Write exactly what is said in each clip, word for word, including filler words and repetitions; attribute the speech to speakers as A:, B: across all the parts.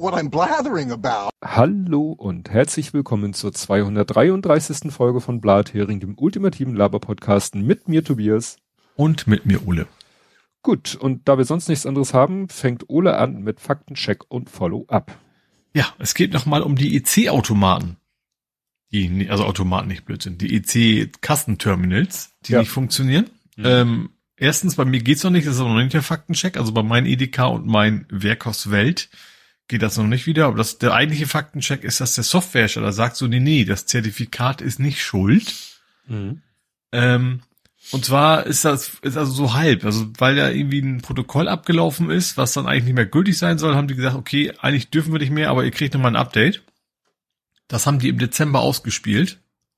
A: what I'm blathering about.
B: Hallo und herzlich willkommen zur zweihundertdreiunddreißigsten Folge von Blathering, dem ultimativen Laber-Podcast mit mir Tobias.
C: Und mit mir Ole.
B: Gut, und da wir sonst nichts anderes haben, fängt Ole an mit Faktencheck und Follow-up.
C: Ja, es geht nochmal um die E C-Automaten. Die, also Automaten, nicht Blödsinn. Die E C-Kassenterminals, die ja. nicht funktionieren. Mhm. Ähm, erstens, bei mir geht's noch nicht, das ist aber noch nicht der Faktencheck. Also bei meinem Edeka und mein Werkhauswelt geht das noch nicht wieder. Aber das, der eigentliche Faktencheck ist, dass der Softwarehersteller sagt so, nee, nee, das Zertifikat ist nicht schuld. Mhm. Ähm, und zwar ist das, ist also so halb. Also, weil da irgendwie ein Protokoll abgelaufen ist, was dann eigentlich nicht mehr gültig sein soll, haben die gesagt, okay, eigentlich dürfen wir nicht mehr, aber ihr kriegt nochmal ein Update. Das haben die im Dezember ausgespielt.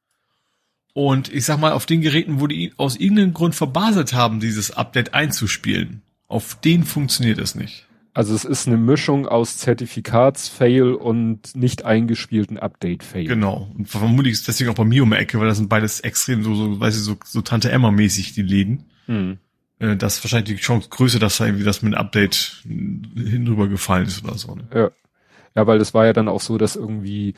C: Und ich sag mal, auf den Geräten, wo die aus irgendeinem Grund verbaselt haben, dieses Update einzuspielen, auf denen funktioniert es nicht.
B: Also es ist eine Mischung aus Zertifikatsfail und nicht eingespielten Update-Fail.
C: Genau. Und vermutlich ist deswegen auch bei mir um die Ecke, weil das sind beides extrem so, so, weiß ich, so, so Tante Emma-mäßig, die Läden. Hm. Äh, das ist wahrscheinlich die Chance größer, dass da irgendwie das mit einem Update hinüber gefallen ist oder so. Ne?
B: Ja. Ja, weil das war ja dann auch so, dass irgendwie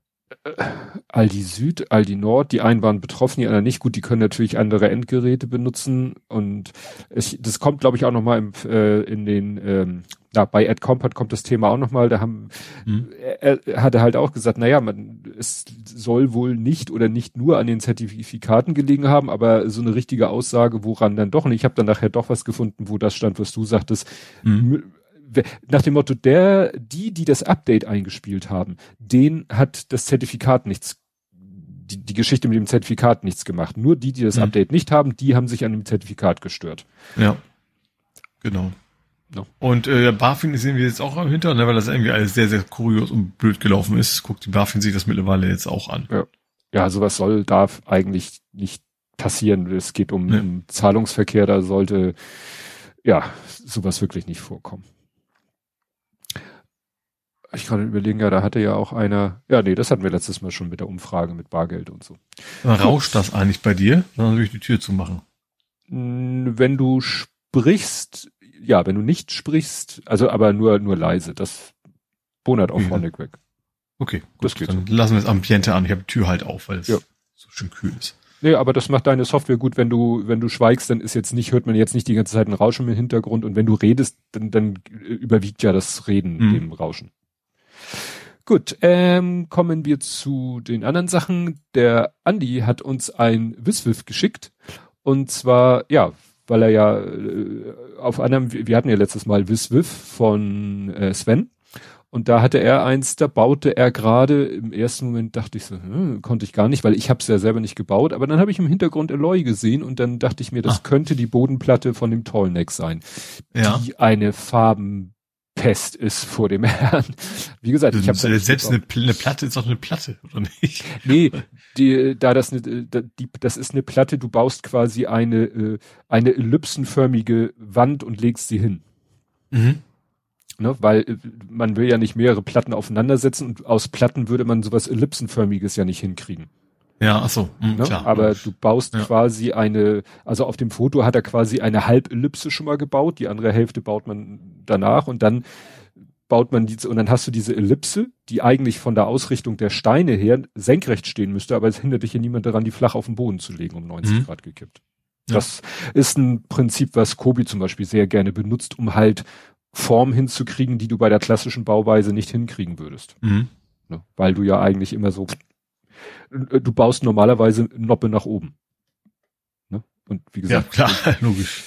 B: Aldi Süd, Aldi Nord, die einen waren betroffen, die anderen nicht. Gut, die können natürlich andere Endgeräte benutzen und es, das kommt, glaube ich, auch nochmal im, äh, in den, ähm, ja, bei Ed Compart kommt das Thema auch nochmal, da haben, mhm. er, er hatte halt auch gesagt, naja, man, es soll wohl nicht oder nicht nur an den Zertifikaten gelegen haben, aber so eine richtige Aussage, woran dann doch nicht. Ich habe dann nachher doch was gefunden, wo das stand, was du sagtest, mhm. Nach dem Motto, der, die, die das Update eingespielt haben, denen hat das Zertifikat nichts, die, die Geschichte mit dem Zertifikat nichts gemacht. Nur die, die das mhm. Update nicht haben, die haben sich an dem Zertifikat gestört.
C: Ja, genau. No. Und äh, BaFin sehen wir jetzt auch am Hinter, ne, weil das irgendwie alles sehr, sehr kurios und blöd gelaufen ist. Guckt die BaFin sich das mittlerweile jetzt auch an.
B: Ja, ja, sowas soll, darf eigentlich nicht passieren. Es geht um, ja. um Zahlungsverkehr, da sollte, ja, sowas wirklich nicht vorkommen. Ich kann überlegen, ja, da hatte ja auch einer, ja, nee, das hatten wir letztes Mal schon mit der Umfrage mit Bargeld und so.
C: Dann rauscht das eigentlich bei dir? Dann würde ich die Tür zumachen.
B: Wenn du sprichst, ja, wenn du nicht sprichst, also aber nur nur leise, das bonert auch vorne
C: okay.
B: weg.
C: Okay, gut, das geht dann so. Lassen wir das Ambiente an. Ich habe die Tür halt auf, weil es ja. so schön kühl ist.
B: Nee, aber das macht deine Software gut, wenn du, wenn du schweigst, dann ist jetzt nicht, hört man jetzt nicht die ganze Zeit ein Rauschen im Hintergrund und wenn du redest, dann, dann überwiegt ja das Reden mhm. dem Rauschen. Gut, ähm, kommen wir zu den anderen Sachen. Der Andi hat uns ein Wiswiff geschickt und zwar, ja, weil er ja äh, auf einem, wir hatten ja letztes Mal Wiswiff von äh, Sven und da hatte er eins, da baute er gerade, im ersten Moment dachte ich so, hm, konnte ich gar nicht, weil ich habe es ja selber nicht gebaut, aber dann habe ich im Hintergrund Eloy gesehen und dann dachte ich mir, das ah. könnte die Bodenplatte von dem Tallneck sein, ja. die eine Farben Pest ist vor dem Herrn. Wie gesagt, ich habe
C: selbst eine, eine Platte ist doch eine Platte, oder nicht?
B: Nee, die, da das eine, die, das ist eine Platte. Du baust quasi eine eine ellipsenförmige Wand und legst sie hin. Mhm. Ne, weil man will ja nicht mehrere Platten aufeinandersetzen und aus Platten würde man sowas ellipsenförmiges ja nicht hinkriegen.
C: Ja, ach so, mh,
B: ne?
C: klar.
B: Aber du baust
C: ja.
B: quasi eine, also auf dem Foto hat er quasi eine Halbellipse schon mal gebaut, die andere Hälfte baut man danach und dann baut man diese, und dann hast du diese Ellipse, die eigentlich von der Ausrichtung der Steine her senkrecht stehen müsste, aber es hindert dich ja niemand daran, die flach auf den Boden zu legen, um neunzig mhm. Grad gekippt. Ja. Das ist ein Prinzip, was Kobi zum Beispiel sehr gerne benutzt, um halt Form hinzukriegen, die du bei der klassischen Bauweise nicht hinkriegen würdest. Mhm. Ne? Weil du ja eigentlich immer so du baust normalerweise Noppe nach oben. Ne? Und wie gesagt.
C: Ja, klar, logisch.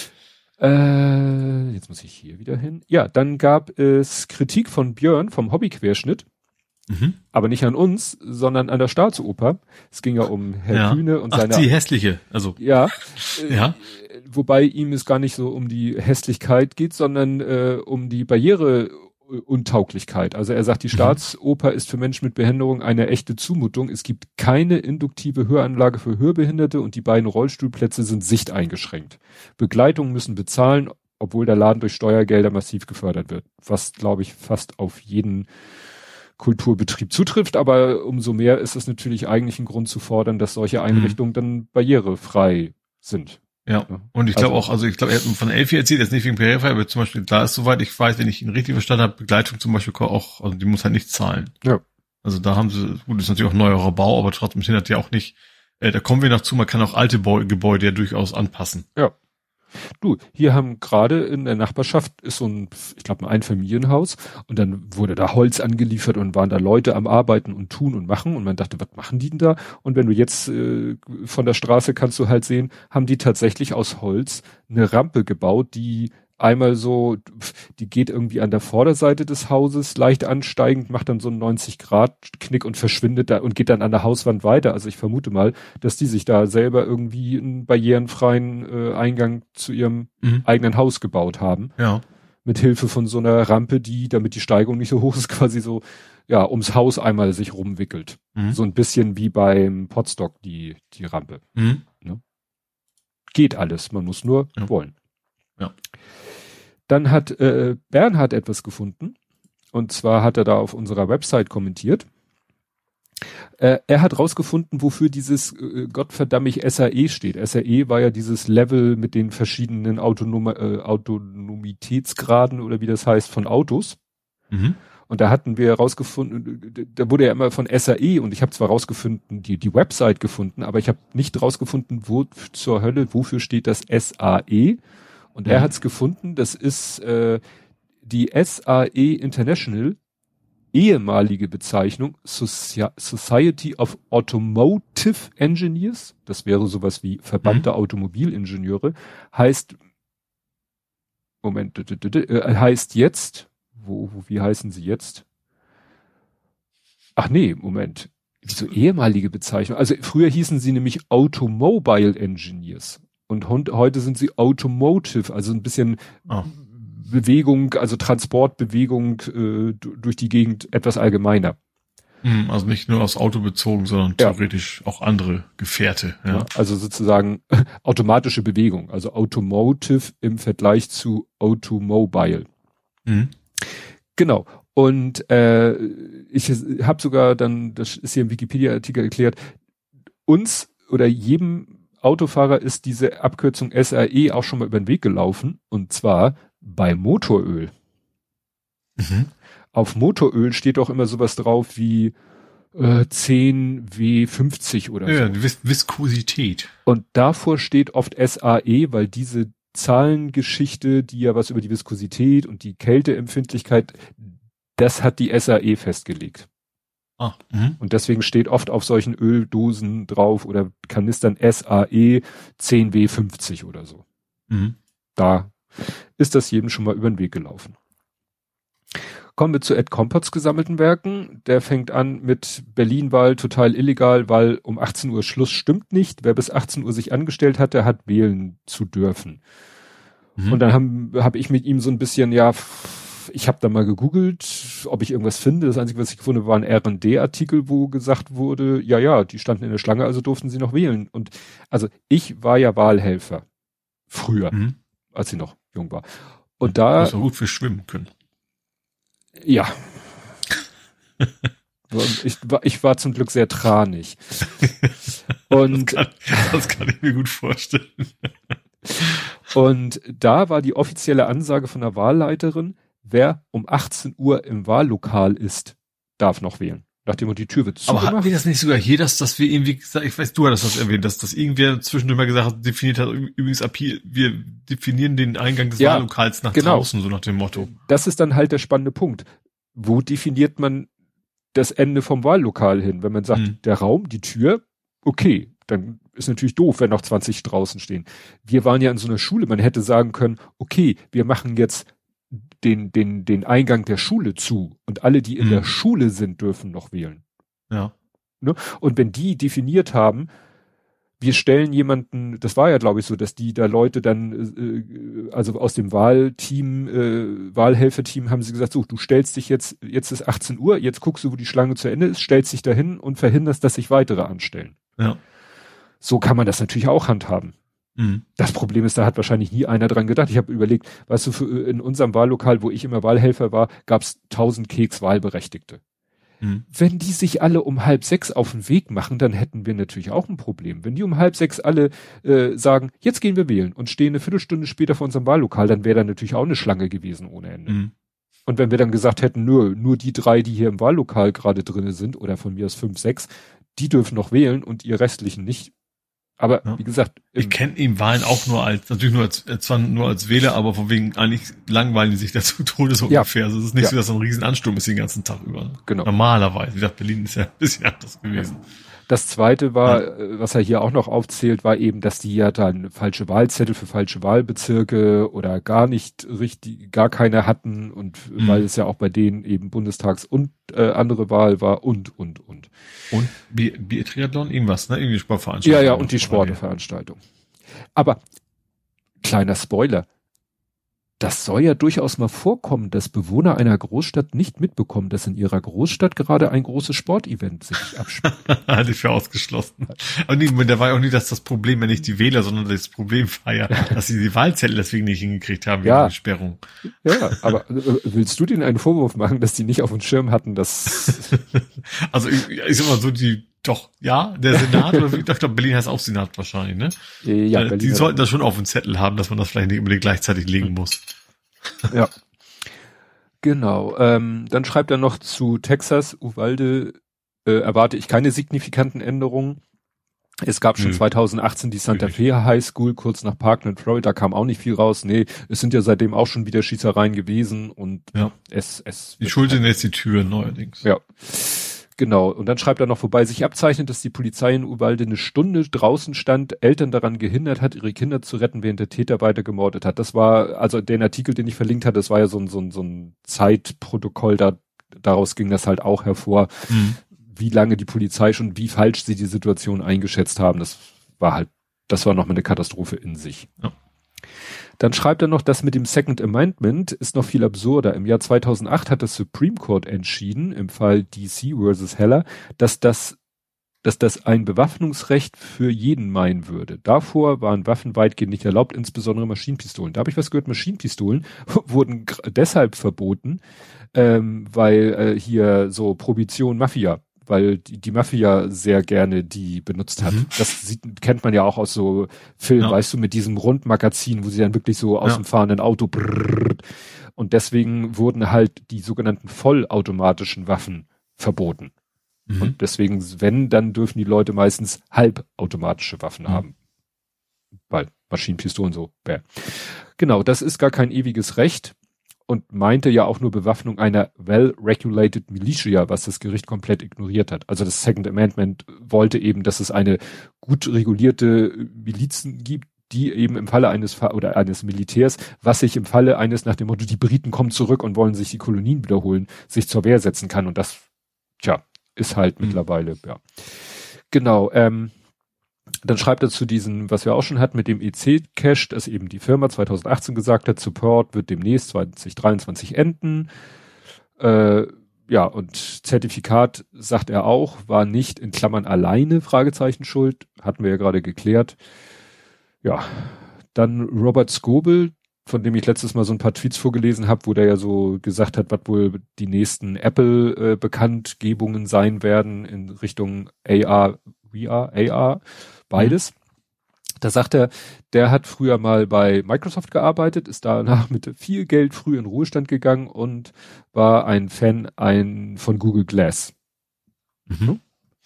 B: Äh, jetzt muss ich hier wieder hin. Ja, dann gab es Kritik von Björn vom Hobbyquerschnitt. Mhm. Aber nicht an uns, sondern an der Staatsoper. Es ging ja um Herr
C: ja.
B: Kühne und
C: Ach,
B: seine...
C: die hässliche, also.
B: Ja.
C: ja.
B: Äh, wobei ihm es gar nicht so um die Hässlichkeit geht, sondern äh, um die Barriere Untauglichkeit. Also er sagt, die Staatsoper ist für Menschen mit Behinderung eine echte Zumutung. Es gibt keine induktive Höranlage für Hörbehinderte und die beiden Rollstuhlplätze sind sichteingeschränkt. Begleitungen müssen bezahlen, obwohl der Laden durch Steuergelder massiv gefördert wird. Was, glaube ich, fast auf jeden Kulturbetrieb zutrifft. Aber umso mehr ist es natürlich eigentlich ein Grund zu fordern, dass solche Einrichtungen mhm. dann barrierefrei sind.
C: Ja, und ich glaube also, auch, also ich glaube, er hat von Elfi erzählt, jetzt nicht wegen Peripherie, aber zum Beispiel, da ist soweit ich weiß, wenn ich ihn richtig verstanden habe, Begleitung zum Beispiel auch, also die muss halt nicht zahlen.
B: Ja.
C: Also da haben sie, gut, ist natürlich auch neuerer Bau, aber trotzdem hindert ja auch nicht, äh, da kommen wir noch zu, man kann auch alte Bau- Gebäude ja durchaus anpassen.
B: Ja. Du, hier haben gerade in der Nachbarschaft ist so ein, ich glaube, ein Einfamilienhaus und dann wurde da Holz angeliefert und waren da Leute am Arbeiten und tun und machen und man dachte, was machen die denn da? Und wenn du jetzt äh, von der Straße kannst du halt sehen, haben die tatsächlich aus Holz eine Rampe gebaut, die einmal so, die geht irgendwie an der Vorderseite des Hauses leicht ansteigend, macht dann so einen neunzig Grad Knick und verschwindet da und geht dann an der Hauswand weiter. Also ich vermute mal, dass die sich da selber irgendwie einen barrierenfreien äh, Eingang zu ihrem mhm. eigenen Haus gebaut haben.
C: Ja.
B: Mit Hilfe von so einer Rampe, die, damit die Steigung nicht so hoch ist, quasi so, ja, ums Haus einmal sich rumwickelt. Mhm. So ein bisschen wie beim Potstock, die, die Rampe.
C: Mhm.
B: Ne? Geht alles, man muss nur
C: ja.
B: wollen.
C: Ja.
B: Dann hat äh, Bernhard etwas gefunden. Und zwar hat er da auf unserer Website kommentiert. Äh, er hat rausgefunden, wofür dieses äh, Gottverdammig S A E steht. S A E war ja dieses Level mit den verschiedenen Autonom äh, Autonomitätsgraden oder wie das heißt von Autos.
C: Mhm.
B: Und da hatten wir rausgefunden, da wurde ja immer von S A E und ich habe zwar rausgefunden, die, die Website gefunden, aber ich habe nicht rausgefunden, wo zur Hölle, wofür steht das S A E. Und mhm. er hat es gefunden, das ist äh, die S A E International, ehemalige Bezeichnung Soci- Society of Automotive Engineers, das wäre sowas wie Verband der mhm. Automobilingenieure, heißt, Moment, äh, heißt jetzt, wo, wo, wie heißen sie jetzt? Ach nee, Moment, so ehemalige Bezeichnung, also früher hießen sie nämlich Automobile Engineers. Und heute sind sie Automotive, also ein bisschen oh. Bewegung, also Transportbewegung äh, durch die Gegend etwas allgemeiner.
C: Also nicht nur aufs Auto bezogen, sondern ja. theoretisch auch andere Gefährte. Ja. Ja,
B: also sozusagen automatische Bewegung, also Automotive im Vergleich zu Automobile.
C: Mhm.
B: Genau. Und äh, ich habe sogar dann, das ist hier im Wikipedia-Artikel erklärt, uns oder jedem Autofahrer ist diese Abkürzung S A E auch schon mal über den Weg gelaufen, und zwar bei Motoröl.
C: Mhm.
B: Auf Motoröl steht auch immer sowas drauf wie äh, zehn W fünfzig oder
C: ja,
B: so.
C: Die Vis- Viskosität.
B: Und davor steht oft S A E, weil diese Zahlengeschichte, die ja was über die Viskosität und die Kälteempfindlichkeit, das hat die S A E festgelegt.
C: Ah, mhm.
B: Und deswegen steht oft auf solchen Öldosen drauf oder Kanistern S A E zehn W fünfzig oder so.
C: Mhm.
B: Da ist das jedem schon mal über den Weg gelaufen. Kommen wir zu Ed Kompots gesammelten Werken. Der fängt an mit Berlin-Wahl total illegal, weil um achtzehn Uhr Schluss stimmt nicht. Wer bis achtzehn Uhr sich angestellt hatte, hat wählen zu dürfen. Mhm. Und dann habe hab ich mit ihm so ein bisschen, ja, ich habe da mal gegoogelt, ob ich irgendwas finde. Das Einzige, was ich gefunden habe, war ein R und D-Artikel, wo gesagt wurde, ja, ja, die standen in der Schlange, also durften sie noch wählen. Und also ich war ja Wahlhelfer. Früher,
C: mhm.
B: als ich noch jung war. Und da...
C: Das war gut für Schwimmen können.
B: Ja. ich, war, ich war zum Glück sehr tranig. Und
C: das kann, das kann ich mir gut vorstellen.
B: Und da war die offizielle Ansage von der Wahlleiterin, wer um achtzehn Uhr im Wahllokal ist, darf noch wählen. Nachdem die Tür wird zugemacht.
C: Aber hatten wir das nicht sogar hier, dass, dass wir irgendwie gesagt, ich weiß, du hattest das erwähnt, dass, dass irgendwer zwischendurch mal gesagt hat, definiert hat, übrigens ab hier, wir definieren den Eingang des ja, Wahllokals nach genau. draußen, so nach dem Motto.
B: Das ist dann halt der spannende Punkt. Wo definiert man das Ende vom Wahllokal hin? Wenn man sagt, hm. der Raum, die Tür, okay, dann ist natürlich doof, wenn noch zwanzig draußen stehen. Wir waren ja in so einer Schule, man hätte sagen können, okay, wir machen jetzt den, den, den Eingang der Schule zu und alle, die in hm. der Schule sind, dürfen noch wählen.
C: Ja.
B: Ne? Und wenn die definiert haben, wir stellen jemanden, das war ja glaube ich so, dass die da Leute dann, äh, also aus dem Wahlteam, äh, Wahlhelferteam haben sie gesagt, so, du stellst dich jetzt, jetzt ist achtzehn Uhr, jetzt guckst du, wo die Schlange zu Ende ist, stellst dich dahin und verhinderst, dass sich weitere anstellen.
C: Ja.
B: So kann man das natürlich auch handhaben.
C: Mhm.
B: Das Problem ist, da hat wahrscheinlich nie einer dran gedacht. Ich habe überlegt, weißt du, für, in unserem Wahllokal, wo ich immer Wahlhelfer war, gab es tausend Keks Wahlberechtigte. Mhm. Wenn die sich alle um halb sechs auf den Weg machen, dann hätten wir natürlich auch ein Problem. Wenn die um halb sechs alle äh, sagen, jetzt gehen wir wählen und stehen eine Viertelstunde später vor unserem Wahllokal, dann wäre da natürlich auch eine Schlange gewesen ohne Ende. Mhm. Und wenn wir dann gesagt hätten, nur, nur die drei, die hier im Wahllokal gerade drinne sind, oder von mir aus fünf, sechs, die dürfen noch wählen und ihr restlichen nicht. Aber ja. wie gesagt,
C: ich kenne eben Wahlen auch nur als, natürlich nur als, zwar nur als Wähler, aber von wegen eigentlich langweilen die sich dazu Tode so
B: ja.
C: ungefähr. Also es ist nicht
B: ja.
C: so, dass so ein Riesanansturm ist den ganzen Tag über.
B: Genau.
C: Normalerweise. Wie gesagt, Berlin ist ja ein bisschen anders gewesen.
B: Ja. Das zweite war, ja. was er hier auch noch aufzählt, war eben, dass die ja dann falsche Wahlzettel für falsche Wahlbezirke oder gar nicht richtig, gar keine hatten und mhm. weil es ja auch bei denen eben Bundestags- und äh, andere Wahl war und, und, und.
C: Und Bi- Bi- Triathlon, irgendwas, ne? Irgendwie Sportveranstaltung.
B: Ja, ja, und die Sportveranstaltung. Aber, kleiner Spoiler, das soll ja durchaus mal vorkommen, dass Bewohner einer Großstadt nicht mitbekommen, dass in ihrer Großstadt gerade ein großes Sportevent sich abspielt.
C: Hatte ich für ausgeschlossen. Aber nee, da war ja auch nicht das, das Problem, ja nicht die Wähler, sondern das Problem war ja, dass sie die Wahlzettel deswegen nicht hingekriegt haben, wegen
B: ja.
C: der Sperrung.
B: Ja, aber äh, willst du denen einen Vorwurf machen, dass die nicht auf dem Schirm hatten, dass...
C: Also ich, ich sag mal so, die doch, ja, der Senat, oder wie, ich dachte, Berlin heißt auch Senat wahrscheinlich, ne?
B: Ja,
C: äh, die sollten das schon auf dem Zettel haben, dass man das vielleicht nicht unbedingt gleichzeitig legen muss.
B: Ja. Genau. Ähm, dann schreibt er noch zu Texas, Uvalde, äh, erwarte ich keine signifikanten Änderungen. Es gab schon hm. zweitausendachtzehn die Santa Fe High School, kurz nach Parkland, Florida, kam auch nicht viel raus. Nee, es sind ja seitdem auch schon wieder Schießereien gewesen und
C: ja.
B: es, es.
C: Die Schuld sind jetzt die Türen neuerdings.
B: Ja. Genau, und dann schreibt er noch, wobei sich abzeichnet, dass die Polizei in Uvalde eine Stunde draußen stand, Eltern daran gehindert hat, ihre Kinder zu retten, während der Täter weiter gemordet hat. Das war, also den Artikel, den ich verlinkt hatte, das war ja so ein, so ein, so ein Zeitprotokoll, da, daraus ging das halt auch hervor, mhm. wie lange die Polizei schon, wie falsch sie die Situation eingeschätzt haben. Das war halt, das war nochmal eine Katastrophe in sich. Ja. Dann schreibt er noch, das mit dem Second Amendment ist noch viel absurder. Im Jahr zweitausendacht hat das Supreme Court entschieden, im Fall D C versus Heller, dass das, dass das ein Bewaffnungsrecht für jeden meinen würde. Davor waren Waffen weitgehend nicht erlaubt, insbesondere Maschinenpistolen. Da habe ich was gehört, Maschinenpistolen wurden deshalb verboten, ähm, weil äh, hier so Prohibition Mafia, weil die, die Mafia sehr gerne die benutzt hat. Mhm. Das sieht, kennt man ja auch aus so Filmen, ja. weißt du, mit diesem Rundmagazin, wo sie dann wirklich so aus ja. dem fahrenden Auto brrrr, und deswegen wurden halt die sogenannten vollautomatischen Waffen verboten. Mhm. Und deswegen, wenn, dann dürfen die Leute meistens halbautomatische Waffen mhm. haben. Weil Maschinenpistolen so, bäh. Genau, das ist gar kein ewiges Recht. Und meinte ja auch nur Bewaffnung einer well-regulated militia, was das Gericht komplett ignoriert hat. Also das Second Amendment wollte eben, dass es eine gut regulierte Milizen gibt, die eben im Falle eines oder eines Militärs, was sich im Falle eines nach dem Motto, die Briten kommen zurück und wollen sich die Kolonien wiederholen, sich zur Wehr setzen kann. Und das, tja, ist halt mhm. mittlerweile, ja. Genau, ähm, dann schreibt er zu diesem, was wir auch schon hatten, mit dem E C-Cache, dass eben die Firma zweitausendachtzehn gesagt hat, Support wird demnächst zwanzig dreiundzwanzig enden. Äh, ja, und Zertifikat, sagt er auch, war nicht in Klammern alleine, Fragezeichen schuld. Hatten wir ja gerade geklärt. Ja, dann Robert Scoble, von dem ich letztes Mal so ein paar Tweets vorgelesen habe, wo der ja so gesagt hat, was wohl die nächsten Apple-Bekanntgebungen äh, sein werden in Richtung A R, V R, A R. Beides. Mhm. Da sagt er, der hat früher mal bei Microsoft gearbeitet, ist danach mit viel Geld früh in Ruhestand gegangen und war ein Fan ein, von Google Glass. Mhm.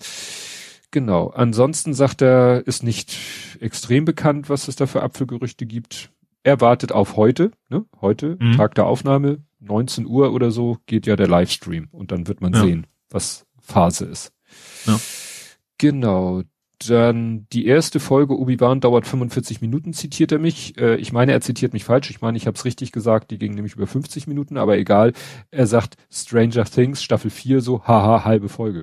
B: Genau. Ansonsten sagt er, ist nicht extrem bekannt, was es da für Apfelgerüchte gibt. Er wartet auf heute, ne? Heute, mhm. Tag der Aufnahme, neunzehn Uhr oder so, geht ja der Livestream und dann wird man ja. sehen, was Phase ist. Ja. Genau. Dann die erste Folge Obi-Wan dauert fünfundvierzig Minuten, zitiert er mich. Äh, ich meine, er zitiert mich falsch. Ich meine, ich habe es richtig gesagt. Die ging nämlich über fünfzig Minuten, aber egal. Er sagt Stranger Things, Staffel vier, so, haha, halbe Folge.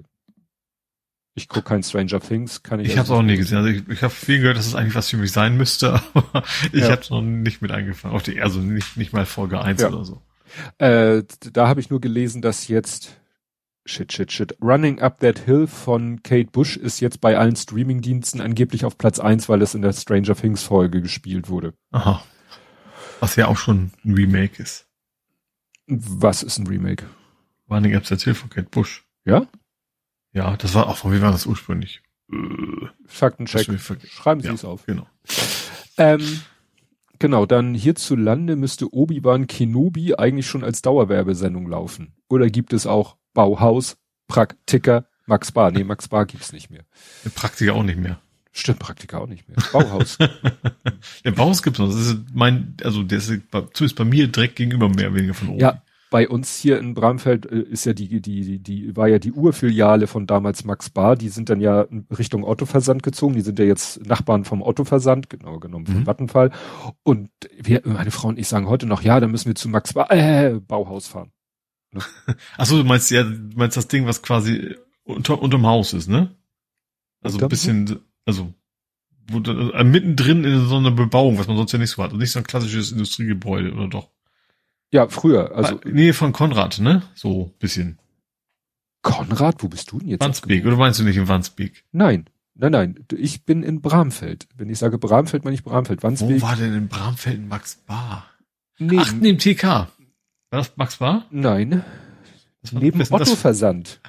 B: Ich gucke kein Stranger Things, kann ich.
C: Ich
B: also
C: habe es auch nie gesehen. Also ich, ich habe viel gehört, dass es eigentlich was für mich sein müsste, aber ich ja. habe es noch nicht mit eingefangen. Auf die, also nicht, nicht mal Folge eins ja. oder so.
B: Äh, da habe ich nur gelesen, dass jetzt Shit, shit, shit. Running Up That Hill von Kate Bush ist jetzt bei allen Streamingdiensten angeblich auf Platz eins, weil es in der Stranger Things Folge gespielt wurde.
C: Aha. Was ja auch schon ein Remake ist.
B: Was ist ein Remake?
C: Running Up That Hill von Kate Bush.
B: Ja?
C: Ja, das war auch, von wem war das ursprünglich? Äh,
B: Faktencheck. Schreiben Sie
C: ja,
B: es auf.
C: Genau.
B: Ähm, genau, dann hierzulande müsste Obi-Wan Kenobi eigentlich schon als Dauerwerbesendung laufen. Oder gibt es auch Bauhaus, Praktiker, Max Bar? Nee, Max Bar gibt's nicht mehr.
C: Der Praktiker auch nicht mehr.
B: Stimmt, Praktiker auch nicht mehr. Bauhaus.
C: Der Bauhaus gibt's noch. Das ist mein, also der ist bei, zumindest bei mir direkt gegenüber mehr oder weniger von oben.
B: Ja, bei uns hier in Bramfeld äh, ist ja die, die, die, die, war ja die Urfiliale von damals Max Bar. Die sind dann ja in Richtung Otto-Versand gezogen. Die sind ja jetzt Nachbarn vom Otto-Versand, genau genommen von
C: Mhm.
B: Vattenfall. Und wir, meine Frau und ich sagen heute noch, ja, dann müssen wir zu Max Bar, äh, Bauhaus fahren.
C: Ach so, du meinst ja, du meinst das Ding, was quasi unter, unterm Haus ist, ne? Also ein
B: Unterm
C: bisschen, also wo, äh, mittendrin in so einer Bebauung, was man sonst ja nicht so hat. Und nicht so ein klassisches Industriegebäude, oder doch?
B: Ja, früher, also.
C: Ah, nee, von Konrad, ne? So bisschen.
B: Konrad, wo bist du denn jetzt?
C: Wandsbek, oder meinst du nicht in Wandsbek?
B: Nein, nein, nein. Ich bin in Bramfeld. Wenn ich sage Bramfeld, meine ich Bramfeld. Wandsbek.
C: Wo war denn in Bramfeld Max Bar?
B: Neben,
C: Ach, neben T K. War das Max Bar?
B: Nein.
C: Was war-
B: Neben
C: was ist denn das?
B: Otto-Versand.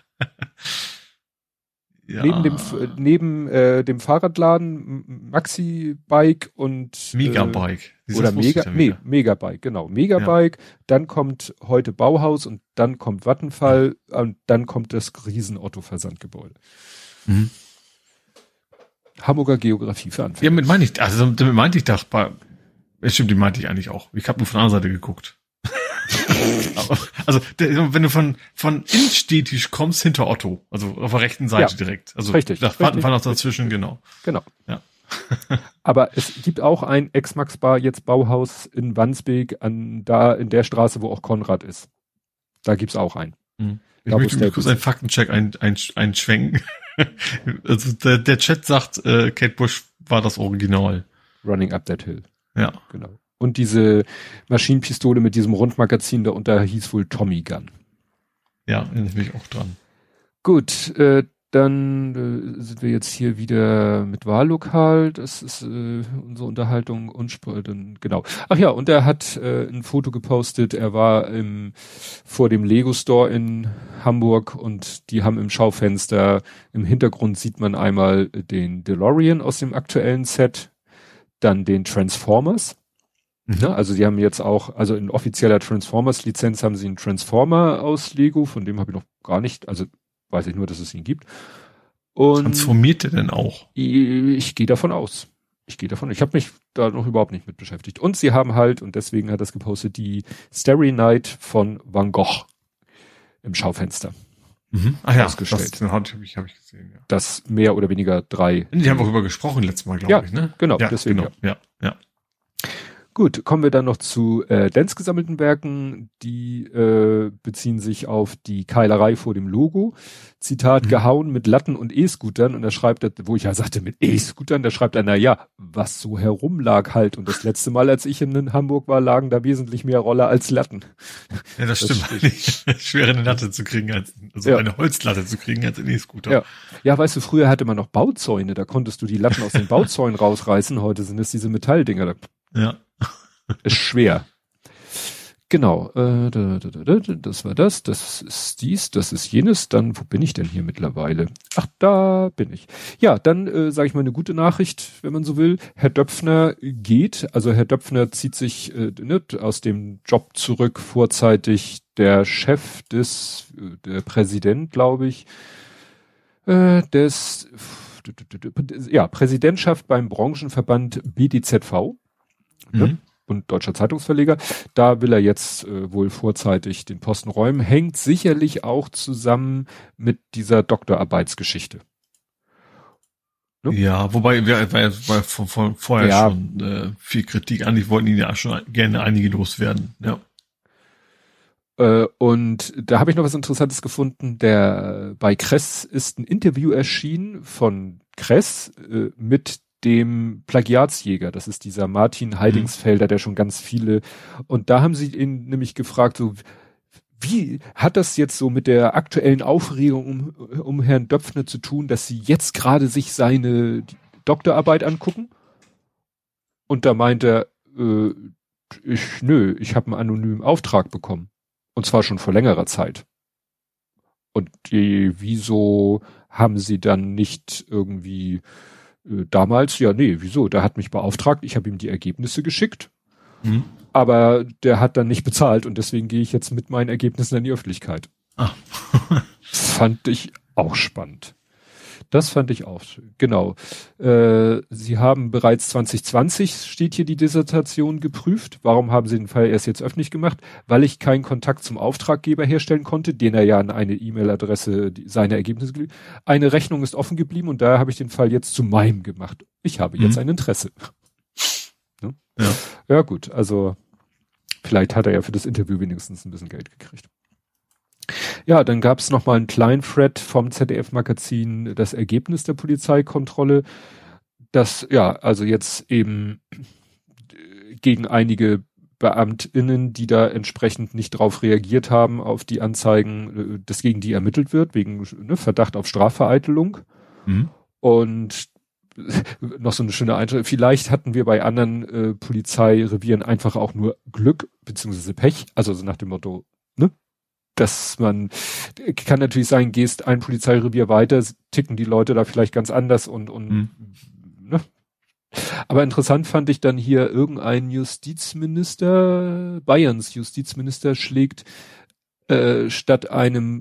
C: Ja.
B: Neben dem, F- neben, äh, dem Fahrradladen M- Maxi-Bike und,
C: Megabike.
B: äh,
C: Siehst du,
B: oder
C: das wusste ich
B: Mega,
C: dann
B: nee,
C: wieder.
B: Megabike, genau. Megabike, dann kommt heute Bauhaus und dann kommt Vattenfall und dann kommt das riesen Otto-Versandgebäude.
C: Mhm.
B: Hamburger Geografie für
C: Ja,
B: Anfänger.
C: damit meine ich, also damit meinte ich doch, bei, ja, stimmt, die meinte ich eigentlich auch. Ich habe nur von der anderen Seite geguckt. Aber, also, der, wenn du von, von innenstädtisch kommst, hinter Otto, also auf der rechten Seite
B: Ja,
C: direkt. Also,
B: richtig,
C: da
B: richtig,
C: war noch dazwischen, genau.
B: Genau.
C: Ja.
B: Aber es gibt auch ein Ex-Max-Bar, jetzt Bauhaus in Wandsbek, an, da in der Straße, wo auch Konrad ist. Da gibt's auch einen.
C: Mhm. Ich
B: Da, wo
C: möchte mich
B: Staples
C: kurz einen
B: ist.
C: Faktencheck ein, ein, einschwenken. Also, der, der Chat sagt, äh, Kate Bush war das Original.
B: Running Up That Hill.
C: Ja.
B: Genau. Und diese Maschinenpistole mit diesem Rundmagazin da unter hieß wohl Tommy Gun.
C: Ja, erinnere ich mich auch dran.
B: Gut, äh, dann äh, sind wir jetzt hier wieder mit Wahllokal. Das ist äh, unsere Unterhaltung. Unspr dann, genau. Ach ja, und er hat äh, ein Foto gepostet. Er war im, vor dem Lego Store in Hamburg und die haben im Schaufenster, im Hintergrund sieht man einmal den DeLorean aus dem aktuellen Set, dann den Transformers.
C: Mhm.
B: Ne? Also die haben jetzt auch, also in offizieller Transformers-Lizenz haben sie einen Transformer aus Lego, von dem habe ich noch gar nicht, also weiß ich nur, dass es ihn gibt. Und
C: Transformiert er denn auch?
B: ich, ich gehe davon aus. Ich gehe davon, ich habe mich da noch überhaupt nicht mit beschäftigt. Und sie haben halt, und deswegen hat das gepostet, die Starry Night von Van Gogh im Schaufenster.
C: Mhm. Ach ja,
B: Ausgestellt.
C: das habe ich, hab ich gesehen, ja.
B: Das mehr oder weniger drei.
C: Die haben wir darüber gesprochen letztes Mal, glaube
B: Ja,
C: ich, ne?
B: genau,
C: Ja,
B: deswegen,
C: genau. Ja, ja.
B: Gut, kommen wir dann noch zu äh, Dents gesammelten Werken. Die äh, beziehen sich auf die Keilerei vor dem Logo. Zitat,
C: Mhm.
B: gehauen mit Latten und E-Scootern. Und da schreibt er, wo ich ja sagte, mit E-Scootern, da schreibt er, na ja, was so herumlag halt. Und das letzte Mal, als ich in Hamburg war, lagen da wesentlich mehr Roller als Latten.
C: Ja, das,
B: Das
C: stimmt. Schwer eine Latte zu kriegen, als, also
B: Ja.
C: eine Holzlatte zu kriegen als ein E-Scooter.
B: Ja. Ja, weißt du, früher hatte man noch Bauzäune. Da konntest du die Latten aus den Bauzäunen rausreißen. Heute sind es diese Metalldinger. Da
C: Ja.
B: ist schwer. Genau, äh, da, da, da, da, das war das, das ist dies, das ist jenes, dann, wo bin ich denn hier mittlerweile? Ach, da bin ich. Ja, dann äh, sage ich mal eine gute Nachricht, wenn man so will. Herr Döpfner geht, also Herr Döpfner zieht sich äh, ne, aus dem Job zurück, vorzeitig der Chef des, äh, der Präsident, glaube ich, äh, des, ja, Präsidentschaft beim Branchenverband B D Z V.
C: Mhm.
B: Ne? Und Deutscher Zeitungsverleger. Da will er jetzt äh, wohl vorzeitig den Posten räumen. Hängt sicherlich auch zusammen mit dieser Doktorarbeitsgeschichte. Ne?
C: Ja, wobei wir war, war von, von vorher
B: Ja.
C: schon äh, viel Kritik an. Ich wollten ihn ja schon gerne einige loswerden. Ja.
B: Äh, und da habe ich noch was Interessantes gefunden. Der bei Kress ist ein Interview erschienen von Kress äh, mit dem Plagiatsjäger. Das ist dieser Martin Heidingsfelder, der schon ganz viele. Und da haben sie ihn nämlich gefragt, so wie hat das jetzt so mit der aktuellen Aufregung um, um Herrn Döpfner zu tun, dass sie jetzt gerade sich seine Doktorarbeit angucken? Und da meint er, äh, ich, nö, ich habe einen anonymen Auftrag bekommen. Und zwar schon vor längerer Zeit. Und die, wieso haben sie dann nicht irgendwie äh, damals, ja, nee, wieso? Der hat mich beauftragt, ich habe ihm die Ergebnisse geschickt, mhm. aber der hat dann nicht bezahlt und deswegen gehe ich jetzt mit meinen Ergebnissen in die Öffentlichkeit.
C: Ah.
B: Fand ich auch spannend. Das fand ich auch, genau. Äh, Sie haben bereits zwanzig zwanzig, steht hier, die Dissertation geprüft. Warum haben Sie den Fall erst jetzt öffentlich gemacht? Weil ich keinen Kontakt zum Auftraggeber herstellen konnte, den er ja an eine E-Mail-Adresse seine Ergebnisse gelegt. Eine Rechnung ist offen geblieben und daher habe ich den Fall jetzt zu meinem gemacht. Ich habe jetzt mhm. ein Interesse. Ne? Ja. Ja gut, also vielleicht hat er ja für das Interview wenigstens ein bisschen Geld gekriegt. Ja, dann gab es nochmal einen kleinen Thread vom Z D F-Magazin, das Ergebnis der Polizeikontrolle, das, ja, also jetzt eben gegen einige BeamtInnen, die da entsprechend nicht drauf reagiert haben, auf die Anzeigen, das gegen die ermittelt wird, wegen ne, Verdacht auf Strafvereitelung. Mhm. Und noch so eine schöne Einstellung, vielleicht hatten wir bei anderen äh, Polizeirevieren einfach auch nur Glück, beziehungsweise Pech, also so nach dem Motto, ne? Dass man, kann natürlich sein, gehst ein Polizeirevier weiter, ticken die Leute da vielleicht ganz anders und, und, mhm. ne? Aber interessant fand ich dann hier, irgendein Justizminister, Bayerns Justizminister schlägt, äh, statt einem,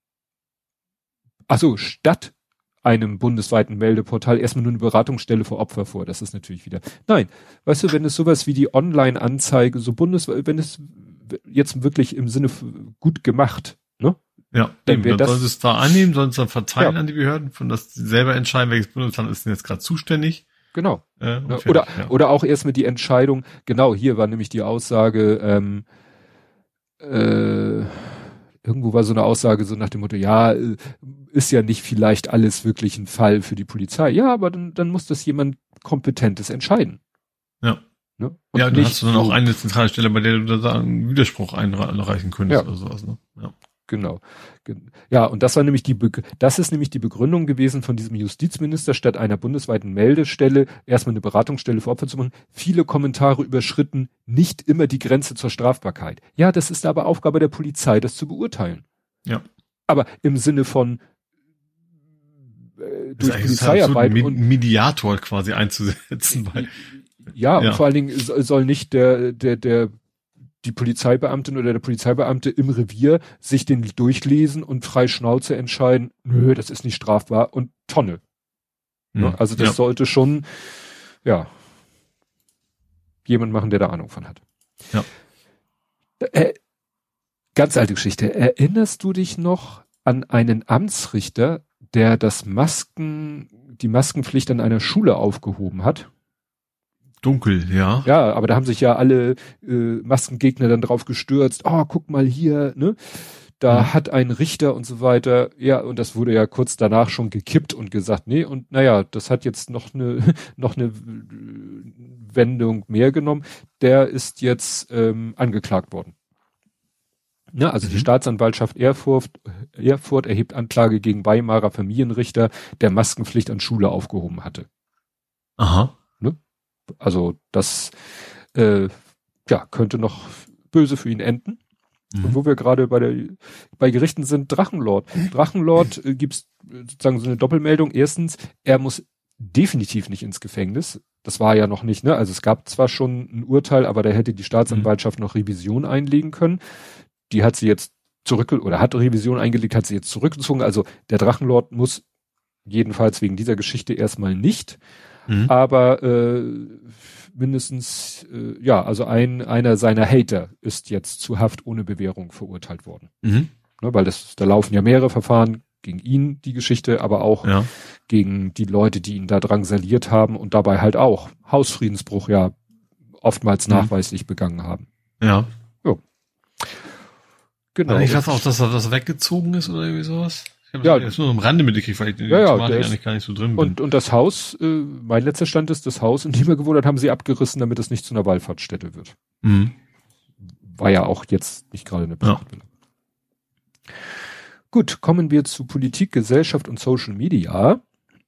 B: also statt einem bundesweiten Meldeportal erstmal nur eine Beratungsstelle für Opfer vor. Das ist natürlich wieder, nein, weißt du, wenn es sowas wie die Online-Anzeige, so bundesweit, wenn es jetzt wirklich im Sinne gut gemacht, ne?
C: Ja, dann, eben, dann sollen sie es da annehmen, sollen es dann verteilen ja. an die Behörden, von das sie selber entscheiden, welches Bundesland ist denn jetzt gerade zuständig.
B: Genau.
C: Äh,
B: ja, fertig, oder ja. oder auch erstmal die Entscheidung, genau, hier war nämlich die Aussage, ähm, äh, irgendwo war so eine Aussage so nach dem Motto, ja, ist ja nicht vielleicht alles wirklich ein Fall für die Polizei. Ja, aber dann, dann muss das jemand Kompetentes entscheiden.
C: Ja.
B: Ne?
C: Und ja, dann hast du dann auch eine zentrale Stelle, bei der du da einen Widerspruch einreichen könntest
B: ja.
C: oder sowas, ne? Ja.
B: Genau. Ja, und das war nämlich die, Be- das ist nämlich die Begründung gewesen von diesem Justizminister, statt einer bundesweiten Meldestelle erstmal eine Beratungsstelle für Opfer zu machen. Viele Kommentare überschritten nicht immer die Grenze zur Strafbarkeit. Ja, das ist aber Aufgabe der Polizei, das zu beurteilen.
C: Ja.
B: Aber im Sinne von äh, durch Polizeiarbeit
C: halt so
B: und
C: Mediator quasi einzusetzen, weil
B: ja, ja, und vor allen Dingen soll nicht der, der, der, die Polizeibeamtin oder der Polizeibeamte im Revier sich den durchlesen und frei Schnauze entscheiden, nö, das ist nicht strafbar und Tonne. Hm. Ne? Also das ja. sollte schon, ja, jemand machen, der da Ahnung von hat.
C: Ja.
B: Äh, ganz alte Geschichte. Erinnerst du dich noch an einen Amtsrichter, der das Masken, die Maskenpflicht an einer Schule aufgehoben hat?
C: Dunkel, ja.
B: Ja, aber da haben sich ja alle äh, Maskengegner dann drauf gestürzt. Oh, guck mal hier, ne? Da mhm. hat ein Richter und so weiter. Ja, und das wurde ja kurz danach schon gekippt und gesagt, nee, und naja, das hat jetzt noch eine noch eine Wendung mehr genommen. Der ist jetzt ähm, angeklagt worden. Ja, also mhm. die Staatsanwaltschaft Erfurt, Erfurt erhebt Anklage gegen Weimarer Familienrichter, der Maskenpflicht an Schule aufgehoben hatte.
C: Aha.
B: Ne? Also das äh, ja könnte noch böse für ihn enden. Mhm. Und wo wir gerade bei der bei Gerichten sind, Drachenlord. Drachenlord äh, gibt's sozusagen so eine Doppelmeldung. Erstens, er muss definitiv nicht ins Gefängnis. Das war ja noch nicht, ne? Also es gab zwar schon ein Urteil, aber da hätte die Staatsanwaltschaft mhm. noch Revision einlegen können. Die hat sie jetzt zurück oder hat Revision eingelegt, hat sie jetzt zurückgezogen. Also der Drachenlord muss jedenfalls wegen dieser Geschichte erstmal nicht. Mhm. Aber äh, mindestens, äh, ja, also ein einer seiner Hater ist jetzt zu Haft ohne Bewährung verurteilt worden.
C: Mhm.
B: Ne, weil das, da laufen ja mehrere Verfahren gegen ihn, die Geschichte, aber auch
C: ja.
B: gegen die Leute, die ihn da drangsaliert haben und dabei halt auch Hausfriedensbruch ja oftmals mhm. nachweislich begangen haben.
C: Ja.
B: Jo. Genau.
C: Also ich weiß auch, dass er das weggezogen ist oder irgendwie sowas. Ich habe
B: ja,
C: das nur am Rande mitgekriegt, weil ich in
B: ja,
C: der
B: ja,
C: Thematik
B: ist,
C: eigentlich gar nicht so drin bin.
B: Und, und das Haus, äh, mein letzter Stand ist, das Haus, in dem er gewohnt hat, haben sie abgerissen, damit es nicht zu einer Wallfahrtsstätte wird.
C: Mhm.
B: War ja auch jetzt nicht gerade eine Prachtwille. Ja. Gut, kommen wir zu Politik, Gesellschaft und Social Media.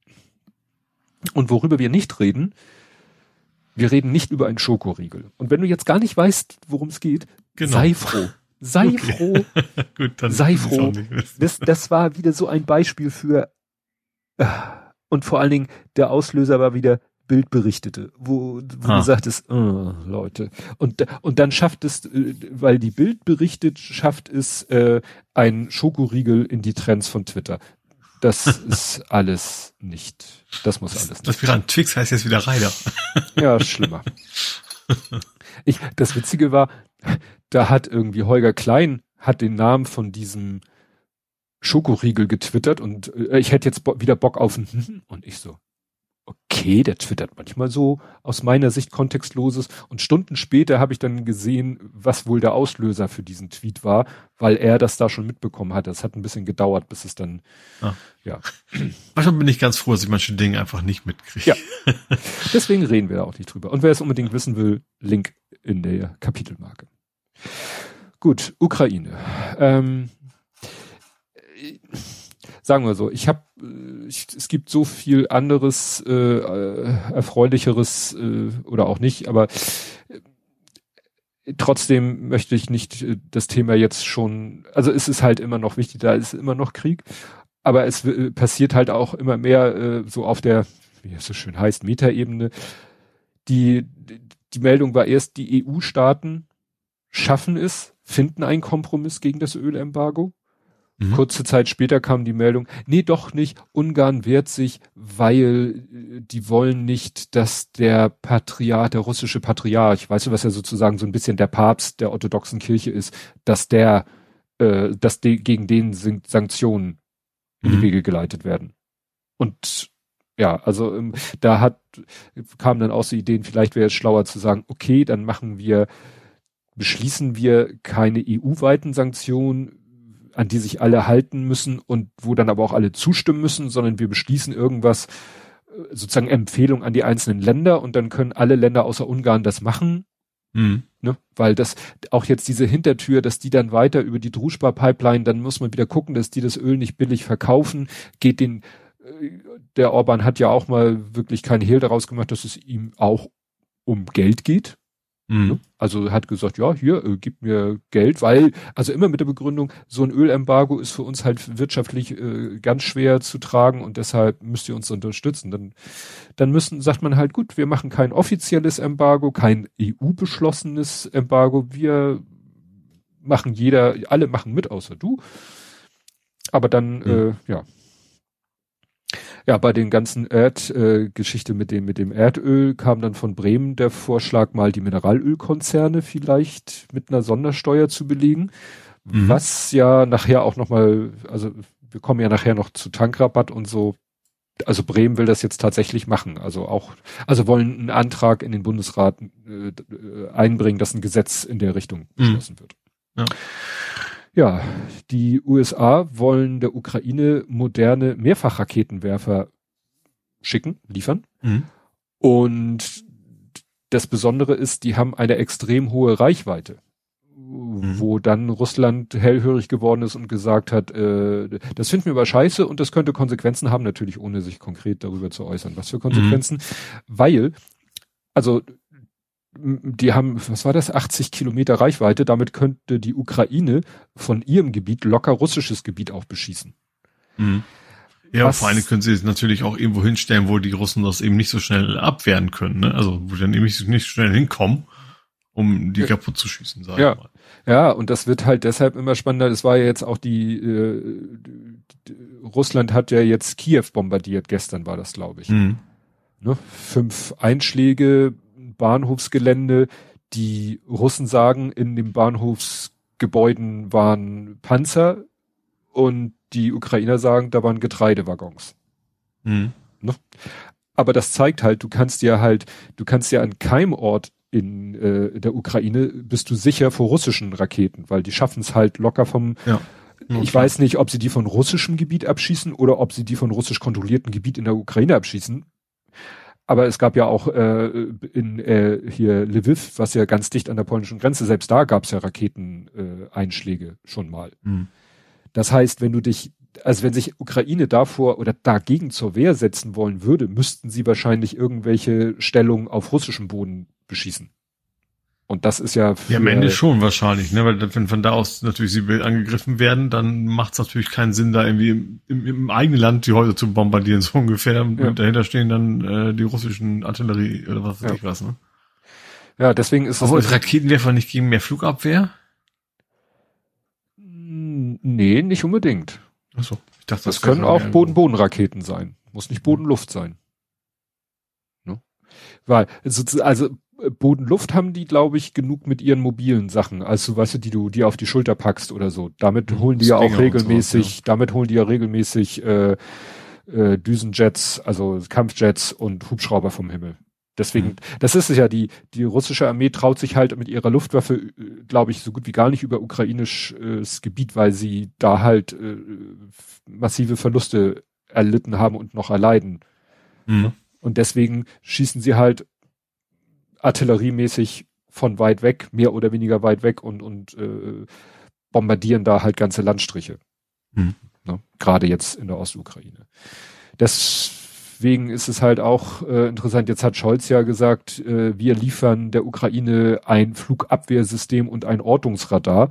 B: Und worüber wir nicht reden, wir reden nicht über einen Schokoriegel. Und wenn du jetzt gar nicht weißt, worum es geht,
C: genau.
B: sei froh. Sei
C: Okay.
B: froh,
C: Gut, dann
B: sei
C: will ich's
B: froh.
C: auch nicht wissen.
B: Das, das war wieder so ein Beispiel für, äh, und vor allen Dingen der Auslöser war wieder Bild berichtete, wo, wo
C: Ah.
B: du sagtest, oh, Leute. Und, und dann schafft es, äh, weil die Bild berichtet, schafft es äh, ein Schokoriegel in die Trends von Twitter. Das ist alles nicht. Das muss alles nicht.
C: Das wieder ein Twix heißt jetzt wieder Reider.
B: Ja, schlimmer. Ich, das Witzige war, da hat irgendwie Holger Klein hat den Namen von diesem Schokoriegel getwittert und äh, ich hätte jetzt bo- wieder Bock auf einen und ich so, okay, der twittert manchmal so aus meiner Sicht kontextloses und Stunden später habe ich dann gesehen, was wohl der Auslöser für diesen Tweet war, weil er das da schon mitbekommen hat. Das hat ein bisschen gedauert, bis es dann,
C: Ah.
B: ja.
C: Manchmal bin ich ganz froh, dass ich manche Dinge einfach nicht mitkriege.
B: Ja. Deswegen reden wir da auch nicht drüber. Und wer es unbedingt wissen will, Link in der Kapitelmarke. Gut, Ukraine. Ähm, sagen wir so, ich habe, ich, es gibt so viel anderes, äh, äh, erfreulicheres äh, oder auch nicht, aber äh, trotzdem möchte ich nicht äh, das Thema jetzt schon, also es ist halt immer noch wichtig, da ist immer noch Krieg, aber es äh, passiert halt auch immer mehr äh, so auf der, wie es so schön heißt, Metaebene. Die, die Meldung war erst, die E U-Staaten schaffen es, finden einen Kompromiss gegen das Ölembargo.
C: Mhm.
B: Kurze Zeit später kam die Meldung, nee, doch nicht, Ungarn wehrt sich, weil äh, die wollen nicht, dass der Patriarch, der russische Patriarch, weißt du, was ja sozusagen so ein bisschen der Papst der orthodoxen Kirche ist, dass der, äh, dass de, gegen den Sin- Sanktionen in die
C: Mhm.
B: Wege geleitet werden. Und ja, also ähm, da hat, kamen dann auch so Ideen, vielleicht wäre es schlauer zu sagen, okay, dann machen wir, beschließen wir keine E U-weiten Sanktionen, an die sich alle halten müssen und wo dann aber auch alle zustimmen müssen, sondern wir beschließen irgendwas, äh, sozusagen Empfehlung an die einzelnen Länder und dann können alle Länder außer Ungarn das machen,
C: Mhm.
B: ne? Weil das, auch jetzt diese Hintertür, dass die dann weiter über die Druschba-Pipeline, dann muss man wieder gucken, dass die das Öl nicht billig verkaufen, geht den, äh, der Orban hat ja auch mal wirklich keinen Hehl daraus gemacht, dass es ihm auch um Geld geht.
C: Mhm.
B: Also hat gesagt, ja, hier, äh, gib mir Geld, weil, also immer mit der Begründung, so ein Ölembargo ist für uns halt wirtschaftlich äh, ganz schwer zu tragen und deshalb müsst ihr uns unterstützen. Dann, dann müssen, sagt man halt, gut, wir machen kein offizielles Embargo, kein E U-beschlossenes Embargo, wir machen jeder, alle machen mit, außer du. Aber dann,
C: Mhm.
B: äh, ja. Ja, bei den ganzen Erd-Geschichte äh, Geschichte mit dem, mit dem Erdöl kam dann von Bremen der Vorschlag, mal die Mineralölkonzerne vielleicht mit einer Sondersteuer zu belegen.
C: Mhm.
B: Was ja nachher auch nochmal, also wir kommen ja nachher noch zu Tankrabatt und so. Also Bremen will das jetzt tatsächlich machen. Also auch, also wollen einen Antrag in den Bundesrat äh, äh, einbringen, dass ein Gesetz in der Richtung beschlossen wird.
C: Ja.
B: Ja, die U S A wollen der Ukraine moderne Mehrfachraketenwerfer schicken, liefern.
C: Mhm.
B: Und das Besondere ist, die haben eine extrem hohe Reichweite,
C: Mhm.
B: wo dann Russland hellhörig geworden ist und gesagt hat, äh, das finden wir aber scheiße und das könnte Konsequenzen haben, natürlich ohne sich konkret darüber zu äußern, was für Konsequenzen, weil, also die haben, was war das, achtzig Kilometer Reichweite, damit könnte die Ukraine von ihrem Gebiet locker russisches Gebiet auch beschießen.
C: Mhm. Ja,
B: Was-
C: vor allem können sie es natürlich auch irgendwo hinstellen, wo die Russen das eben nicht so schnell abwehren können, ne? Also wo die dann eben nicht, nicht schnell hinkommen, um die
B: Ja.
C: kaputt zu schießen, sag
B: Ja.
C: ich mal.
B: Ja, und das wird halt deshalb immer spannender. Es war ja jetzt auch die, äh, die, die Russland hat ja jetzt Kiew bombardiert, gestern war das, glaube ich.
C: Mhm.
B: Ne? Fünf Einschläge, Bahnhofsgelände. Die Russen sagen, in den Bahnhofsgebäuden waren Panzer und die Ukrainer sagen, da waren Getreidewaggons.
C: Mhm.
B: Aber das zeigt halt, du kannst ja halt, du kannst ja an keinem Ort in äh, der Ukraine bist du sicher vor russischen Raketen, weil die schaffen es halt locker vom,
C: Ja.
B: ich weiß nicht, ob sie die von russischem Gebiet abschießen oder ob sie die von russisch kontrollierten Gebiet in der Ukraine abschießen. Aber es gab ja auch äh, in äh, hier Lviv, was ja ganz dicht an der polnischen Grenze, selbst da gab es ja Raketeneinschläge äh, Einschläge schon mal.
C: Mhm.
B: Das heißt, wenn du dich, also wenn sich Ukraine davor oder dagegen zur Wehr setzen wollen würde, müssten sie wahrscheinlich irgendwelche Stellungen auf russischem Boden beschießen. Und das ist ja für,
C: ja, am Ende schon wahrscheinlich, ne? Weil wenn von da aus natürlich sie angegriffen werden, dann macht es natürlich keinen Sinn, da irgendwie im, im, im eigenen Land die Häuser zu bombardieren, so ungefähr. Und
B: ja.
C: dahinter stehen dann äh, die russischen Artillerie oder was weiß
B: ja.
C: ich was, ne?
B: Ja, deswegen ist
C: aber
B: es.
C: Aber Raketenwerfer nicht gegen mehr Flugabwehr?
B: Nee, nicht unbedingt.
C: Ach so, ich dachte,
B: das, das können auch Boden-Boden-Raketen sein. Muss nicht Boden-Luft sein. Ne? Weil, also, also Boden-Luft haben die, glaube ich, genug mit ihren mobilen Sachen. Also, weißt du, die du dir auf die Schulter packst oder so. Damit mhm, holen die ja auch regelmäßig, sowas, ja. damit holen die ja regelmäßig äh, äh, Düsenjets, also Kampfjets und Hubschrauber vom Himmel. Deswegen, mhm. das ist es ja, die, die russische Armee traut sich halt mit ihrer Luftwaffe, glaube ich, so gut wie gar nicht über ukrainisches Gebiet, weil sie da halt äh, massive Verluste erlitten haben und noch erleiden.
C: Mhm.
B: Und deswegen schießen sie halt artilleriemäßig von weit weg, mehr oder weniger weit weg und, und äh, bombardieren da halt ganze Landstriche.
C: Mhm.
B: Ne? Gerade jetzt in der Ostukraine. Deswegen ist es halt auch äh, interessant, jetzt hat Scholz ja gesagt, äh, wir liefern der Ukraine ein Flugabwehrsystem und ein Ortungsradar.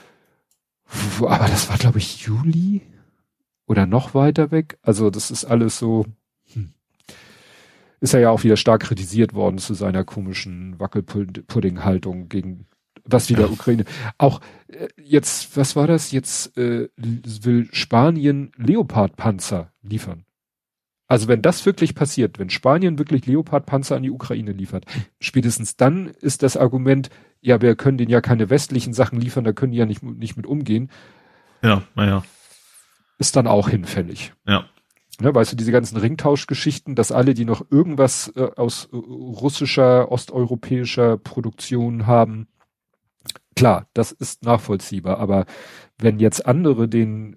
B: Aber das war, glaube ich, Juli oder noch weiter weg. Also das ist alles so... Hm. Ist er ja auch wieder stark kritisiert worden zu seiner komischen Wackelpudding-Haltung gegen was wieder ja. Ukraine. Auch äh, jetzt, was war das? Jetzt äh, will Spanien Leopard-Panzer liefern. Also wenn das wirklich passiert, wenn Spanien wirklich Leopard-Panzer an die Ukraine liefert, spätestens dann ist das Argument, ja, wir können denen ja keine westlichen Sachen liefern, da können die ja nicht, nicht mit umgehen.
C: Ja, naja.
B: Ist dann auch hinfällig.
C: Ja.
B: Ne, weißt du, diese ganzen Ringtauschgeschichten, dass alle, die noch irgendwas äh, aus äh, russischer, osteuropäischer Produktion haben, klar, das ist nachvollziehbar, aber wenn jetzt andere den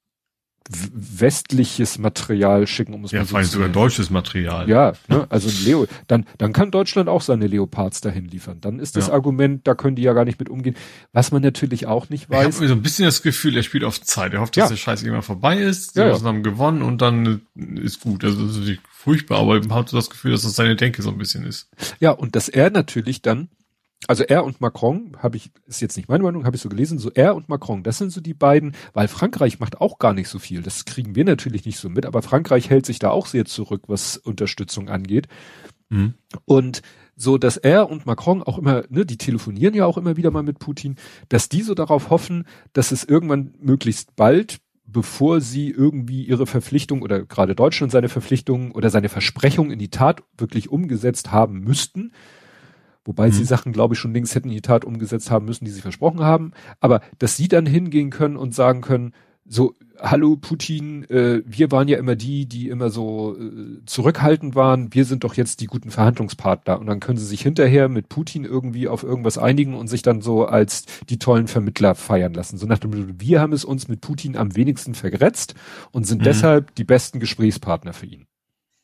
B: westliches Material schicken, um es
C: ja,
B: mal
C: so zu sogar deutsches Material.
B: Ja, ne, also Leo, dann, dann kann Deutschland auch seine Leopards dahin liefern. Dann ist das ja. Argument, da können die ja gar nicht mit umgehen. Was man natürlich auch nicht weiß.
C: Ich habe so ein bisschen das Gefühl, er spielt auf Zeit. Er hofft, dass ja. der Scheiß irgendwann vorbei ist. Die
B: ja,
C: ja. haben gewonnen und dann ist gut. Also das ist natürlich furchtbar, aber man hat so das Gefühl, dass das seine Denke so ein bisschen ist.
B: Ja, und dass er natürlich dann, also er und Macron, habe ich, ist jetzt nicht meine Meinung, habe ich so gelesen, so er und Macron, das sind so die beiden, weil Frankreich macht auch gar nicht so viel. Das kriegen wir natürlich nicht so mit, aber Frankreich hält sich da auch sehr zurück, was Unterstützung angeht.
C: Mhm.
B: Und so, dass er und Macron auch immer, ne, die telefonieren ja auch immer wieder mal mit Putin, dass die so darauf hoffen, dass es irgendwann möglichst bald, bevor sie irgendwie ihre Verpflichtung oder gerade Deutschland seine Verpflichtung oder seine Versprechung in die Tat wirklich umgesetzt haben müssten, wobei mhm. sie Sachen, glaube ich, schon längst hätten in die Tat umgesetzt haben müssen, die sie versprochen haben. Aber dass sie dann hingehen können und sagen können, so, hallo Putin, äh, wir waren ja immer die, die immer so äh, zurückhaltend waren. Wir sind doch jetzt die guten Verhandlungspartner. Und dann können sie sich hinterher mit Putin irgendwie auf irgendwas einigen und sich dann so als die tollen Vermittler feiern lassen. So nach dem Motto, wir haben es uns mit Putin am wenigsten vergrätzt und sind mhm. deshalb die besten Gesprächspartner für ihn.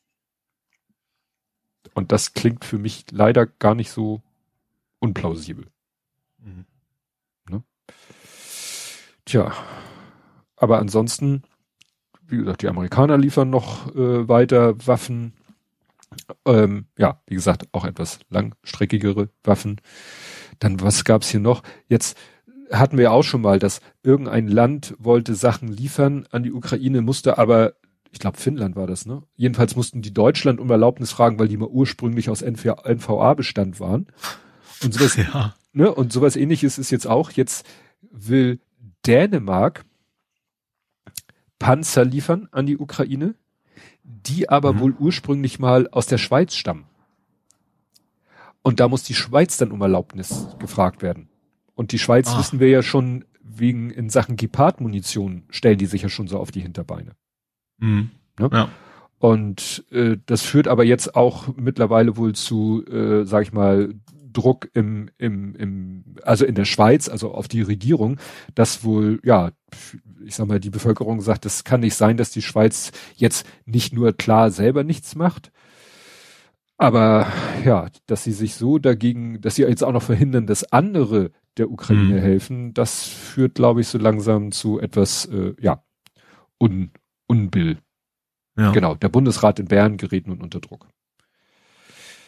B: Und das klingt für mich leider gar nicht so unplausibel.
C: Mhm.
B: Ne? Tja, aber ansonsten, wie gesagt, die Amerikaner liefern noch äh, weiter Waffen. Ähm, ja, wie gesagt, auch etwas langstreckigere Waffen. Dann, was gab's hier noch? Jetzt hatten wir ja auch schon mal, dass irgendein Land wollte Sachen liefern an die Ukraine, musste aber ich glaube, Finnland war das, ne? Jedenfalls mussten die Deutschland um Erlaubnis fragen, weil die mal ursprünglich aus N V A-Bestand waren. Und sowas,
C: ja.
B: ne? Und sowas ähnliches ist jetzt auch. Jetzt will Dänemark Panzer liefern an die Ukraine, die aber mhm. wohl ursprünglich mal aus der Schweiz stammen. Und da muss die Schweiz dann um Erlaubnis gefragt werden. Und die Schweiz, ah. wissen wir ja schon, wegen in Sachen Gepard-Munition stellen die sich ja schon so auf die Hinterbeine.
C: Mhm.
B: Ne?
C: Ja.
B: Und äh, das führt aber jetzt auch mittlerweile wohl zu, äh, sag ich mal, Druck im, im, im, also in der Schweiz, also auf die Regierung, dass wohl, ja, ich sag mal, die Bevölkerung sagt, es kann nicht sein, dass die Schweiz jetzt nicht nur klar selber nichts macht, aber ja, dass sie sich so dagegen, dass sie jetzt auch noch verhindern, dass andere der Ukraine mhm. helfen, das führt, glaube ich, so langsam zu etwas, äh, ja, un Unbill.
C: Ja.
B: Genau, der Bundesrat in Bern gerät nun unter Druck.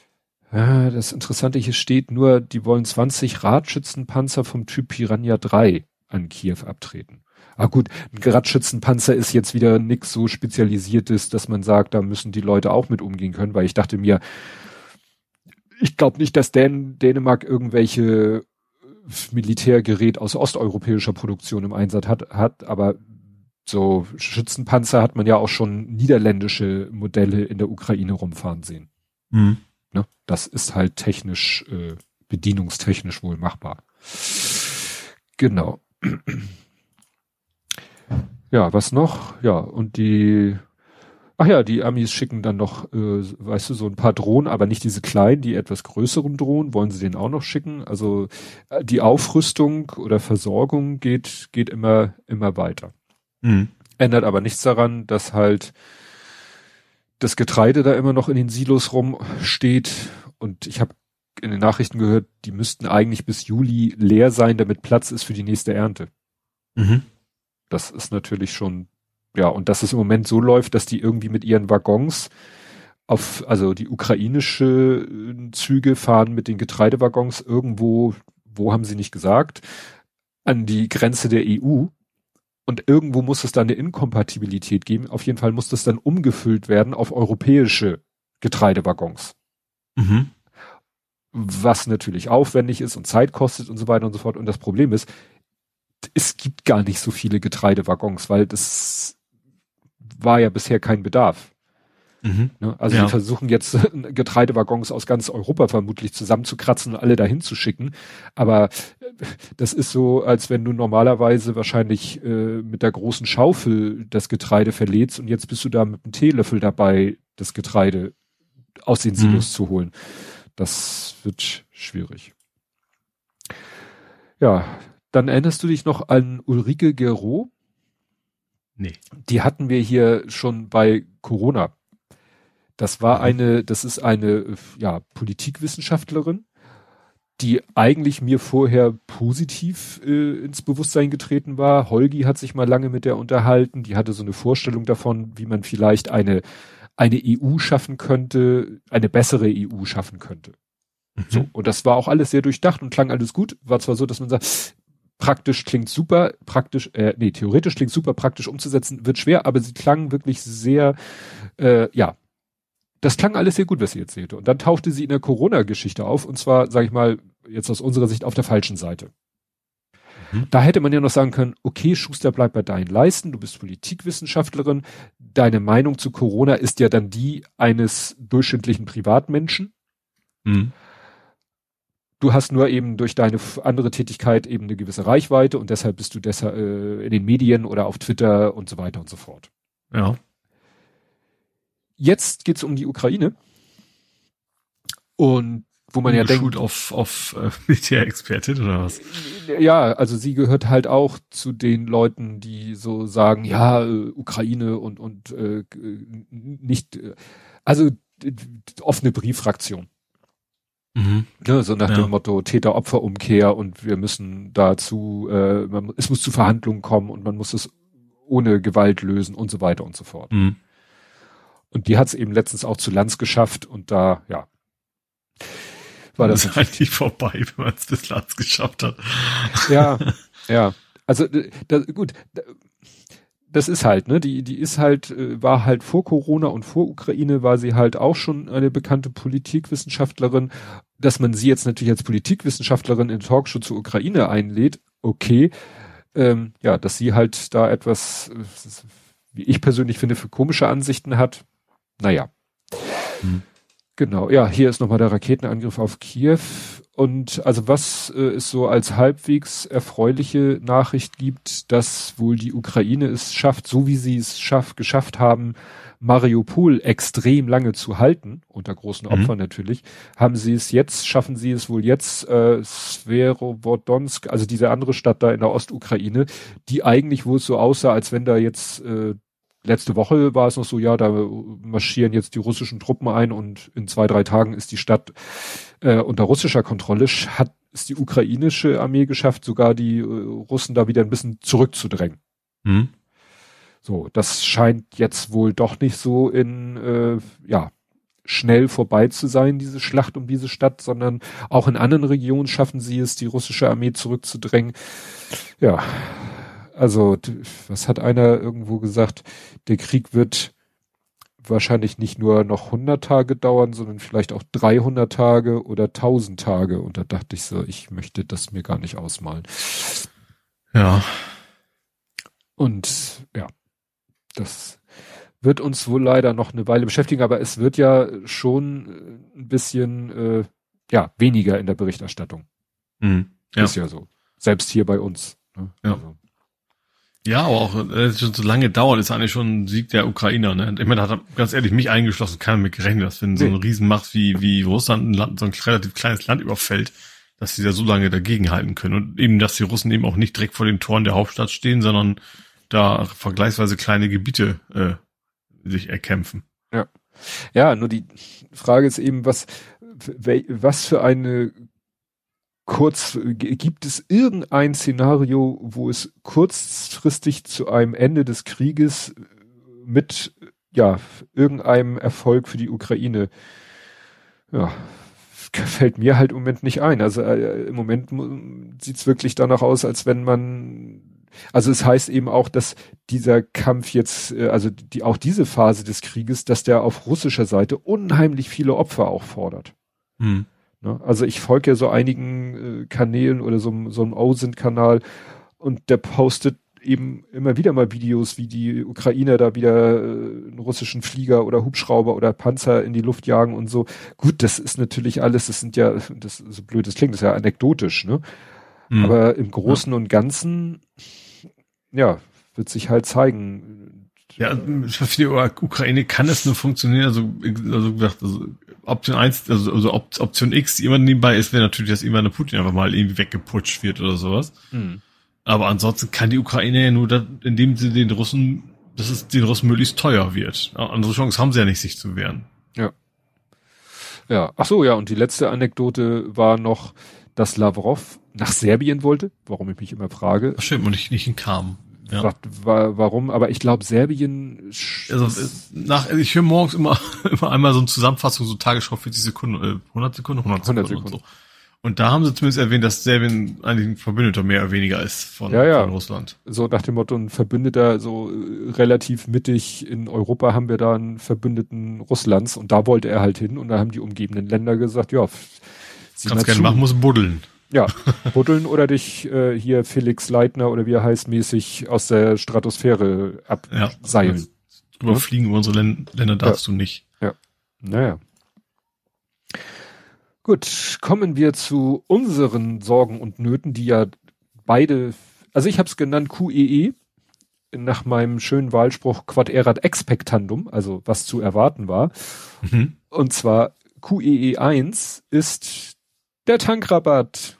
B: Ja, das Interessante hier steht nur, die wollen zwanzig Radschützenpanzer vom Typ Piranha drei an Kiew abtreten. Ah gut, ein Radschützenpanzer ist jetzt wieder nix so Spezialisiertes, dass man sagt, da müssen die Leute auch mit umgehen können, weil ich dachte mir, ich glaube nicht, dass Dän Dänemark irgendwelche Militärgerät aus osteuropäischer Produktion im Einsatz hat, hat, aber so Schützenpanzer hat man ja auch schon niederländische Modelle in der Ukraine rumfahren sehen.
C: Mhm.
B: Ne? Das ist halt technisch, äh, bedienungstechnisch wohl machbar. Genau. Ja, was noch? Ja, und die, ach ja, die Amis schicken dann noch, äh, weißt du, so ein paar Drohnen, aber nicht diese kleinen, die etwas größeren Drohnen, wollen sie denen auch noch schicken. Also äh, die Aufrüstung oder Versorgung geht, geht immer, immer weiter.
C: Mhm.
B: Ändert aber nichts daran, dass halt das Getreide da immer noch in den Silos rumsteht. Und ich habe in den Nachrichten gehört, die müssten eigentlich bis Juli leer sein, damit Platz ist für die nächste Ernte.
C: Mhm.
B: Das ist natürlich schon, ja, und dass es im Moment so läuft, dass die irgendwie mit ihren Waggons auf, also die ukrainische Züge fahren mit den Getreidewaggons irgendwo, wo haben sie nicht gesagt, an die Grenze der E U. Und irgendwo muss es dann eine Inkompatibilität geben. Auf jeden Fall muss das dann umgefüllt werden auf europäische Getreidewaggons.
C: Mhm.
B: Was natürlich aufwendig ist und Zeit kostet und so weiter und so fort. Und das Problem ist, es gibt gar nicht so viele Getreidewaggons, weil das war ja bisher kein Bedarf.
C: Mhm.
B: Ne? Also
C: ja.
B: wir versuchen jetzt Getreidewaggons aus ganz Europa vermutlich zusammenzukratzen und alle dahin zu schicken. Aber das ist so, als wenn du normalerweise wahrscheinlich äh, mit der großen Schaufel das Getreide verlädst und jetzt bist du da mit einem Teelöffel dabei, das Getreide aus den Silos mhm. zu holen. Das wird schwierig. Ja, dann erinnerst du dich noch an Ulrike Gero?
C: Nee.
B: Die hatten wir hier schon bei Corona. Das war mhm. eine, das ist eine, ja, Politikwissenschaftlerin, die eigentlich mir vorher positiv äh, ins Bewusstsein getreten war. Holgi hat sich mal lange mit der unterhalten. Die hatte so eine Vorstellung davon, wie man vielleicht eine, eine E U schaffen könnte, eine bessere E U schaffen könnte. Mhm. So. Und das war auch alles sehr durchdacht und klang alles gut. War zwar so, dass man sagt, praktisch klingt super, praktisch, äh, nee, theoretisch klingt super, praktisch umzusetzen wird schwer, aber sie klang wirklich sehr, äh, ja, das klang alles sehr gut, was sie erzählte. Und dann tauchte sie in der Corona-Geschichte auf, und zwar, sage ich mal, jetzt aus unserer Sicht auf der falschen Seite. Mhm. Da hätte man ja noch sagen können, okay, Schuster, bleib bei deinen Leisten, du bist Politikwissenschaftlerin, deine Meinung zu Corona ist ja dann die eines durchschnittlichen Privatmenschen.
C: Mhm.
B: Du hast nur eben durch deine andere Tätigkeit eben eine gewisse Reichweite und deshalb bist du deshalb äh, in den Medien oder auf Twitter und so weiter und so fort.
C: Ja.
B: Jetzt geht's um die Ukraine. Und wo man ja denkt,
C: auf auf äh, Militärexpertin oder was?
B: Ja, also sie gehört halt auch zu den Leuten, die so sagen, ja, äh, Ukraine und und äh, nicht, äh, also äh, offene Brieffraktion.
C: Mhm.
B: Ne, so nach
C: ja.
B: dem Motto Täter-Opfer-Umkehr und wir müssen dazu, äh, man, es muss zu Verhandlungen kommen und man muss es ohne Gewalt lösen und so weiter und so fort.
C: Mhm.
B: Und die hat es eben letztens auch zu Lanz geschafft und da, ja, war das,
C: das ist eigentlich vorbei, wenn man es bis Lanz geschafft hat.
B: Ja, ja. Also da, gut, das ist halt, ne, die, die ist halt, war halt vor Corona und vor Ukraine war sie halt auch schon eine bekannte Politikwissenschaftlerin. Dass man sie jetzt natürlich als Politikwissenschaftlerin in Talkshow zur Ukraine einlädt, okay. Ähm, ja, dass sie halt da etwas, wie ich persönlich finde, für komische Ansichten hat. Naja. Hm. Genau, ja, hier ist nochmal der Raketenangriff auf Kiew. Und also was äh, es so als halbwegs erfreuliche Nachricht gibt, dass wohl die Ukraine es schafft, so wie sie es schafft, geschafft haben, Mariupol extrem lange zu halten, unter großen Opfern mhm. natürlich, haben sie es jetzt, schaffen sie es wohl jetzt, äh, Sverodonsk, also diese andere Stadt da in der Ostukraine, die eigentlich, wo es so aussah, als wenn da jetzt äh, letzte Woche war es noch so, ja, da marschieren jetzt die russischen Truppen ein und in zwei, drei Tagen ist die Stadt äh, unter russischer Kontrolle. Hat es die ukrainische Armee geschafft, sogar die äh, Russen da wieder ein bisschen zurückzudrängen.
C: Mhm.
B: So, das scheint jetzt wohl doch nicht so in, äh, ja, schnell vorbei zu sein, diese Schlacht um diese Stadt, sondern auch in anderen Regionen schaffen sie es, die russische Armee zurückzudrängen. Ja, also was hat einer irgendwo gesagt, der Krieg wird wahrscheinlich nicht nur noch hundert Tage dauern, sondern vielleicht auch dreihundert Tage oder tausend Tage. Und da dachte ich so, ich möchte das mir gar nicht ausmalen.
C: Ja.
B: Und ja, das wird uns wohl leider noch eine Weile beschäftigen, aber es wird ja schon ein bisschen äh, ja weniger in der Berichterstattung.
C: Mhm. Ja.
B: Ist ja so. Selbst hier bei uns. Ne?
C: Ja.
B: Also.
C: Ja, aber auch äh, schon so lange dauert, ist eigentlich schon ein Sieg der Ukrainer. Ne? Ich meine, da hat ganz ehrlich mich eingeschlossen, keiner mit gerechnet, dass wenn so eine Riesenmacht wie wie Russland ein Land, so ein relativ kleines Land überfällt, dass sie da so lange dagegenhalten können. Und eben, dass die Russen eben auch nicht direkt vor den Toren der Hauptstadt stehen, sondern da vergleichsweise kleine Gebiete äh, sich erkämpfen.
B: Ja. Ja, nur die Frage ist eben, was, was für eine kurz, gibt es irgendein Szenario, wo es kurzfristig zu einem Ende des Krieges mit, ja, irgendeinem Erfolg für die Ukraine, ja, fällt mir halt im Moment nicht ein. Also äh, im Moment sieht's wirklich danach aus, als wenn man, also es heißt eben auch, dass dieser Kampf jetzt, äh, also die, auch diese Phase des Krieges, dass der auf russischer Seite unheimlich viele Opfer auch fordert.
C: Hm.
B: Ne? Also ich folge ja so einigen äh, Kanälen oder so, so einem O S I N-Kanal und der postet eben immer wieder mal Videos, wie die Ukrainer da wieder äh, einen russischen Flieger oder Hubschrauber oder Panzer in die Luft jagen und so. Gut, das ist natürlich alles, das sind ja, das so blöd das klingt, das ist ja anekdotisch, ne? Mhm. Aber im Großen ja. und Ganzen, ja, wird sich halt zeigen.
C: Ja, für die Ukraine kann es nur funktionieren, also, also gesagt, also Option eins, also, also Option X, die immer nebenbei ist, wäre natürlich, dass immer eine Putin einfach mal irgendwie weggeputscht wird oder sowas. Mhm. Aber ansonsten kann die Ukraine ja nur, da, indem sie den Russen, dass es den Russen möglichst teuer wird. Andere Chance haben sie ja nicht, sich zu wehren.
B: Ja. Ja, ach so, ja, und die letzte Anekdote war noch, dass Lavrov nach Serbien wollte, warum ich mich immer frage.
C: Ach stimmt, und nicht, nicht kam. Ja.
B: War, war, warum, aber ich glaube, Serbien...
C: Also, nach, also ich höre morgens immer, immer einmal so eine Zusammenfassung, so Tagesschau vierzig Sekunden, äh, hundert Sekunden, hundert Sekunden, hundert Sekunden. Und so. Und da haben sie zumindest erwähnt, dass Serbien eigentlich ein Verbündeter mehr oder weniger ist von,
B: ja, ja.
C: von Russland.
B: So nach dem Motto, ein Verbündeter, so äh, relativ mittig in Europa haben wir da einen Verbündeten Russlands und da wollte er halt hin und da haben die umgebenden Länder gesagt, ja,
C: kannst gerne machen, muss buddeln.
B: Ja, buddeln oder dich äh, hier Felix Leitner oder wie er heißt, mäßig aus der Stratosphäre abseilen. Ja,
C: überfliegen über unsere Länd- Länder darfst
B: ja.
C: du nicht.
B: Ja, naja. Gut, kommen wir zu unseren Sorgen und Nöten, die ja beide, also ich habe es genannt Q E E, nach meinem schönen Wahlspruch Quod erat expectandum, also was zu erwarten war. Mhm. Und zwar Q E E eins ist der Tankrabatt.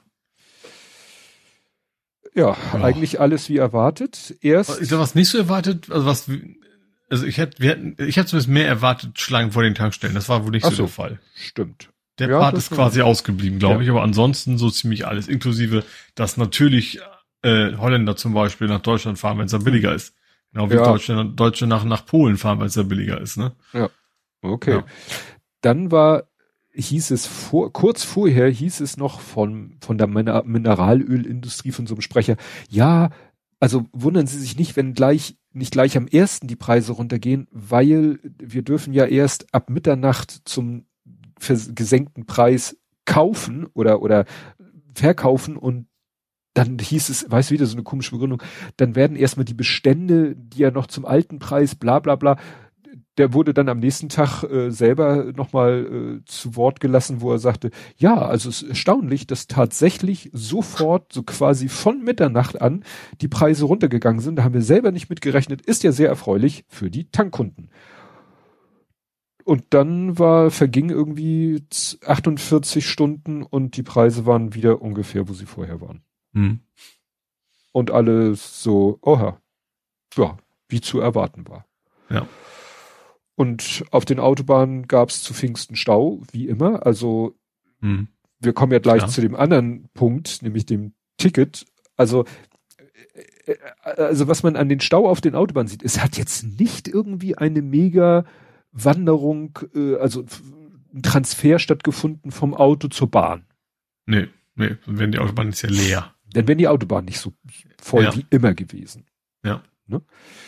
B: Ja, ja, eigentlich alles wie erwartet. Erst.
C: Ist da was nicht so erwartet? Also was, also ich hätte, wir hätten, ich hätte zumindest mehr erwartet, Schlangen vor den Tankstellen. Das war wohl nicht so, so der Fall.
B: Stimmt.
C: Der ja, Part ist quasi gut. ausgeblieben, glaube ja. ich, aber ansonsten so ziemlich alles, inklusive, dass natürlich äh, Holländer zum Beispiel nach Deutschland fahren, wenn es da billiger ist. Genau wie ja. Deutsche, Deutsche nach, nach Polen fahren, weil es da billiger ist, ne?
B: Ja. Okay. Ja. Dann war, hieß es vor, kurz vorher hieß es noch von, von der Mineralölindustrie, von so einem Sprecher, ja, also wundern Sie sich nicht, wenn gleich, nicht gleich am ersten die Preise runtergehen, weil wir dürfen ja erst ab Mitternacht zum gesenkten Preis kaufen oder oder verkaufen und dann hieß es, weißt du, wieder so eine komische Begründung, dann werden erstmal die Bestände, die ja noch zum alten Preis, bla bla bla, der wurde dann am nächsten Tag äh, selber nochmal äh, zu Wort gelassen, wo er sagte, ja, also es ist erstaunlich, dass tatsächlich sofort, so quasi von Mitternacht an, die Preise runtergegangen sind, da haben wir selber nicht mitgerechnet, ist ja sehr erfreulich für die Tankkunden. Und dann war, verging irgendwie achtundvierzig Stunden und die Preise waren wieder ungefähr, wo sie vorher waren.
C: Hm.
B: Und alles so, oha, ja, wie zu erwarten war.
C: Ja.
B: Und auf den Autobahnen gab es zu Pfingsten Stau, wie immer. Also hm. wir kommen ja gleich ja. zu dem anderen Punkt, nämlich dem Ticket. Also also was man an den Stau auf den Autobahnen sieht, es hat jetzt nicht irgendwie eine mega Wanderung, äh, also ein Transfer stattgefunden vom Auto zur Bahn.
C: Nee, nee, wenn die Autobahn ist ja leer.
B: Dann wären die Autobahnen nicht so voll
C: Ja.
B: wie immer gewesen.
C: Ja.
B: Ne?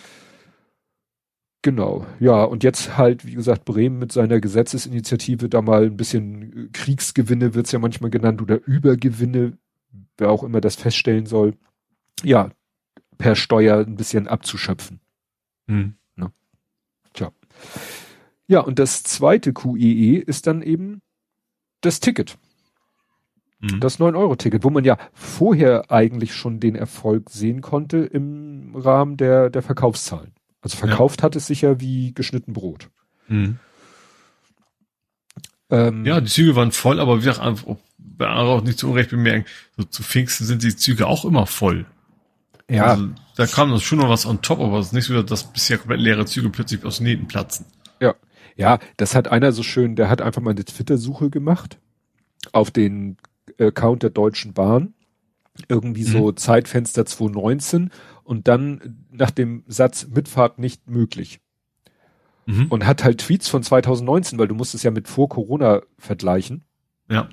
B: Genau, ja, und jetzt halt, wie gesagt, Bremen mit seiner Gesetzesinitiative da mal ein bisschen Kriegsgewinne wird's ja manchmal genannt oder Übergewinne, wer auch immer das feststellen soll, ja, per Steuer ein bisschen abzuschöpfen.
C: Hm.
B: Ne? Tja. Ja, und das zweite Q E E ist dann eben das Ticket.
C: Hm.
B: Das neun Euro Ticket, wo man ja vorher eigentlich schon den Erfolg sehen konnte im Rahmen der, der Verkaufszahlen. Also verkauft ja. hat es sich ja wie geschnitten Brot.
C: Hm.
B: Ähm,
C: Ja, die Züge waren voll, aber wie gesagt, auch, auch nicht zu Unrecht bemerken, so zu Pfingsten sind die Züge auch immer voll.
B: Ja.
C: Also, da kam das schon noch was on top, aber es ist nicht so, dass bisher komplett leere Züge plötzlich aus den Nähten platzen.
B: Ja. Ja, das hat einer so schön, der hat einfach mal eine Twitter-Suche gemacht auf den Account der Deutschen Bahn. Irgendwie so mhm. Zeitfenster zwanzig neunzehn und dann nach dem Satz Mitfahrt nicht möglich. Mhm. Und hat halt Tweets von zwanzig neunzehn, weil du musst es ja mit vor Corona vergleichen.
C: Ja.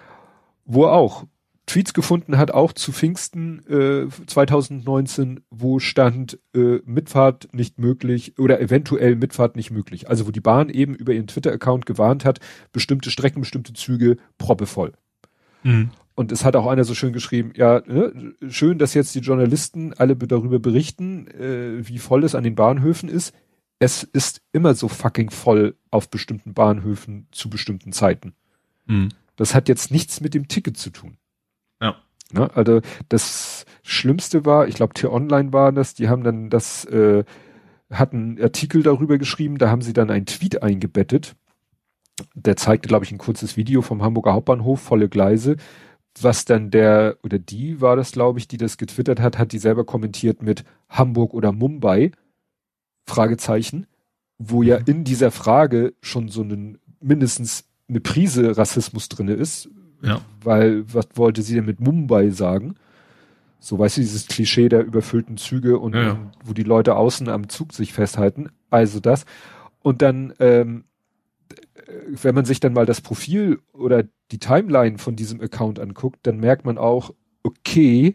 B: Wo er auch Tweets gefunden hat, auch zu Pfingsten äh, zwanzig neunzehn, wo stand äh, Mitfahrt nicht möglich oder eventuell Mitfahrt nicht möglich. Also wo die Bahn eben über ihren Twitter-Account gewarnt hat, bestimmte Strecken, bestimmte Züge proppevoll. Mhm. Und es hat auch einer so schön geschrieben, ja, ne, schön, dass jetzt die Journalisten alle darüber berichten, äh, wie voll es an den Bahnhöfen ist. Es ist immer so fucking voll auf bestimmten Bahnhöfen zu bestimmten Zeiten. Mhm. Das hat jetzt nichts mit dem Ticket zu tun.
C: Ja.
B: Ne, also das Schlimmste war, ich glaube T-Online war das, die haben dann das, äh, hatten einen Artikel darüber geschrieben, da haben sie dann einen Tweet eingebettet. Der zeigte, glaube ich, ein kurzes Video vom Hamburger Hauptbahnhof, volle Gleise. Was dann der, oder die war das, glaube ich, die das getwittert hat, hat die selber kommentiert mit Hamburg oder Mumbai, Fragezeichen, wo ja in dieser Frage schon so einen, mindestens eine Prise Rassismus drinne ist.
C: Ja.
B: Weil, was wollte sie denn mit Mumbai sagen? So, weißt du, dieses Klischee der überfüllten Züge und,
C: ja, ja.
B: und wo die Leute außen am Zug sich festhalten. Also das. Und dann, ähm, wenn man sich dann mal das Profil oder die Timeline von diesem Account anguckt, dann merkt man auch, okay,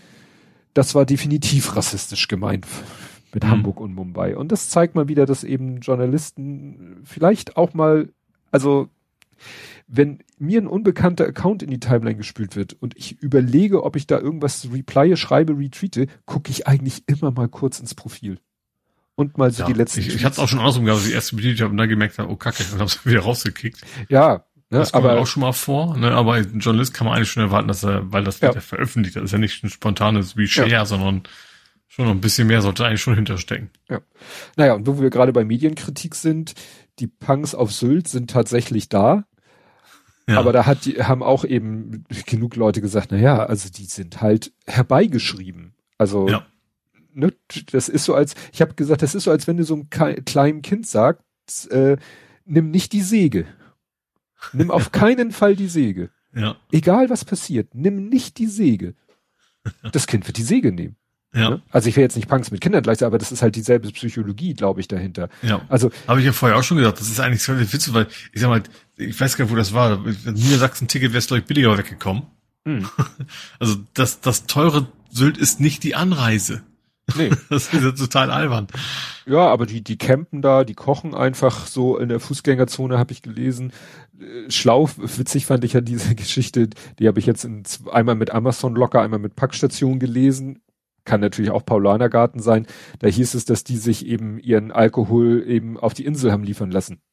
B: das war definitiv rassistisch gemeint mit mhm. Hamburg und Mumbai. Und das zeigt mal wieder, dass eben Journalisten vielleicht auch mal, also wenn mir ein unbekannter Account in die Timeline gespült wird und ich überlege, ob ich da irgendwas replye, schreibe, retweete, gucke ich eigentlich immer mal kurz ins Profil. Und mal so
C: ja,
B: die letzten.
C: Ich, ich hatte es auch schon andersrum gehabt, als ich erst bedient habe und dann gemerkt habe, oh Kacke, und habe es wieder rausgekickt.
B: Ja, ne,
C: das kommt
B: aber
C: auch schon mal vor, ne, aber ein Journalist kann man eigentlich schon erwarten, dass er, weil das wird ja, ja veröffentlicht, das ist ja nicht ein spontanes Reshare, ja. sondern schon noch ein bisschen mehr sollte eigentlich schon hinterstecken.
B: Ja. Naja, und wo wir gerade bei Medienkritik sind, die Punks auf Sylt sind tatsächlich da. Ja. Aber da hat die, haben auch eben genug Leute gesagt, na ja, also die sind halt herbeigeschrieben. Also,
C: ja.
B: ne, das ist so als, ich habe gesagt, das ist so, als wenn du so einem kleinen Kind sagst, äh, nimm nicht die Säge. Nimm auf keinen Fall die Säge.
C: Ja.
B: Egal was passiert, nimm nicht die Säge. Das Kind wird die Säge nehmen.
C: Ja.
B: Ne? Also ich will jetzt nicht Punks mit Kindern gleich sagen, aber das ist halt dieselbe Psychologie, glaube ich, dahinter.
C: Ja.
B: Also
C: habe ich ja vorher auch schon gesagt, das ist eigentlich so witzig, weil ich sag mal, ich weiß gar nicht, wo das war. Niedersachsen-Ticket wäre es, glaube ich, billiger weggekommen. Mhm. Also das, das teure Sylt ist nicht die Anreise. Nee. Das ist ja total albern.
B: Ja, aber die, die campen da, die kochen einfach so in der Fußgängerzone, habe ich gelesen. Schlau, witzig fand ich ja diese Geschichte, die habe ich jetzt in, einmal mit Amazon Locker, einmal mit Packstation gelesen. Kann natürlich auch Paulanergarten sein. Da hieß es, dass die sich eben ihren Alkohol eben auf die Insel haben liefern lassen.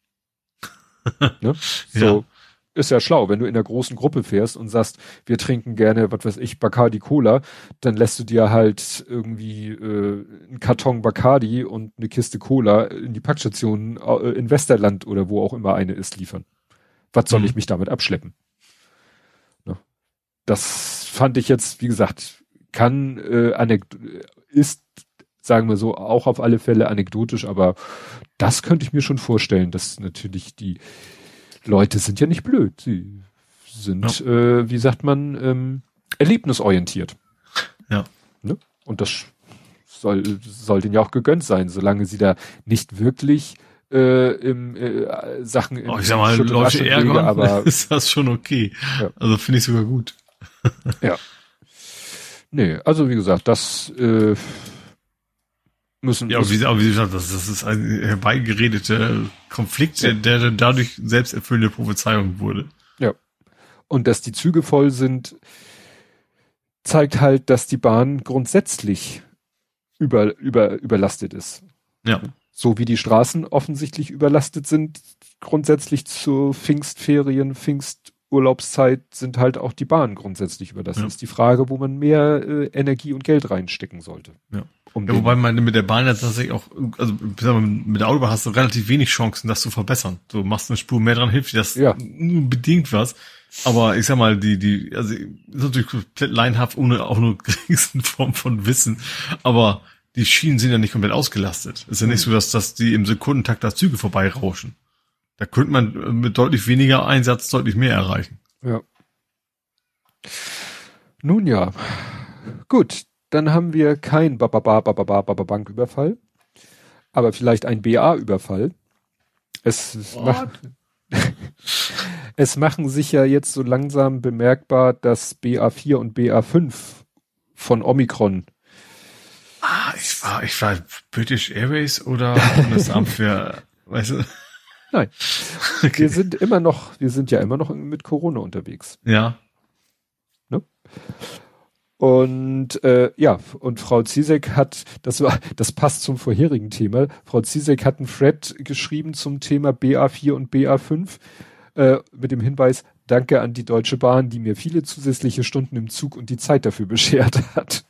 B: Ne? So. Ja. Ist ja schlau, wenn du in einer großen Gruppe fährst und sagst, wir trinken gerne, was weiß ich, Bacardi Cola, dann lässt du dir halt irgendwie äh, einen Karton Bacardi und eine Kiste Cola in die Packstation äh, in Westerland oder wo auch immer eine ist, liefern. Was soll mhm. ich mich damit abschleppen? Ne? Das fand ich jetzt, wie gesagt, kann äh, anekd- ist, sagen wir so, auch auf alle Fälle anekdotisch, aber das könnte ich mir schon vorstellen, dass natürlich die Leute sind ja nicht blöd. Sie sind, ja. äh, wie sagt man, ähm, erlebnisorientiert.
C: Ja.
B: Ne? Und das soll, soll denen ja auch gegönnt sein, solange sie da nicht wirklich äh, im äh, Sachen in
C: oh, ich sag mal, Leute ärgern,
B: aber
C: ist das schon okay. Ja. Also finde ich sogar gut.
B: Ja. Nee, also wie gesagt, das äh, müssen...
C: Ja, aber wie, aber wie gesagt, das, das ist ein herbeigeredeter Konflikt, ja. der, der dadurch selbsterfüllende Prophezeiung wurde.
B: Ja. Und dass die Züge voll sind, zeigt halt, dass die Bahn grundsätzlich über, über, überlastet ist.
C: Ja.
B: So wie die Straßen offensichtlich überlastet sind, grundsätzlich zu Pfingstferien, Pfingsturlaubszeit sind halt auch die Bahnen grundsätzlich überlastet. Ja. Ist die Frage, wo man mehr äh, Energie und Geld reinstecken sollte.
C: Ja. Um ja, wobei man mit der Bahn ja tatsächlich auch, also mit der Autobahn hast du relativ wenig Chancen, das zu verbessern. Du machst eine Spur mehr dran, hilft dir das
B: ja.
C: nur bedingt was. Aber ich sag mal, die, die, also ist natürlich komplett laienhaft, ohne auch nur geringsten Form von Wissen. Aber die Schienen sind ja nicht komplett ausgelastet. Ist ja nicht so, dass, dass die im Sekundentakt da Züge vorbeirauschen. Da könnte man mit deutlich weniger Einsatz deutlich mehr erreichen.
B: Ja. Nun ja. Gut. Dann haben wir kein Bababa, Bababa, Banküberfall, aber vielleicht ein B A-Überfall. Es, mach, es machen sich ja jetzt so langsam bemerkbar, dass B A vier und B A fünf von Omikron.
C: Ah, ich war, ich war British Airways oder Bundesamt für, weißt du?
B: Nein. Okay. Wir sind immer noch, wir sind ja immer noch mit Corona unterwegs.
C: Ja.
B: Ne? Und äh, ja, und Frau Ziesek hat, das war, das passt zum vorherigen Thema, Frau Ziesek hat einen Thread geschrieben zum Thema B A vier und B A fünf äh, mit dem Hinweis, danke an die Deutsche Bahn, die mir viele zusätzliche Stunden im Zug und die Zeit dafür beschert hat.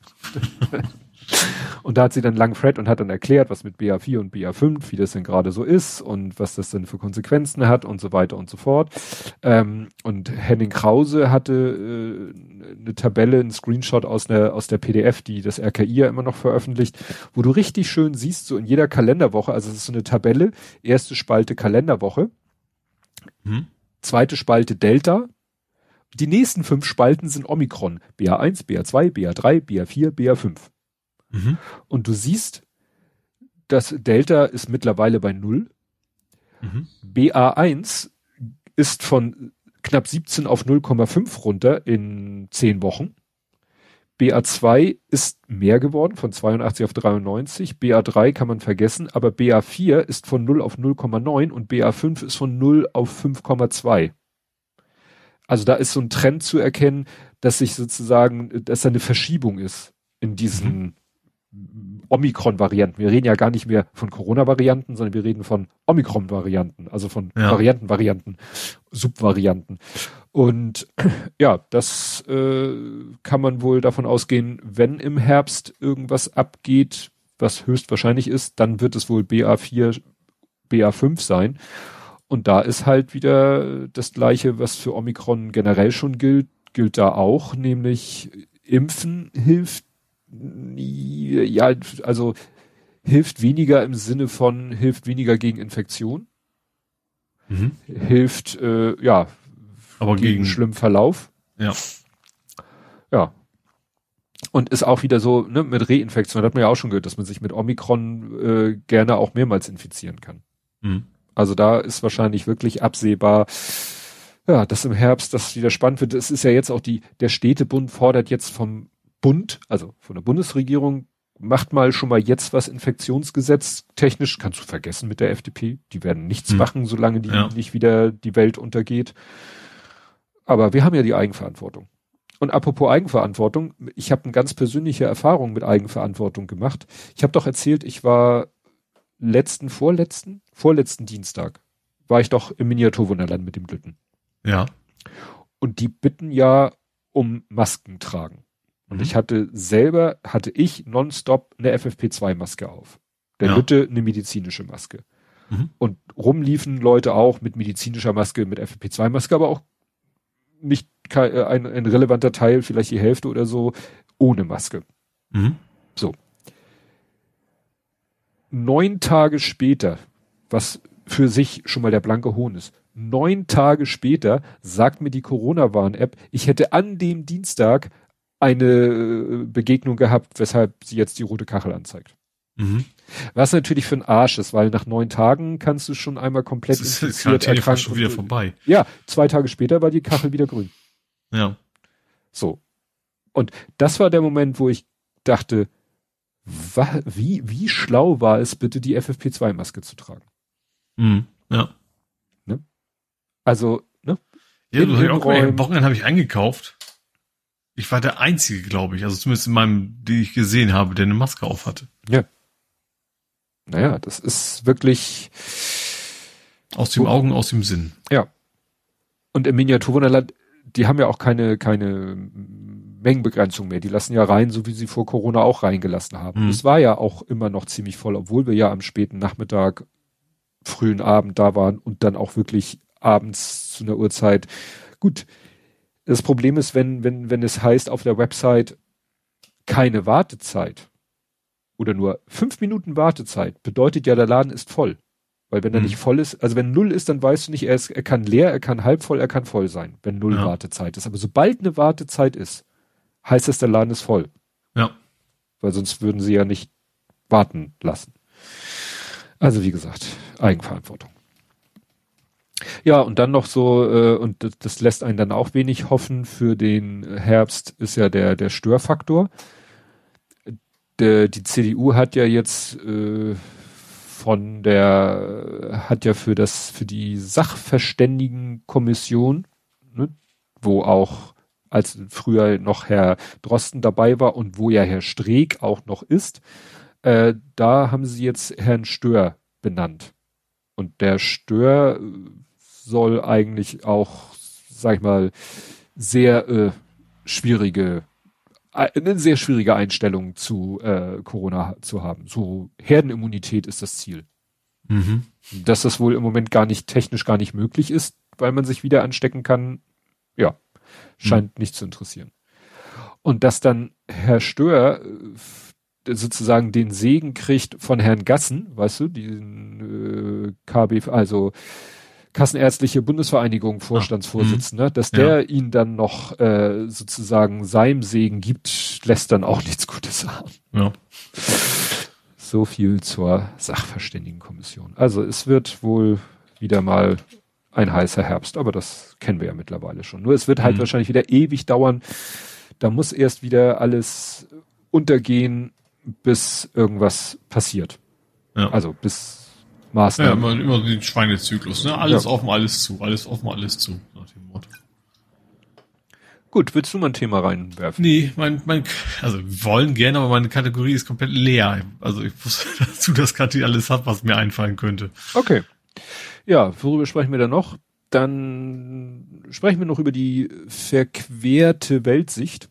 B: Und da hat sie dann lang Thread und hat dann erklärt, was mit B A vier und B A fünf, wie das denn gerade so ist und was das denn für Konsequenzen hat und so weiter und so fort. Ähm, und Henning Krause hatte äh, eine Tabelle, einen Screenshot aus einer aus der P D F, die das R K I ja immer noch veröffentlicht, wo du richtig schön siehst, so in jeder Kalenderwoche, also es ist so eine Tabelle, erste Spalte Kalenderwoche, hm. zweite Spalte Delta, die nächsten fünf Spalten sind Omikron, B A eins, B A zwei, B A drei, B A vier, B A fünf. Mhm. Und du siehst, das Delta ist mittlerweile bei null. Mhm. B A eins ist von knapp siebzehn auf null Komma fünf runter in zehn Wochen. B A zwei ist mehr geworden, von zweiundachtzig auf dreiundneunzig. B A drei kann man vergessen, aber B A vier ist von null auf null Komma neun und B A fünf ist von null auf fünf Komma zwei. Also da ist so ein Trend zu erkennen, dass sich sozusagen, dass da eine Verschiebung ist in diesen mhm. Omikron-Varianten. Wir reden ja gar nicht mehr von Corona-Varianten, sondern wir reden von Omikron-Varianten, also von ja. Varianten-Varianten, Subvarianten. Und ja, das äh, kann man wohl davon ausgehen, wenn im Herbst irgendwas abgeht, was höchstwahrscheinlich ist, dann wird es wohl B A vier, B A fünf sein. Und da ist halt wieder das Gleiche, was für Omikron generell schon gilt, gilt da auch, nämlich Impfen hilft ja, also hilft weniger im Sinne von, hilft weniger gegen Infektion, mhm. hilft, äh, ja,
C: aber gegen, gegen
B: schlimmen Verlauf.
C: Ja.
B: Ja. Und ist auch wieder so, ne, mit Reinfektion, das hat man ja auch schon gehört, dass man sich mit Omikron äh, gerne auch mehrmals infizieren kann. Mhm. Also da ist wahrscheinlich wirklich absehbar, ja, dass im Herbst das wieder spannend wird. Es ist ja jetzt auch die, der Städtebund fordert jetzt vom Bund, also von der Bundesregierung, macht mal schon mal jetzt was Infektionsgesetz technisch, kannst du vergessen mit der F D P, die werden nichts hm. machen, solange die ja. nicht wieder die Welt untergeht. Aber wir haben ja die Eigenverantwortung. Und apropos Eigenverantwortung, ich habe eine ganz persönliche Erfahrung mit Eigenverantwortung gemacht. Ich habe doch erzählt, ich war letzten, vorletzten, vorletzten Dienstag, war ich doch im Miniaturwunderland mit dem Glücken.
C: Ja.
B: Und die bitten ja um Masken tragen. Und mhm. ich hatte selber, hatte ich nonstop eine F F P zwei Maske auf. Der ja. Lütte eine medizinische Maske. Mhm. Und rumliefen Leute auch mit medizinischer Maske, mit F F P zwei Maske, aber auch nicht ein, ein relevanter Teil, vielleicht die Hälfte oder so, ohne Maske. Mhm. So. Neun Tage später, was für sich schon mal der blanke Hohn ist, neun Tage später sagt mir die Corona-Warn-App, ich hätte an dem Dienstag eine Begegnung gehabt, weshalb sie jetzt die rote Kachel anzeigt. Mhm. Was natürlich für ein Arsch ist, weil nach neun Tagen kannst du schon einmal komplett
C: das ist Quarantäne fast schon wieder vorbei.
B: Ja, zwei Tage später war die Kachel wieder grün.
C: Ja.
B: So. Und das war der Moment, wo ich dachte, wa, wie, wie schlau war es bitte, die F F P zwei Maske zu tragen?
C: Mhm. Ja.
B: Ne? Also, ne?
C: Ja, du hast auch am Wochenende habe ich eingekauft. Ich war der Einzige, glaube ich, also zumindest in meinem, den ich gesehen habe, der eine Maske auf hatte.
B: Ja. Naja, das ist wirklich
C: aus dem Augen, aus dem Sinn.
B: Ja. Und im Miniaturwunderland, die haben ja auch keine, keine Mengenbegrenzung mehr. Die lassen ja rein, so wie sie vor Corona auch reingelassen haben.
C: Mhm.
B: Es war ja auch immer noch ziemlich voll, obwohl wir ja am späten Nachmittag, frühen Abend da waren und dann auch wirklich abends zu einer Uhrzeit. Gut. Das Problem ist, wenn, wenn, wenn es heißt auf der Website keine Wartezeit oder nur fünf Minuten Wartezeit, bedeutet ja, der Laden ist voll. Weil wenn er
C: Mhm.
B: nicht voll ist, also wenn null ist, dann weißt du nicht, er, ist, er kann leer, er kann halb voll, er kann voll sein, wenn null
C: Ja.
B: Wartezeit ist. Aber sobald eine Wartezeit ist, heißt das, der Laden ist voll.
C: Ja.
B: Weil sonst würden sie ja nicht warten lassen. Also wie gesagt, Eigenverantwortung. Ja, und dann noch so, äh, und das, das lässt einen dann auch wenig hoffen für den Herbst, ist ja der, der Störfaktor. Der, die C D U hat ja jetzt äh, von der, hat ja für das, für die Sachverständigenkommission, ne, wo auch, als früher noch Herr Drosten dabei war und wo ja Herr Streeck auch noch ist, äh, da haben sie jetzt Herrn Stör benannt. Und der Stör soll eigentlich auch, sag ich mal, sehr äh, schwierige, eine sehr schwierige Einstellung zu äh, Corona zu haben. So Herdenimmunität ist das Ziel.
C: Mhm.
B: Dass das wohl im Moment gar nicht, technisch gar nicht möglich ist, weil man sich wieder anstecken kann, ja, scheint mhm. nicht zu interessieren. Und dass dann Herr Stör äh, sozusagen den Segen kriegt von Herrn Gassen, weißt du, diesen äh, K B, also Kassenärztliche Bundesvereinigung Vorstandsvorsitzender, ah, dass der ja. ihn dann noch äh, sozusagen seinem Segen gibt, lässt dann auch nichts Gutes haben.
C: Ja.
B: So viel zur Sachverständigenkommission. Also es wird wohl wieder mal ein heißer Herbst, aber das kennen wir ja mittlerweile schon. Nur es wird halt mhm. wahrscheinlich wieder ewig dauern. Da muss erst wieder alles untergehen, bis irgendwas passiert.
C: Ja.
B: Also bis Maßnahmen.
C: Ja, immer, immer den Schweinezyklus, ne? Alles ja. offen, alles zu, alles offen, alles zu, nach dem Motto.
B: Gut, willst du mal ein Thema reinwerfen?
C: Nee, mein, mein, also wollen gerne, aber meine Kategorie ist komplett leer. Also ich wusste dazu, dass Kathi alles hat, was mir einfallen könnte.
B: Okay. Ja, worüber sprechen wir dann noch? Dann sprechen wir noch über die verquerte Weltsicht.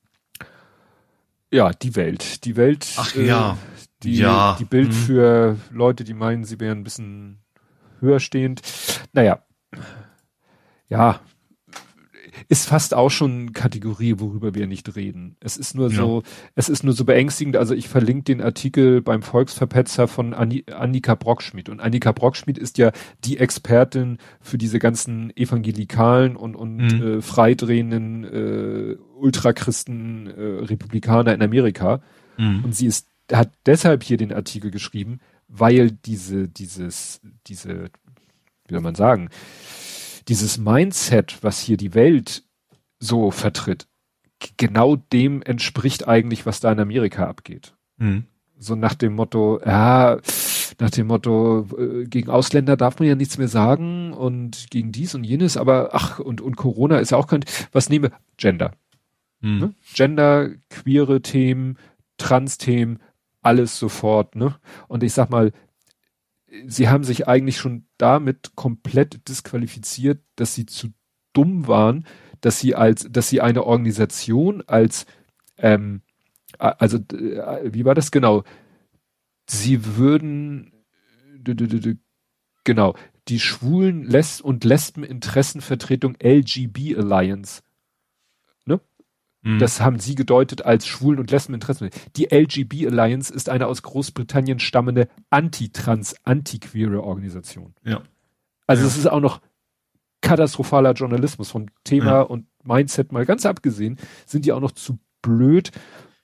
B: Ja, die Welt. Die Welt.
C: Ach äh, ja.
B: Die,
C: ja.
B: die Bild
C: mhm.
B: für Leute, die meinen, sie wären ein bisschen höher stehend. Naja. Ja. Ist fast auch schon Kategorie, worüber wir nicht reden. Es ist nur so, ja. es ist nur so beängstigend. Also ich verlinke den Artikel beim Volksverpetzer von Anni, Annika Brockschmidt. Und Annika Brockschmidt ist ja die Expertin für diese ganzen evangelikalen und, und mhm. äh, freidrehenden äh, Ultrachristen, äh, Republikaner in Amerika. Mhm. Und sie ist, hat deshalb hier den Artikel geschrieben, weil diese, dieses, diese, wie soll man sagen, dieses Mindset, was hier die Welt so vertritt, genau dem entspricht eigentlich, was da in Amerika abgeht. Mhm. So nach dem Motto, ja, nach dem Motto, äh, gegen Ausländer darf man ja nichts mehr sagen und gegen dies und jenes, aber ach, und, und Corona ist ja auch kein, was nehme, Gender. Mhm. Ne? Gender, queere Themen, Trans-Themen, alles sofort, ne? Und ich sag mal, sie haben sich eigentlich schon damit komplett disqualifiziert, dass sie zu dumm waren, dass sie als, dass sie eine Organisation als, ähm, also, äh, wie war das genau? Sie würden, genau, die Schwulen Les- und Lesben-Interessenvertretung L G B Alliance, ne? Das haben sie gedeutet als Schwulen- und Lesbeninteressen. Die L G B Alliance ist eine aus Großbritannien stammende anti-trans, anti-queere Organisation.
C: Ja.
B: Also
C: ja.
B: es ist auch noch katastrophaler Journalismus vom Thema ja. und Mindset mal ganz abgesehen, sind die auch noch zu blöd,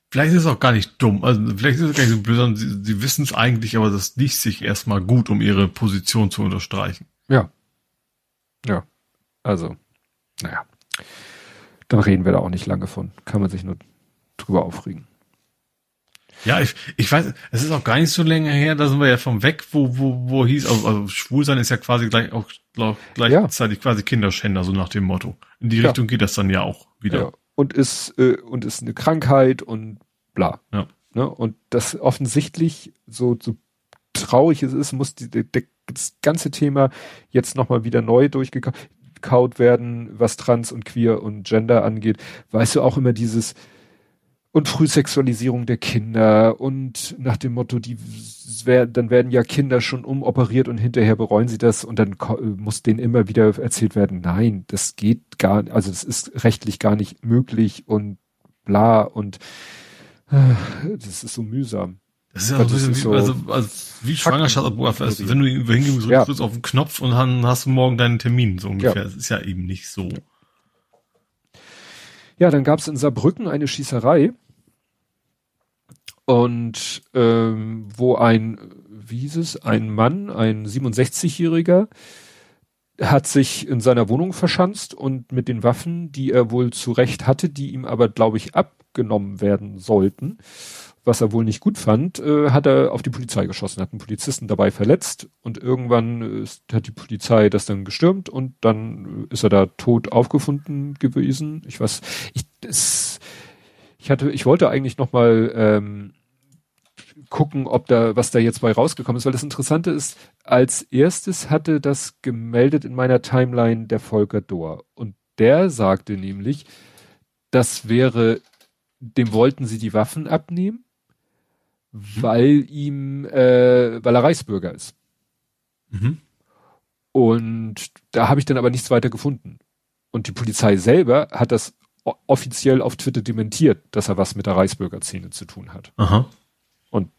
C: vielleicht ist es auch gar nicht dumm, also vielleicht ist es gar nicht so blöd, sondern sie, sie wissen es eigentlich, aber das liest sich erstmal gut, um ihre Position zu unterstreichen.
B: Ja. Ja. Also, naja. Dann reden wir da auch nicht lange von. Kann man sich nur drüber aufregen.
C: Ja, ich, ich weiß, es ist auch gar nicht so lange her, da sind wir ja vom weg, wo, wo, wo hieß, also, also schwul sein ist ja quasi gleich auch glaub, gleichzeitig ja. quasi Kinderschänder, so nach dem Motto. In die ja. Richtung geht das dann ja auch wieder. Ja.
B: Und ist, äh, und ist eine Krankheit und bla. Ja. Ne? Und das offensichtlich, so, so traurig es ist, muss die, die, das ganze Thema jetzt nochmal wieder neu durchgekaut werden, was Trans und Queer und Gender angeht. Weißt du, auch immer dieses und Frühsexualisierung der Kinder und nach dem Motto, die dann werden ja Kinder schon umoperiert und hinterher bereuen sie das und dann muss denen immer wieder erzählt werden, nein, das geht gar nicht, also das ist rechtlich gar nicht möglich und bla und äh, das ist so mühsam.
C: Das ist ja auch so ein bisschen wie, so also, also wie Schwangerschaft, also wenn du ihn hingehst, so ja. drückst auf den Knopf und dann hast du morgen deinen Termin, so ungefähr. Ja. Das ist ja eben nicht so.
B: Ja, ja, dann gab es in Saarbrücken eine Schießerei und ähm, wo ein, wie hieß es, ein Mann, ein siebenundsechzigjähriger, hat sich in seiner Wohnung verschanzt und mit den Waffen, die er wohl zu Recht hatte, die ihm aber, glaube ich, abgenommen werden sollten, was er wohl nicht gut fand, äh, hat er auf die Polizei geschossen, hat einen Polizisten dabei verletzt und irgendwann äh, hat die Polizei das dann gestürmt und dann ist er da tot aufgefunden gewesen. Ich weiß, ich, das, ich hatte, ich wollte eigentlich noch mal ähm, gucken, ob da, was da jetzt bei rausgekommen ist, weil das Interessante ist, als erstes hatte das gemeldet in meiner Timeline der Volker Dohr und der sagte nämlich, das wäre, dem wollten sie die Waffen abnehmen, mhm. weil ihm, äh, weil er Reichsbürger ist. Mhm. Und da habe ich dann aber nichts weiter gefunden. Und die Polizei selber hat das offiziell auf Twitter dementiert, dass er was mit der Reichsbürgerszene zu tun hat.
C: Aha.
B: Und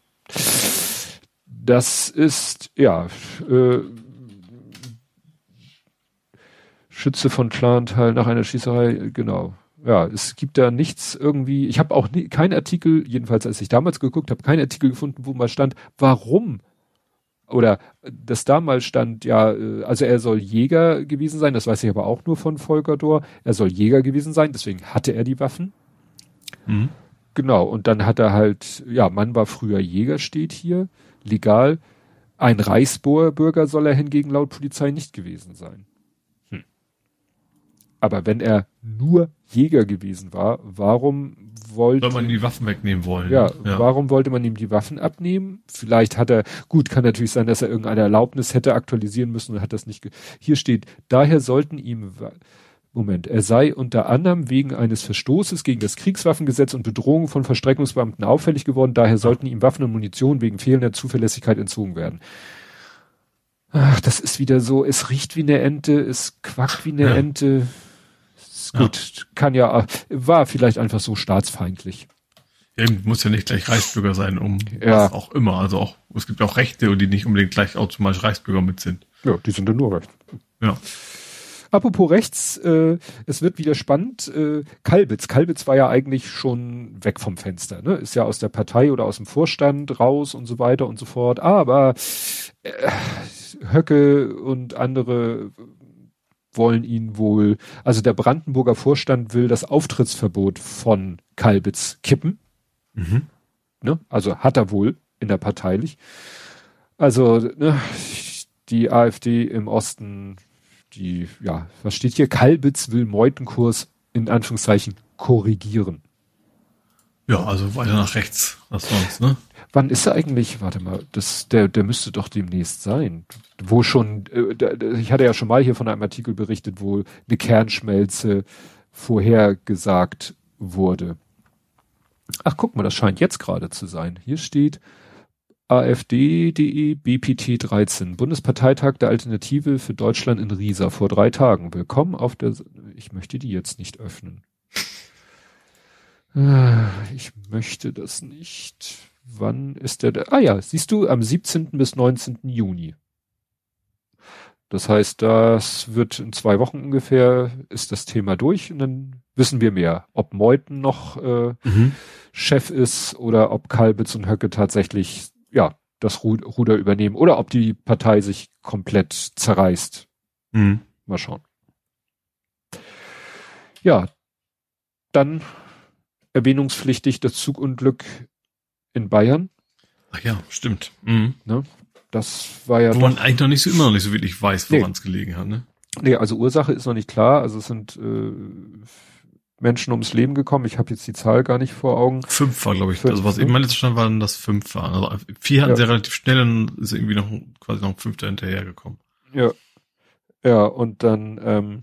B: das ist, ja, äh, Schütze von Klantal nach einer Schießerei, genau. Ja, es gibt da nichts irgendwie, ich habe auch nie, keinen Artikel, jedenfalls als ich damals geguckt habe, keinen Artikel gefunden, wo mal stand, warum? Oder das damals stand, ja, also er soll Jäger gewesen sein, das weiß ich aber auch nur von Volker Dohr, er soll Jäger gewesen sein, deswegen hatte er die Waffen. Mhm. Genau, und dann hat er halt, ja, Mann war früher Jäger, steht hier, legal. Ein Reichsbürger soll er hingegen laut Polizei nicht gewesen sein. Hm. Aber wenn er nur Jäger gewesen war, warum wollte...
C: Soll man ihm die Waffen wegnehmen wollen?
B: Ja, ja, warum wollte man ihm die Waffen abnehmen? Vielleicht hat er, gut, kann natürlich sein, dass er irgendeine Erlaubnis hätte aktualisieren müssen und hat das nicht... Ge- Hier steht, daher sollten ihm... Moment, er sei unter anderem wegen eines Verstoßes gegen das Kriegswaffengesetz und Bedrohung von Verstreckungsbeamten auffällig geworden, daher sollten ihm Waffen und Munition wegen fehlender Zuverlässigkeit entzogen werden. Ach, das ist wieder so, es riecht wie eine Ente, es quackt wie eine ja. Ente. Ist gut, ja. kann ja, war vielleicht einfach so staatsfeindlich.
C: Eben, muss ja nicht gleich Reichsbürger sein, um ja. was auch immer. Also auch, es gibt auch Rechte, die nicht unbedingt gleich automatisch Reichsbürger mit sind.
B: Ja, die sind dann nur Recht.
C: Ja.
B: Apropos rechts, äh, es wird wieder spannend. Äh, Kalbitz. Kalbitz war ja eigentlich schon weg vom Fenster, ne? Ist ja aus der Partei oder aus dem Vorstand raus und so weiter und so fort. Aber äh, Höcke und andere wollen ihn wohl, also der Brandenburger Vorstand will das Auftrittsverbot von Kalbitz kippen. Mhm. Ne? Also hat er wohl in der parteilich. Also ne, die AfD im Osten, die, ja, was steht hier? Kalbitz will Meutenkurs in Anführungszeichen korrigieren.
C: Ja, also weiter nach rechts, was sonst, ne?
B: Wann ist er eigentlich, warte mal, das, der, der müsste doch demnächst sein. Wo schon, äh, der, ich hatte ja schon mal hier von einem Artikel berichtet, wo eine Kernschmelze vorhergesagt wurde. Ach, guck mal, das scheint jetzt gerade zu sein. Hier steht A f D punkt de B P T dreizehn, Bundesparteitag der Alternative für Deutschland in Riesa vor drei Tagen. Willkommen auf der, ich möchte die jetzt nicht öffnen. Ich möchte das nicht. Wann ist der da? Ah ja, siehst du, am siebzehnten bis neunzehnten Juni. Das heißt, das wird in zwei Wochen ungefähr, ist das Thema durch und dann wissen wir mehr, ob Meuthen noch äh, mhm. Chef ist oder ob Kalbitz und Höcke tatsächlich, ja, das Ruder übernehmen oder ob die Partei sich komplett zerreißt.
C: Mhm.
B: Mal schauen. Ja, dann erwähnungspflichtig das Zugunglück in Bayern.
C: Ach ja, stimmt. Mhm.
B: Ne? Das war ja
C: Wo man eigentlich noch nicht so immer noch nicht so wirklich weiß, woran es
B: nee.
C: gelegen hat, ne?
B: Nee, also Ursache ist noch nicht klar. Also es sind äh, Menschen ums Leben gekommen. Ich habe jetzt die Zahl gar nicht vor Augen.
C: Fünf war, glaube ich.
B: Fünf,
C: also was
B: ne?
C: eben mein letzter Stand war, dass fünf waren. Also vier hatten
B: ja.
C: sie relativ schnell und ist irgendwie noch quasi noch ein Fünfter hinterhergekommen.
B: Ja. Ja, und dann ähm,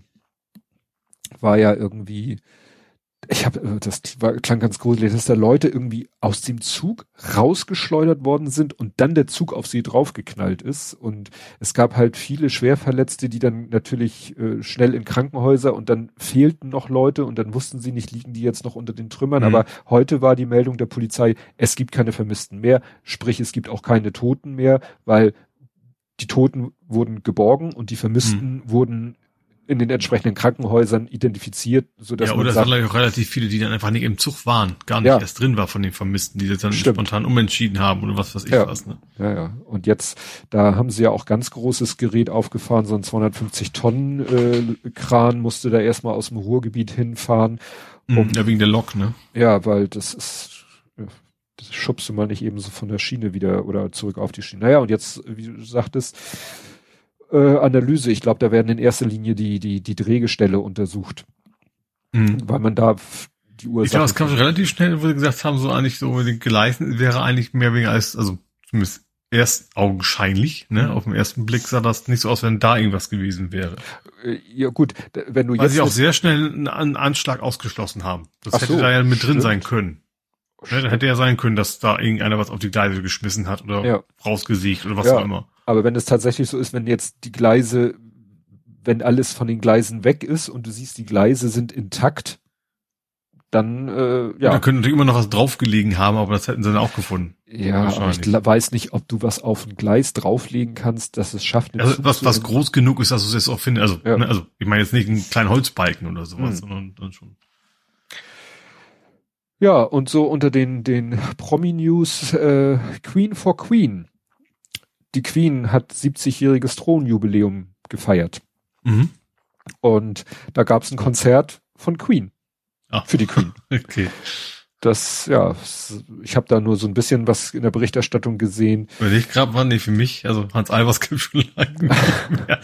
B: war ja irgendwie, ich habe, das war, klang ganz gruselig, dass da Leute irgendwie aus dem Zug rausgeschleudert worden sind und dann der Zug auf sie draufgeknallt ist. Und es gab halt viele Schwerverletzte, die dann natürlich äh, schnell in Krankenhäuser und dann fehlten noch Leute und dann wussten sie nicht, liegen die jetzt noch unter den Trümmern.
C: Mhm.
B: Aber heute war die Meldung der Polizei, es gibt keine Vermissten mehr, sprich es gibt auch keine Toten mehr, weil die Toten wurden geborgen und die Vermissten mhm. wurden in den entsprechenden Krankenhäusern identifiziert, so dass
C: ja,
B: man
C: oder
B: sagt,
C: es waren auch relativ viele, die dann einfach nicht im Zug waren, gar nicht
B: ja.
C: erst drin war von den Vermissten, die das dann
B: Stimmt.
C: spontan umentschieden haben oder was weiß ich
B: ja.
C: was. Ne?
B: Ja, ja. Und jetzt, da haben sie ja auch ganz großes Gerät aufgefahren, so ein zweihundertfünfzig Tonnen äh, Kran musste da erstmal aus dem Ruhrgebiet hinfahren.
C: Um, ja, wegen der Lok, ne?
B: Ja, weil das ist, das schubst du mal nicht eben so von der Schiene wieder oder zurück auf die Schiene. Naja, und jetzt, wie du sagtest, Äh, Analyse, ich glaube, da werden in erster Linie die, die, die Drehgestelle untersucht.
C: Mhm.
B: Weil man da die Ursache.
C: Ich glaube, es kam schon relativ schnell, wo sie gesagt haben, so eigentlich so mit den Gleisen wäre eigentlich mehr wegen als, also zumindest erst augenscheinlich, ne? Auf den ersten Blick sah das nicht so aus, wenn da irgendwas gewesen wäre.
B: Äh, ja, gut, wenn du
C: Weil
B: jetzt.
C: sie auch sehr schnell einen, einen Anschlag ausgeschlossen haben. Das
B: Ach
C: hätte
B: so,
C: da ja mit drin
B: stimmt.
C: sein können. Ne? Dann hätte ja sein können, dass da irgendeiner was auf die Gleise geschmissen hat oder
B: ja.
C: rausgesiegt oder was
B: ja,
C: auch immer.
B: Aber wenn es tatsächlich so ist, wenn jetzt die Gleise, wenn alles von den Gleisen weg ist und du siehst, die Gleise sind intakt, dann, äh, ja.
C: Da könnte natürlich immer noch was draufgelegen haben, aber das hätten sie dann auch gefunden.
B: Ja, aber ich weiß nicht, ob du was auf ein Gleis drauflegen kannst, dass es schafft. Den
C: Also
B: Zug
C: was,
B: zu
C: was groß genug ist, dass du es jetzt auch findest. Also,
B: ja.
C: ne, also ich meine jetzt nicht einen kleinen Holzbalken oder sowas,
B: hm.
C: sondern dann schon.
B: Ja, und so unter den, den Promi-News, äh, Queen for Queen. Die Queen hat siebzigjähriges Thronjubiläum gefeiert.
C: Mhm.
B: Und da gab es ein Konzert von Queen.
C: Ah.
B: Für die Queen.
C: Okay.
B: Das, ja, ich habe da nur so ein bisschen was in der Berichterstattung gesehen.
C: Weil ich gerade war, nee, für mich, also Hans Albers gibt schon lange nicht mehr.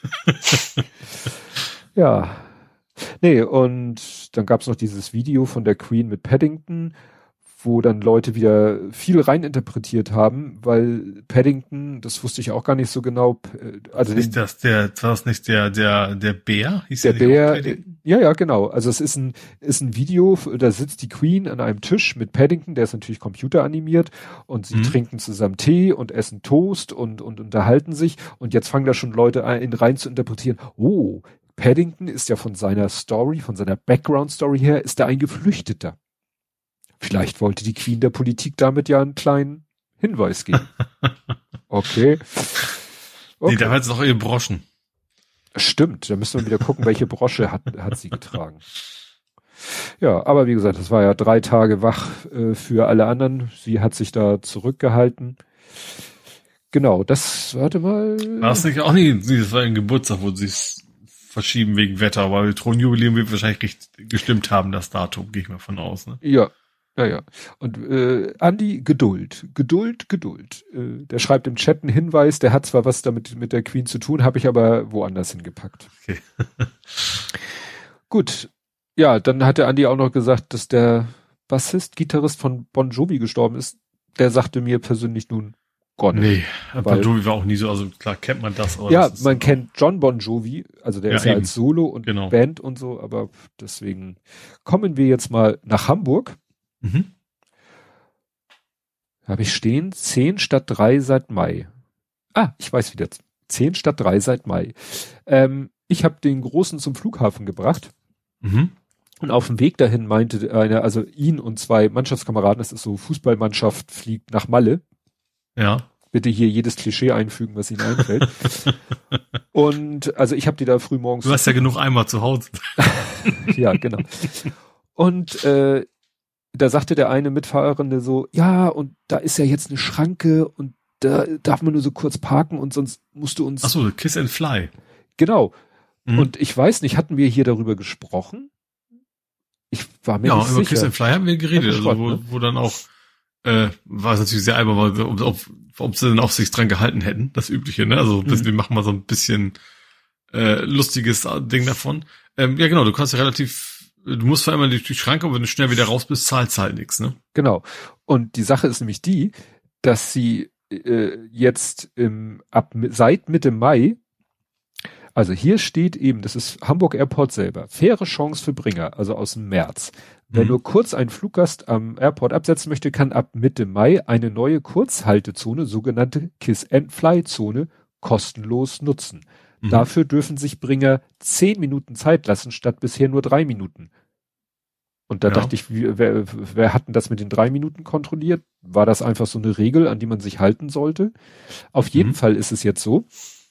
B: Ja. Nee, und dann gab's noch dieses Video von der Queen mit Paddington, wo dann Leute wieder viel reininterpretiert haben, weil Paddington, das wusste ich auch gar nicht so genau, also
C: ist
B: den,
C: das der, war das nicht der, der, der Bär? Hieß
B: der
C: der
B: Bär, ja, ja, genau. Also es ist ein, ist ein Video, da sitzt die Queen an einem Tisch mit Paddington, der ist natürlich computeranimiert und sie mhm. trinken zusammen Tee und essen Toast und, und unterhalten sich und jetzt fangen da schon Leute ein, rein zu interpretieren, oh, Paddington ist ja von seiner Story, von seiner Background-Story her, ist er ein Geflüchteter. Vielleicht wollte die Queen der Politik damit ja einen kleinen Hinweis geben. Okay. okay.
C: Nee, da hat sie doch ihre Broschen.
B: Stimmt, da müssen wir wieder gucken, welche Brosche hat, hat sie getragen. Ja, aber wie gesagt, das war ja drei Tage wach äh, für alle anderen. Sie hat sich da zurückgehalten. Genau, das, warte mal.
C: War es nicht auch nicht, das war ein Geburtstag, wo sie es verschieben wegen Wetter, weil Thronjubiläum wird wahrscheinlich richtig gestimmt haben, das Datum, gehe ich mal von aus. Ne?
B: Ja, ja, ja. Und äh, Andi, Geduld, Geduld, Geduld. Äh, der schreibt im Chat einen Hinweis, der hat zwar was damit mit der Queen zu tun, habe ich aber woanders hingepackt.
C: Okay.
B: Gut, ja, dann hat der Andi auch noch gesagt, dass der Bassist, Gitarrist von Bon Jovi gestorben ist. Der sagte mir persönlich nun gar nicht.
C: Nee, Bon Jovi war auch nie so, also klar kennt man das. Aber
B: ja,
C: das
B: man kennt John Bon Jovi, also der
C: ja,
B: ist ja
C: eben.
B: als Solo und
C: genau.
B: Band und so, aber deswegen kommen wir jetzt mal nach Hamburg.
C: Mhm.
B: Habe ich stehen, zehn statt drei seit Mai. Ah, ich weiß wieder, zehn statt drei seit Mai. Ähm, ich habe den Großen zum Flughafen gebracht.
C: Mhm.
B: Und auf dem Weg dahin meinte einer, also ihn und zwei Mannschaftskameraden, das ist so Fußballmannschaft, fliegt nach Malle.
C: Ja.
B: Bitte hier jedes Klischee einfügen, was Ihnen einfällt. Und also ich habe die da früh morgens.
C: Du hast ja genug Eimer zu Hause.
B: Ja, genau. Und äh, da sagte der eine Mitfahrende so, ja, und da ist ja jetzt eine Schranke und da darf man nur so kurz parken und sonst musst du uns...
C: Ach so, Kiss and Fly.
B: Genau.
C: Mhm.
B: Und ich weiß nicht, hatten wir hier darüber gesprochen? Ich war mir
C: ja,
B: nicht
C: über
B: sicher.
C: Kiss and Fly haben wir geredet, also
B: Sport,
C: wo,
B: ne?
C: wo dann auch, äh, war es natürlich sehr albern, weil, ob, ob, ob sie dann auch sich dran gehalten hätten, das Übliche, ne? Also
B: Mhm.
C: wir machen mal so ein bisschen äh, lustiges Ding davon. Ähm, ja genau, du kannst ja relativ, du musst zwar immer durch die Schranke, aber wenn du schnell wieder raus bist, zahlst halt nichts, ne?
B: Genau. Und die Sache ist nämlich die, dass sie äh, jetzt im, ab seit Mitte Mai, also hier steht eben, das ist Hamburg Airport selber, faire Chance für Bringer, also aus dem März. Wer
C: Mhm.
B: nur kurz einen Fluggast am Airport absetzen möchte, kann ab Mitte Mai eine neue Kurzhaltezone, sogenannte Kiss-and-Fly-Zone, kostenlos nutzen.
C: Mhm.
B: Dafür dürfen sich Bringer zehn Minuten Zeit lassen, statt bisher nur drei Minuten. Und da
C: Ja.
B: dachte ich, wie, wer, wer hat denn das mit den drei Minuten kontrolliert? War das einfach so eine Regel, an die man sich halten sollte? Auf jeden
C: Mhm.
B: Fall ist es jetzt so,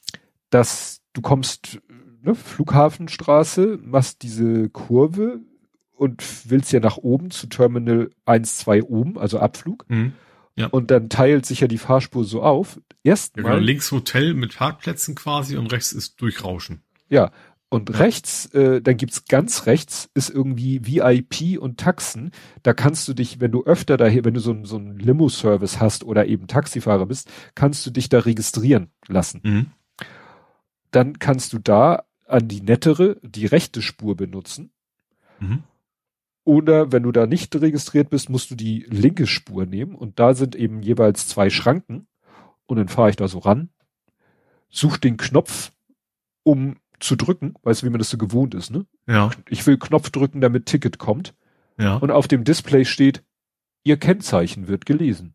B: dass du kommst, ne, Flughafenstraße, machst diese Kurve und willst ja nach oben zu Terminal eins, zwei oben, also Abflug.
C: Mhm.
B: Und dann teilt sich ja die Fahrspur so auf.
C: Ja,
B: Erstmal,
C: genau, links Hotel mit Parkplätzen quasi und rechts ist Durchrauschen.
B: ja, und
C: Ja.
B: rechts, äh, dann gibt's ganz rechts, ist irgendwie V I P und Taxen. Da kannst du dich, wenn du öfter daher, wenn du so, ein- so einen Limo-Service hast oder eben Taxifahrer bist, kannst du dich da registrieren lassen.
C: Mhm.
B: Dann kannst du da an die nettere, die rechte Spur benutzen.
C: Mhm.
B: Oder wenn du da nicht registriert bist, musst du die linke Spur nehmen. Und da sind eben jeweils zwei Schranken. Und dann fahre ich da so ran, such den Knopf, um zu drücken. Weißt du, wie man das so gewohnt ist, ne?
C: Ja,
B: Ich will Knopf drücken, damit Ticket kommt.
C: ja.
B: Und auf dem Display steht, Ihr Kennzeichen wird gelesen.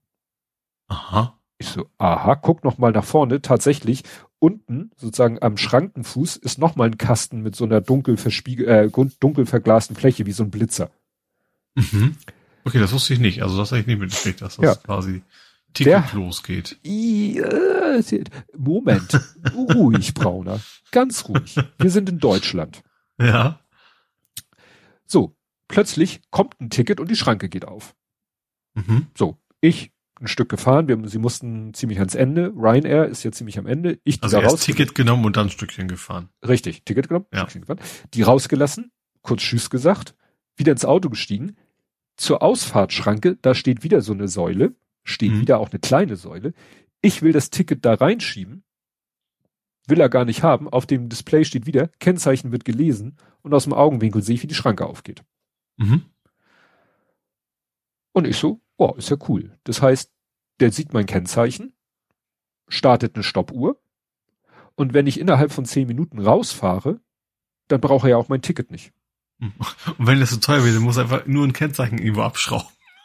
C: Aha.
B: Ich so, aha, guck noch mal nach vorne. Tatsächlich, unten, sozusagen am Schrankenfuß, ist noch mal ein Kasten mit so einer dunkel verspiegel, äh, dunkel verglasten Fläche, wie so ein Blitzer.
C: Mhm. Okay, das wusste ich nicht. Also das habe ich nicht mitgekriegt, dass das
B: Ja.
C: quasi Ticket
B: Der-
C: losgeht.
B: I, äh, Moment, ruhig, Brauner, ganz ruhig. Wir sind in Deutschland.
C: Ja.
B: So, plötzlich kommt ein Ticket und die Schranke geht auf.
C: Mhm.
B: So, ich ein Stück gefahren, wir, sie mussten ziemlich ans Ende. Ryanair ist ja ziemlich am Ende. Ich die
C: Also
B: da
C: erst
B: raus,
C: Ticket genommen und dann ein Stückchen gefahren.
B: richtig, Ticket genommen,
C: Ja.
B: Stückchen gefahren, die rausgelassen, kurz Tschüss gesagt, wieder ins Auto gestiegen. Zur Ausfahrtschranke, da steht wieder so eine Säule, steht
C: Mhm.
B: wieder auch eine kleine Säule. Ich will das Ticket da reinschieben, will er gar nicht haben. Auf dem Display steht wieder, Kennzeichen wird gelesen und aus dem Augenwinkel sehe ich, wie die Schranke aufgeht.
C: Mhm.
B: Und ich so, oh, ist ja cool. Das heißt, der sieht mein Kennzeichen, startet eine Stoppuhr und wenn ich innerhalb von zehn Minuten rausfahre, dann braucht er ja auch mein Ticket nicht.
C: Und wenn das so teuer wird, dann muss er einfach nur ein Kennzeichen irgendwo abschrauben.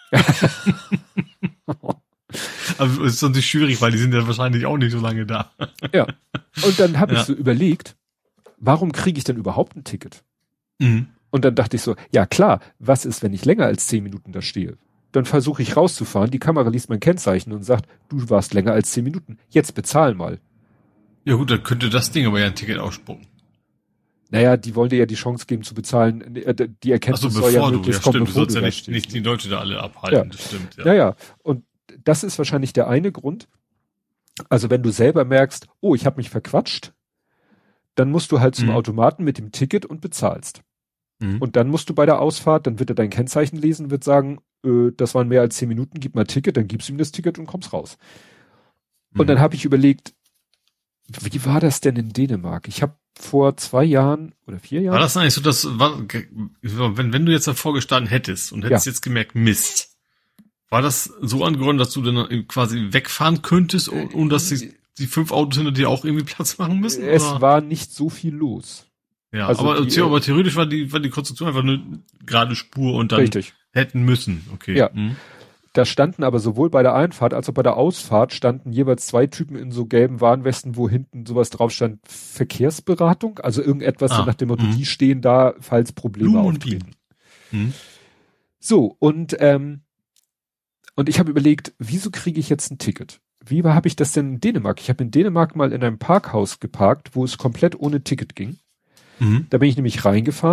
C: Aber es ist natürlich schwierig, weil die sind ja wahrscheinlich auch nicht so lange da.
B: Ja. Und dann habe
C: Ja.
B: ich so überlegt, warum kriege ich denn überhaupt ein Ticket?
C: Mhm.
B: Und dann dachte ich so, ja klar, was ist, wenn ich länger als zehn Minuten da stehe? Dann versuche ich rauszufahren, die Kamera liest mein Kennzeichen und sagt, du warst länger als zehn Minuten, jetzt bezahl mal.
C: Ja gut, dann könnte das Ding aber ja ein Ticket ausspucken.
B: Naja, die wollen dir ja die Chance geben zu bezahlen. Die Erkenntnis
C: Achso,
B: soll ja
C: bevor du, ja
B: möglichst kommen,
C: stimmt, du
B: bevor
C: sollst
B: du
C: ja
B: da
C: nicht,
B: stehst.
C: nicht die Leute da alle abhalten,
B: Ja.
C: das stimmt, ja.
B: Naja, und das ist wahrscheinlich der eine Grund. Also wenn du selber merkst, oh, ich habe mich verquatscht, dann musst du halt zum
C: Mhm.
B: Automaten mit dem Ticket und bezahlst.
C: Mhm.
B: Und dann musst du bei der Ausfahrt, dann wird er dein Kennzeichen lesen, wird sagen, äh, das waren mehr als zehn Minuten, gib mal Ticket, dann gibst du ihm das Ticket und kommst raus. Und
C: Mhm.
B: dann habe ich überlegt, wie war das denn in Dänemark? Ich habe vor zwei Jahren oder vier Jahren.
C: War das eigentlich so, dass, war, wenn, wenn du jetzt davor gestanden hättest und hättest
B: Ja.
C: jetzt gemerkt, Mist, war das so angeordnet, dass du dann quasi wegfahren könntest, ohne dass die, die fünf Autos hinter dir auch irgendwie Platz machen müssen?
B: Es
C: oder?
B: war nicht so viel los.
C: Ja,
B: also
C: aber,
B: die,
C: aber theoretisch war die, war die Konstruktion einfach eine gerade Spur und dann
B: Richtig.
C: hätten müssen. Okay.
B: Ja.
C: Mhm.
B: Da standen aber sowohl bei der Einfahrt als auch bei der Ausfahrt standen jeweils zwei Typen in so gelben Warnwesten, wo hinten sowas drauf stand, Verkehrsberatung, also irgendetwas
C: Ah,
B: so nach dem Motto,
C: mhm.
B: die stehen da, falls Probleme
C: Blumen und
B: auftreten.
C: Mhm.
B: So, und ähm, und ich habe überlegt, wieso kriege ich jetzt ein Ticket? Wie habe ich das denn in Dänemark? Ich habe in Dänemark mal in einem Parkhaus geparkt, wo es komplett ohne Ticket ging.
C: Mhm.
B: Da bin ich nämlich reingefahren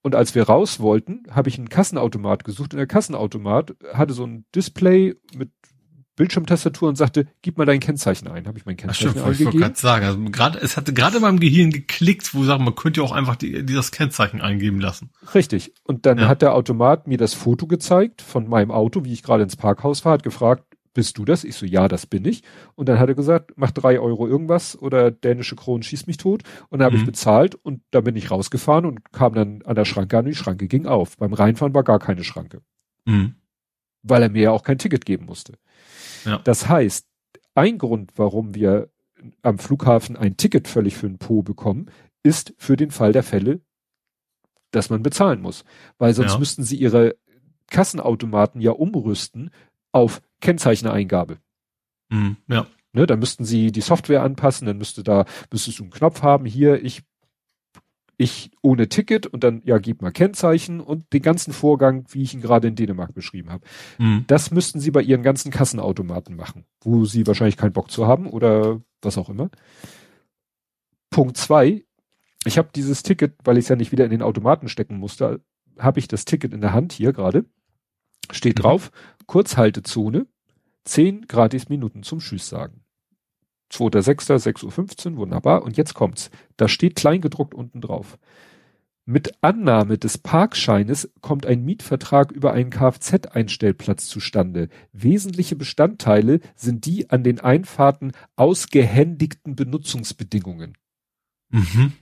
B: Und als wir raus wollten, habe ich einen Kassenautomat gesucht. Und der Kassenautomat hatte so ein Display mit Bildschirmtastatur und sagte, gib mal dein Kennzeichen ein. Habe ich mein Kennzeichen
C: Ach, stimmt, eingegeben. Ich wollte gerade sagen, also gerade, es hatte gerade in meinem Gehirn geklickt, wo sagen, man könnte ja auch einfach die, die das Kennzeichen eingeben lassen.
B: Richtig. Und dann
C: Ja.
B: hat der Automat mir das Foto gezeigt von meinem Auto, wie ich gerade ins Parkhaus war, hat gefragt, bist du das? Ich so, ja, das bin ich. Und dann hat er gesagt, mach drei Euro irgendwas oder dänische Kronen schieß mich tot. Und dann habe
C: Mhm.
B: ich bezahlt und da bin ich rausgefahren und kam dann an der Schranke an und die Schranke ging auf. Beim Reinfahren war gar keine Schranke.
C: Mhm.
B: Weil er mir ja auch kein Ticket geben musste.
C: Ja.
B: Das heißt, ein Grund, warum wir am Flughafen ein Ticket völlig für den Po bekommen, ist für den Fall der Fälle, dass man bezahlen muss. Weil sonst
C: Ja.
B: müssten sie ihre Kassenautomaten ja umrüsten auf Kennzeicheneingabe.
C: Mhm. Ja.
B: Ne, dann müssten sie die Software anpassen, dann müsste da, müsstest du einen Knopf haben, hier, ich, ich ohne Ticket und dann, ja, gib mal Kennzeichen und den ganzen Vorgang, wie ich ihn gerade in Dänemark beschrieben habe.
C: Mhm.
B: Das müssten sie bei ihren ganzen Kassenautomaten machen, wo sie wahrscheinlich keinen Bock zu haben oder was auch immer. Punkt zwei, ich habe dieses Ticket, weil ich es ja nicht wieder in den Automaten stecken musste, habe ich das Ticket in der Hand hier gerade. Steht
C: Mhm.
B: drauf, Kurzhaltezone, zehn gratis Minuten zum Tschüss sagen. zweiter sechster sechs Uhr fünfzehn, wunderbar. Und jetzt kommt's. Da steht kleingedruckt unten drauf. Mit Annahme des Parkscheines kommt ein Mietvertrag über einen Kfz-Einstellplatz zustande. Wesentliche Bestandteile sind die an den Einfahrten ausgehändigten Benutzungsbedingungen.
C: Mhm.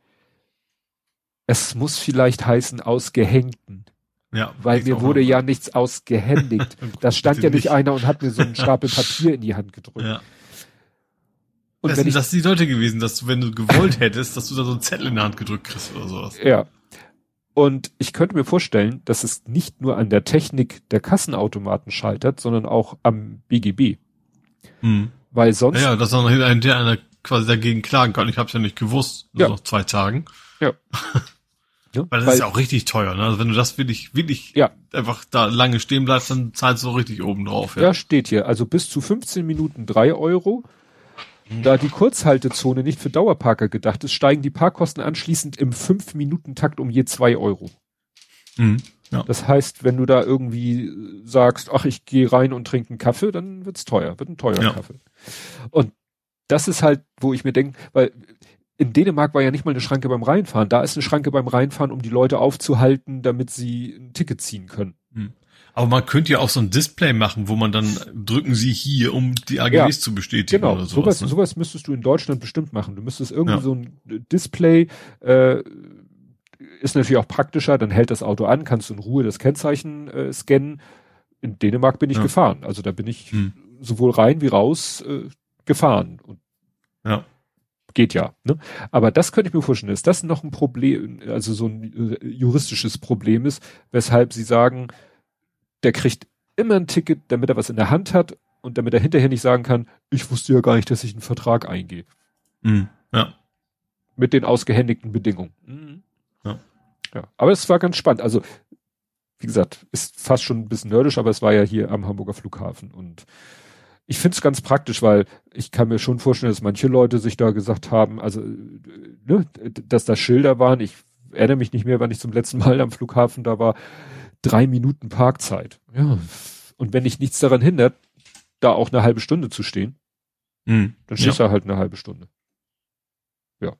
B: Es muss vielleicht heißen ausgehängten.
C: Ja.
B: Weil
C: ich
B: mir
C: auch
B: wurde
C: noch.
B: ja nichts ausgehändigt. Da stand
C: Bitte
B: ja nicht
C: nicht.
B: einer und hat mir so einen Stapel Papier in die Hand gedrückt.
C: Ja.
B: Und
C: Das
B: wenn
C: sind
B: ich,
C: das die Leute gewesen, dass du, wenn du gewollt hättest, dass du da so einen Zettel in der Hand gedrückt kriegst oder sowas.
B: ja. Und ich könnte mir vorstellen, dass es nicht nur an der Technik der Kassenautomaten scheitert, sondern auch am B G B.
C: Mhm.
B: Weil sonst,
C: Ja, ja, dass dann hinterher einer quasi dagegen klagen kann. Ich hab's ja nicht gewusst. Nur
B: Ja.
C: noch zwei Tagen.
B: ja. Ja,
C: Weil das ist ja auch richtig teuer, ne? Also wenn du das wirklich, wirklich
B: Ja.
C: einfach da lange stehen bleibst, dann zahlst du auch richtig oben drauf,
B: ja, steht hier. Also bis zu fünfzehn Minuten drei Euro. Da die Kurzhaltezone nicht für Dauerparker gedacht ist, steigen die Parkkosten anschließend im fünf Minuten Takt um je zwei Euro.
C: Mhm. Ja.
B: Das heißt, wenn du da irgendwie sagst, ach, ich gehe rein und trinke einen Kaffee, dann wird's teuer, wird ein teurer
C: Ja.
B: Kaffee. Und das ist halt, wo ich mir denke, weil in Dänemark war ja nicht mal eine Schranke beim Reinfahren. Da ist eine Schranke beim Reinfahren, um die Leute aufzuhalten, damit sie ein Ticket ziehen können.
C: Mhm. Aber man könnte ja auch so ein Display machen, wo man dann drücken Sie hier, um die A G Bs
B: Ja,
C: zu bestätigen
B: Genau,
C: oder
B: sowas,
C: sowas. Ne?
B: sowas müsstest du in Deutschland bestimmt machen. Du müsstest irgendwie
C: Ja.
B: so ein Display, äh, ist natürlich auch praktischer, dann hält das Auto an, kannst du in Ruhe das Kennzeichen äh, scannen. In Dänemark bin ich
C: Ja.
B: gefahren. Also da bin ich
C: Hm.
B: sowohl rein wie raus äh, gefahren. Und
C: Ja.
B: geht ja. Ne? Aber das könnte ich mir vorstellen, dass das noch ein Problem, also so ein äh, juristisches Problem ist, weshalb sie sagen, der kriegt immer ein Ticket, damit er was in der Hand hat und damit er hinterher nicht sagen kann, ich wusste ja gar nicht, dass ich einen Vertrag eingehe.
C: Mhm. Ja.
B: Mit den ausgehändigten Bedingungen. Mhm.
C: Ja.
B: Ja. Aber es war ganz spannend. Also, wie gesagt, ist fast schon ein bisschen nerdisch, aber es war ja hier am Hamburger Flughafen. Und ich finde es ganz praktisch, weil ich kann mir schon vorstellen, dass manche Leute sich da gesagt haben, also, ne, dass da Schilder waren. Ich erinnere mich nicht mehr, wann ich zum letzten Mal am Flughafen da war. Drei Minuten Parkzeit. Ja. Und wenn dich nichts daran hindert, da auch eine halbe Stunde zu stehen,
C: Mhm.
B: dann stehst
C: Ja.
B: du halt eine halbe Stunde. Ja.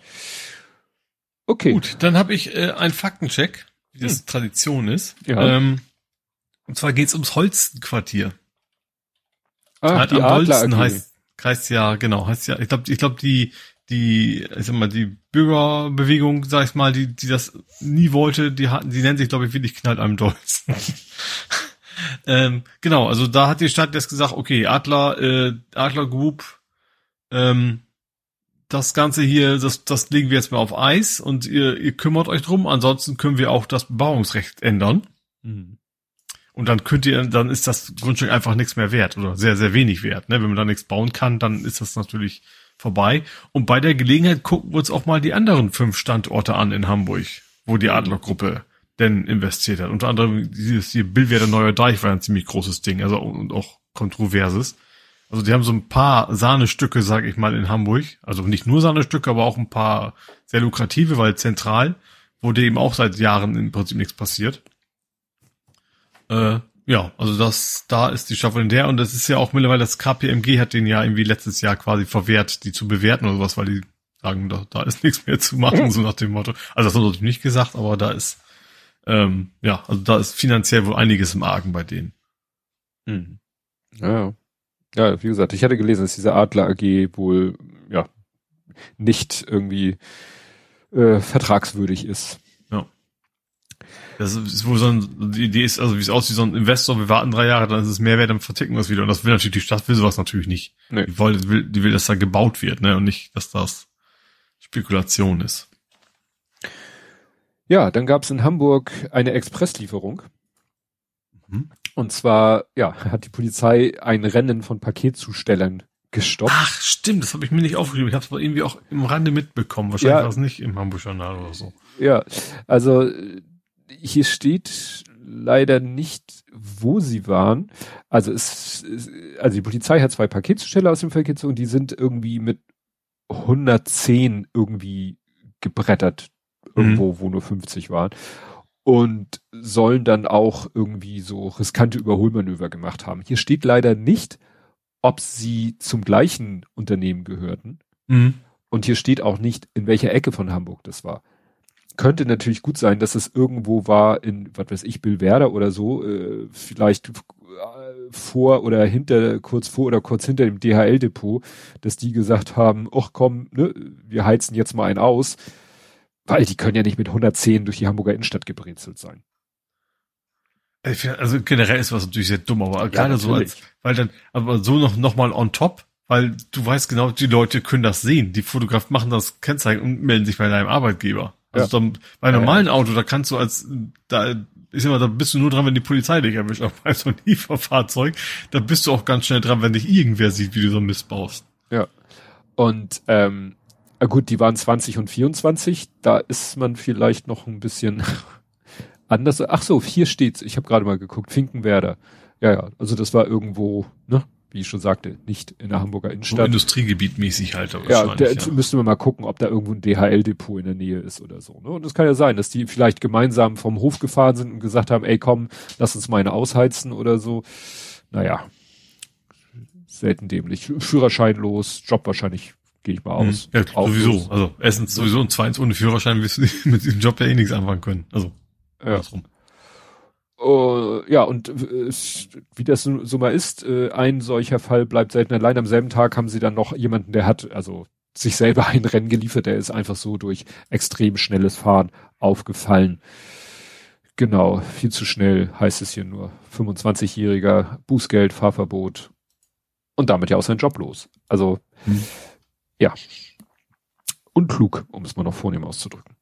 B: Okay.
C: Gut, dann habe ich äh, einen Faktencheck, wie das
B: Hm.
C: Tradition ist.
B: Ja.
C: Ähm, und zwar geht's ums Holstenquartier.
B: Ah,
C: halt
B: die
C: am
B: Adler
C: Holsten
B: A G.
C: heißt, heißt ja, genau, heißt ja, ich glaube, ich glaube, die, die, ich sag mal, die Bürgerbewegung, sag ich mal, die, die das nie wollte, die hatten, die nennen sich, glaube ich, wirklich knallt einem Dolzen. ähm, genau, also da hat die Stadt jetzt gesagt, okay, Adler, äh, Adler Group, ähm, das Ganze hier, das, das legen wir jetzt mal auf Eis und ihr, ihr kümmert euch drum, ansonsten können wir auch das Bebauungsrecht ändern.
B: Mhm.
C: Und dann könnt ihr, dann ist das Grundstück einfach nichts mehr wert oder sehr, sehr wenig wert. Ne? Wenn man da nichts bauen kann, dann ist das natürlich vorbei. Und bei der Gelegenheit gucken wir uns auch mal die anderen fünf Standorte an in Hamburg, wo die Adlergruppe denn investiert hat. Unter anderem dieses hier Billwerder Neuer Deich war ein ziemlich großes Ding, also und auch kontroverses. Also die haben so ein paar Sahnestücke, sag ich mal, in Hamburg. Also nicht nur Sahnestücke, aber auch ein paar sehr lukrative, weil zentral, wo dem auch seit Jahren im Prinzip nichts passiert. Äh, ja, also das, da ist die Staffel in der, und das ist ja auch mittlerweile, das K P M G hat den ja irgendwie letztes Jahr quasi verwehrt, die zu bewerten oder sowas, weil die sagen, da, da ist nichts mehr zu machen, so nach dem Motto. Also das haben sie natürlich nicht gesagt, aber da ist, ähm, ja, also da ist finanziell wohl einiges im Argen bei denen.
B: Hm. Ja, ja, wie gesagt, ich hatte gelesen, dass diese Adler A G wohl, ja, nicht irgendwie äh, vertragswürdig ist.
C: Ja. Das ist wohl so ein, die Idee ist, also wie es aussieht, so ein Investor, wir warten drei Jahre, dann ist es mehr wert, dann verticken wir es wieder. Und das will natürlich, die Stadt will sowas natürlich nicht. Nee. Die, will, die, will, die will, dass da gebaut wird, ne, und nicht, dass das Spekulation ist.
B: Ja, dann gab es in Hamburg eine Expresslieferung. Mhm. Und zwar, ja, hat die Polizei ein Rennen von Paketzustellern gestoppt.
C: Ach, stimmt, das habe ich mir nicht aufgeschrieben. Ich habe es aber irgendwie auch im Rande mitbekommen. Wahrscheinlich ja, war es nicht im Hamburger Journal oder so.
B: Ja, also hier steht leider nicht, wo sie waren. Also es, also die Polizei hat zwei Paketzusteller aus dem Verkehr gezogen, die sind irgendwie mit hundertzehn irgendwie gebrettert, irgendwo, mhm. wo nur fünfzig waren. Und sollen dann auch irgendwie so riskante Überholmanöver gemacht haben. Hier steht leider nicht, ob sie zum gleichen Unternehmen gehörten. Mhm. Und hier steht auch nicht, in welcher Ecke von Hamburg das war. Könnte natürlich gut sein, dass es irgendwo war in, was weiß ich, Billwerder oder so, äh, vielleicht vor oder hinter, kurz vor oder kurz hinter dem D H L-Depot, dass die gesagt haben, ach komm, ne, wir heizen jetzt mal einen aus, weil die können ja nicht mit hundertzehn durch die Hamburger Innenstadt gebrezelt sein.
C: Also generell ist was natürlich sehr dumm, aber ja, gerade so als, weil dann, aber so noch, noch mal on top, weil du weißt genau, die Leute können das sehen, die Fotograf machen das Kennzeichen und melden sich bei deinem Arbeitgeber. Also ja. dann, bei einem normalen Auto, da kannst du als, da, ich sag mal, da bist du nur dran, wenn die Polizei dich erwischt, aber bei so einem Lieferfahrzeug, da bist du auch ganz schnell dran, wenn dich irgendwer sieht, wie du so einen Mist baust.
B: Ja. Und, ähm, gut, die waren zwanzig und vierundzwanzig, da ist man vielleicht noch ein bisschen anders. Ach so, hier steht's, ich habe gerade mal geguckt, Finkenwerder. Ja, ja, also das war irgendwo, ne, wie ich schon sagte, nicht in der Hamburger Innenstadt. So
C: Industriegebiet mäßig halt. Aber
B: ja, der, ja, müssten wir mal gucken, ob da irgendwo ein D H L-Depot in der Nähe ist oder so. Ne? Und es kann ja sein, dass die vielleicht gemeinsam vom Hof gefahren sind und gesagt haben, ey komm, lass uns mal eine ausheizen oder so. Naja, selten dämlich. Führerschein los, Job wahrscheinlich, gehe ich mal aus.
C: Ja, sowieso. Los. Also erstens sowieso und zweitens ohne Führerschein wirst du mit diesem Job ja eh nichts anfangen können. Also
B: ja. Andersrum. Uh, ja, und äh, wie das so, so mal ist, äh, ein solcher Fall bleibt selten allein. Am selben Tag haben sie dann noch jemanden, der hat also sich selber ein Rennen geliefert, der ist einfach so durch extrem schnelles Fahren aufgefallen. Genau, viel zu schnell heißt es hier nur. fünfundzwanzigjähriger, Bußgeld, Fahrverbot und damit ja auch sein Job los. Also, hm. ja, unklug, um es mal noch vornehm auszudrücken.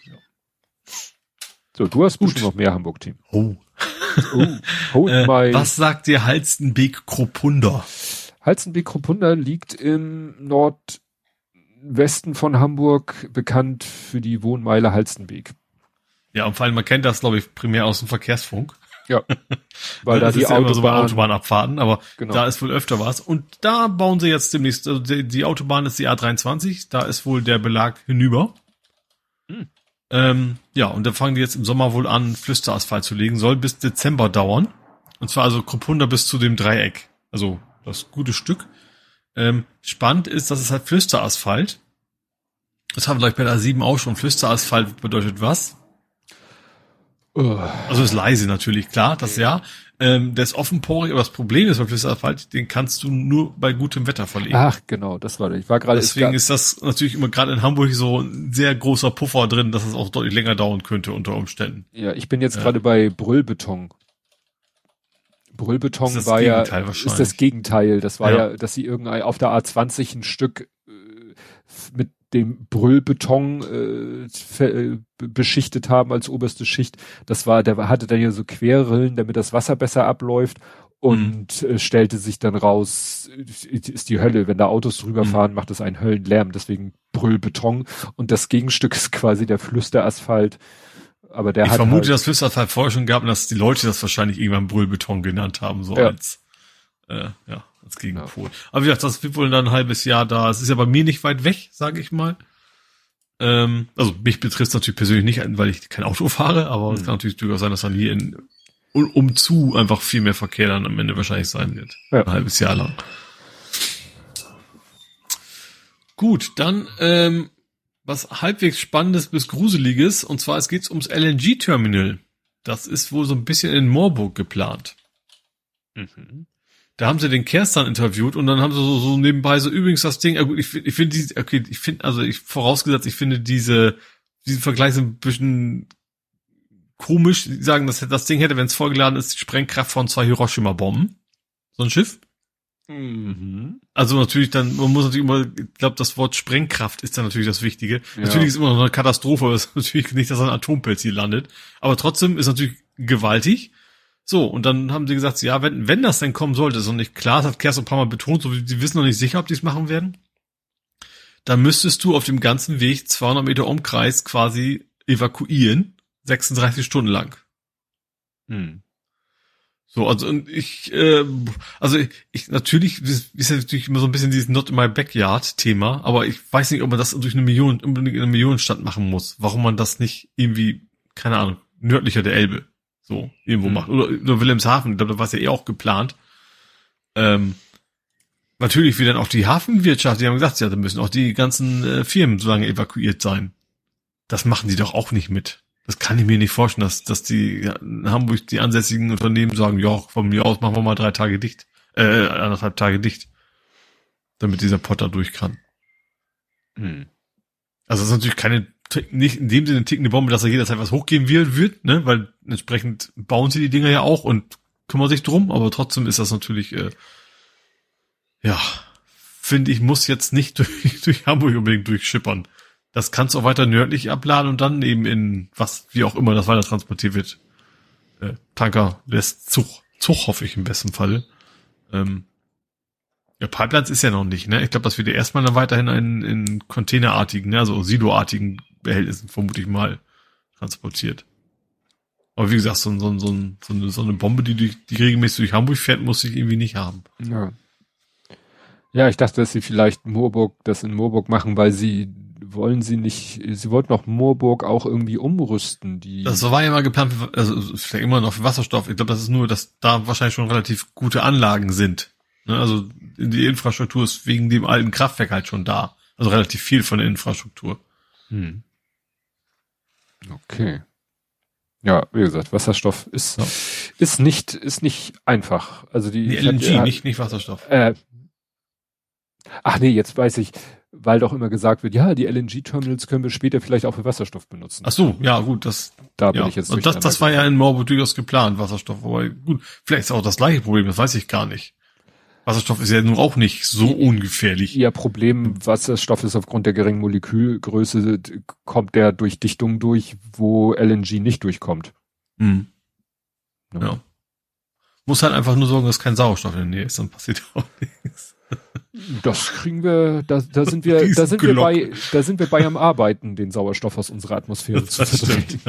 B: So, du hast bestimmt noch mehr Hamburg-Team.
C: Oh. oh äh, was sagt dir Halstenbek-Kropunda?
B: Halstenbek-Kropunda liegt im Nordwesten von Hamburg, bekannt für die Wohnmeile Halstenbek.
C: Ja, und vor allem, man kennt das, glaube ich, primär aus dem Verkehrsfunk.
B: Ja, weil da
C: das
B: die
C: ist ja
B: Autobahn,
C: immer so bei Autobahnabfahrten, aber
B: genau.
C: Da ist wohl öfter was. Und da bauen sie jetzt demnächst, also die, die Autobahn ist die A dreiundzwanzig, da ist wohl der Belag hinüber. Hm. Ähm, ja, und da fangen die jetzt im Sommer wohl an, Flüsterasphalt zu legen. Soll bis Dezember dauern. Und zwar also Kropunda bis zu dem Dreieck. Also das gute Stück. Ähm, spannend ist, dass es halt Flüsterasphalt. Das haben wir gleich bei der A sieben auch schon. Flüsterasphalt bedeutet was? Uh. Also ist leise natürlich, klar, das ja. Ähm, der ist offenporig, aber das Problem ist bei Flüsterasphalt, den kannst du nur bei gutem Wetter verlegen.
B: Ach, genau, das war, ich war gerade.
C: Deswegen ist das natürlich immer gerade in Hamburg so ein sehr großer Puffer drin, dass es auch deutlich länger dauern könnte unter Umständen.
B: Ja, ich bin jetzt ja. gerade bei Brüllbeton. Brüllbeton ist war ja, ist das Gegenteil. Das war ja, ja dass sie irgendein auf der A zwanzig ein Stück äh, mit dem Brüllbeton äh, äh, beschichtet haben als oberste Schicht. Das war, der hatte dann ja so Querrillen, damit das Wasser besser abläuft und mhm. äh, stellte sich dann raus, ist die Hölle. Wenn da Autos drüber mhm. fahren, macht es einen Höllenlärm. Deswegen Brüllbeton. Und das Gegenstück ist quasi der Flüsterasphalt. Aber der
C: ich
B: hat
C: vermute,
B: halt,
C: dass Flüsterasphalt vorher schon gab und dass die Leute das wahrscheinlich irgendwann Brüllbeton genannt haben, so ja. als äh, ja. als Gegenpol. Ja. Aber wie gesagt, das wird wohl dann ein halbes Jahr da. Es ist ja bei mir nicht weit weg, sage ich mal. Ähm, also mich betrifft es natürlich persönlich nicht, weil ich kein Auto fahre, aber es mhm. kann natürlich durchaus sein, dass dann hier in um, um zu einfach viel mehr Verkehr dann am Ende wahrscheinlich sein wird. Ja. Ein halbes Jahr lang. Gut, dann ähm, was halbwegs Spannendes bis Gruseliges, und zwar es geht ums L N G-Terminal. Das ist wohl so ein bisschen in Moorburg geplant. Mhm. Da haben sie den Kerstan interviewt und dann haben sie so, so nebenbei so übrigens das Ding, ich, ich finde die, okay, ich finde, also ich vorausgesetzt, ich finde diese, diesen Vergleich so ein bisschen komisch. Die sagen, dass das Ding hätte, wenn es vollgeladen ist, die Sprengkraft von zwei Hiroshima-Bomben. So ein Schiff. Mhm. Also natürlich dann, man muss natürlich immer, ich glaube, das Wort Sprengkraft ist dann natürlich das Wichtige. Ja. Natürlich ist immer noch eine Katastrophe, aber es ist natürlich nicht, dass ein Atompelz hier landet. Aber trotzdem ist natürlich gewaltig. So, und dann haben sie gesagt, ja, wenn, wenn das denn kommen sollte, ist noch nicht klar, das hat Kerstin ein paar Mal betont, so, sie wissen noch nicht sicher, ob die es machen werden, dann müsstest du auf dem ganzen Weg zweihundert Meter Umkreis quasi evakuieren, sechsunddreißig Stunden lang. Hm. So, also, und ich, äh, also, ich, natürlich, ist ja natürlich immer so ein bisschen dieses Not in my backyard Thema, aber ich weiß nicht, ob man das durch eine Million, unbedingt in einer Millionenstadt machen muss, warum man das nicht irgendwie, keine Ahnung, nördlicher der Elbe so irgendwo mhm. macht. Oder, oder Wilhelmshaven, ich glaube, da war es ja eh auch geplant. Ähm, natürlich wie dann auch die Hafenwirtschaft, die haben gesagt, ja, da müssen auch die ganzen äh, Firmen so lange evakuiert sein. Das machen die doch auch nicht mit. Das kann ich mir nicht vorstellen, dass, dass die in Hamburg die ansässigen Unternehmen sagen, ja, von mir aus machen wir mal drei Tage dicht, äh, anderthalb Tage dicht, damit dieser Potter durch kann. Mhm. Also das ist natürlich keine, nicht in dem Sinne tickende Bombe, dass er jederzeit was hochgehen wird, wird, ne, weil entsprechend bauen sie die Dinger ja auch und kümmern sich drum, aber trotzdem ist das natürlich, äh, ja, finde ich, muss jetzt nicht durch, durch Hamburg unbedingt durchschippern. Das kannst du auch weiter nördlich abladen und dann eben in, was, wie auch immer das weiter transportiert wird. Äh, Tanker lässt Zug, Zug hoffe ich im besten Fall. Ähm, ja, Pipelines ist ja noch nicht, ne? Ich glaube, das wird ja erstmal dann weiterhin in, in containerartigen, ne, also siloartigen Behältnissen vermute ich mal transportiert. Aber wie gesagt, so, so, so, so, eine, so eine Bombe, die, durch, die regelmäßig durch Hamburg fährt, muss ich irgendwie nicht haben.
B: Ja. Ja, ich dachte, dass sie vielleicht Moorburg, das in Moorburg machen, weil sie wollen sie nicht, sie wollten auch Moorburg auch irgendwie umrüsten, die.
C: Das war ja mal geplant, also vielleicht immer noch für Wasserstoff. Ich glaube, das ist nur, dass da wahrscheinlich schon relativ gute Anlagen sind. Ne? Also die Infrastruktur ist wegen dem alten Kraftwerk halt schon da. Also relativ viel von der Infrastruktur. Hm.
B: Okay. Ja, wie gesagt, Wasserstoff ist, ja. ist nicht, ist nicht einfach. Also die,
C: die L N G, hat, nicht, nicht Wasserstoff.
B: Äh, ach nee, jetzt weiß ich, weil doch immer gesagt wird, ja, die L N G-Terminals können wir später vielleicht auch für Wasserstoff benutzen.
C: Ach so, ja, gut, das,
B: da bin
C: ja.
B: ich jetzt.
C: Und das, das war ja in Moorburg durchaus geplant, Wasserstoff, aber gut, vielleicht ist auch das gleiche Problem, das weiß ich gar nicht. Wasserstoff ist ja nun auch nicht so ungefährlich.
B: Ihr Problem, Wasserstoff ist aufgrund der geringen Molekülgröße, kommt der durch Dichtungen durch, wo L N G nicht durchkommt.
C: Mhm. Ja. ja. Muss halt einfach nur sorgen, dass kein Sauerstoff in der Nähe ist, dann passiert auch nichts. Das
B: kriegen wir, da, da sind wir, da sind wir bei, da sind wir bei am Arbeiten, den Sauerstoff aus unserer Atmosphäre das zu verdrängen.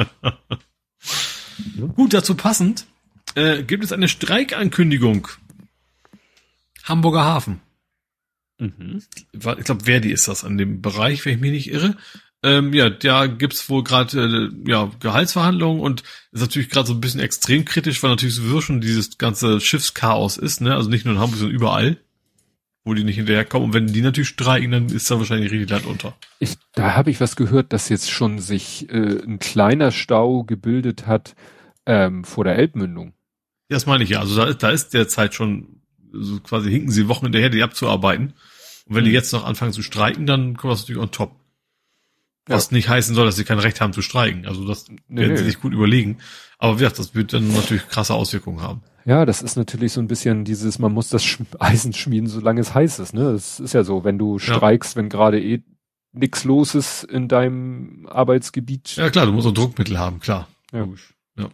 C: Ja. Gut, dazu passend, äh, gibt es eine Streikankündigung. Hamburger Hafen. Mhm. Ich glaube, Verdi ist das an dem Bereich, wenn ich mich nicht irre. Ähm, ja, da gibt's wohl gerade äh, ja Gehaltsverhandlungen und ist natürlich gerade so ein bisschen extrem kritisch, weil natürlich sowieso schon dieses ganze Schiffschaos ist, ne? Also nicht nur in Hamburg, sondern überall, wo die nicht hinterherkommen. Und wenn die natürlich streiken, dann ist da wahrscheinlich richtig Land unter.
B: Ich, da habe ich was gehört, dass jetzt schon sich äh, ein kleiner Stau gebildet hat ähm, vor der Elbmündung.
C: Ja, das meine ich ja. Also da, da ist derzeit schon so quasi hinken sie Wochen hinterher, die abzuarbeiten. Und wenn mhm. die jetzt noch anfangen zu streiken, dann kommt das natürlich on top. Was ja. nicht heißen soll, dass sie kein Recht haben zu streiken. Also das nee, werden sie nee. sich gut überlegen. Aber wie gesagt, das wird dann natürlich krasse Auswirkungen haben.
B: Ja, das ist natürlich so ein bisschen dieses, man muss das Eisen schmieden, solange es heiß ist. Ne, das ist ja so, wenn du streikst, ja. wenn gerade eh nix los ist in deinem Arbeitsgebiet.
C: Ja klar, du musst auch Druckmittel haben, klar.
B: Ja.
C: ja.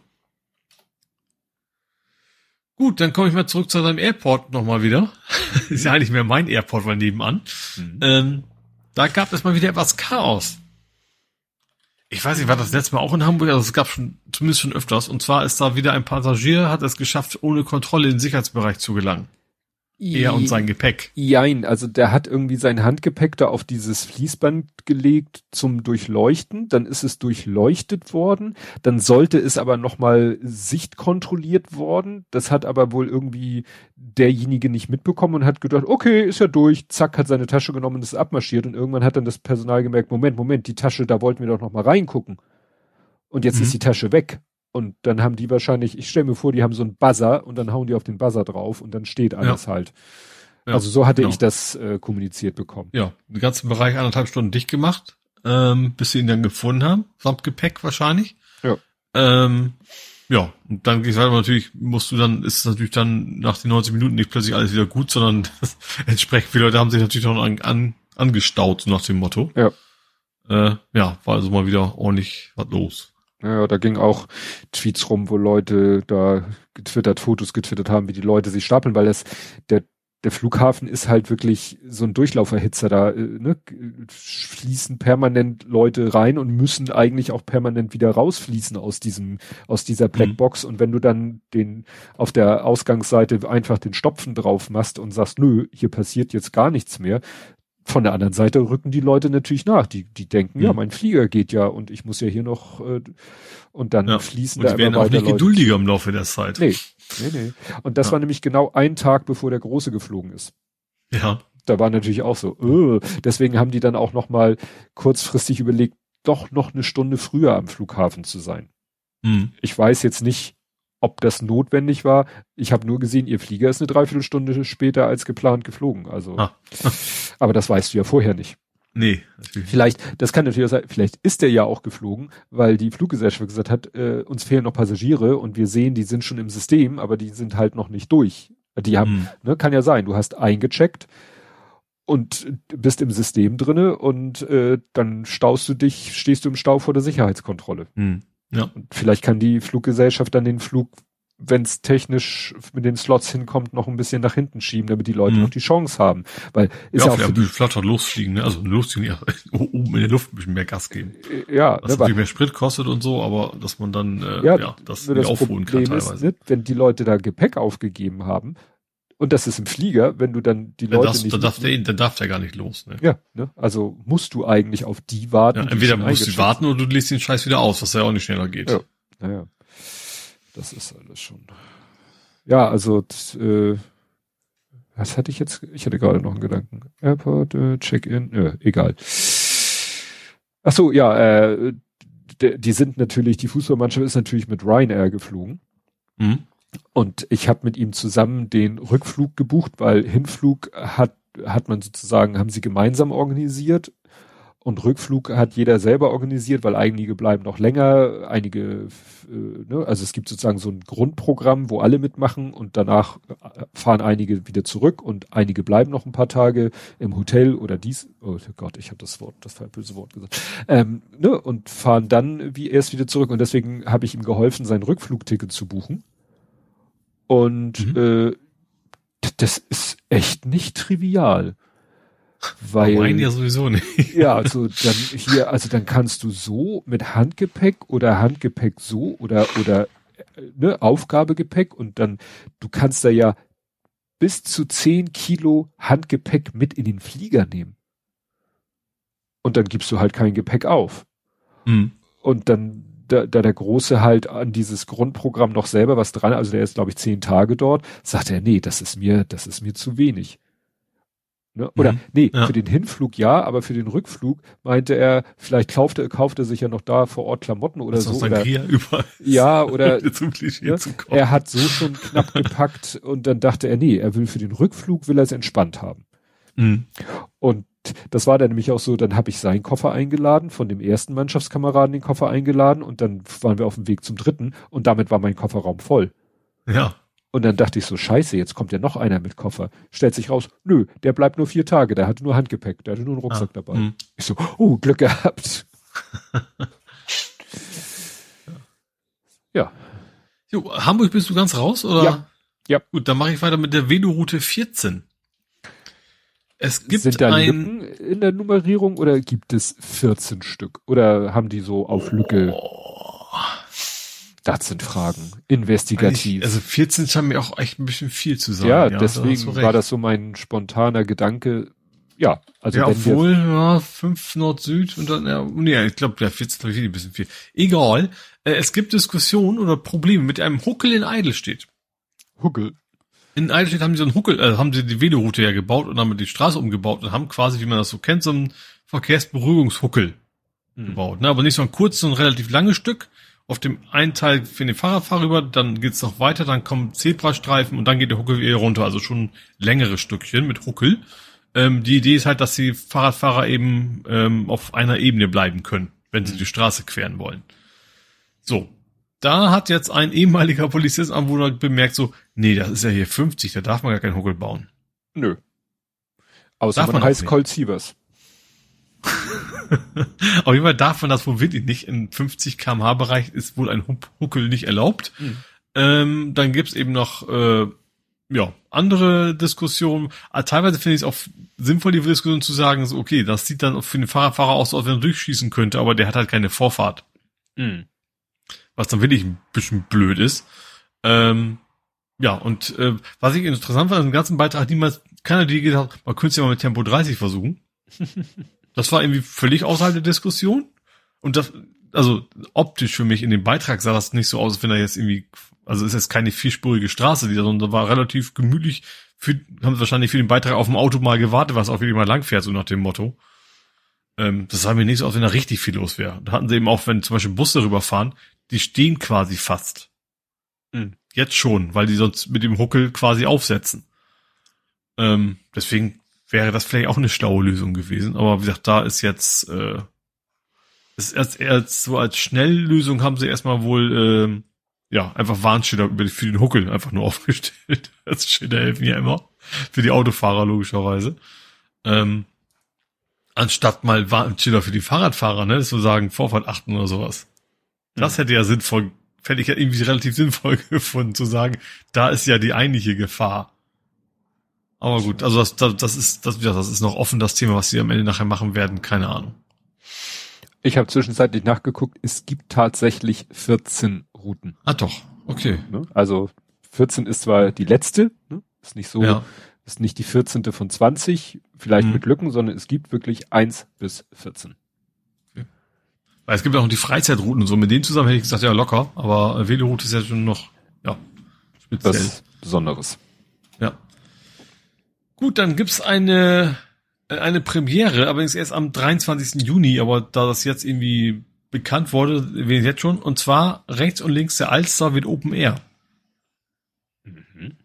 C: Gut, dann komme ich mal zurück zu deinem Airport nochmal wieder. Ist ja eigentlich mehr mein Airport, weil nebenan. Mhm. Ähm, da gab es mal wieder etwas Chaos. Ich weiß nicht, war das letzte Mal auch in Hamburg? Also es gab schon, zumindest schon öfters. Und zwar ist da wieder ein Passagier, hat es geschafft, ohne Kontrolle in den Sicherheitsbereich zu gelangen. Er und sein Gepäck.
B: Jein, also der hat irgendwie sein Handgepäck da auf dieses Fließband gelegt zum Durchleuchten, dann ist es durchleuchtet worden, dann sollte es aber nochmal sichtkontrolliert worden, das hat aber wohl irgendwie derjenige nicht mitbekommen und hat gedacht, okay, ist ja durch, zack, hat seine Tasche genommen und ist abmarschiert und irgendwann hat dann das Personal gemerkt, Moment, Moment, die Tasche, da wollten wir doch nochmal reingucken und jetzt mhm. ist die Tasche weg. Und dann haben die wahrscheinlich, ich stelle mir vor, die haben so einen Buzzer und dann hauen die auf den Buzzer drauf und dann steht alles ja. halt. Ja, also so hatte genau. ich das äh, kommuniziert bekommen.
C: Ja, den ganzen Bereich anderthalb Stunden dicht gemacht, ähm, bis sie ihn dann gefunden haben, samt Gepäck wahrscheinlich.
B: Ja.
C: Ähm, ja, und dann geht's weiter, natürlich musst du dann, ist es natürlich dann nach den neunzig Minuten nicht plötzlich alles wieder gut, sondern das, entsprechend viele Leute haben sich natürlich noch an, an, angestaut, so nach dem Motto.
B: Ja.
C: Äh, ja, war also mal wieder ordentlich was los.
B: Ja, da ging auch Tweets rum, wo Leute da getwittert, Fotos getwittert haben, wie die Leute sich stapeln, weil das, der, der Flughafen ist halt wirklich so ein Durchlauferhitzer, da, ne, fließen permanent Leute rein und müssen eigentlich auch permanent wieder rausfließen aus diesem, aus dieser Blackbox. Mhm. Und wenn du dann den, auf der Ausgangsseite einfach den Stopfen drauf machst und sagst, nö, hier passiert jetzt gar nichts mehr, von der anderen Seite rücken die Leute natürlich nach. Die, die denken, mhm. ja, mein Flieger geht ja und ich muss ja hier noch, äh, und dann ja. fließen
C: und
B: da
C: die werden
B: immer
C: auch nicht
B: Leute.
C: geduldiger im Laufe der Zeit.
B: Nee, nee, nee. Und das ja. war nämlich genau ein Tag, bevor der Große geflogen ist.
C: Ja.
B: Da war natürlich auch so, uh, deswegen haben die dann auch noch mal kurzfristig überlegt, doch noch eine Stunde früher am Flughafen zu sein.
C: Mhm.
B: Ich weiß jetzt nicht, ob das notwendig war. Ich habe nur gesehen, ihr Flieger ist eine Dreiviertelstunde später als geplant geflogen. Also,
C: ah.
B: aber das weißt du ja vorher nicht.
C: Nee.
B: Vielleicht, das kann natürlich auch sein, vielleicht ist der ja auch geflogen, weil die Fluggesellschaft gesagt hat, äh, uns fehlen noch Passagiere und wir sehen, die sind schon im System, aber die sind halt noch nicht durch. Die haben, hm. ne, kann ja sein, du hast eingecheckt und bist im System drinne und äh, dann staust du dich, stehst du im Stau vor der Sicherheitskontrolle.
C: Hm. Ja.
B: Und vielleicht kann die Fluggesellschaft dann den Flug, wenn es technisch mit den Slots hinkommt, noch ein bisschen nach hinten schieben, damit die Leute mhm. noch die Chance haben. Weil ist ja,
C: ja
B: auch
C: für die flatter losfliegen, ne? Also losfliegen, ja, oben in der Luft ein bisschen mehr Gas geben.
B: Ja,
C: was ne, natürlich mehr Sprit kostet und so, aber dass man dann äh,
B: ja,
C: ja das,
B: das
C: aufholen kann teilweise.
B: Ist, ne, wenn die Leute da Gepäck aufgegeben haben, und das ist im Flieger, wenn du dann die Leute
C: das,
B: nicht...
C: Dann darf, der, dann darf der gar nicht los. Ne?
B: Ja, ne? Also musst du eigentlich auf die warten.
C: Ja, entweder musst du warten oder du lässt den Scheiß wieder aus, was ja auch nicht schneller geht.
B: Ja, naja. Das ist alles schon... Ja, also äh, was hatte ich jetzt? Ich hatte gerade noch einen Gedanken. Airport, äh, Check-in, äh, egal. Ach so, ja, äh, de, die sind natürlich, die Fußballmannschaft ist natürlich mit Ryanair geflogen.
C: Mhm.
B: Und ich habe mit ihm zusammen den Rückflug gebucht, weil Hinflug hat hat man sozusagen, haben sie gemeinsam organisiert und Rückflug hat jeder selber organisiert, weil einige bleiben noch länger, einige, äh, ne, also es gibt sozusagen so ein Grundprogramm, wo alle mitmachen und danach fahren einige wieder zurück und einige bleiben noch ein paar Tage im Hotel oder dies, oh Gott, ich habe das Wort, das böse Wort gesagt, ähm, ne, und fahren dann wie erst wieder zurück und deswegen habe ich ihm geholfen, sein Rückflugticket zu buchen. Und mhm. äh, das ist echt nicht trivial. Weil,
C: Wein ja sowieso nicht.
B: Ja, also dann hier, also dann kannst du so mit Handgepäck oder Handgepäck so oder oder ne, Aufgabegepäck und dann, du kannst da ja bis zu zehn Kilo Handgepäck mit in den Flieger nehmen. Und dann gibst du halt kein Gepäck auf.
C: Mhm.
B: Und dann Da, da der Große halt an dieses Grundprogramm noch selber was dran, also der ist, glaube ich, zehn Tage dort, sagt er, nee, das ist mir, das ist mir zu wenig. Ne? Oder, mhm. nee, ja. für den Hinflug ja, aber für den Rückflug meinte er, vielleicht kauft er, kauft er sich ja noch da vor Ort Klamotten oder das so. Oder, ja, oder ne? Er hat so schon knapp gepackt und dann dachte er, nee, er will für den Rückflug, will er es entspannt haben.
C: Mhm.
B: Und das war dann nämlich auch so, dann habe ich seinen Koffer eingeladen, von dem ersten Mannschaftskameraden den Koffer eingeladen und dann waren wir auf dem Weg zum dritten und damit war mein Kofferraum voll.
C: Ja.
B: Und dann dachte ich so, scheiße, jetzt kommt ja noch einer mit Koffer. Stellt sich raus, nö, der bleibt nur vier Tage, der hatte nur Handgepäck, der hatte nur einen Rucksack ah, dabei. Mh. Ich so, oh, Glück gehabt. Ja.
C: Jo, Hamburg bist du ganz raus, oder?
B: Ja. Ja.
C: Gut, dann mache ich weiter mit der Veloroute vierzehn. Es gibt
B: Sind da
C: ein
B: Lücken in der Nummerierung oder gibt es vierzehn Stück? Oder haben die so auf Lücke?
C: Oh.
B: Das sind Fragen. Investigativ.
C: Also vierzehn scheint mir auch echt ein bisschen viel zu sein.
B: Ja,
C: ja
B: deswegen da war das so mein spontaner Gedanke. Ja, also
C: ja,
B: wenn
C: obwohl, ja, fünf Nord-Süd und dann, ja, nee, ich glaube, der vierzehn glaube ich ein bisschen viel. Egal. Äh, es gibt Diskussionen oder Probleme mit einem Huckel in Eidelstedt.
B: Huckel.
C: In Eidelstedt haben die so einen Huckel, äh, haben sie die Veloroute ja gebaut und haben die Straße umgebaut und haben quasi, wie man das so kennt, so einen Verkehrsberuhigungshuckel hm. gebaut. Ne? Aber nicht so ein kurzes, so ein relativ langes Stück. Auf dem einen Teil für den Fahrradfahrer rüber, dann geht's noch weiter, dann kommen Zebrastreifen und dann geht der Huckel wieder runter. Also schon längere Stückchen mit Huckel. Ähm, die Idee ist halt, dass die Fahrradfahrer eben ähm, auf einer Ebene bleiben können, wenn sie die Straße queren wollen. So, da hat jetzt ein ehemaliger Polizistenanwohner bemerkt so, nee, das ist ja hier fünfzig, da darf man gar keinen Huckel bauen.
B: Nö. Außer
C: Darf
B: man,
C: man
B: heißt
C: nicht.
B: Colt Sievers.
C: Auf jeden Fall darf man das wohl wirklich nicht. In fünfzig Kilometer pro Stunde Bereich ist wohl ein Huckel nicht erlaubt. Mhm. Ähm, dann gibt's eben noch äh, ja andere Diskussionen. Aber teilweise finde ich es auch sinnvoll, die Diskussion zu sagen, so okay, das sieht dann für den Fahrradfahrer auch so aus, wenn er durchschießen könnte, aber der hat halt keine Vorfahrt. Mhm. Was dann wirklich ein bisschen blöd ist. Ähm, ja, und äh, was ich interessant fand, im ganzen Beitrag hat niemals keiner die gesagt, man könnte es ja mal mit Tempo dreißig versuchen. Das war irgendwie völlig außerhalb der Diskussion. Und das, also optisch für mich in dem Beitrag sah das nicht so aus, als wenn er jetzt irgendwie, also ist jetzt keine vierspurige Straße, die da, sondern war relativ gemütlich. Für, haben wahrscheinlich für den Beitrag auf dem Auto mal gewartet, was auch wirklich mal lang fährt, so nach dem Motto. Ähm, das sah mir nicht so aus, wenn da richtig viel los wäre. Da hatten sie eben auch, wenn zum Beispiel Busse rüberfahren, die stehen quasi fast. Mhm. Jetzt schon, weil die sonst mit dem Huckel quasi aufsetzen. Ähm, deswegen wäre das vielleicht auch eine schlaue Lösung gewesen. Aber wie gesagt, da ist jetzt, äh, ist erst, erst so als Schnelllösung haben sie erstmal wohl, ähm, ja, einfach Warnschilder über die, für den Huckel einfach nur aufgestellt. Das Schilder helfen ja immer. Für die Autofahrer logischerweise. Ähm, anstatt mal Warnschilder für die Fahrradfahrer, ne, so sagen, Vorfahrt achten oder sowas. Das hätte ja sinnvoll, fände ich ja irgendwie relativ sinnvoll gefunden, zu sagen, da ist ja die eigentliche Gefahr. Aber gut, also das, das, das ist, das, ja, das ist noch offen, das Thema, was sie am Ende nachher machen werden, keine Ahnung.
B: Ich habe zwischenzeitlich nachgeguckt, es gibt tatsächlich vierzehn Routen.
C: Ah doch, okay.
B: Also vierzehn ist zwar die letzte, ne? Ist nicht so,
C: ja.
B: Ist nicht die vierzehnte von zwanzig, vielleicht mhm. mit Lücken, sondern es gibt wirklich eins bis vierzehn.
C: Okay. Weil es gibt auch noch die Freizeitrouten und so, mit denen zusammen hätte ich gesagt, ja locker, aber Veloroute ist ja schon noch, ja, speziell.
B: Was Besonderes.
C: Ja. Gut, dann gibt's eine eine Premiere, allerdings erst am dreiundzwanzigsten Juni, aber da das jetzt irgendwie bekannt wurde, wir jetzt schon, und zwar rechts und links der Alster wird Open Air. Mhm.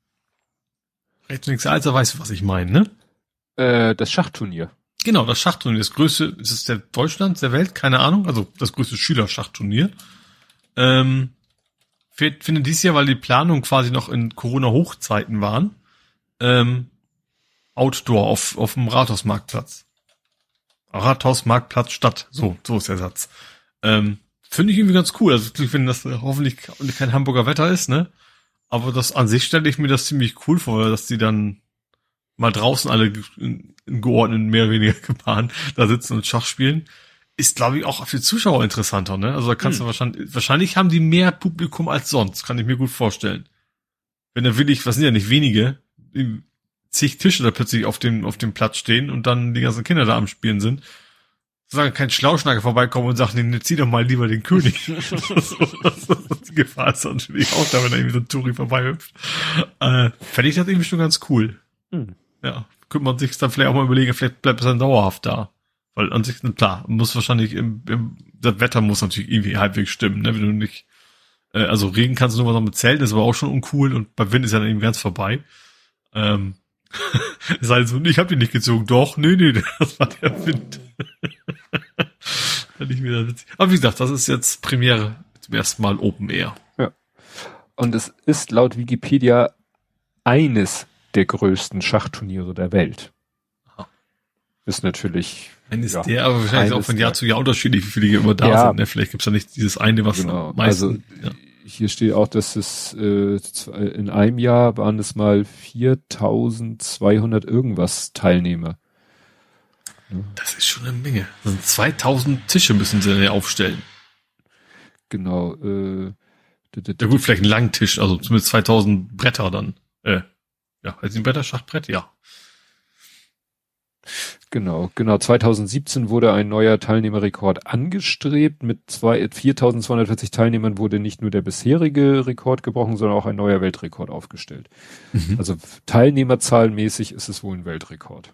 C: Rechts und links der Alster, weißt du, was ich meine, ne?
B: Äh, das Schachturnier.
C: Genau, das Schachturnier, das größte, ist es der Deutschland, der Welt, keine Ahnung, also das größte Schülerschachturnier. Ähm, findet dieses Jahr, weil die Planungen quasi noch in Corona-Hochzeiten waren, ähm, Outdoor auf, auf dem Rathausmarktplatz. Rathausmarktplatz Stadt. So, so ist der Satz. Ähm, finde ich irgendwie ganz cool. Also, wenn das hoffentlich kein Hamburger Wetter ist, ne? Aber das an sich stelle ich mir das ziemlich cool vor, dass die dann mal draußen alle in, in geordneten, mehr oder weniger Gebaren da sitzen und Schach spielen. Ist, glaube ich, auch für Zuschauer interessanter, ne? Also, da kannst hm. du wahrscheinlich, wahrscheinlich haben die mehr Publikum als sonst. Kann ich mir gut vorstellen. Wenn da wirklich, was sind ja nicht wenige, zig Tische da plötzlich auf dem, auf dem Platz stehen und dann die ganzen Kinder da am Spielen sind. Solange kein Schlauschnacker vorbeikommt und sagt, nee, zieh doch mal lieber den König. Die Gefahr ist natürlich auch da, wenn da irgendwie so ein Touri vorbeihüpft. Äh, fände ich das irgendwie schon ganz cool. Hm. Ja, könnte man sich dann vielleicht auch mal überlegen, vielleicht bleibt es dann dauerhaft da. Weil an sich, klar, muss wahrscheinlich im, im, das Wetter muss natürlich irgendwie halbwegs stimmen, ne, wenn du nicht, äh, also Regen kannst du nur noch mit Zelten, ist aber auch schon uncool und bei Wind ist ja dann eben ganz vorbei. Ähm, es sei so, ich hab den nicht gezogen. Doch, nee, nee, das war der Wind. Fand ich wieder witzig. Aber wie gesagt, das ist jetzt Premiere zum ersten Mal Open Air.
B: Ja. Und es ist laut Wikipedia eines der größten Schachturniere der Welt. Aha. Ist natürlich...
C: Eines ja, der, aber wahrscheinlich auch von Jahr zu Jahr unterschiedlich, wie viele hier immer da ja. sind. Ne? Vielleicht gibt's ja nicht dieses eine, was
B: genau.
C: am meisten...
B: Also, ja. Hier steht auch, dass es äh, in einem Jahr waren es mal viertausendzweihundert irgendwas Teilnehmer.
C: Ja. Das ist schon eine Menge. Das sind zweitausend Tische müssen sie ja aufstellen.
B: Genau. Äh,
C: Ja gut, vielleicht ein Langtisch, also zumindest zweitausend Bretter dann. Äh, ja, also ein Bretter, Schachbrett, ja.
B: Genau, genau. zweitausendsiebzehn wurde ein neuer Teilnehmerrekord angestrebt. Mit zwei, viertausendzweihundertvierzig Teilnehmern wurde nicht nur der bisherige Rekord gebrochen, sondern auch ein neuer Weltrekord aufgestellt. Mhm. Also teilnehmerzahlenmäßig ist es wohl ein Weltrekord.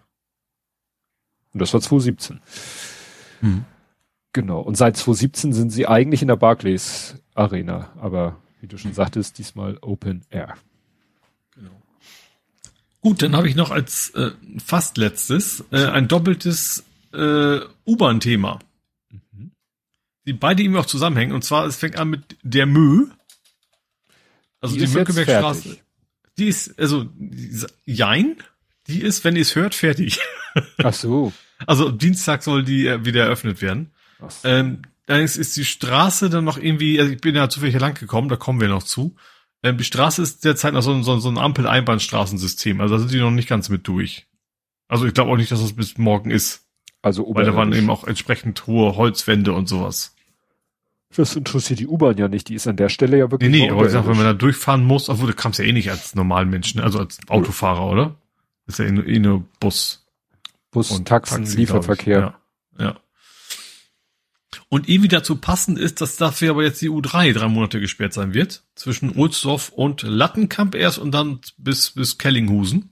B: Und das war zweitausendsiebzehn. Mhm. Genau. Und seit zweitausendsiebzehn sind sie eigentlich in der Barclays Arena. Aber wie du schon sagtest, diesmal Open Air.
C: Genau. Gut, dann habe ich noch als äh, fast letztes äh, ein doppeltes äh, U-Bahn-Thema. Mhm. Die beide irgendwie auch zusammenhängen. Und zwar, es fängt an mit der Mö. Also die, die Mönckebergstraße. Die ist, also, die, jein, die ist, wenn ihr es hört, fertig.
B: Ach so.
C: Also Dienstag soll die äh, wieder eröffnet werden. Ach so. Ähm, allerdings ist die Straße dann noch irgendwie, also ich bin ja zufällig hier lang gekommen, da kommen wir noch zu. Ähm, die Straße ist derzeit noch so ein, so, so ein Ampel-Einbahnstraßensystem, also da sind die noch nicht ganz mit durch. Also ich glaube auch nicht, dass das bis morgen ist.
B: Also
C: weil da waren eben auch entsprechend hohe Holzwände und sowas.
B: Das interessiert die U-Bahn ja nicht, die ist an der Stelle ja wirklich.
C: Nee, nee, aber ich sag, wenn man da durchfahren muss, obwohl, du kamst ja eh nicht als normalen Menschen, also als Autofahrer, oder? Das ist ja eh nur, eh nur Bus.
B: Bus, und Taxen, Taxi, Lieferverkehr.
C: Ja, ja. Und irgendwie dazu passend ist, dass dafür aber jetzt die U drei drei Monate gesperrt sein wird. Zwischen Ohlsdorf und Lattenkamp erst und dann bis, bis Kellinghusen.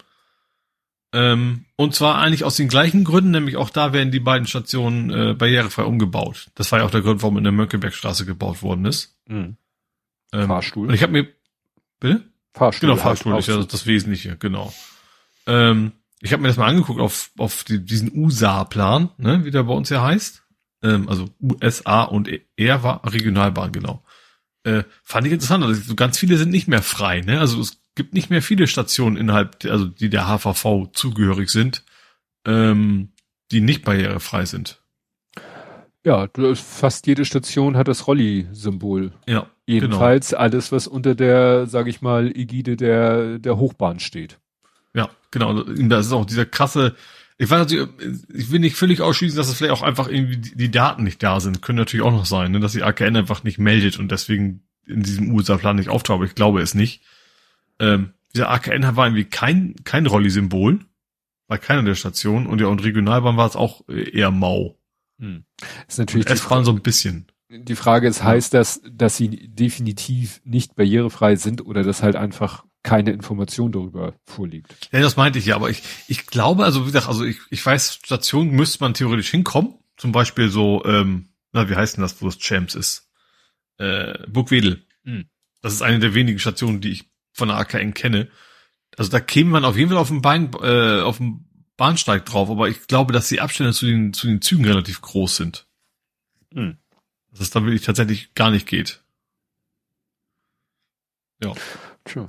C: Ähm, und zwar eigentlich aus den gleichen Gründen, nämlich auch da werden die beiden Stationen äh, barrierefrei umgebaut. Das war ja auch der Grund, warum in der Mönckebergstraße gebaut worden ist.
B: Mhm.
C: Ähm,
B: Fahrstuhl.
C: Und ich habe mir, bitte?
B: Fahrstuhl.
C: Genau, Fahrstuhl halt ist ja das, das Wesentliche, genau. Ähm, ich habe mir das mal angeguckt auf, auf die, diesen U S A-Plan, ne, wie der bei uns ja heißt. Ähm, also U S A und R war Regionalbahn, genau. Äh, fand ich interessant. Also ganz viele sind nicht mehr frei, ne? Also es gibt nicht mehr viele Stationen innerhalb, also die der H V V zugehörig sind, ähm, die nicht barrierefrei sind.
B: Ja, fast jede Station hat das Rolli-Symbol.
C: Ja,
B: jedenfalls genau. Alles, was unter der, sage ich mal, Ägide der der Hochbahn steht.
C: Ja, genau. Das ist auch dieser krasse. Ich weiß natürlich, ich will nicht völlig ausschließen, dass es vielleicht auch einfach irgendwie die Daten nicht da sind. Können natürlich auch noch sein, ne? Dass die A K N einfach nicht meldet und deswegen in diesem U S A-Plan nicht auftaucht. Aber ich glaube es nicht. Ähm, dieser A K N war irgendwie kein kein Rolli-Symbol bei keiner der Stationen und ja und Regionalbahn war es auch eher mau.
B: Hm. Ist natürlich
C: es waren so ein bisschen.
B: Die Frage ist, heißt das, dass sie definitiv nicht barrierefrei sind oder dass halt einfach keine Information darüber vorliegt?
C: Ja, das meinte ich ja, aber ich ich glaube, also wie gesagt, also ich ich weiß, Stationen müsste man theoretisch hinkommen, zum Beispiel so, ähm, na wie heißt denn das, wo das Champs ist? Äh, Burgwedel. Hm. Das ist eine der wenigen Stationen, die ich von der A K N kenne. Also da käme man auf jeden Fall auf dem Bein, äh, auf dem Bahnsteig drauf, aber ich glaube, dass die Abstände zu den zu den Zügen relativ groß sind. Hm. Dass es da wirklich tatsächlich gar nicht geht. Ja.
B: Tja.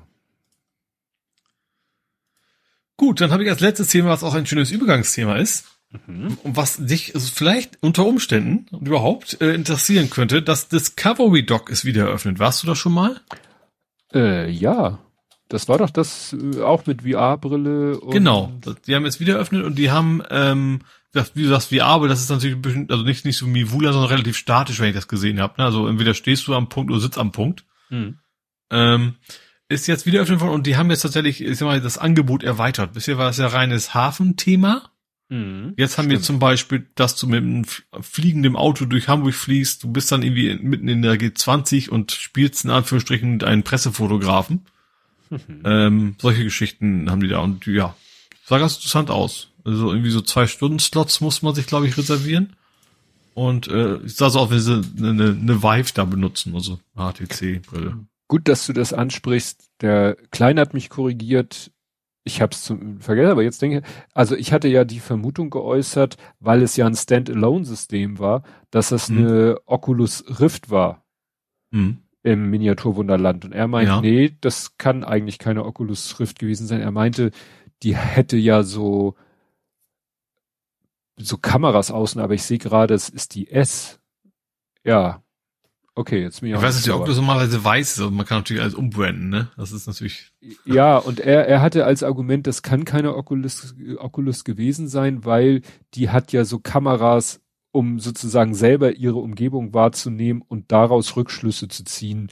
C: Gut, dann habe ich als letztes Thema, was auch ein schönes Übergangsthema ist, mhm. und was dich also vielleicht unter Umständen und überhaupt äh, interessieren könnte, das Discovery Dock ist wieder eröffnet. Warst du da schon mal?
B: Äh, ja. Das war doch das äh, auch mit V R-Brille. Und
C: genau, die haben jetzt wieder eröffnet und die haben, ähm, das, wie du sagst, V R, aber das ist natürlich ein bisschen, also nicht, nicht so wie Vula, sondern relativ statisch, wenn ich das gesehen habe. Ne? Also entweder stehst du am Punkt oder sitzt am Punkt. Mhm. Ähm, ist jetzt wieder eröffnet worden und die haben jetzt tatsächlich, ich sag mal, das Angebot erweitert. Bisher war das ja reines Hafenthema. Mhm, jetzt haben stimmt. wir zum Beispiel, dass du mit einem fliegenden Auto durch Hamburg fliegst, du bist dann irgendwie mitten in der G zwanzig und spielst in Anführungsstrichen mit einem Pressefotografen. Mhm. Ähm, solche Geschichten haben die da und ja, sah ganz interessant aus. Also irgendwie so zwei Stunden Slots muss man sich, glaube ich, reservieren. Und äh, ich sah so auch, wenn sie eine, eine Vive da benutzen, also H T C-Brille.
B: Gut, dass du das ansprichst. Der Kleine hat mich korrigiert. Ich habe es vergessen, aber jetzt denke ich, also ich hatte ja die Vermutung geäußert, weil es ja ein Stand-alone-System war, dass es mhm. eine Oculus Rift war mhm. im Miniaturwunderland. Und er meint, ja. nee, das kann eigentlich keine Oculus Rift gewesen sein. Er meinte, die hätte ja so so Kameras außen, aber ich sehe gerade, es ist die S. Ja. Okay, jetzt bin ich auch.
C: Ich weiß, dass die Oculus normalerweise weiß ist, aber man kann natürlich alles umbranden, ne? Das ist natürlich.
B: Ja, und er, er hatte als Argument, das kann keine Oculus, Oculus gewesen sein, weil die hat ja so Kameras, um sozusagen selber ihre Umgebung wahrzunehmen und daraus Rückschlüsse zu ziehen,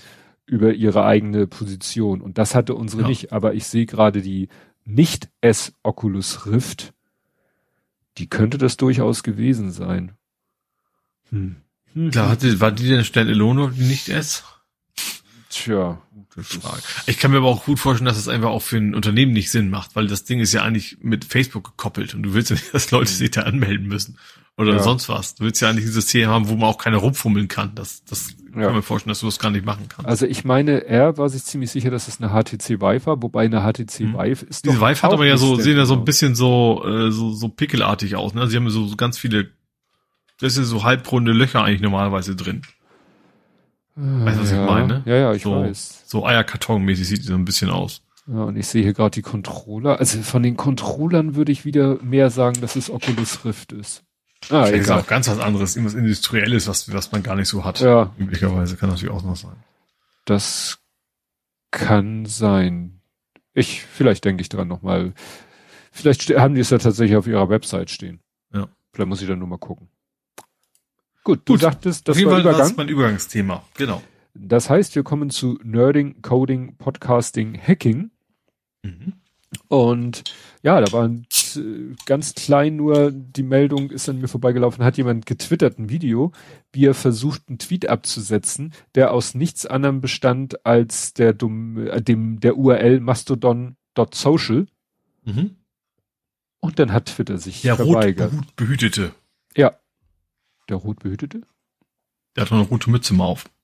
B: über ihre eigene Position. Und das hatte unsere
C: Ja.
B: nicht. Aber ich sehe gerade die Nicht-S Oculus Rift. Die könnte das durchaus gewesen sein. Hm. Hm.
C: Klar, hatte, war die denn Standalone oder nicht S?
B: Tja.
C: Gute Frage. Ich kann mir aber auch gut vorstellen, dass es einfach auch für ein Unternehmen nicht Sinn macht, weil das Ding ist ja eigentlich mit Facebook gekoppelt und du willst ja nicht, dass Leute sich da anmelden müssen oder
B: Ja.
C: sonst was. Du willst ja eigentlich ein System haben, wo man auch keiner rumfummeln kann. Das, das
B: Ja.
C: kann mir vorstellen, dass du das gar nicht machen kannst.
B: Also ich meine, er war sich ziemlich sicher, dass es eine H T C Vive war, wobei eine H T C
C: Hm.
B: Vive ist
C: Diese
B: doch
C: Vive hat
B: auch
C: aber ja
B: nicht
C: so, sehen ja so ein
B: Standalone.
C: bisschen so, äh, so, so pickelartig aus, ne? Sie haben so, so ganz viele, das ist so halbrunde Löcher eigentlich normalerweise drin. Weißt du, was
B: ja.
C: ich meine?
B: Ja, ja, ich
C: so,
B: weiß.
C: So Eierkartonmäßig sieht die so ein bisschen aus.
B: Ja, und ich sehe hier gerade die Controller. Also von den Controllern würde ich wieder mehr sagen, dass es Oculus Rift ist. Ah,
C: Vielleicht ist
B: egal.
C: auch ganz was anderes, irgendwas Industrielles, was, was man gar nicht so hat.
B: Ja.
C: Üblicherweise kann natürlich auch noch sein.
B: Das kann sein. Ich, vielleicht denke ich dran nochmal. Vielleicht ste- haben die es ja tatsächlich auf ihrer Website stehen.
C: Ja.
B: Vielleicht muss ich dann nur mal gucken. Gut, du
C: Gut.
B: sagtest, das
C: Auf jeden
B: war
C: Fall, das
B: Übergang.
C: ist mein Übergangsthema. Genau.
B: Das heißt, wir kommen zu Nerding, Coding, Podcasting, Hacking.
C: Mhm.
B: Und ja, da war ein, äh, ganz klein nur, die Meldung ist an mir vorbeigelaufen, hat jemand getwittert, ein Video, wie er versucht, einen Tweet abzusetzen, der aus nichts anderem bestand als der, Dom äh, dem, der U R L mastodon Punkt social.
C: Mhm.
B: Und dann hat Twitter sich
C: Der
B: verweigert.
C: rot behütete.
B: Ja. Der Rotbehütete?
C: Der hat noch eine rote Mütze mal auf.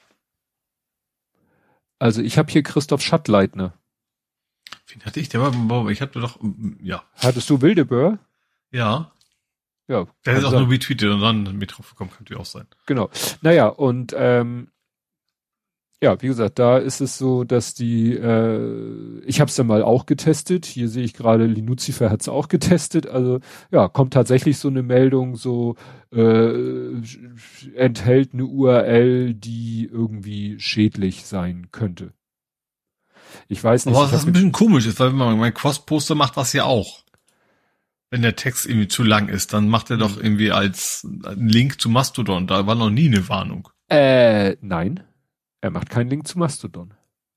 B: Also ich habe hier Christoph Schattleitner.
C: Wen hatte ich? Der war, ich hatte doch, ja.
B: Hattest du Wildeböhr?
C: Ja.
B: Ja.
C: Der hat
B: kann
C: auch
B: sein.
C: nur retweetet und dann mit drauf gekommen, könnte ja auch sein.
B: Genau. Naja, und ähm, ja, wie gesagt, da ist es so, dass die, äh, ich habe es dann mal auch getestet. Hier sehe ich gerade, Linuzifer hat es auch getestet. Also ja, kommt tatsächlich so eine Meldung, so äh, enthält eine U R L, die irgendwie schädlich sein könnte. Ich weiß nicht.
C: Aber
B: ich
C: was
B: hab
C: ein bisschen komisch ist, weil man, mein Cross-Poster macht das ja auch. Wenn der Text irgendwie zu lang ist, dann macht er doch irgendwie als einen Link zu Mastodon. Da war noch nie eine Warnung.
B: Äh, nein. Er macht keinen Link zu Mastodon.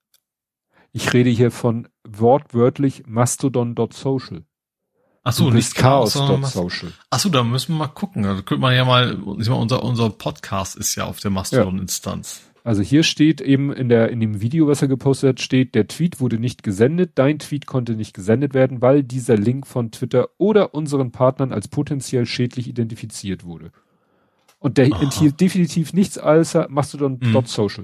B: Ich rede hier von wortwörtlich mastodon Punkt social.
C: Ach so,
B: Du
C: nicht
B: bist
C: Chaos,
B: Chaos
C: sondern
B: Punkt
C: Mast-
B: social.
C: Ach so, da müssen wir mal gucken. Da könnte man ja mal, ich meine, unser, unser Podcast ist ja auf der Mastodon-Instanz.
B: Also hier steht eben in der, in dem Video, was er gepostet hat, steht, der Tweet wurde nicht gesendet, dein Tweet konnte nicht gesendet werden, weil dieser Link von Twitter oder unseren Partnern als potenziell schädlich identifiziert wurde. Und der
C: Aha.
B: enthielt definitiv nichts außer mastodon
C: Mhm.
B: Punkt social.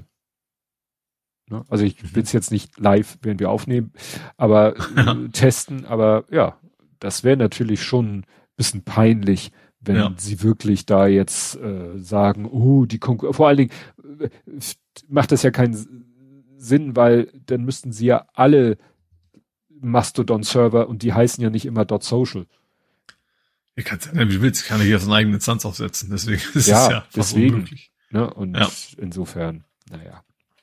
B: Ne? Also ich will es jetzt nicht live, während wir aufnehmen, aber äh, testen, aber ja, das wäre natürlich schon ein bisschen peinlich, wenn
C: Ja.
B: sie wirklich da jetzt äh, sagen, oh, die Konkur vor allen Dingen äh, macht das ja keinen Sinn, weil dann müssten sie ja alle Mastodon-Server und die heißen ja nicht immer .social.
C: Ich kann es ja, wie du willst, ich kann ja hier seine eigene Instanz aufsetzen, deswegen ist
B: Ja,
C: es ja fast
B: deswegen.
C: unmöglich.
B: Ne? Und
C: Ja.
B: insofern, naja.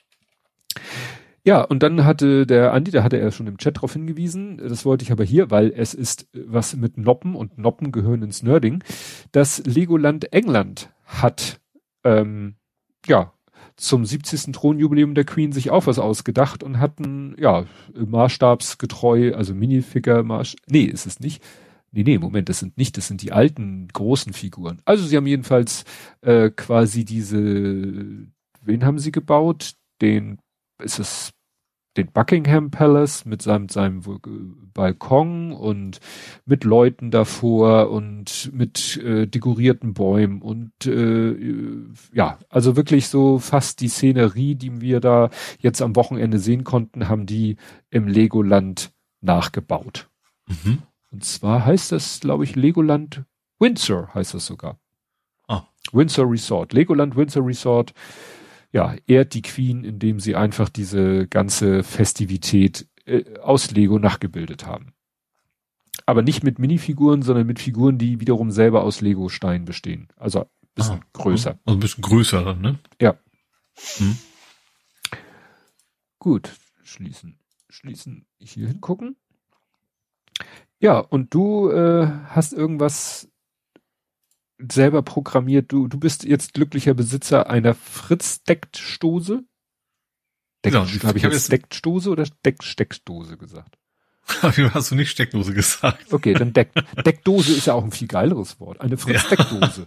B: Ja, und dann hatte der Andi, da hatte er schon im Chat darauf hingewiesen, das wollte ich aber hier, weil es ist was mit Noppen und Noppen gehören ins Nerding. Das Legoland England hat ähm, ja zum siebzigsten Thronjubiläum der Queen sich auch was ausgedacht und hatten ja maßstabsgetreu, also Minifigure, Maß, nee, ist es nicht. Nee, nee, Moment, das sind nicht, das sind die alten großen Figuren. Also sie haben jedenfalls äh, quasi diese, wen haben sie gebaut? Den, ist es den Buckingham Palace mit seinem, seinem Balkon und mit Leuten davor und mit äh, dekorierten Bäumen und äh, ja, also wirklich so fast die Szenerie, die wir da jetzt am Wochenende sehen konnten, haben die im Legoland nachgebaut.
C: Mhm.
B: Und zwar heißt das, glaube ich, Legoland Windsor heißt das sogar.
C: Ah.
B: Windsor Resort. Legoland Windsor Resort, ja, ehrt die Queen, indem sie einfach diese ganze Festivität äh, aus Lego nachgebildet haben. Aber nicht mit Minifiguren, sondern mit Figuren, die wiederum selber aus Lego-Steinen bestehen. Also ein bisschen
C: Ah.
B: größer.
C: Also ein bisschen größer dann, ne?
B: Ja.
C: Mhm.
B: Gut, schließen. Schließen, hier hingucken. Ja, und du äh, hast irgendwas selber programmiert. Du, du bist jetzt glücklicher Besitzer einer Fritz-Deckt-Stose. Deck,
C: Genau,
B: habe ich
C: hab
B: jetzt Steckdose oder Deck-Steckdose gesagt?
C: Hast du nicht Steckdose gesagt?
B: Okay, dann Deck. Deckdose ist ja auch ein viel geileres Wort. Eine Fritz-Deckdose.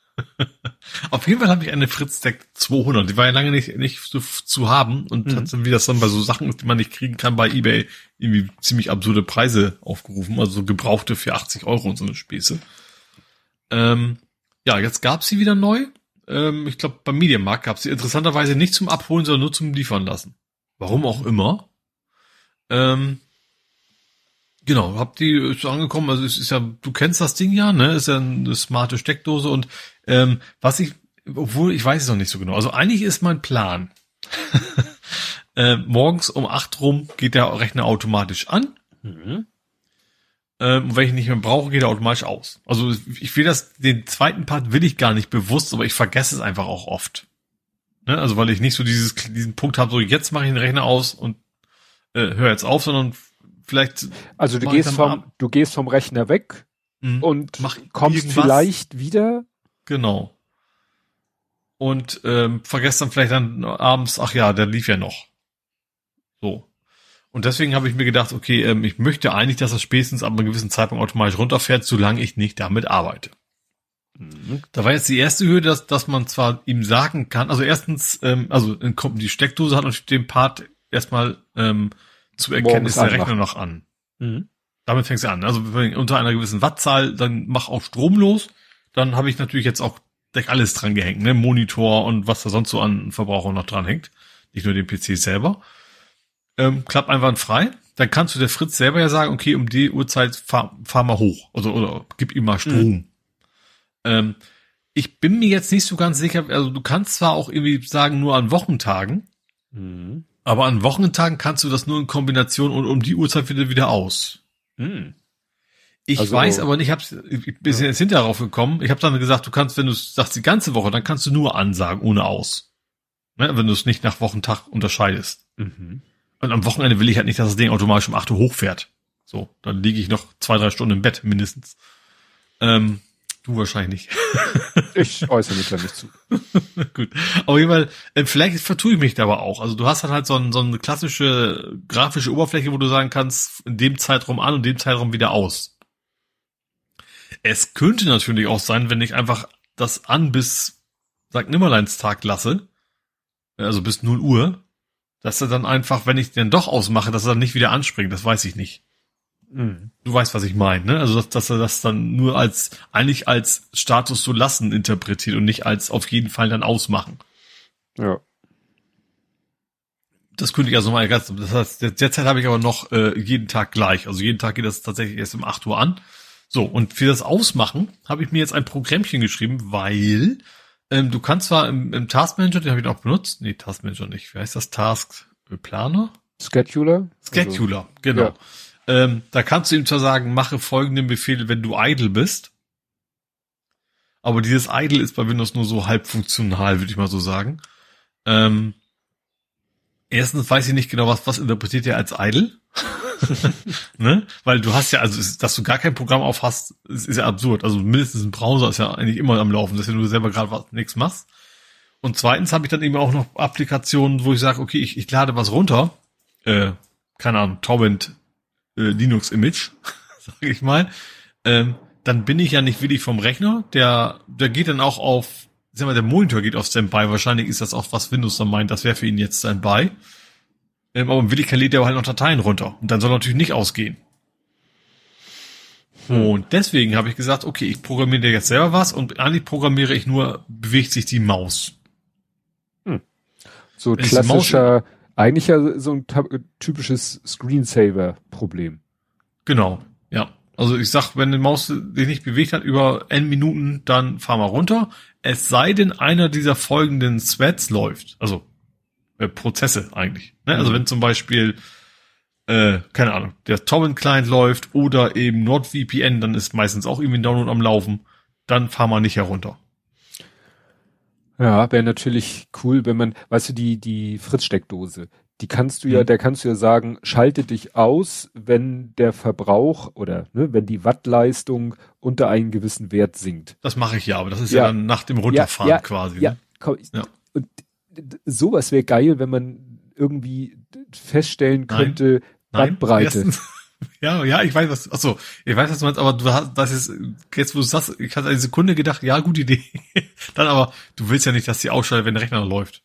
C: Auf jeden Fall habe ich eine Fritz Deck zweihundert. Die war ja lange nicht, nicht zu, zu haben und mhm. hat dann, wie das dann bei so Sachen, die man nicht kriegen kann, bei eBay irgendwie ziemlich absurde Preise aufgerufen. Also so gebrauchte für achtzig Euro und so eine Späße. Ähm, ja, jetzt gab's sie wieder neu. Ähm, ich glaube, beim Mediamarkt gab's sie interessanterweise nicht zum Abholen, sondern nur zum Liefern lassen. Warum auch immer. Ähm, Genau, hab die ist angekommen, also es ist ja, du kennst das Ding ja, ne, ist ja eine smarte Steckdose und ähm, was ich, obwohl ich weiß es noch nicht so genau, also eigentlich ist mein Plan, äh, morgens um acht rum geht der Rechner automatisch an, mhm. ähm, und wenn ich nicht mehr brauche, geht er automatisch aus. Also ich will das, den zweiten Part will ich gar nicht bewusst, aber ich vergesse es einfach auch oft, ne, also weil ich nicht so dieses diesen Punkt habe, so jetzt mache ich den Rechner aus und äh, höre jetzt auf, sondern vielleicht.
B: Also du gehst vom, ab. du gehst vom Rechner weg mhm. und Mach kommst irgendwas. Vielleicht wieder.
C: Genau. Und ähm, vergesst dann vielleicht dann abends, ach ja, der lief ja noch. So. Und deswegen habe ich mir gedacht, okay, ähm, ich möchte eigentlich, dass das spätestens ab einem gewissen Zeitpunkt automatisch runterfährt, solange ich nicht damit arbeite. Mhm. Da war jetzt die erste Hürde, dass, dass man zwar ihm sagen kann, also erstens, ähm, also die Steckdose hat natürlich den Part erstmal ähm, zu erkennen, ist der Rechner noch an. Mhm. Damit fängst du an. Also unter einer gewissen Wattzahl, dann mach auch Strom los. Dann habe ich natürlich jetzt auch alles dran gehängt, ne? Monitor und was da sonst so an Verbraucher noch dran hängt. Nicht nur den P C selber. Ähm, klappt einwandfrei. Dann kannst du der Fritz selber ja sagen, okay, um die Uhrzeit fahr, fahr mal hoch. Also, oder gib ihm mal Strom. Mhm. Ähm, ich bin mir jetzt nicht so ganz sicher, also du kannst zwar auch irgendwie sagen, nur an Wochentagen, mhm. aber an Wochentagen kannst du das nur in Kombination und um die Uhrzeit wieder wieder aus. Hm. Ich also, weiß aber nicht, ich, hab's, ich bin ja. jetzt hinterher drauf gekommen. Ich habe dann gesagt, du kannst, wenn du sagst die ganze Woche, dann kannst du nur ansagen, ohne aus. Ne, wenn du es nicht nach Wochentag unterscheidest. Mhm. Und am Wochenende will ich halt nicht, dass das Ding automatisch um acht Uhr hochfährt. So, dann liege ich noch zwei, drei Stunden im Bett mindestens. Ähm, du wahrscheinlich nicht.
B: Ich äußere mich da nicht zu.
C: Gut. Auf jeden Fall, äh, vielleicht vertue ich mich da aber auch. Also du hast dann halt so, ein, so eine klassische grafische Oberfläche, wo du sagen kannst, in dem Zeitraum an und dem Zeitraum wieder aus. Es könnte natürlich auch sein, wenn ich einfach das an bis Sankt Nimmerleinstag lasse, also bis null Uhr, dass er dann einfach, wenn ich den doch ausmache, dass er dann nicht wieder anspringt. Das weiß ich nicht. Mhm. Du weißt, was ich meine, ne? Also, dass, dass er das dann nur als, eigentlich als Status so lassen interpretiert und nicht als auf jeden Fall dann ausmachen.
B: Ja.
C: Das könnte ich also mal ganz, das heißt, derzeit habe ich aber noch äh, jeden Tag gleich. Also jeden Tag geht das tatsächlich erst um acht Uhr an. So, und für das Ausmachen habe ich mir jetzt ein Programmchen geschrieben, weil ähm, du kannst zwar im, im Taskmanager, den habe ich auch benutzt, nee, Taskmanager nicht, wie heißt das? Task Planer?
B: Scheduler?
C: Scheduler, also, genau. Ja. Ähm, da kannst du ihm zwar sagen, mache folgenden Befehl, wenn du idle bist. Aber dieses idle ist bei Windows nur so halb funktional, würde ich mal so sagen. Ähm, erstens weiß ich nicht genau, was, was interpretiert er als idle. Ne? Weil du hast ja, also, dass du gar kein Programm auf hast, ist, ist ja absurd. Also mindestens ein Browser ist ja eigentlich immer am Laufen, dass du selber gerade was nichts machst. Und zweitens habe ich dann eben auch noch Applikationen, wo ich sage, okay, ich, ich lade was runter. Äh, keine Ahnung, Torrent Linux-Image, sage ich mal, ähm, dann bin ich ja nicht wirklich vom Rechner. Der, der geht dann auch auf, sag mal, der Monitor geht auf Standby. Wahrscheinlich ist das auch, was Windows dann meint, das wäre für ihn jetzt Standby. Ähm, aber in Wirklichkeit lädt er halt noch Dateien runter. Und dann soll er natürlich nicht ausgehen. Hm. Und deswegen habe ich gesagt, okay, ich programmiere dir jetzt selber was und eigentlich programmiere ich nur, bewegt sich die Maus.
B: Hm. So Wenn klassischer... Eigentlich ja so ein typisches Screensaver-Problem.
C: Genau, ja. Also ich sag, wenn die Maus sich nicht bewegt hat über n Minuten, dann fahr mal runter. Es sei denn, einer dieser folgenden Threads läuft. Also äh, Prozesse eigentlich. Ne? Mhm. Also wenn zum Beispiel, äh, keine Ahnung, der Torrent-Client läuft oder eben NordVPN, dann ist meistens auch irgendwie ein Download am Laufen, dann fahr mal nicht herunter.
B: Ja, wäre natürlich cool, wenn man, weißt du, die, die Fritz-Steckdose, die kannst du ja, mhm. der kannst du ja sagen, schalte dich aus, wenn der Verbrauch oder, ne, wenn die Wattleistung unter einen gewissen Wert sinkt.
C: Das mache ich ja, aber das ist ja, ja dann nach dem Runterfahren
B: ja, ja,
C: quasi.
B: Ja,
C: ne?
B: komm, ja. Und sowas wäre geil, wenn man irgendwie feststellen könnte,
C: Nein,
B: Bandbreite.
C: Erstens, ja, ja, ich weiß was, achso, ich weiß, was du meinst, aber du hast, das ist, jetzt wo du sagst, ich hatte eine Sekunde gedacht, ja, gute Idee. Dann aber, du willst ja nicht, dass die ausschaltet, wenn der Rechner noch läuft.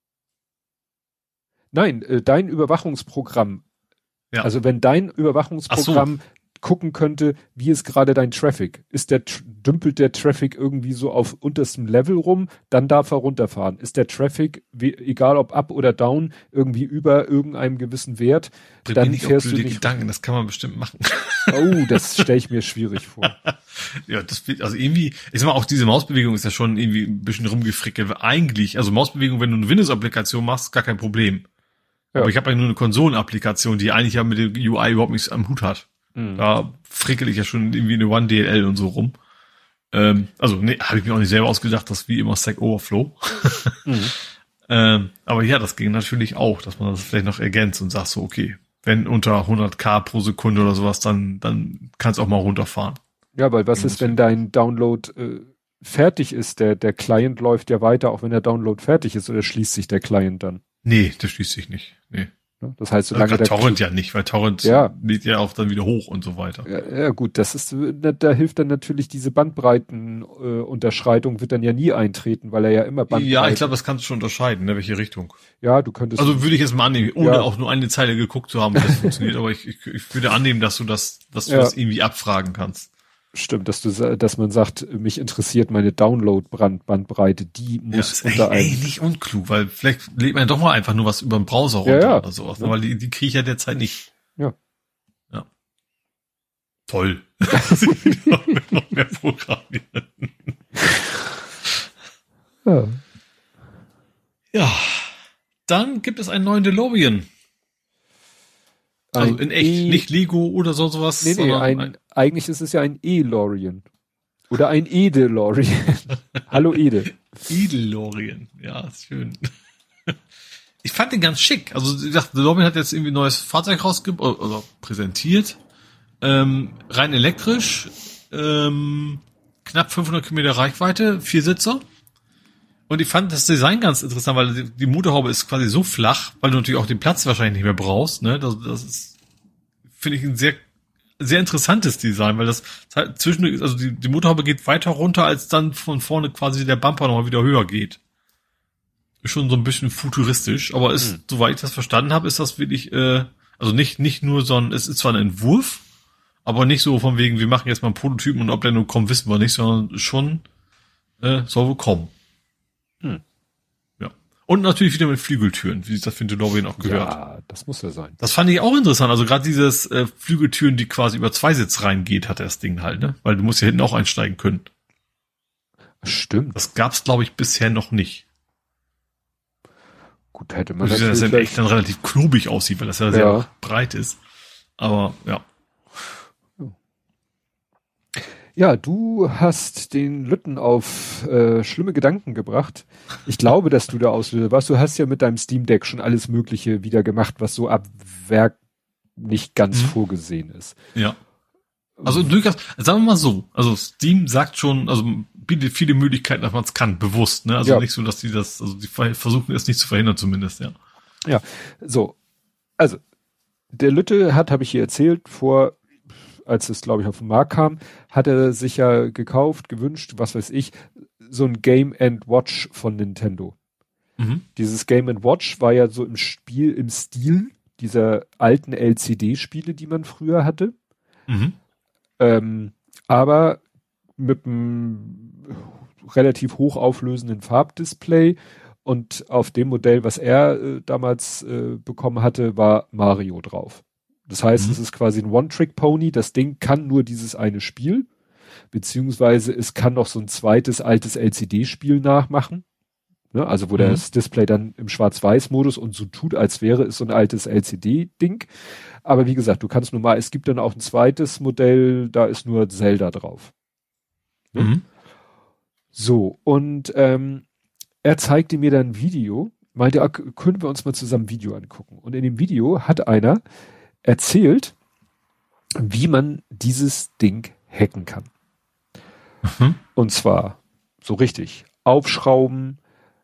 B: Nein, äh, dein Überwachungsprogramm.
C: Ja.
B: Also wenn dein Überwachungsprogramm so. gucken könnte, wie ist gerade dein Traffic? Ist der, dümpelt der Traffic irgendwie so auf unterstem Level rum, dann darf er runterfahren. Ist der Traffic, wie, egal ob up oder down, irgendwie über irgendeinem gewissen Wert,
C: Bringt
B: dann
C: nicht
B: fährst
C: auf
B: du
C: blöde
B: nicht.
C: Gedanken, das kann man bestimmt machen.
B: Oh, das stelle ich mir schwierig vor.
C: Ja, das wird, also irgendwie, ich sag mal, auch diese Mausbewegung ist ja schon irgendwie ein bisschen rumgefrickelt. Eigentlich, also Mausbewegung, wenn du eine Windows-Applikation machst, gar kein Problem. Ja. Aber ich habe ja nur eine Konsolen-Applikation, die eigentlich ja mit dem U I überhaupt nichts am Hut hat. Mhm. Da frickel ich ja schon irgendwie eine One D L L und so rum. Ähm, also, nee, habe ich mir auch nicht selber ausgedacht, das ist wie immer Stack Overflow. Mhm. ähm, aber ja, das ging natürlich auch, dass man das vielleicht noch ergänzt und sagt so, okay, wenn unter hundert K pro Sekunde oder sowas, dann, dann kannst du auch mal runterfahren.
B: Ja, weil was ist, wenn dein Download äh, fertig ist? Der, der Client läuft ja weiter, auch wenn der Download fertig ist, oder schließt sich der Client dann?
C: Nee, der schließt sich nicht. Nee.
B: Das heißt, solange also
C: der Torrent ja nicht, weil Torrent
B: ja.
C: lädt ja auch dann wieder hoch und so weiter.
B: Ja, ja gut, das ist, da hilft dann natürlich diese Bandbreitenunterschreitung äh, wird dann ja nie eintreten, weil er ja immer Bandbreiten.
C: Ja, ich glaube, das kannst du schon unterscheiden, ne, welche Richtung.
B: Ja, du könntest.
C: Also würde ich jetzt mal annehmen, ohne
B: ja.
C: auch nur eine Zeile geguckt zu haben, wie das funktioniert, aber ich, ich, ich würde annehmen, dass du das, dass du ja. das irgendwie abfragen kannst.
B: Stimmt, dass du, dass man sagt, mich interessiert meine Download-Bandbreite, die muss
C: ja,
B: unter
C: einem. Ey, nicht unklug, weil vielleicht lädt man doch mal einfach nur was über den Browser runter
B: ja, ja.
C: oder sowas, ja. weil die, die kriege ich ja derzeit nicht.
B: Ja.
C: Ja. Toll. noch mehr programmieren.
B: Ja.
C: Ja. Dann gibt es einen neuen DeLorean. Also in echt, e nicht Lego oder so sowas.
B: Nee, nee, ein, ein, eigentlich ist es ja ein E-Lorian. Oder ein E-DeLorean. Hallo Ede.
C: E-DeLorean, ja, ist schön. Ich fand den ganz schick. Also ich dachte, DeLorean hat jetzt irgendwie ein neues Fahrzeug rausgebracht, oder präsentiert. Ähm, rein elektrisch, ähm, knapp fünfhundert Kilometer Reichweite, Viersitzer. Und ich fand das Design ganz interessant, weil die, die Motorhaube ist quasi so flach, weil du natürlich auch den Platz wahrscheinlich nicht mehr brauchst. Ne, das, das ist, finde ich, ein sehr, sehr interessantes Design, weil das zwischen, also die, die Motorhaube geht weiter runter, als dann von vorne quasi der Bumper nochmal wieder höher geht. Ist schon so ein bisschen futuristisch, aber ist, mhm. soweit ich das verstanden habe, ist das wirklich, äh, also nicht nicht nur so ein, es ist zwar ein Entwurf, aber nicht so von wegen, wir machen jetzt mal einen Prototypen und ob der nur kommt, wissen wir nicht, sondern schon äh, soll wohl kommen. Hm. Ja. Und natürlich wieder mit Flügeltüren, wie sich das für den DeLorean auch gehört.
B: Ja, das muss ja sein.
C: Das fand ich auch interessant. Also gerade dieses äh, Flügeltüren, die quasi über zwei Sitz reingeht, hat das Ding halt, ne? Weil du musst ja hinten auch einsteigen können.
B: Stimmt.
C: Das gab's, glaube ich, bisher noch nicht.
B: Gut, hätte man
C: also,
B: natürlich...
C: dass das echt dann relativ klobig aussieht, weil das ja, ja sehr breit ist. Aber, ja.
B: Ja, du hast den Lütten auf äh, schlimme Gedanken gebracht. Ich glaube, dass du der Auslöser warst. Du hast ja mit deinem Steam Deck schon alles Mögliche wieder gemacht, was so ab Werk nicht ganz mhm. vorgesehen ist.
C: Ja. Also durchaus, sagen wir mal so, also Steam sagt schon, also bietet viele Möglichkeiten, dass man es kann, bewusst, ne? Also ja. nicht so, dass die das, also die versuchen es nicht zu verhindern zumindest, ja.
B: Ja, so. Also, der Lütte hat, habe ich hier erzählt, vor als es, glaube ich, auf den Markt kam, hat er sich ja gekauft, gewünscht, was weiß ich, so ein Game and Watch von Nintendo. Mhm. Dieses Game and Watch war ja so im Spiel, im Stil dieser alten L C D-Spiele, die man früher hatte. Mhm. Ähm, aber mit einem relativ hochauflösenden Farbdisplay und auf dem Modell, was er äh, damals äh, bekommen hatte, war Mario drauf. Das heißt, mhm. es ist quasi ein One-Trick-Pony. Das Ding kann nur dieses eine Spiel, beziehungsweise es kann noch so ein zweites altes L C D-Spiel nachmachen. Ne? Also wo mhm. das Display dann im Schwarz-Weiß-Modus und so tut, als wäre es so ein altes L C D-Ding. Aber wie gesagt, du kannst nur mal, es gibt dann auch ein zweites Modell, da ist nur Zelda drauf. Ne? Mhm. So, und ähm, er zeigte mir dann ein Video, meinte, können wir uns mal zusammen ein Video angucken. Und in dem Video hat einer erzählt, wie man dieses Ding hacken kann. Mhm. Und zwar so richtig aufschrauben,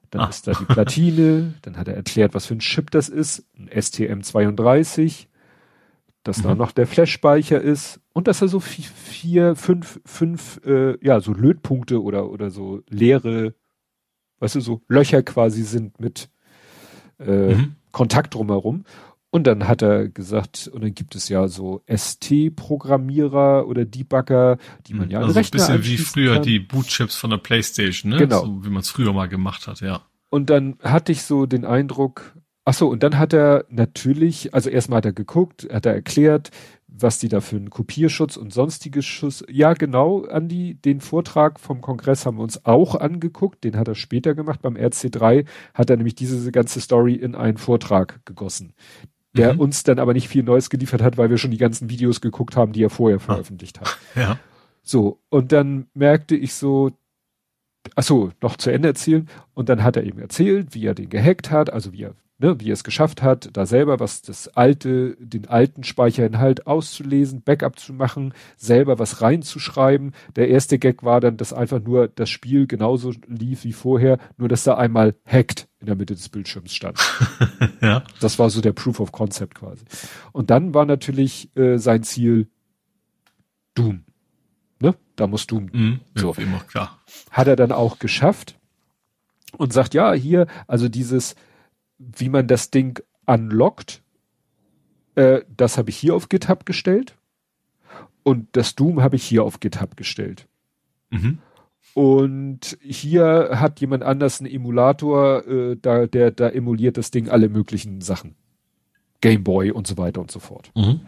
B: Dann
C: Ah.
B: ist da die Platine, dann hat er erklärt, was für ein Chip das ist, ein S T M zweiunddreißig, dass
C: Mhm.
B: da noch der Flash-Speicher ist und dass er so vi- vier, fünf, fünf, äh, ja, so Lötpunkte oder, oder so leere, weißt du, so Löcher quasi sind mit äh,
C: Mhm.
B: Kontakt drumherum. Und dann hat er gesagt, und dann gibt es ja so S T-Programmierer oder Debugger, die man ja an
C: Also ein
B: Rechner
C: bisschen wie
B: anschließen
C: früher
B: kann.
C: die Bootchips von der PlayStation, ne?
B: Genau.
C: So wie man es früher mal gemacht hat, ja.
B: Und dann hatte ich so den Eindruck, ach so, und dann hat er natürlich, also erstmal hat er geguckt, hat er erklärt, was die da für einen Kopierschutz und sonstige Schutz. Ja, genau, Andi, den Vortrag vom Kongress haben wir uns auch angeguckt, den hat er später gemacht. Beim R C drei hat er nämlich diese ganze Story in einen Vortrag gegossen, der
C: Mhm.
B: uns dann aber nicht viel Neues geliefert hat, weil wir schon die ganzen Videos geguckt haben, die er vorher veröffentlicht hat.
C: Ja.
B: So, und dann merkte ich so, ach so, noch zu Ende erzählen. Und dann hat er eben erzählt, wie er den gehackt hat, also wie er, ne, wie er es geschafft hat, da selber was das alte, den alten Speicherinhalt auszulesen, Backup zu machen, selber was reinzuschreiben. Der erste Gag war dann, dass einfach nur das Spiel genauso lief wie vorher, nur dass da einmal hackt in der Mitte des Bildschirms stand.
C: Ja.
B: Das war so der Proof of Concept quasi. Und dann war natürlich äh, sein Ziel Doom. Ne? Da muss Doom.
C: Mhm. Ja,
B: So.
C: wie immer, klar.
B: Hat er dann auch geschafft und sagt, ja, hier, also dieses, wie man das Ding unlockt, äh, das habe ich hier auf GitHub gestellt und das Doom habe ich hier auf GitHub gestellt.
C: Mhm.
B: Und hier hat jemand anders einen Emulator, äh, da, der, da emuliert das Ding alle möglichen Sachen. Game Boy und so weiter und so fort.
C: Mhm.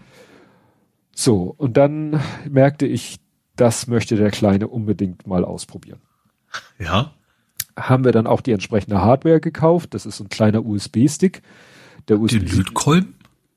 B: So, und dann merkte ich, das möchte der Kleine unbedingt mal ausprobieren.
C: Ja.
B: Haben wir dann auch die entsprechende Hardware gekauft. Das ist so ein kleiner U S B-Stick. Der U S
C: Den
B: B-Stick.
C: Lötkolben?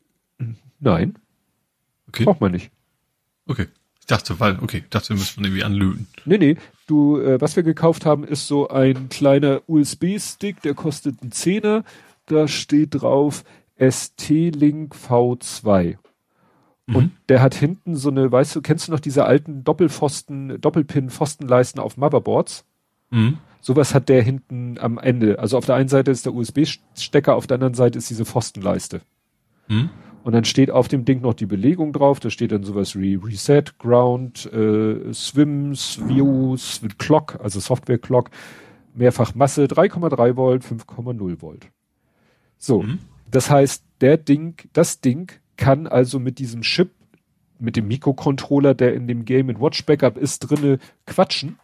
B: Nein,
C: Okay.
B: braucht man nicht.
C: Okay. Ich dachte, weil, okay, ich dachte, wir müssen irgendwie anlöten.
B: Nee, nee. Du, äh, was wir gekauft haben, ist so ein kleiner U S B-Stick, der kostet einen Zehner. Da steht drauf S T-Link V zwei.
C: Mhm.
B: Und der hat hinten so eine, weißt du, kennst du noch diese alten Doppelpfosten, Doppelpin-Pfostenleisten auf Motherboards?
C: Mhm.
B: Sowas hat der hinten am Ende. Also auf der einen Seite ist der U S B-Stecker, auf der anderen Seite ist diese Pfostenleiste.
C: Mhm.
B: Und dann steht auf dem Ding noch die Belegung drauf. Da steht dann sowas wie Reset, Ground, äh, Swims, Views, Clock, also Software Clock, mehrfach Masse, drei Komma drei Volt, fünf Komma null Volt. So,
C: Mhm.
B: das heißt, der Ding, das Ding kann also mit diesem Chip, mit dem Mikrocontroller, der in dem Game and Watch Backup ist, drinne quatschen.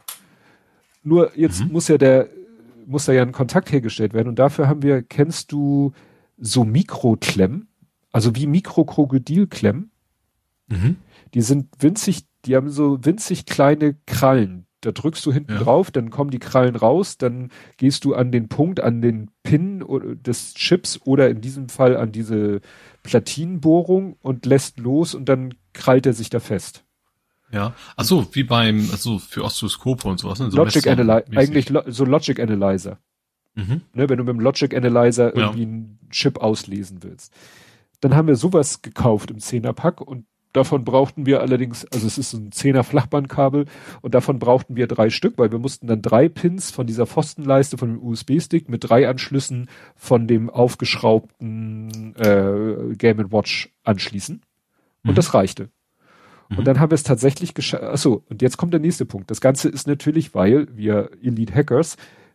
B: Nur jetzt
C: Mhm.
B: muss ja der, muss da ja ein Kontakt hergestellt werden und dafür haben wir, kennst du so Mikroklemmen, also wie Mikrokrokodilklemmen?
C: Mhm.
B: Die sind winzig, die haben so winzig kleine Krallen. Da drückst du hinten
C: Ja.
B: drauf, dann kommen die Krallen raus, dann gehst du an den Punkt, an den Pin oder- des Chips oder in diesem Fall an diese Platinenbohrung und lässt los und dann krallt er sich da fest.
C: Ja. Ach so, wie beim, also für Oszilloskope und sowas. Ne? So
B: Logic
C: Messungen
B: Analyzer,
C: mäßig.
B: eigentlich lo so Logic Analyzer.
C: Mhm.
B: Ne, wenn du mit dem Logic Analyzer
C: Ja.
B: irgendwie einen Chip auslesen willst. Dann haben wir sowas gekauft im Zehnerpack und davon brauchten wir allerdings, also es ist so ein Zehner Flachbandkabel und davon brauchten wir drei Stück, weil wir mussten dann drei Pins von dieser Pfostenleiste von dem U S B-Stick mit drei Anschlüssen von dem aufgeschraubten äh, Game and Watch anschließen. Und
C: Mhm.
B: das reichte.
C: Mhm.
B: Und dann haben wir es tatsächlich geschafft. Achso, und jetzt kommt der nächste Punkt. Das Ganze ist natürlich, weil wir Elite Hackers,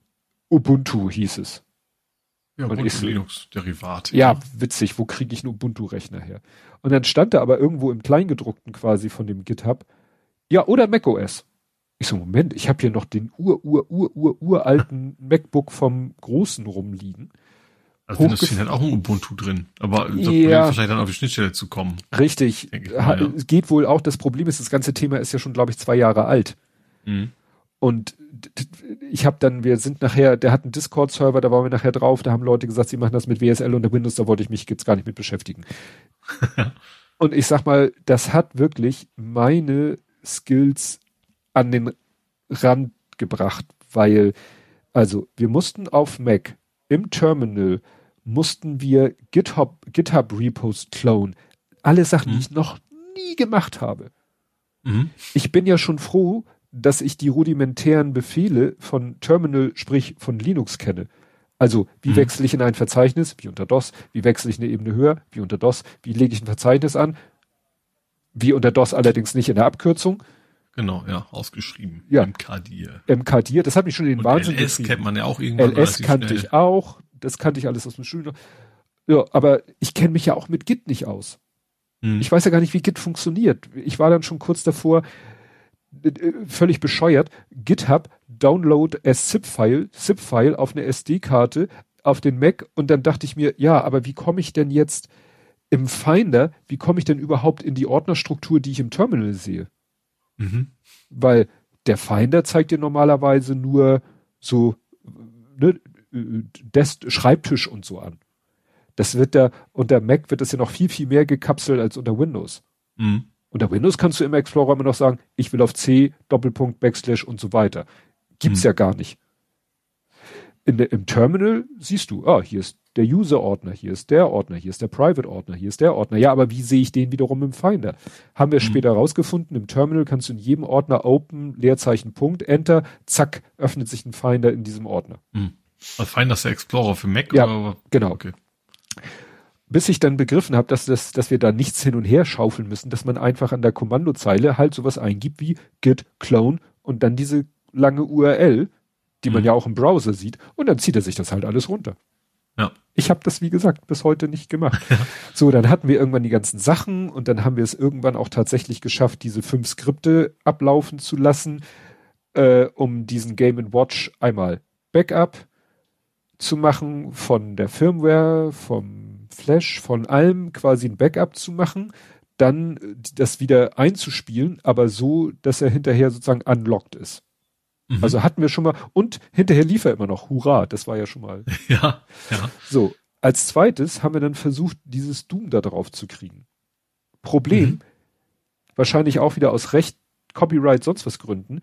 B: Ubuntu hieß es.
C: Ja,
B: Und
C: und
B: ich so-
C: Linux-Derivat.
B: Ja, witzig, wo kriege ich einen Ubuntu-Rechner her? Und dann stand da aber irgendwo im Kleingedruckten quasi von dem GitHub, ja, oder macOS. Ich so, Moment, ich habe hier noch den ur, ur, ur, ur, uralten MacBook vom Großen rumliegen.
C: Also Windows
B: hochgef-
C: zehn hat auch ein Ubuntu drin. Aber das
B: Ja.
C: Problem ist wahrscheinlich dann auf die Schnittstelle zu kommen.
B: Richtig,
C: Denke ich mal,
B: ha-
C: ja.
B: es geht wohl auch, das Problem ist, das ganze Thema ist ja schon, glaube ich, zwei Jahre alt.
C: Mhm.
B: Und d- d- ich habe dann, wir sind nachher, der hat einen Discord-Server, da waren wir nachher drauf, da haben Leute gesagt, sie machen das mit W S L und der Windows, da wollte ich mich jetzt gar nicht mit beschäftigen. Und ich sag mal, das hat wirklich meine Skills an den Rand gebracht, weil, also wir mussten auf Mac im Terminal mussten wir GitHub, GitHub Repos clone. Alle Sachen, die
C: Mhm.
B: ich noch nie gemacht habe.
C: Mhm.
B: Ich bin ja schon froh, dass ich die rudimentären Befehle von Terminal, sprich von Linux kenne. Also, wie
C: Mhm.
B: wechsle ich in ein Verzeichnis? Wie unter DOS. Wie wechsle ich eine Ebene höher? Wie unter DOS. Wie lege ich ein Verzeichnis an? Wie unter DOS allerdings nicht in der Abkürzung.
C: Genau, ja, ausgeschrieben.
B: Ja.
C: M K D I R.
B: M K D I R, das hat mich schon in den
C: Und
B: Wahnsinn
C: L S
B: getrieben.
C: kennt man ja auch irgendwann.
B: L S
C: relativ
B: kannte
C: schnell.
B: ich auch. Das kannte ich alles aus dem Studium. Ja, aber ich kenne mich ja auch mit Git nicht aus.
C: Mhm.
B: Ich weiß ja gar nicht, wie Git funktioniert. Ich war dann schon kurz davor, äh, völlig bescheuert, GitHub, Download as ZIP-File, ZIP-File auf eine S D-Karte, auf den Mac und dann dachte ich mir, ja, aber wie komme ich denn jetzt im Finder, wie komme ich denn überhaupt in die Ordnerstruktur, die ich im Terminal sehe?
C: Mhm.
B: Weil der Finder zeigt dir normalerweise nur so ne, Desk, Schreibtisch und so an. Das wird da, unter Mac wird das ja noch viel, viel mehr gekapselt als unter Windows.
C: Mhm.
B: Unter Windows kannst du im Explorer immer noch sagen, ich will auf C, Doppelpunkt, Backslash und so weiter. Gibt's
C: Mhm.
B: ja gar nicht. In der, im Terminal siehst du, ah, hier ist der User-Ordner, hier ist der Ordner, hier ist der Private-Ordner, hier ist der Ordner. Ja, aber wie sehe ich den wiederum im Finder? Haben wir
C: Mhm.
B: später rausgefunden, im Terminal kannst du in jedem Ordner Open, Leerzeichen, Punkt, Enter, zack, öffnet sich ein Finder in diesem Ordner.
C: Mhm. Was fein, dass der Explorer für Mac
B: Ja,
C: oder?
B: genau.
C: Okay.
B: Bis ich dann begriffen habe, dass, das, dass wir da nichts hin und her schaufeln müssen, dass man einfach an der Kommandozeile halt sowas eingibt wie git clone und dann diese lange U R L, die man
C: Mhm.
B: ja auch im Browser sieht, und dann zieht er sich das halt alles runter.
C: Ja.
B: Ich habe das, wie gesagt, bis heute nicht gemacht. So, dann hatten wir irgendwann die ganzen Sachen und dann haben wir es irgendwann auch tatsächlich geschafft, diese fünf Skripte ablaufen zu lassen, äh, um diesen Game and Watch einmal Backup zu machen von der Firmware, vom Flash, von allem quasi ein Backup zu machen, dann äh, das wieder einzuspielen, aber so, dass er hinterher sozusagen unlocked ist.
C: Mhm.
B: Also hatten wir schon mal, und hinterher lief er immer noch, hurra, das war ja schon mal.
C: Ja, ja.
B: So, als zweites haben wir dann versucht, dieses Doom da drauf zu kriegen. Problem,
C: Mhm.
B: wahrscheinlich auch wieder aus Recht, Copyright, sonst was Gründen,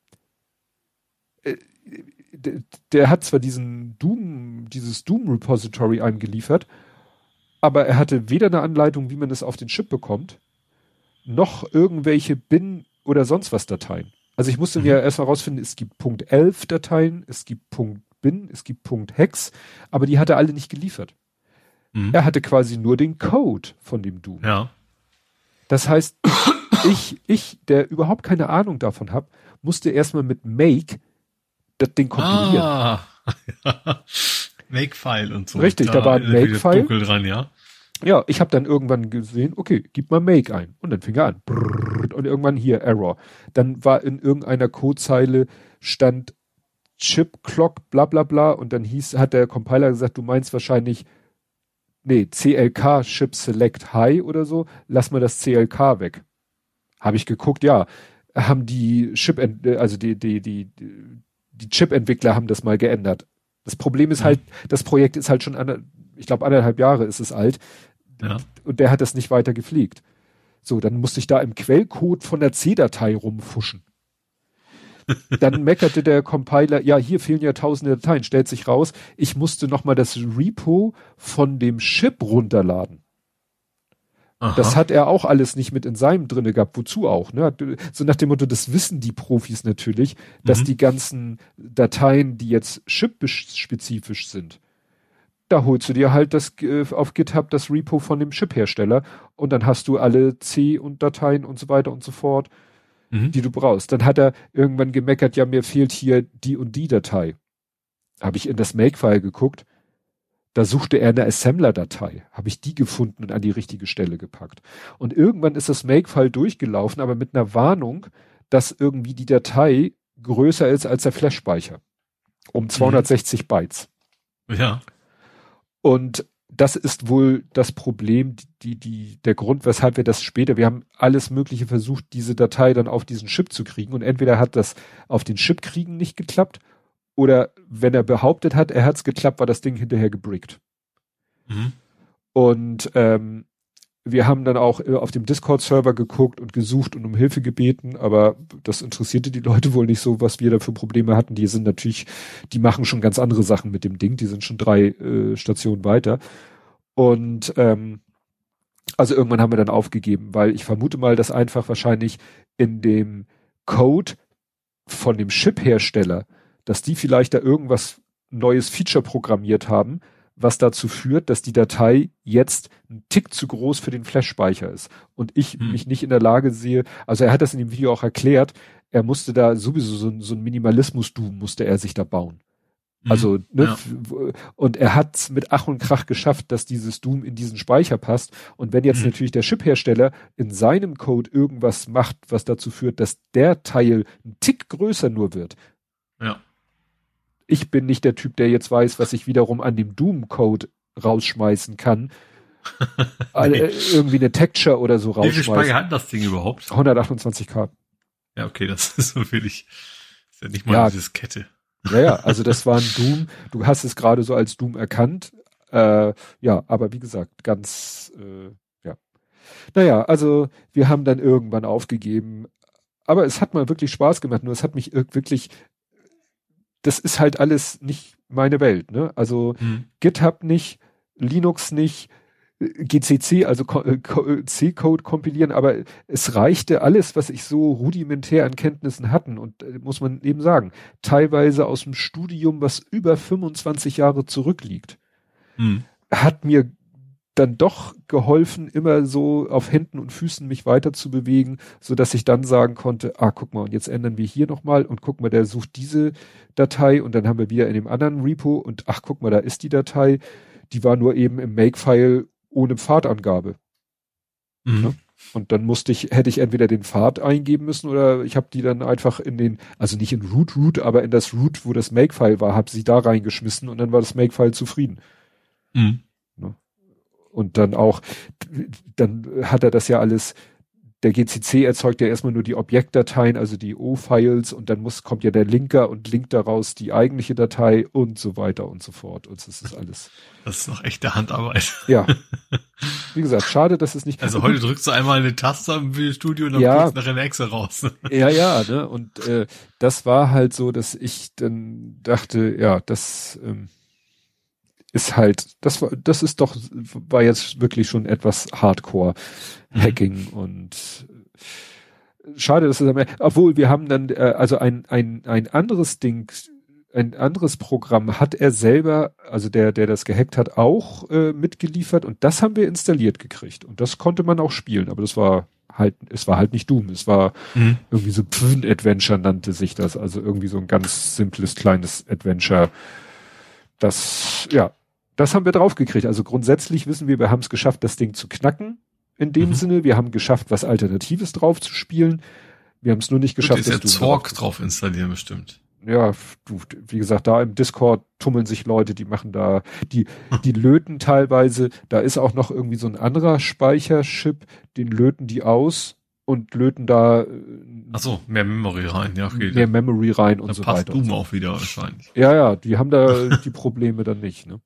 B: äh, der, der hat zwar diesen Doom, dieses Doom-Repository einem geliefert, aber er hatte weder eine Anleitung, wie man es auf den Chip bekommt, noch irgendwelche Bin- oder sonst was Dateien. Also ich musste
C: Mhm.
B: mir erstmal rausfinden, es gibt Punkt elf Dateien, es gibt Punkt Bin, es gibt Punkt Hex, aber die hat er alle nicht geliefert.
C: Mhm.
B: Er hatte quasi nur den Code von dem Doom.
C: Ja.
B: Das heißt, ich, ich, der überhaupt keine Ahnung davon habe, musste erstmal mit Make das Ding kompilieren.
C: Ah. Makefile und so.
B: Richtig, da war ein
C: ist wieder
B: Makefile.
C: Dunkel dran, ja.
B: Ja, ich habe dann irgendwann gesehen, okay, gib mal Make ein. Und dann fing er an. Brrr, und irgendwann hier Error. Dann war in irgendeiner Codezeile stand Chip Clock bla bla bla und dann hieß, hat der Compiler gesagt, du meinst wahrscheinlich, nee, C L K Chip Select High oder so, lass mal das C L K weg. Habe ich geguckt, ja, haben die Chip, also die, die, die, die Chip-Entwickler haben das mal geändert. Das Problem ist
C: Mhm.
B: halt, das Projekt ist halt schon, ander, ich glaube anderthalb Jahre ist es alt.
C: Ja.
B: Und der hat das nicht weiter gepflegt. So, dann musste ich da im Quellcode von der C-Datei rumfuschen. Dann meckerte der Compiler, ja, hier fehlen ja tausende Dateien, stellt sich raus, ich musste nochmal das Repo von dem Chip runterladen.
C: Aha.
B: Das hat er auch alles nicht mit in seinem drinne gehabt. Wozu auch? Ne? So nach dem Motto, das wissen die Profis natürlich, dass
C: Mhm.
B: die ganzen Dateien, die jetzt chip-spezifisch sind, da holst du dir halt das äh, auf GitHub das Repo von dem Chip-Hersteller und dann hast du alle C und Dateien und so weiter und so fort,
C: Mhm.
B: die du brauchst. Dann hat er irgendwann gemeckert, ja, mir fehlt hier die und die Datei. Habe ich in das Makefile geguckt. Da suchte er eine Assembler-Datei. Habe ich die gefunden und an die richtige Stelle gepackt. Und irgendwann ist das Makefile durchgelaufen, aber mit einer Warnung, dass irgendwie die Datei größer ist als der Flash-Speicher. Um zweihundertsechzig Bytes.
C: Ja.
B: Und das ist wohl das Problem, die, die, der Grund, weshalb wir das später, wir haben alles Mögliche versucht, diese Datei dann auf diesen Chip zu kriegen. Und entweder hat das auf den Chip kriegen nicht geklappt, oder wenn er behauptet hat, er hat's geklappt, war das Ding hinterher gebrickt.
C: Mhm.
B: Und ähm, wir haben dann auch äh, auf dem Discord-Server geguckt und gesucht und um Hilfe gebeten, aber das interessierte die Leute wohl nicht so, was wir da für Probleme hatten. Die sind natürlich, die machen schon ganz andere Sachen mit dem Ding, die sind schon drei äh, Stationen weiter. Und ähm, also irgendwann haben wir dann aufgegeben, weil ich vermute mal, dass einfach wahrscheinlich in dem Code von dem Chip-Hersteller, dass die vielleicht da irgendwas neues Feature programmiert haben, was dazu führt, dass die Datei jetzt ein Tick zu groß für den Flash-Speicher ist. Und ich hm. mich nicht in der Lage sehe, also er hat das in dem Video auch erklärt, er musste da sowieso so, so ein Minimalismus-Doom musste er sich da bauen. Hm. Also, ne, ja. Und er hat mit Ach und Krach geschafft, dass dieses Doom in diesen Speicher passt. Und wenn jetzt hm. natürlich der Chip-Hersteller in seinem Code irgendwas macht, was dazu führt, dass der Teil ein Tick größer nur wird.
C: Ja.
B: Ich bin nicht der Typ, der jetzt weiß, was ich wiederum an dem Doom-Code rausschmeißen kann. nee. äh, irgendwie eine Texture oder so rausschmeißen. Wie viel
C: Speicher hat das Ding überhaupt?
B: hundertachtundzwanzig K.
C: Ja, okay, das ist so wenig. Das ist ja nicht mal
B: ja.
C: eine Diskette.
B: Ja, ja, also das war ein Doom. Du hast es gerade so als Doom erkannt. Äh, ja, aber wie gesagt, ganz, äh, ja. Naja, also wir haben dann irgendwann aufgegeben. Aber es hat mal wirklich Spaß gemacht. Nur es hat mich wirklich, das ist halt alles nicht meine Welt, ne? Also hm. GitHub nicht, Linux nicht, G C C, also C-Code kompilieren, aber es reichte alles, was ich so rudimentär an Kenntnissen hatten und äh, muss man eben sagen, teilweise aus dem Studium, was über fünfundzwanzig Jahre zurückliegt, hm. hat mir dann doch geholfen, immer so auf Händen und Füßen mich weiter zu bewegen, so dass ich dann sagen konnte, ah, guck mal, und jetzt ändern wir hier nochmal und guck mal, der sucht diese Datei und dann haben wir wieder in dem anderen Repo und ach, guck mal, da ist die Datei, die war nur eben im Makefile ohne Pfadangabe. Mhm. Ja? Und dann musste ich, hätte ich entweder den Pfad eingeben müssen oder ich habe die dann einfach in den, also nicht in Root Root, aber in das Root, wo das Makefile war, habe sie da reingeschmissen und dann war das Makefile zufrieden. Mhm. Ja? Und dann auch, dann hat er das ja alles, der G C C erzeugt ja erstmal nur die Objektdateien, also die O-Files und dann muss, kommt ja der Linker und linkt daraus die eigentliche Datei und so weiter und so fort. Und das ist alles.
C: Das ist noch echte Handarbeit.
B: Ja. Wie gesagt, schade, dass es nicht.
C: Also heute gut. Drückst du einmal eine Taste im Videostudio und dann
B: ja.
C: kriegst du nachher eine Excel raus.
B: Ja, ja, ne? Und äh, das war halt so, dass ich dann dachte, ja, das ähm, ist halt, das war, das ist doch, war jetzt wirklich schon etwas Hardcore-Hacking mhm. und schade, dass es, obwohl wir haben dann, äh, also ein, ein, ein anderes Ding, ein anderes Programm hat er selber, also der, der das gehackt hat, auch äh, mitgeliefert und das haben wir installiert gekriegt und das konnte man auch spielen, aber das war halt, es war halt nicht Doom, es war mhm. irgendwie so Pfn-Adventure nannte sich das, also irgendwie so ein ganz simples, kleines Adventure, das, ja, das haben wir draufgekriegt. Also grundsätzlich wissen wir, wir haben es geschafft, das Ding zu knacken. In dem mhm. Sinne, wir haben geschafft, was Alternatives drauf zu spielen. Wir haben es nur nicht geschafft,
C: dass du Zorg drauf, drauf installieren bestimmt.
B: Ja, du, wie gesagt, da im Discord tummeln sich Leute, die machen da, die, die löten teilweise. Da ist auch noch irgendwie so ein anderer Speicherchip, den löten die aus und löten da.
C: Ach so, mehr Memory rein, ja, okay.
B: Mehr Memory rein und so weiter.
C: Da passt Doom auch wieder wahrscheinlich.
B: Ja, ja, die haben da die Probleme dann nicht, ne?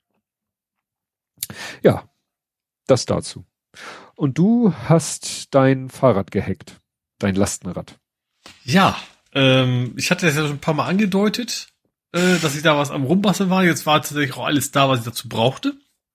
B: Ja, das dazu. Und du hast dein Fahrrad gehackt, dein Lastenrad.
C: Ja, ähm, ich hatte das ja schon ein paar Mal angedeutet, äh, dass ich da was am Rumbasteln war. Jetzt war tatsächlich auch alles da, was ich dazu brauchte.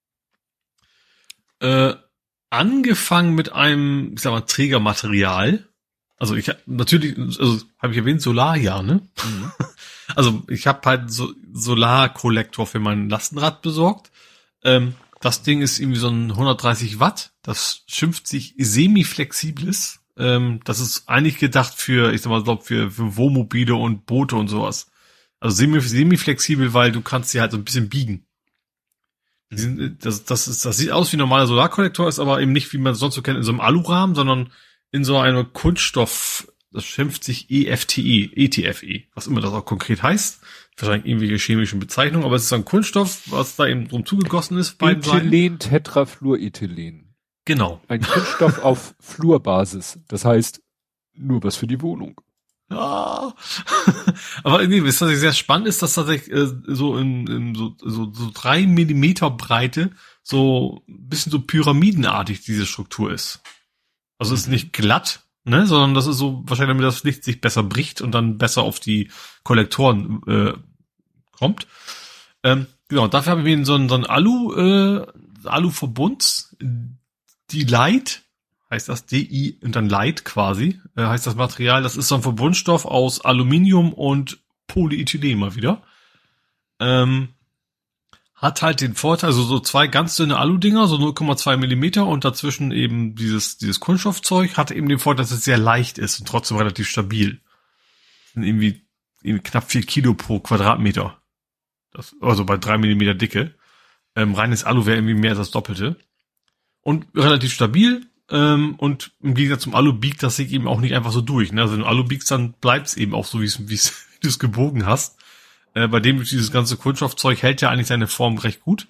C: Äh, angefangen mit einem, ich sag mal, Trägermaterial. Also ich habe natürlich, also habe ich erwähnt, Solar, ja, ne? Mhm. Also ich habe halt so Solarkollektor für mein Lastenrad besorgt. Ähm, Das Ding ist irgendwie so ein hundertdreißig Watt. Das schimpft sich semi-flexibles. Ähm, das ist eigentlich gedacht für, ich sag mal, glaub, für, für Wohnmobile und Boote und sowas. Also semi, semi-flexibel, weil du kannst sie halt so ein bisschen biegen. Die sind, das, das ist, das sieht aus wie ein normaler Solarkollektor, ist aber eben nicht, wie man es sonst so kennt, in so einem Alurahmen, sondern in so einem Kunststoff. Das schimpft sich E F T E, E T F E, was immer das auch konkret heißt. Wahrscheinlich irgendwelche chemischen Bezeichnungen, aber es ist ein Kunststoff, was da eben drum zugegossen ist.
B: Ethylen, Tetrafluorethylen.
C: Genau.
B: Ein Kunststoff auf Fluorbasis. Das heißt, nur was für die Wohnung.
C: Ja. Aber irgendwie, was tatsächlich sehr spannend ist, dass tatsächlich äh, so in, in so, so, so drei Millimeter Breite so ein bisschen so pyramidenartig diese Struktur ist. Also es ist nicht glatt, ne, sondern das ist so wahrscheinlich, damit das Licht sich besser bricht und dann besser auf die Kollektoren äh, kommt. Ähm, genau, dafür habe ich mir so einen, so einen Alu, äh, Alu-Verbund, die Light, heißt das D I und dann Light quasi, äh, heißt das Material. Das ist so ein Verbundstoff aus Aluminium und Polyethylen mal wieder. Ähm, hat halt den Vorteil, also so zwei ganz dünne Alu-Dinger, so null Komma zwei Millimeter und dazwischen eben dieses dieses Kunststoffzeug, hat eben den Vorteil, dass es sehr leicht ist und trotzdem relativ stabil. Das sind irgendwie, irgendwie knapp vier Kilo pro Quadratmeter. Das, also bei drei Millimeter Dicke. Ähm, reines Alu wäre irgendwie mehr als das Doppelte. Und relativ stabil. Ähm, und im Gegensatz zum Alu biegt das sich eben auch nicht einfach so durch. Ne? Also wenn du Alu biegst, dann bleibt's eben auch so, wie es wie du es gebogen hast. Äh, bei dem dieses ganze Kunststoffzeug hält ja eigentlich seine Form recht gut.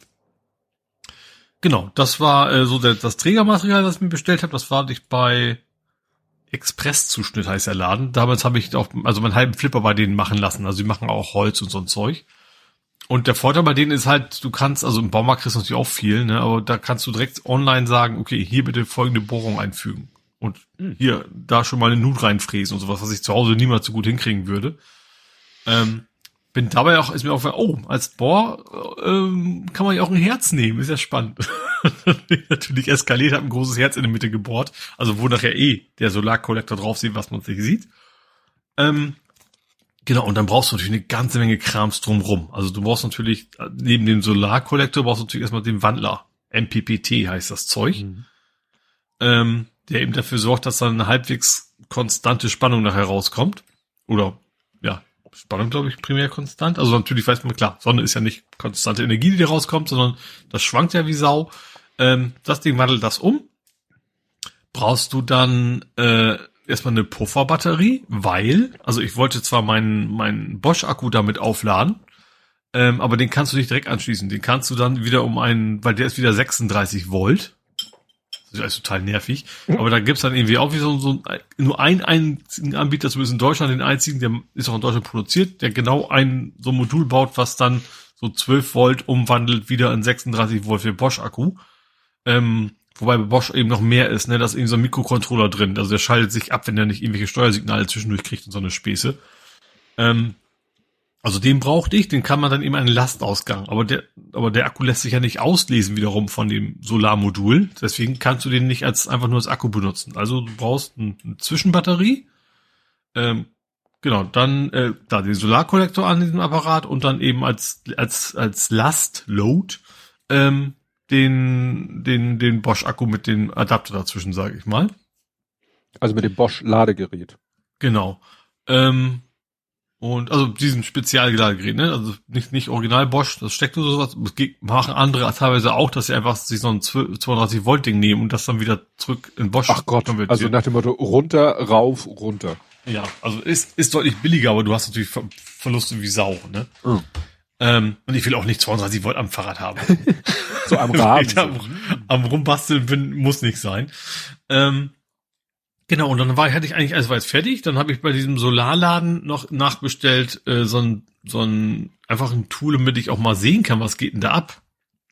C: Genau, das war äh, so der, das Trägermaterial, das ich mir bestellt habe. Das war ich bei Express-Zuschnitt, heißt der Laden. Damals habe ich auch, also meinen halben Flipper bei denen machen lassen. Also die machen auch Holz und so ein Zeug. Und der Vorteil bei denen ist halt, du kannst, also im Baumarkt kriegst du natürlich auch viel, ne, aber da kannst du direkt online sagen, okay, hier bitte folgende Bohrung einfügen. Und hier, da schon mal eine Nut reinfräsen und sowas, was ich zu Hause niemals so gut hinkriegen würde. Ähm, bin dabei auch, ist mir auch, oh, als Bohr ähm, kann man ja auch ein Herz nehmen, ist ja spannend. Natürlich eskaliert, habe ein großes Herz in der Mitte gebohrt, also wo nachher eh der Solarkollektor drauf sieht, was man nicht sieht. Ähm, genau, und dann brauchst du natürlich eine ganze Menge Krams drumrum. Also du brauchst natürlich, neben dem Solarkollektor, brauchst du natürlich erstmal den Wandler. M P P T heißt das Zeug. Mhm. Ähm, der eben dafür sorgt, dass dann eine halbwegs konstante Spannung nachher rauskommt. Oder, ja, Spannung, glaube ich, primär konstant. Also natürlich weiß man, klar, Sonne ist ja nicht konstante Energie, die da rauskommt, sondern das schwankt ja wie Sau. Ähm, das Ding wandelt das um. Brauchst du dann äh, erstmal eine Pufferbatterie, weil, also ich wollte zwar meinen meinen Bosch-Akku damit aufladen, ähm, aber den kannst du nicht direkt anschließen. Den kannst du dann wieder um einen, weil der ist wieder sechsunddreißig Volt. Das ist alles total nervig. Aber da gibt's dann irgendwie auch wie so, so nur einen einzigen Anbieter, zumindest in Deutschland, den einzigen, der ist auch in Deutschland produziert, der genau ein so ein Modul baut, was dann so zwölf Volt umwandelt wieder in sechsunddreißig Volt für Bosch-Akku. Ähm, wobei bei Bosch eben noch mehr ist, ne? Da ist eben so ein Mikrocontroller drin. Also der schaltet sich ab, wenn er nicht irgendwelche Steuersignale zwischendurch kriegt und so eine Späße. Ähm, Also den brauchte ich, den kann man dann eben einen Lastausgang. Aber der, aber der Akku lässt sich ja nicht auslesen wiederum von dem Solarmodul. Deswegen kannst du den nicht als einfach nur als Akku benutzen. Also du brauchst eine, eine Zwischenbatterie. Ähm, genau, dann äh, da den Solarkollektor an diesem Apparat und dann eben als als als Lastload ähm, den den den Bosch-Akku mit dem Adapter dazwischen, sage ich mal.
B: Also mit dem Bosch-Ladegerät.
C: Genau. Ähm, Und, also, diesen Spezialgeladegerät, ne? Also, nicht, nicht original Bosch, das steckt oder sowas. Das machen andere teilweise auch, dass sie einfach sich so ein zweiunddreißig Volt Ding nehmen und das dann wieder zurück in Bosch.
B: Ach Gott, also nach dem Motto runter, rauf, runter.
C: Ja, also ist, ist deutlich billiger, aber du hast natürlich Ver- Verluste wie Sau, ne? Mhm. Ähm, und ich will auch nicht zweiunddreißig Volt am Fahrrad haben.
B: So am Rahmen.
C: am, am Rumbasteln bin, muss nicht sein. Ähm, Genau, und dann war hatte ich eigentlich alles weit fertig. Dann habe ich bei diesem Solarladen noch nachbestellt, äh, so ein, so ein, einfach ein Tool, damit ich auch mal sehen kann, was geht denn da ab.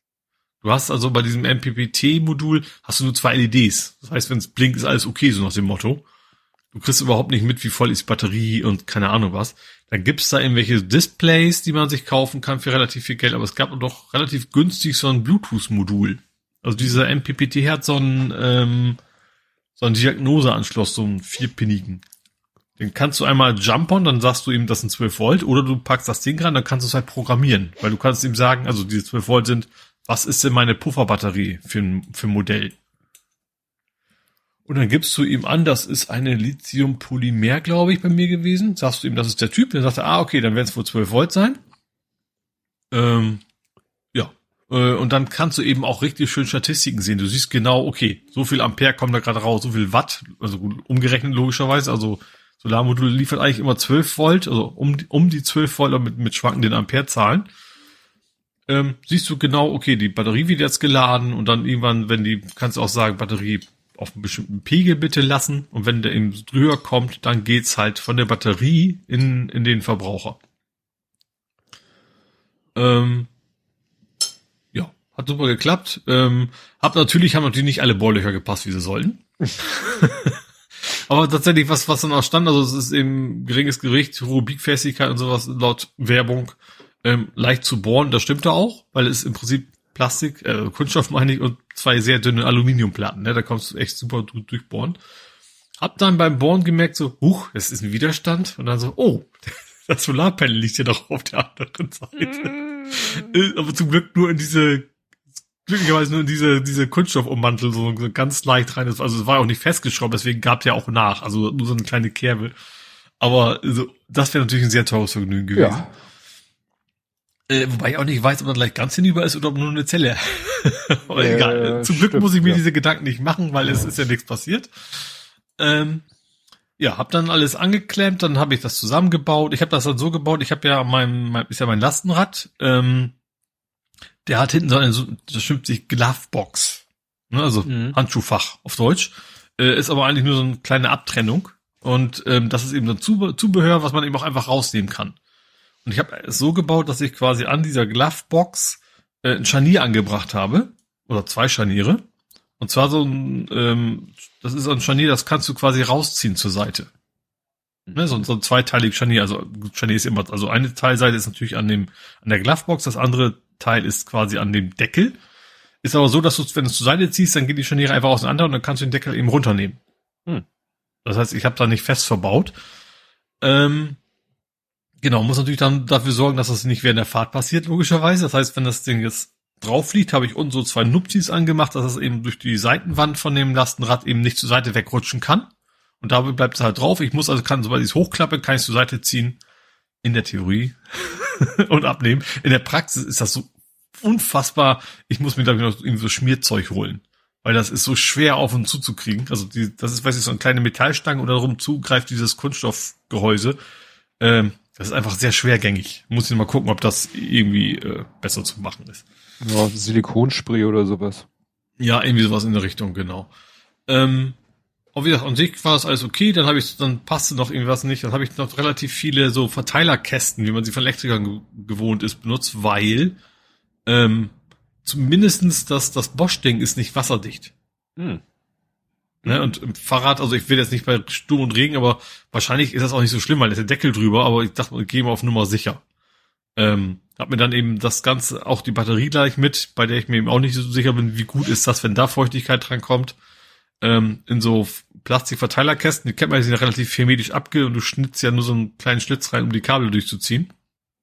C: Du hast also bei diesem M P P T-Modul, hast du nur zwei L E Ds. Das heißt, wenn es blinkt, ist alles okay, so nach dem Motto. Du kriegst überhaupt nicht mit, wie voll ist die Batterie und keine Ahnung was. Dann gibt's da irgendwelche Displays, die man sich kaufen kann für relativ viel Geld, aber es gab doch relativ günstig so ein Bluetooth-Modul. Also dieser M P P T hat so ein, ähm, so einen Diagnoseanschluss, so einen vierpinnigen. Den kannst du einmal jumpern, dann sagst du ihm, das sind zwölf Volt, oder du packst das Ding ran, dann kannst du es halt programmieren. Weil du kannst ihm sagen, also diese zwölf Volt sind, was ist denn meine Pufferbatterie für ein, für ein Modell? Und dann gibst du ihm an, das ist eine Lithium-Polymer, glaube ich, bei mir gewesen. Sagst du ihm, das ist der Typ, dann sagt er, ah, okay, dann werden es wohl zwölf Volt sein. Ähm, ja. Und dann kannst du eben auch richtig schön Statistiken sehen. Du siehst genau, okay, so viel Ampere kommt da gerade raus, so viel Watt, also gut, umgerechnet logischerweise. Also Solarmodul liefert eigentlich immer zwölf Volt, also um, um die zwölf Volt mit, mit schwankenden Amperezahlen. Ähm, siehst du genau, okay, die Batterie wird jetzt geladen und dann irgendwann, wenn die, kannst du auch sagen, Batterie auf einen bestimmten Pegel bitte lassen. Und wenn der eben höher kommt, dann geht's halt von der Batterie in, in den Verbraucher. Ähm, Hat super geklappt. Ähm, hab natürlich, haben natürlich nicht alle Bohrlöcher gepasst, wie sie sollten. Aber tatsächlich, was, was dann auch stand, also es ist eben geringes Gewicht, hohe Biegfestigkeit und sowas, laut Werbung, ähm, leicht zu bohren, das stimmt da auch, weil es im Prinzip Plastik, äh, Kunststoff meine ich, und zwei sehr dünne Aluminiumplatten, ne, da kommst du echt super durchbohren. Hab dann beim Bohren gemerkt, so, huch, das ist ein Widerstand, und dann so, oh, das Solarpanel liegt ja doch auf der anderen Seite. Aber zum Glück nur in diese, glücklicherweise nur in diese, diese Kunststoffummantel so ganz leicht rein. Also es war auch nicht festgeschraubt, deswegen gab es ja auch nach. Also nur so eine kleine Kerbe. Aber so, das wäre natürlich ein sehr teures Vergnügen gewesen.
B: Ja.
C: Äh, wobei ich auch nicht weiß, ob das gleich ganz hinüber ist oder ob nur eine Zelle. Aber äh, egal. Zum
B: stimmt,
C: Glück muss ich mir
B: ja.
C: diese Gedanken nicht machen, weil es ist ja nichts passiert. Ähm, ja, hab dann alles angeklemmt, dann habe ich das zusammengebaut. Ich habe das dann so gebaut, ich habe ja mein, mein ist ja mein Lastenrad, ähm, der hat hinten so eine, so, das stimmt sich, Glovebox, ne, also mhm. Handschuhfach auf Deutsch, äh, ist aber eigentlich nur so eine kleine Abtrennung und ähm, das ist eben so ein Zube- Zubehör, was man eben auch einfach rausnehmen kann. Und ich habe es so gebaut, dass ich quasi an dieser Glovebox äh, ein Scharnier angebracht habe, oder zwei Scharniere. Und zwar so ein, ähm, das ist so ein Scharnier, das kannst du quasi rausziehen zur Seite. Ne, so, so ein zweiteiliges Scharnier. Also Scharnier ist immer, also eine Teilseite ist natürlich an dem, an der Glovebox, das andere Teil ist quasi an dem Deckel. Ist aber so, dass du, wenn du es zur Seite ziehst, dann gehen die Scharniere einfach auseinander und dann kannst du den Deckel eben runternehmen. Hm. Das heißt, ich habe da nicht fest verbaut. Ähm, genau, muss natürlich dann dafür sorgen, dass das nicht während der Fahrt passiert, logischerweise. Das heißt, wenn das Ding jetzt drauf liegt, habe ich unten so zwei Nupsis angemacht, dass es eben durch die Seitenwand von dem Lastenrad eben nicht zur Seite wegrutschen kann. Und dabei bleibt es halt drauf. Ich muss also, kann, sobald ich es hochklappe, kann ich es zur Seite ziehen. In der Theorie. Und abnehmen. In der Praxis ist das so unfassbar. Ich muss mir, glaube ich, noch irgendwie so Schmierzeug holen. Weil das ist so schwer auf und zu zu kriegen. Also die, das ist, weiß ich, so eine kleine Metallstange und darum zugreift dieses Kunststoffgehäuse. Ähm, das ist einfach sehr schwergängig. Muss ich mal gucken, ob das irgendwie äh, besser zu machen ist.
B: Ja, Silikonspray oder sowas.
C: Ja, irgendwie sowas in der Richtung, genau. Ähm, und wie gesagt, an sich war es alles okay, dann habe ich, dann passte noch irgendwas nicht, dann habe ich noch relativ viele so Verteilerkästen, wie man sie von Elektrikern ge- gewohnt ist, benutzt, weil ähm, zumindestens das, das Bosch-Ding ist nicht wasserdicht. Hm. Ne, und im Fahrrad, also ich will jetzt nicht bei Sturm und Regen, aber wahrscheinlich ist das auch nicht so schlimm, weil da ist der Deckel drüber, aber ich dachte, ich gehe mal auf Nummer sicher. Ähm, hab mir dann eben das Ganze, auch die Batterie gleich mit, bei der ich mir eben auch nicht so sicher bin, wie gut ist das, wenn da Feuchtigkeit dran kommt, ähm, in so Plastikverteilerkästen, die kennt man, die sind relativ hermetisch abge und du schnitzt ja nur so einen kleinen Schlitz rein, um die Kabel durchzuziehen.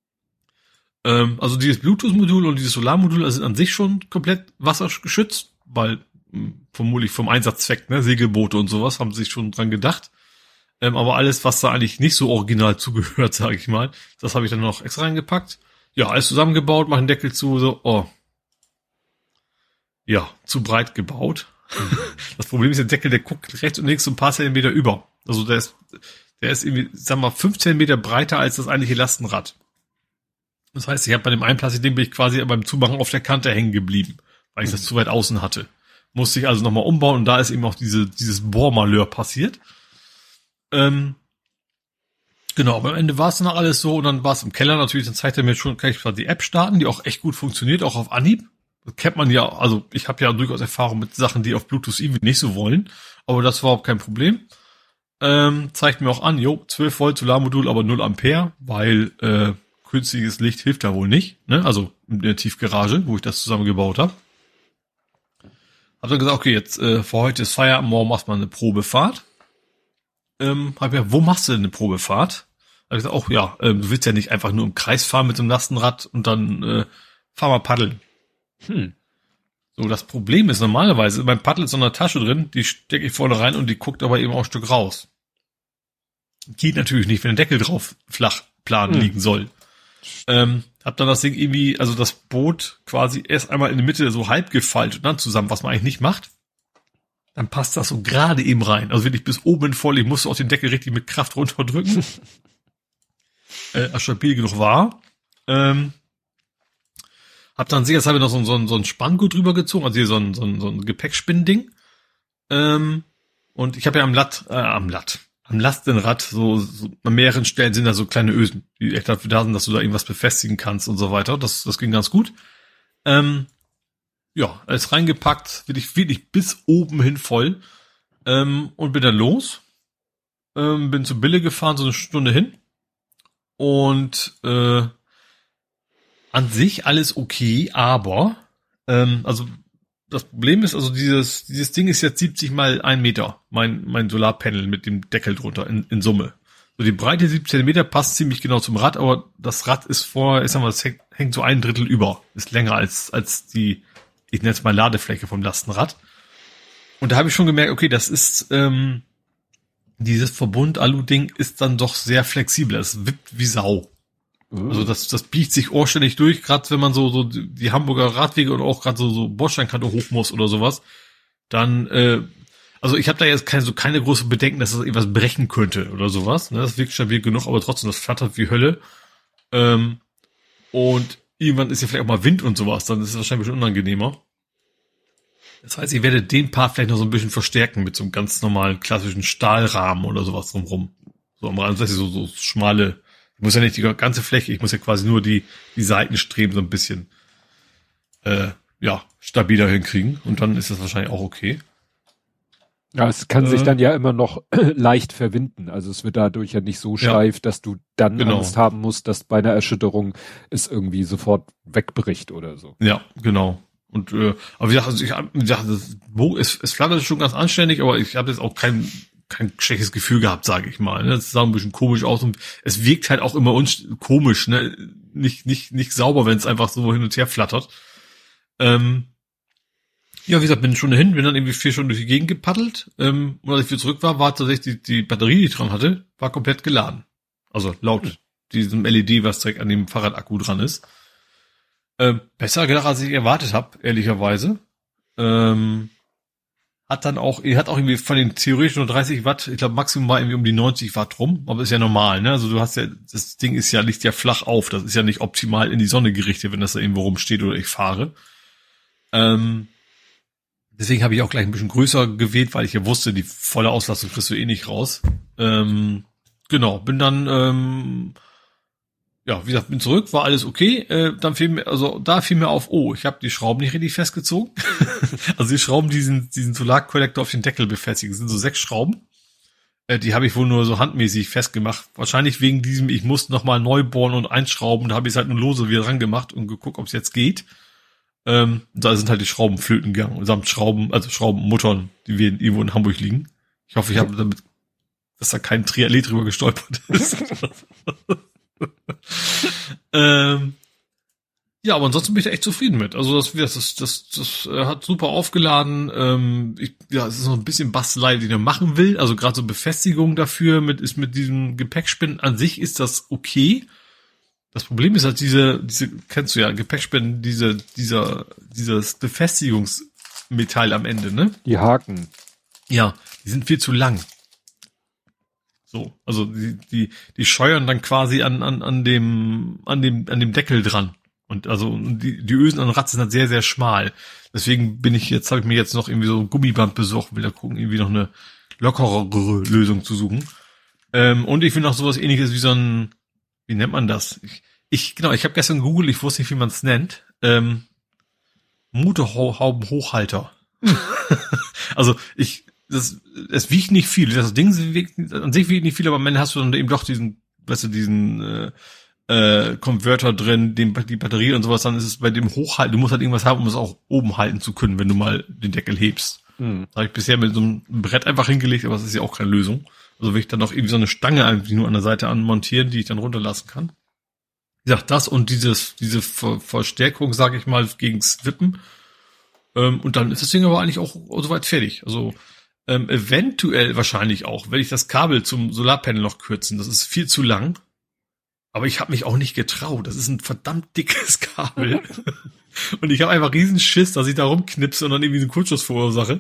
C: Ähm, also dieses Bluetooth-Modul und dieses Solarmodul sind an sich schon komplett wassergeschützt, weil mh, vermutlich vom Einsatzzweck, ne, Segelboote und sowas, haben sich schon dran gedacht. Ähm, aber alles, was da eigentlich nicht so original zugehört, sage ich mal, das habe ich dann noch extra reingepackt. Ja, alles zusammengebaut, mach den Deckel zu, so, oh. Ja, zu breit gebaut. Mhm. Das Problem ist, der Deckel, der guckt rechts und links so ein paar Zentimeter über. Also der ist, der ist irgendwie, sagen wir mal, fünf Zentimeter breiter als das eigentliche Lastenrad. Das heißt, ich habe bei dem einen Plastikding bin ich quasi beim Zumachen auf der Kante hängen geblieben, weil ich mhm. das zu weit außen hatte. Musste ich also nochmal umbauen und da ist eben auch diese, dieses Bohrmalheur passiert. Ähm, genau, aber am Ende war es dann auch alles so und dann war es im Keller natürlich, dann zeigt er mir schon, kann ich zwar die App starten, die auch echt gut funktioniert, auch auf Anhieb. Das kennt man ja, also ich habe ja durchaus Erfahrung mit Sachen, die auf Bluetooth irgendwie nicht so wollen, aber das war überhaupt kein Problem. Ähm, zeigt mir auch an, jo, zwölf Volt Solarmodul, aber null Ampere, weil äh, künstliches Licht hilft da wohl nicht, ne? Also in der Tiefgarage, wo ich das zusammengebaut habe. Hab dann gesagt, okay, jetzt äh, für heute ist Feierabend, morgen machst du mal eine Probefahrt. Ähm, hab ja, wo machst du denn eine Probefahrt? Hab ich gesagt, auch ja, ähm, du willst ja nicht einfach nur im Kreis fahren mit dem Lastenrad und dann äh, fahr mal paddeln. Hm. So, das Problem ist normalerweise, beim Paddel ist so eine Tasche drin, die stecke ich vorne rein und die guckt aber eben auch ein Stück raus. Geht natürlich nicht, wenn der Deckel drauf flach plan hm. liegen soll. Ähm, hab dann das Ding irgendwie, also das Boot quasi erst einmal in der Mitte so halb gefaltet und dann zusammen, was man eigentlich nicht macht. Dann passt das so gerade eben rein. Also wirklich bis oben voll. Ich musste auch den Deckel richtig mit Kraft runterdrücken. äh, stabil genug war. Ähm, hab dann sicherheitshalber noch so, so, so ein Spanngurt drüber gezogen, also hier so ein, so ein, so ein Gepäckspinnding. Ähm, und ich habe ja am Latt, äh, am Latt, am Lastenrad, so, so an mehreren Stellen sind da so kleine Ösen, die echt dafür da sind, dass du da irgendwas befestigen kannst und so weiter. Das, das ging ganz gut. Ähm, Ja, alles reingepackt, wirklich, wirklich bis oben hin voll. Ähm, und bin dann los. Ähm, bin zu Bille gefahren, so eine Stunde hin. Und äh, an sich alles okay, aber ähm, also das Problem ist, also dieses dieses Ding ist jetzt siebzig mal ein Meter, mein mein Solarpanel mit dem Deckel drunter in, in Summe. So die Breite siebzehn Zentimeter passt ziemlich genau zum Rad, aber das Rad ist vor, ich sag mal, es hängt, hängt so ein Drittel über. Ist länger als, als die, ich nenne es mal Ladefläche vom Lastenrad. Und da habe ich schon gemerkt, okay, das ist, ähm, dieses Verbund-Alu-Ding ist dann doch sehr flexibel. Es wippt wie Sau. Mhm. Also das, das biegt sich ohrständig durch, gerade wenn man so, so die Hamburger Radwege oder auch gerade so, so Bordsteinkante hoch muss oder sowas. Dann, äh, also ich habe da jetzt keine, so keine große Bedenken, dass das irgendwas brechen könnte oder sowas. Ne? Das wirkt stabil genug, aber trotzdem, das flattert wie Hölle. Ähm, und irgendwann ist ja vielleicht auch mal Wind und sowas, dann ist es wahrscheinlich ein bisschen unangenehmer. Das heißt, ich werde den Part vielleicht noch so ein bisschen verstärken mit so einem ganz normalen klassischen Stahlrahmen oder sowas drumrum. So am Rand, so, so schmale, ich muss ja nicht die ganze Fläche, ich muss ja quasi nur die, die Seitenstreben so ein bisschen, äh, ja, stabiler hinkriegen. Und dann ist das wahrscheinlich auch okay.
B: Ja, es kann
C: äh,
B: sich dann ja immer noch leicht verwinden. Also es wird dadurch ja nicht so steif, ja, dass du dann
C: genau.
B: Angst haben musst, dass bei einer Erschütterung es irgendwie sofort wegbricht oder so.
C: Ja, genau. Und äh, aber wie gesagt, also ich hab, wie gesagt, das, wo, es, es flattert schon ganz anständig, aber ich habe jetzt auch kein kein schlechtes Gefühl gehabt, sage ich mal. Das sah ein bisschen komisch aus und es wirkt halt auch immer uns komisch, ne? Nicht nicht nicht sauber, wenn es einfach so hin und her flattert. Ähm, ja, wie gesagt, bin schon dahin, bin dann irgendwie vier Stunden durch die Gegend gepaddelt. Ähm, und als ich wieder zurück war, war tatsächlich die, die Batterie, die ich dran hatte, war komplett geladen. Also laut mhm. diesem L E D, was direkt an dem Fahrradakku dran ist. Ähm, besser gedacht, als ich erwartet habe, ehrlicherweise. Ähm, hat dann auch, er hat auch irgendwie von den theoretisch nur dreißig Watt, ich glaube Maximum war irgendwie um die neunzig Watt rum, aber ist ja normal, ne? Also du hast ja, das Ding ist ja, liegt ja flach auf, das ist ja nicht optimal in die Sonne gerichtet, wenn das da irgendwo rumsteht oder ich fahre. Ähm, deswegen habe ich auch gleich ein bisschen größer gewählt, weil ich ja wusste, die volle Auslastung kriegst du eh nicht raus. Ähm, genau, bin dann, ähm, ja, wie gesagt, bin zurück, war alles okay. Äh, dann fiel mir, also da fiel mir auf, oh, ich habe die Schrauben nicht richtig festgezogen. Also die Schrauben, die diesen, diesen Solarkollektor auf den Deckel befestigen, sind so sechs Schrauben. Äh, die habe ich wohl nur so handmäßig festgemacht. Wahrscheinlich wegen diesem, ich muss nochmal neu bohren und einschrauben. Da habe ich es halt nur lose wieder dran gemacht und geguckt, ob es jetzt geht. Ähm, da sind halt die Schrauben flöten gegangen, samt Schrauben, also Schraubenmuttern, die wir irgendwo in Hamburg liegen. Ich hoffe, ich habe damit, dass da kein Triathlet drüber gestolpert ist. ähm, ja, aber ansonsten bin ich da echt zufrieden mit. Also das, das, das, das, das äh, hat super aufgeladen. Ähm, ich, ja, es ist noch ein bisschen Bastelei, die er machen will. Also gerade so Befestigung dafür mit ist mit diesem Gepäckspinnen an sich ist das okay. Das Problem ist halt diese, diese kennst du ja, Gepäckspinnen, diese, dieser, dieses Befestigungsmetall am Ende, ne?
B: Die Haken.
C: Ja, die sind viel zu lang. So, also die, die, die scheuern dann quasi an, an, an dem, an dem, an dem Deckel dran. Und also die, die Ösen an Rad sind halt sehr, sehr schmal. Deswegen bin ich jetzt, habe ich mir jetzt noch irgendwie so ein Gummiband besorgt, will da gucken, irgendwie noch eine lockerere Lösung zu suchen. Ähm, und ich will noch sowas ähnliches wie so ein, wie nennt man das? Ich, ich genau, ich habe gestern gegoogelt, ich wusste nicht, wie man es nennt. Ähm, Motorhaubenhochhalter. Also ich, das, es wiegt nicht viel. Das Ding wiegt, an sich wiegt nicht viel, aber am Ende hast du dann eben doch diesen, weißt du, diesen äh, äh, Konverter drin, den, die Batterie und sowas. Dann ist es bei dem Hochhalten. Du musst halt irgendwas haben, um es auch oben halten zu können, wenn du mal den Deckel hebst. Hm. Da habe ich bisher mit so einem Brett einfach hingelegt, aber das ist ja auch keine Lösung. Also will ich dann noch irgendwie so eine Stange eigentlich nur an der Seite anmontieren, die ich dann runterlassen kann. Wie gesagt, das und dieses, diese Ver- Verstärkung, sage ich mal, gegens Wippen. Ähm, und dann ist das Ding aber eigentlich auch soweit fertig. Also ähm, eventuell wahrscheinlich auch, wenn ich das Kabel zum Solarpanel noch kürzen. Das ist viel zu lang. Aber ich habe mich auch nicht getraut. Das ist ein verdammt dickes Kabel. Und ich habe einfach riesen Schiss, dass ich da rumknipse und dann irgendwie einen Kurzschluss verursache.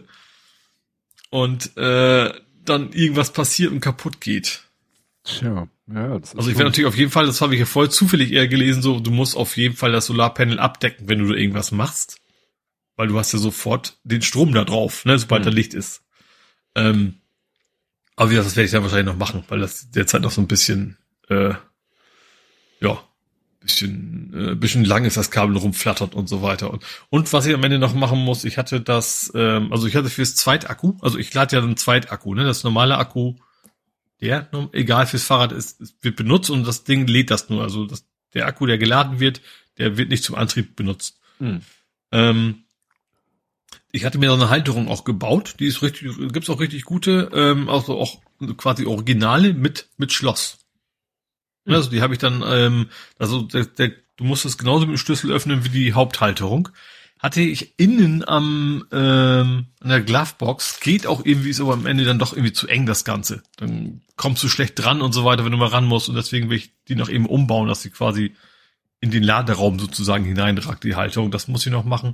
C: Und äh, dann irgendwas passiert und kaputt geht.
B: Tja, ja, das ist
C: also ich werde natürlich auf jeden Fall, das habe ich ja voll zufällig eher gelesen, so du musst auf jeden Fall das Solarpanel abdecken, wenn du da irgendwas machst. Weil du hast ja sofort den Strom da drauf, ne, sobald mhm. da Licht ist. Ähm, aber wie gesagt, das werde ich dann wahrscheinlich noch machen, weil das derzeit noch so ein bisschen, äh, ja, bisschen, äh, bisschen lang ist, das Kabel rumflattert und so weiter. Und, und was ich am Ende noch machen muss, ich hatte das, ähm, also ich hatte fürs Zweitakku, also ich lade ja einen Zweitakku, ne, das normale Akku, der, egal fürs Fahrrad ist, wird benutzt und das Ding lädt das nur, also das, der Akku, der geladen wird, der wird nicht zum Antrieb benutzt. Mhm. Ähm, Ich hatte mir so eine Halterung auch gebaut, die ist richtig, gibt's auch richtig gute, ähm, also auch quasi Originale mit mit Schloss. Mhm. Also die habe ich dann, ähm, also der, der, du musst es genauso mit dem Schlüssel öffnen wie die Haupthalterung. Hatte ich innen am ähm, an der Glovebox, geht auch irgendwie, ist aber am Ende dann doch irgendwie zu eng das Ganze. Dann kommst du schlecht dran und so weiter, wenn du mal ran musst, und deswegen will ich die noch eben umbauen, dass sie quasi in den Laderaum sozusagen hineinragt, die Halterung. Das muss ich noch machen.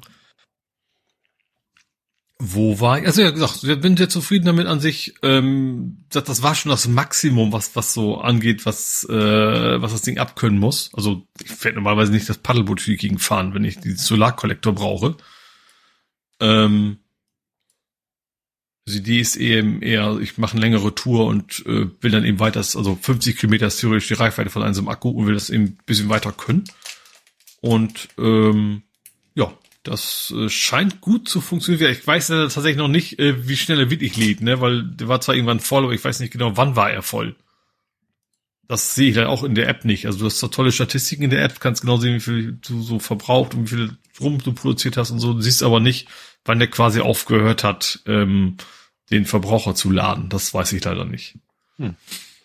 C: Wo war ich? Also ja, gesagt, ich bin sehr zufrieden damit an sich. Ähm, das, das war schon das Maximum, was was so angeht, was äh, was das Ding abkönnen muss. Also ich werde normalerweise nicht das Paddelboot für die Gegend fahren, wenn ich die Solarkollektor brauche. Ähm, also die ist eben eher, ich mache eine längere Tour und äh, will dann eben weiter, also fünfzig Kilometer ist theoretisch die Reichweite von einem so einem Akku und will das eben ein bisschen weiter können. Und ähm, ja, das äh, scheint gut zu funktionieren. Ich weiß ja tatsächlich noch nicht, äh, wie schnell er wirklich lädt, ne, weil der war zwar irgendwann voll, aber ich weiß nicht genau, wann war er voll. Das sehe ich dann auch in der App nicht. Also du hast zwar tolle Statistiken in der App, kannst genau sehen, wie viel du so verbraucht und wie viel Strom du produziert hast und so. Du siehst aber nicht, wann der quasi aufgehört hat, ähm, den Verbraucher zu laden. Das weiß ich leider nicht.
B: Hm.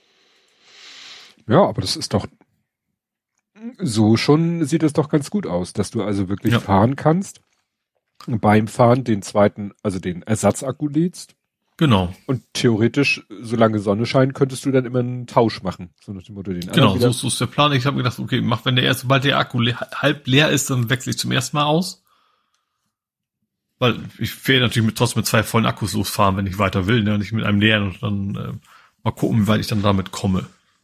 B: Ja, aber das ist doch so schon sieht es doch ganz gut aus, dass du also wirklich ja. fahren kannst, beim Fahren den zweiten, also den Ersatzakku lädst.
C: Genau.
B: Und theoretisch, solange Sonne scheint, könntest du dann immer einen Tausch machen. So nach dem Motto, den
C: genau, so, so ist der Plan. Ich habe mir gedacht, okay, mach, wenn der erste, sobald der Akku le- halb leer ist, dann wechsle ich zum ersten Mal aus. Weil ich werde natürlich mit, trotzdem mit zwei vollen Akkus losfahren, wenn ich weiter will, ne, und nicht mit einem leeren, und dann äh, mal gucken, wie weit ich dann damit komme.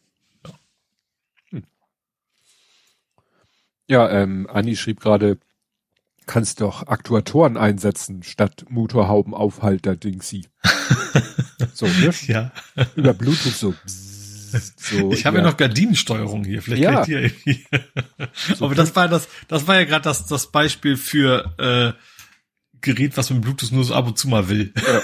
B: Ja, ähm, Anni schrieb gerade, kannst doch Aktuatoren einsetzen statt Motorhaubenaufhalter Dingsi. So, ne?
C: Ja.
B: Über Bluetooth so. so
C: ich habe ja noch Gardinensteuerung hier, vielleicht
B: ja.
C: kann ich die irgendwie. So. Aber das war das, das war ja gerade das, das Beispiel für äh, Gerät, was mit Bluetooth nur so ab und zu mal will. Ja.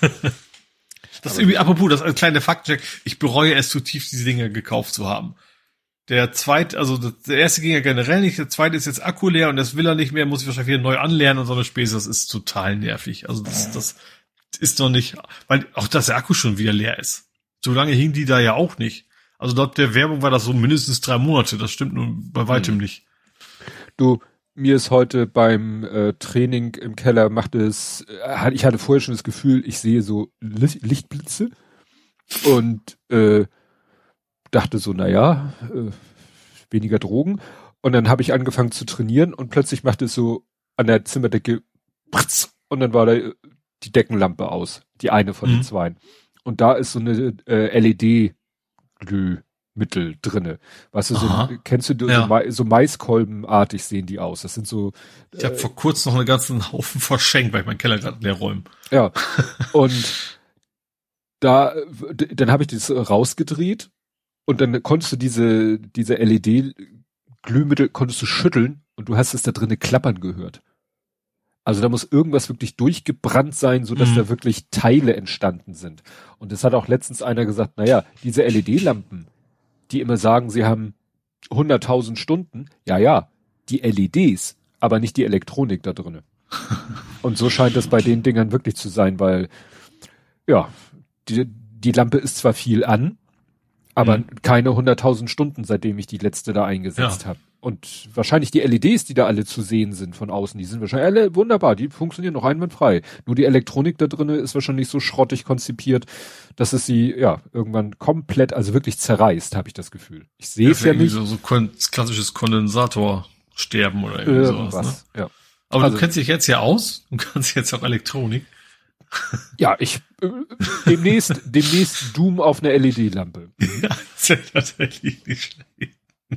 C: Das ist irgendwie, apropos, das ist ein kleiner Faktencheck. Ich bereue es zutiefst, diese Dinge gekauft zu haben. Der zweite, also der erste ging ja generell nicht, der zweite ist jetzt Akku leer und das will er nicht mehr, muss ich wahrscheinlich wieder neu anlernen und so eine Späße. Das ist total nervig. Also das, das ist noch nicht, weil auch dass der Akku schon wieder leer ist. So lange hing die da ja auch nicht. Also laut der Werbung war das so mindestens drei Monate. Das stimmt nun bei weitem hm. nicht.
B: Du, mir ist heute beim äh, Training im Keller machte es, äh, ich hatte vorher schon das Gefühl, ich sehe so Licht, Lichtblitze und äh, dachte so, naja, äh, weniger Drogen. Und dann habe ich angefangen zu trainieren und plötzlich machte es so an der Zimmerdecke und dann war da die Deckenlampe aus. Die eine von mhm. den zwei. Und da ist so eine äh, L E D-Glühmittel drinne. Weißt du, so, kennst du ja. so, Ma- so Maiskolbenartig sehen die aus. Das sind so.
C: Ich habe äh, vor kurzem noch einen ganzen Haufen verschenkt, weil ich meinen Keller gerade leer räume.
B: Ja. Und da, dann habe ich das rausgedreht. Und dann konntest du diese, diese L E D-Glühmittel konntest du schütteln und du hast es da drinnen klappern gehört. Also da muss irgendwas wirklich durchgebrannt sein, so dass mhm. da wirklich Teile entstanden sind. Und das hat auch letztens einer gesagt, naja, diese L E D-Lampen, die immer sagen, sie haben hunderttausend Stunden, ja, ja, die L E Ds, aber nicht die Elektronik da drinnen. Und so scheint das bei den Dingern wirklich zu sein, weil, ja, die, die Lampe ist zwar viel an, aber mhm. keine hunderttausend Stunden, seitdem ich die letzte da eingesetzt ja. habe. Und wahrscheinlich die L E Ds, die da alle zu sehen sind von außen, die sind wahrscheinlich alle wunderbar, die funktionieren noch einwandfrei. Nur die Elektronik da drin ist wahrscheinlich so schrottig konzipiert, dass es sie ja irgendwann komplett, also wirklich zerreißt, habe ich das Gefühl. Ich sehe es ja, ja nicht.
C: So, so klassisches Kondensatorsterben oder irgendwie
B: Irgendwas,
C: sowas. Ne?
B: Ja.
C: Aber
B: also,
C: du kennst dich jetzt ja aus, du kannst jetzt auch Elektronik.
B: Ja, ich äh, demnächst, demnächst Doom auf eine L E D-Lampe.
C: Ja, das ist tatsächlich nicht schlecht.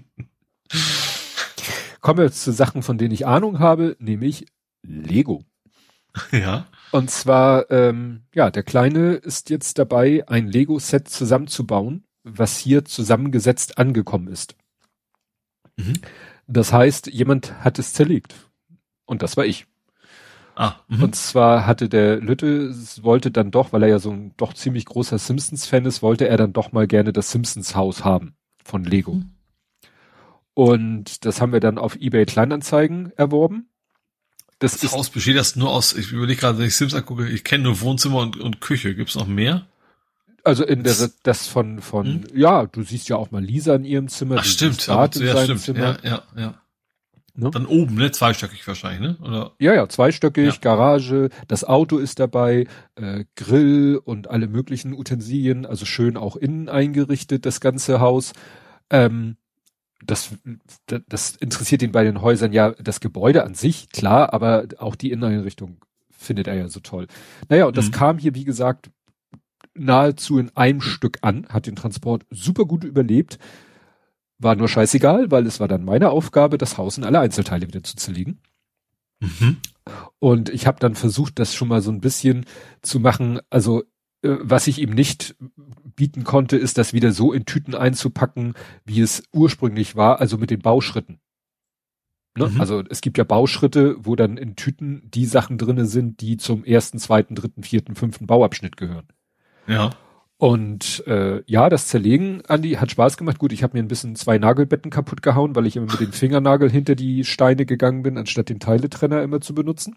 B: Kommen wir jetzt zu Sachen, von denen ich Ahnung habe, nämlich Lego.
C: Ja.
B: Und zwar, ähm, ja, der Kleine ist jetzt dabei, ein Lego-Set zusammenzubauen, was hier zusammengesetzt angekommen ist. Mhm. Das heißt, jemand hat es zerlegt. Und das war ich.
C: Ah,
B: und zwar hatte der Lütte, wollte dann doch, weil er ja so ein doch ziemlich großer Simpsons-Fan ist, wollte er dann doch mal gerne das Simpsons-Haus haben von Lego. Mhm. Und das haben wir dann auf eBay Kleinanzeigen erworben. das,
C: das
B: ist,
C: Haus besteht das nur aus, ich überlege gerade, wenn ich Sims angucke, ich kenne nur Wohnzimmer und, und Küche. Gibt's noch mehr?
B: also in der, das von, von, hm? ja, du siehst ja auch mal Lisa in ihrem Zimmer.
C: Ach, stimmt, aber, in ja, seinem stimmt, Zimmer. ja, ja, ja. Ne? Dann oben, ne, zweistöckig wahrscheinlich, ne, oder?
B: Ja, ja, zweistöckig, ja. Garage, das Auto ist dabei, äh, Grill und alle möglichen Utensilien, also schön auch innen eingerichtet, das ganze Haus. Ähm, das, das interessiert ihn bei den Häusern ja, das Gebäude an sich, klar, aber auch die Inneneinrichtung findet er ja so toll. Naja, und das mhm. kam hier, wie gesagt, nahezu in einem Stück an, hat den Transport super gut überlebt, war nur scheißegal, weil es war dann meine Aufgabe, das Haus in alle Einzelteile wieder zu zerlegen. Mhm. Und ich habe dann versucht, das schon mal so ein bisschen zu machen, also äh, was ich ihm nicht bieten konnte, ist das wieder so in Tüten einzupacken, wie es ursprünglich war, also mit den Bauschritten. Ne? Mhm. Also es gibt ja Bauschritte, wo dann in Tüten die Sachen drinne sind, die zum ersten, zweiten, dritten, vierten, fünften Bauabschnitt gehören.
C: Ja.
B: Und äh, ja, das Zerlegen, Andi, hat Spaß gemacht. Gut, ich habe mir ein bisschen zwei Nagelbetten kaputt gehauen, weil ich immer mit dem Fingernagel hinter die Steine gegangen bin, anstatt den Teiletrenner immer zu benutzen.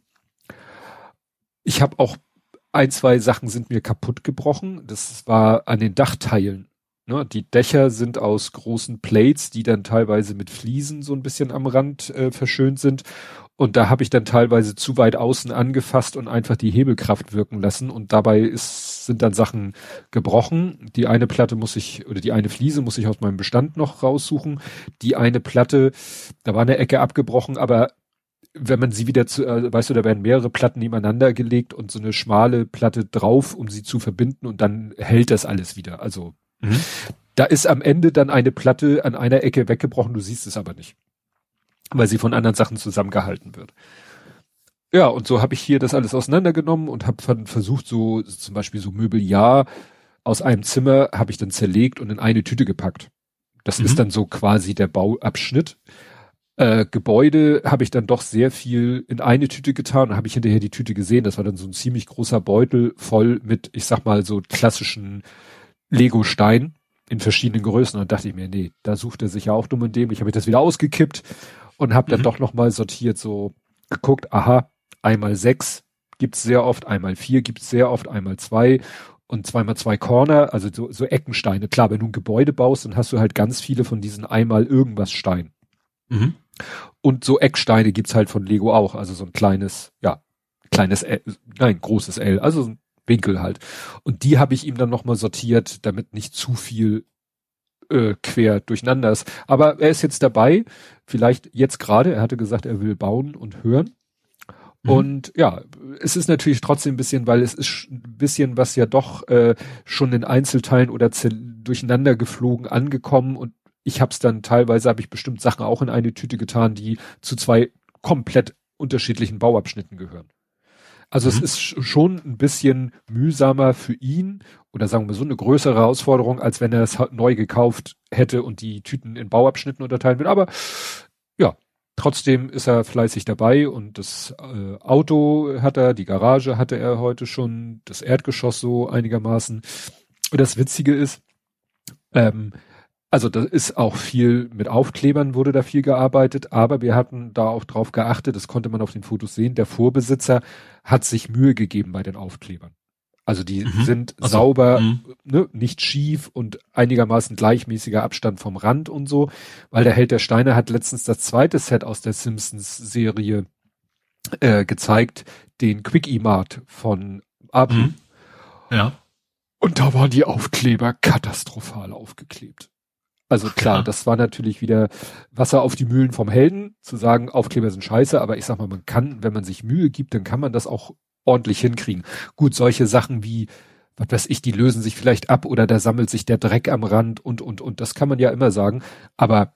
B: Ich habe auch ein, zwei Sachen sind mir kaputt gebrochen. Das war an den Dachteilen. Ne? Die Dächer sind aus großen Plates, die dann teilweise mit Fliesen so ein bisschen am Rand äh, verschönt sind. Und da habe ich dann teilweise zu weit außen angefasst und einfach die Hebelkraft wirken lassen. Und dabei ist, sind dann Sachen gebrochen. Die eine Platte muss ich, oder die eine Fliese muss ich aus meinem Bestand noch raussuchen. Die eine Platte, da war eine Ecke abgebrochen, aber wenn man sie wieder zu, äh, weißt du, da werden mehrere Platten nebeneinander gelegt und so eine schmale Platte drauf, um sie zu verbinden und dann hält das alles wieder. Also, mhm. Da ist am Ende dann eine Platte an einer Ecke weggebrochen, du siehst es aber nicht, weil sie von anderen Sachen zusammengehalten wird. Ja, und so habe ich hier das alles auseinandergenommen und habe versucht, so zum Beispiel so Möbeljahr aus einem Zimmer habe ich dann zerlegt und in eine Tüte gepackt. Das mhm. ist dann so quasi der Bauabschnitt. Äh, Gebäude habe ich dann doch sehr viel in eine Tüte getan und habe ich hinterher die Tüte gesehen. Das war dann so ein ziemlich großer Beutel voll mit, ich sag mal, so klassischen Lego-Steinen in verschiedenen Größen. Und dachte ich mir, nee, da sucht er sich ja auch dumm und dämlich. Habe ich das wieder ausgekippt und habe dann mhm. doch nochmal sortiert, so geguckt, aha, einmal sechs gibt's sehr oft, einmal vier gibt's sehr oft, einmal zwei und zweimal zwei Corner, also so, so Eckensteine. Klar, wenn du ein Gebäude baust, dann hast du halt ganz viele von diesen einmal irgendwas Steinen. Mhm. Und so Ecksteine gibt's halt von Lego auch, also so ein kleines, ja, kleines L, nein, großes L, also so ein Winkel halt. Und die habe ich ihm dann nochmal sortiert, damit nicht zu viel äh, quer durcheinander ist. Aber er ist jetzt dabei, vielleicht jetzt gerade, er hatte gesagt, er will bauen und hören. Mhm. Und ja, es ist natürlich trotzdem ein bisschen, weil es ist ein bisschen was ja doch äh, schon in Einzelteilen oder durcheinander geflogen angekommen und ich habe es dann teilweise, habe ich bestimmt Sachen auch in eine Tüte getan, die zu zwei komplett unterschiedlichen Bauabschnitten gehören. Also mhm. es ist schon ein bisschen mühsamer für ihn oder sagen wir so eine größere Herausforderung, als wenn er es neu gekauft hätte und die Tüten in Bauabschnitten unterteilen will. Aber ja, trotzdem ist er fleißig dabei und das äh, Auto hat er, die Garage hatte er heute schon, das Erdgeschoss so einigermaßen. Und das Witzige ist, ähm, also da ist auch viel mit Aufklebern wurde da viel gearbeitet, aber wir hatten da auch drauf geachtet, das konnte man auf den Fotos sehen, der Vorbesitzer hat sich Mühe gegeben bei den Aufklebern. Also die mhm. sind also, sauber, mhm. ne, nicht schief und einigermaßen gleichmäßiger Abstand vom Rand und so, weil der Held der Steine hat letztens das zweite Set aus der Simpsons-Serie äh, gezeigt, den Quickie-Mart von Abu. Mhm.
C: Ja.
B: Und da waren die Aufkleber katastrophal aufgeklebt. Also klar, ja. Das war natürlich wieder Wasser auf die Mühlen vom Helden, zu sagen, Aufkleber sind scheiße, aber ich sag mal, man kann, wenn man sich Mühe gibt, dann kann man das auch ordentlich hinkriegen. Gut, solche Sachen wie, was weiß ich, die lösen sich vielleicht ab oder da sammelt sich der Dreck am Rand und, und, und, das kann man ja immer sagen, aber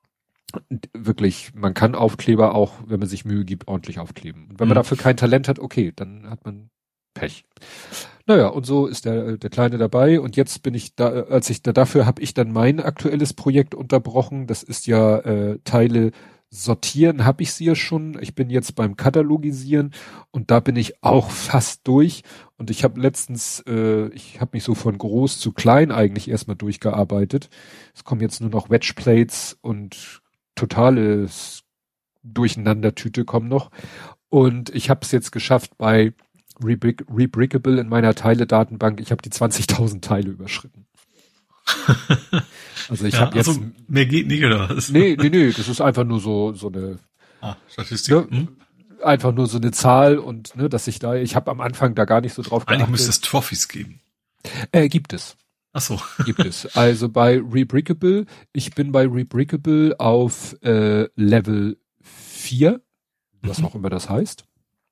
B: wirklich, man kann Aufkleber auch, wenn man sich Mühe gibt, ordentlich aufkleben. Und wenn man mhm. dafür kein Talent hat, okay, dann hat man Pech. Naja, und so ist der der Kleine dabei und jetzt bin ich da, als ich da dafür habe ich dann mein aktuelles Projekt unterbrochen. Das ist ja äh, Teile sortieren, habe ich sie ja schon. Ich bin jetzt beim Katalogisieren und da bin ich auch fast durch. Und ich habe letztens, äh, ich habe mich so von groß zu klein eigentlich erstmal durchgearbeitet. Es kommen jetzt nur noch Wedgeplates und totales Durcheinandertüte kommen noch. Und ich habe es jetzt geschafft bei Rebrick- Rebrickable in meiner Teile-Datenbank. Ich habe die zwanzigtausend Teile überschritten. Also ich
C: ja,
B: habe jetzt...
C: Also mehr geht nicht, oder was?
B: Nee, nee, nee, das ist einfach nur so so eine...
C: Ah, Statistik.
B: Ne,
C: hm?
B: Einfach nur so eine Zahl und ne, dass ich da... Ich habe am Anfang da gar nicht so drauf geachtet.
C: Eigentlich müsste es Trophies geben.
B: Äh, gibt es.
C: Ach so.
B: Gibt es. Also bei Rebrickable, ich bin bei Rebrickable auf äh, Level vier, was
C: Mhm.
B: auch immer das heißt.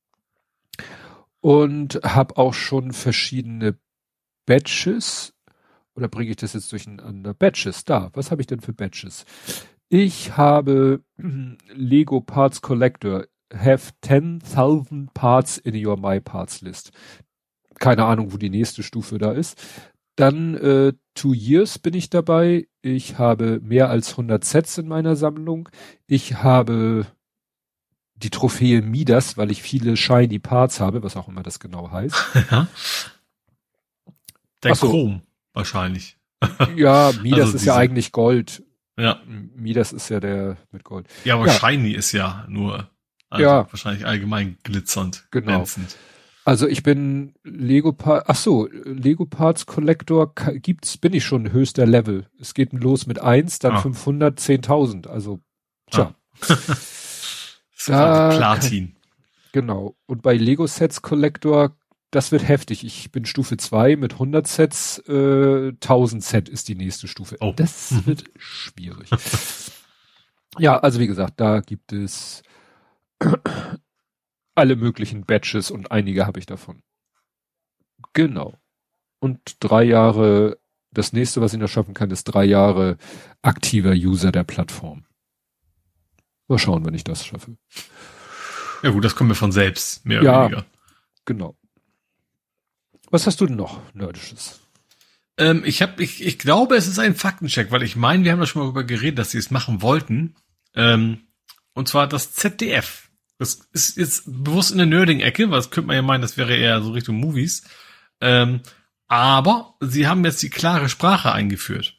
B: Und habe auch schon verschiedene Badges. Oder bringe ich das jetzt durcheinander? Badges, da. Was habe ich denn für Badges? Ich habe Lego Parts Collector. Have ten thousand parts in your My Parts List. Keine Ahnung, wo die nächste Stufe da ist. Dann äh, Two Years bin ich dabei. Ich habe mehr als hundert Sets in meiner Sammlung. Ich habe die Trophäe Midas, weil ich viele Shiny Parts habe, was auch immer das genau heißt.
C: Ja. Der
B: Ach so.
C: Chrom wahrscheinlich.
B: Ja, Midas
C: Also
B: ist ja
C: diese-
B: eigentlich Gold.
C: Ja.
B: Midas ist ja der mit Gold.
C: Ja, aber
B: Ja.
C: Shiny ist ja nur also
B: Ja.
C: wahrscheinlich allgemein glitzernd,
B: Genau.
C: glänzend.
B: Also ich bin Lego Parts, ach so, Lego Parts Collector ka- gibt's, bin ich schon höchster Level. Es geht los mit eins, dann
C: Ah.
B: fünfhundert, zehntausend. Also, tja.
C: Das ist
B: Da
C: quasi Platin.
B: Genau. Und bei Lego Sets Collector, das wird heftig. Ich bin Stufe zwei mit hundert Sets, äh, tausend Set ist die nächste Stufe.
C: Oh.
B: Das
C: Mhm.
B: wird schwierig. Ja, also wie gesagt, da gibt es alle möglichen Badges und einige habe ich davon. Genau. Und drei Jahre, das nächste, was ich noch schaffen kann, ist drei Jahre aktiver User der Plattform. Mal schauen, wenn ich das schaffe.
C: Ja gut, das kommt mir von selbst, mehr
B: Ja.
C: oder weniger.
B: Genau. Was hast du denn noch Nerdisches?
C: Ähm, ich habe, ich, ich glaube, es ist ein Faktencheck, weil ich meine, wir haben da schon mal darüber geredet, dass sie es machen wollten. Ähm, und zwar das Z D F. Das ist jetzt bewusst in der Nerding-Ecke, weil das könnte man ja meinen, das wäre eher so Richtung Movies. Ähm, aber sie haben jetzt die klare Sprache eingeführt.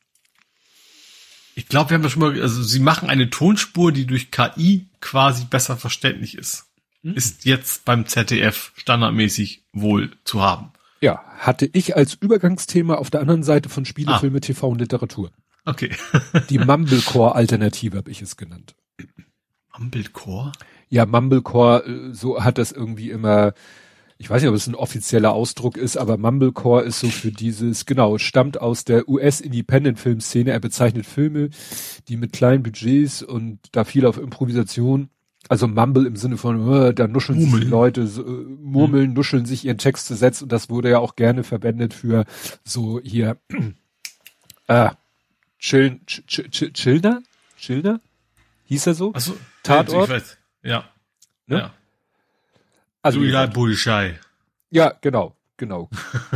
C: Ich glaube, wir haben das schon mal, also sie machen eine Tonspur, die durch K I quasi besser verständlich ist.
B: Hm.
C: Ist jetzt beim Z D F standardmäßig wohl zu haben.
B: Ja, hatte ich als Übergangsthema auf der anderen Seite von Spiele,
C: Ah.
B: Filme, T V und Literatur.
C: Okay.
B: Die Mumblecore-Alternative habe ich es genannt.
C: Mumblecore?
B: Ja, Mumblecore, äh, so hat das irgendwie immer, ich weiß nicht, ob es ein offizieller Ausdruck ist, aber Mumblecore ist so für dieses, genau, stammt aus der U S-Independent-Film-Szene. Er bezeichnet Filme, die mit kleinen Budgets und da viel auf Improvisation, also Mumble im Sinne von, äh, da nuscheln sich die
C: Murmeln.
B: Leute, so, äh, murmeln, nuscheln sich ihren Text zu setzen und das wurde ja auch gerne verwendet für so hier, äh, Chillen, Ch Ch Ch Chillner? Chillner? Hieß er so?
C: Achso,
B: Tatort?
C: Ich weiß. Ja.
B: Ne?
C: Ja.
B: Also,
C: Du
B: wie
C: ja
B: gesagt,
C: Bullschei.
B: ja, genau, genau.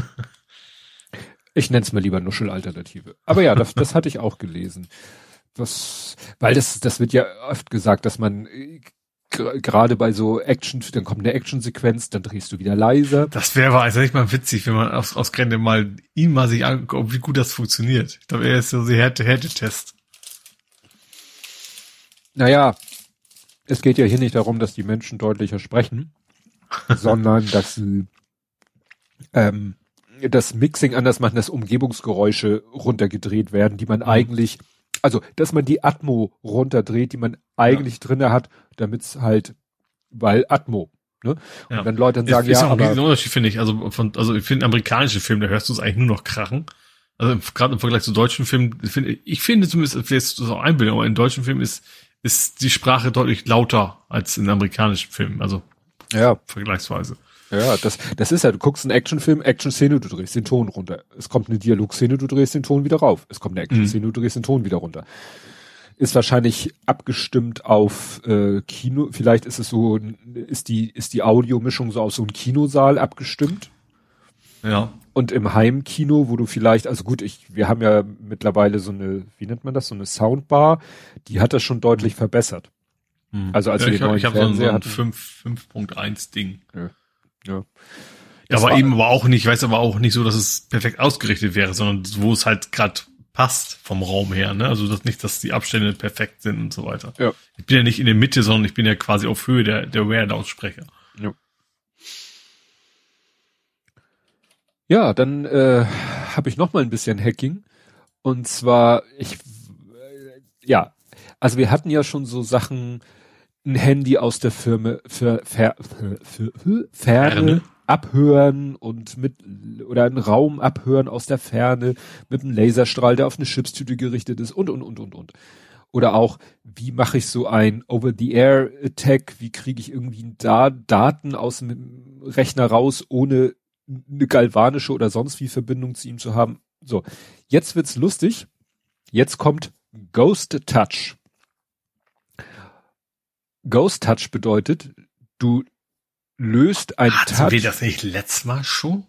B: Ich nenn's mal lieber Nuschelalternative. Aber ja, das, das hatte ich auch gelesen. Was, weil das, das wird ja oft gesagt, dass man äh, gr- gerade bei so Action, dann kommt eine Actionsequenz, dann drehst du wieder leiser.
C: Das wäre aber also nicht mal witzig, wenn man aus, aus Grände mal ihn mal sich anguckt, wie gut das funktioniert. Ich glaube, er ist so der Härte, Härtetest.
B: Naja, es geht ja hier nicht darum, dass die Menschen deutlicher sprechen, sondern dass sie ähm, das Mixing anders machen, dass Umgebungsgeräusche runtergedreht werden, die man
C: Mhm.
B: eigentlich, also dass man die Atmo runterdreht, die man eigentlich drinne hat, damit's halt, weil Atmo, ne? Und
C: Ja.
B: wenn Leute dann
C: Ist,
B: sagen,
C: ist
B: ja,
C: auch ein riesen
B: aber
C: Unterschied, finde ich. Also von, also ich finde amerikanische Filme, da hörst du es eigentlich nur noch krachen. Also gerade im Vergleich zu deutschen Filmen, finde ich finde zumindest, vielleicht ist das auch Einbildung, aber in deutschen Filmen ist ist die Sprache deutlich lauter als in amerikanischen Filmen, also
B: ja,
C: vergleichsweise.
B: ja, das, das ist ja, du guckst einen Actionfilm, Action-Szene, du drehst den Ton runter. Es kommt eine Dialogszene, du drehst den Ton wieder rauf. Es kommt eine Action-Szene, du drehst den Ton wieder runter. Ist wahrscheinlich abgestimmt auf äh, Kino, vielleicht ist es so, ist die, ist die Audiomischung so auf so einen Kinosaal abgestimmt.
C: Ja.
B: Und im Heimkino, wo du vielleicht, also gut, ich, wir haben ja mittlerweile so eine, wie nennt man das, so eine Soundbar, die hat das schon deutlich verbessert. Also als
C: ja,
B: wir
C: ich
B: den
C: habe
B: neuen
C: ich hab so ein, so
B: Fernseher
C: ein
B: hatten.
C: fünf Punkt eins Ding.
B: Ja. Ja.
C: Ja,
B: Das
C: aber
B: war-
C: eben aber auch nicht, ich weiß aber auch nicht so, dass es perfekt ausgerichtet wäre, sondern wo es halt gerade passt vom Raum her, ne? Also das nicht, dass die Abstände perfekt sind und so weiter.
B: Ja.
C: Ich bin ja nicht in der Mitte, sondern ich bin ja quasi auf Höhe der, der Ware-Lautsprecher.
B: Ja. Ja, dann äh, habe ich noch mal ein bisschen Hacking. Und zwar, ich, äh, ja, also wir hatten ja schon so Sachen, ein Handy aus der Firma für, für, für, für, für Ferne, Ferne abhören und mit, oder einen Raum abhören aus der Ferne mit einem Laserstrahl, der auf eine Chipstüte gerichtet ist und, und, und, und, und. Oder auch, wie mache ich so ein Over-the-Air-Attack, wie kriege ich irgendwie da Daten aus dem Rechner raus, ohne eine galvanische oder sonst wie Verbindung zu ihm zu haben. So, jetzt wird's lustig. Jetzt kommt Ghost Touch. Ghost Touch bedeutet, du löst ein
C: Hatten
B: Touch.
C: Hatten wir das nicht letztes Mal schon?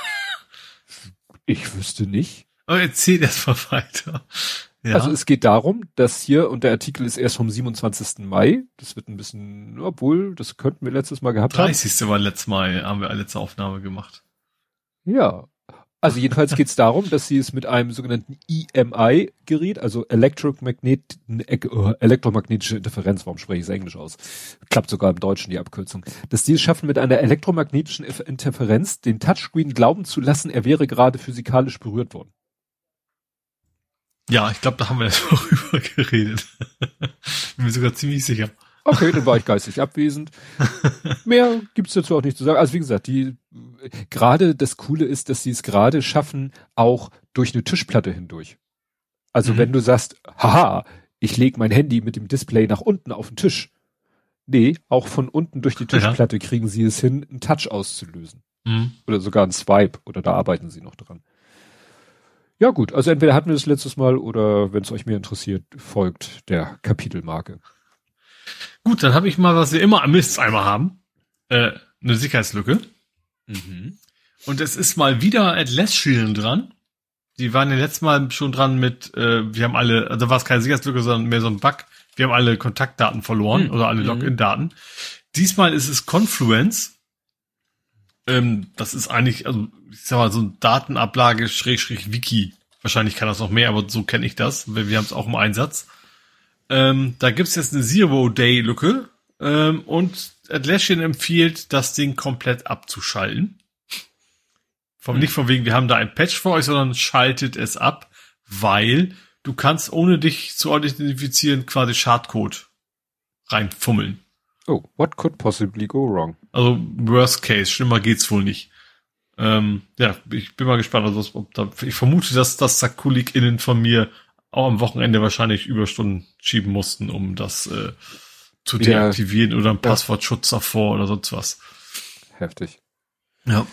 B: Ich wüsste nicht.
C: Aber erzähl das mal weiter. Ja.
B: Also es geht darum, dass hier, und der Artikel ist erst vom siebenundzwanzigsten Mai, das wird ein bisschen, obwohl, das könnten wir letztes Mal gehabt haben.
C: dreißigste war letztes Mal, haben wir eine letzte Aufnahme gemacht.
B: Ja, also jedenfalls geht es darum, dass sie es mit einem sogenannten E M I-Gerät, also Elektromagnet, äh, elektromagnetische Interferenz, warum spreche ich es Englisch aus? Klappt sogar im Deutschen die Abkürzung. Dass die es schaffen, mit einer elektromagnetischen Interferenz den Touchscreen glauben zu lassen, er wäre gerade physikalisch berührt worden.
C: Ja, ich glaube, da haben wir jetzt auch drüber geredet. Bin mir sogar ziemlich sicher.
B: Okay, dann war ich geistig abwesend. Mehr gibt's dazu auch nicht zu sagen. Also wie gesagt, die gerade das Coole ist, dass sie es gerade schaffen, auch durch eine Tischplatte hindurch. Also mhm. wenn du sagst, haha, ich lege mein Handy mit dem Display nach unten auf den Tisch. Nee, auch von unten durch die Tischplatte ja. kriegen sie es hin, einen Touch auszulösen. Mhm. Oder sogar einen Swipe. Oder da arbeiten sie noch dran. Ja gut, also entweder hatten wir das letztes Mal oder wenn es euch mehr interessiert, folgt der Kapitelmarke.
C: Gut, dann habe ich mal, was wir immer am Misteimer haben, äh, eine Sicherheitslücke. Mhm. Und es ist mal wieder Atlassian dran. Die waren ja letztes Mal schon dran mit, äh, wir haben alle, also war es keine Sicherheitslücke, sondern mehr so ein Bug. Wir haben alle Kontaktdaten verloren mhm. oder alle Login-Daten. Diesmal ist es Confluence. Ähm, das ist eigentlich, also ich sag mal, so ein Datenablage Schrägstrich Wiki. Wahrscheinlich kann das noch mehr, aber so kenne ich das. Wir, wir haben es auch im Einsatz. Ähm, da gibt's jetzt eine Zero-Day-Lücke ähm, und Atlassian empfiehlt, das Ding komplett abzuschalten. Vom, hm. Nicht von wegen, wir haben da ein Patch für euch, sondern schaltet es ab, weil du kannst, ohne dich zu identifizieren, quasi Schadcode reinfummeln.
B: Oh, what could possibly go wrong?
C: Also worst case, schlimmer geht's wohl nicht. Ähm, ja, ich bin mal gespannt. Also, ob da, ich vermute, dass das KollegInnen von mir auch am Wochenende wahrscheinlich Überstunden schieben mussten, um das äh, zu deaktivieren ja, oder ein Passwortschutz davor oder sonst was.
B: Heftig.
C: Ja.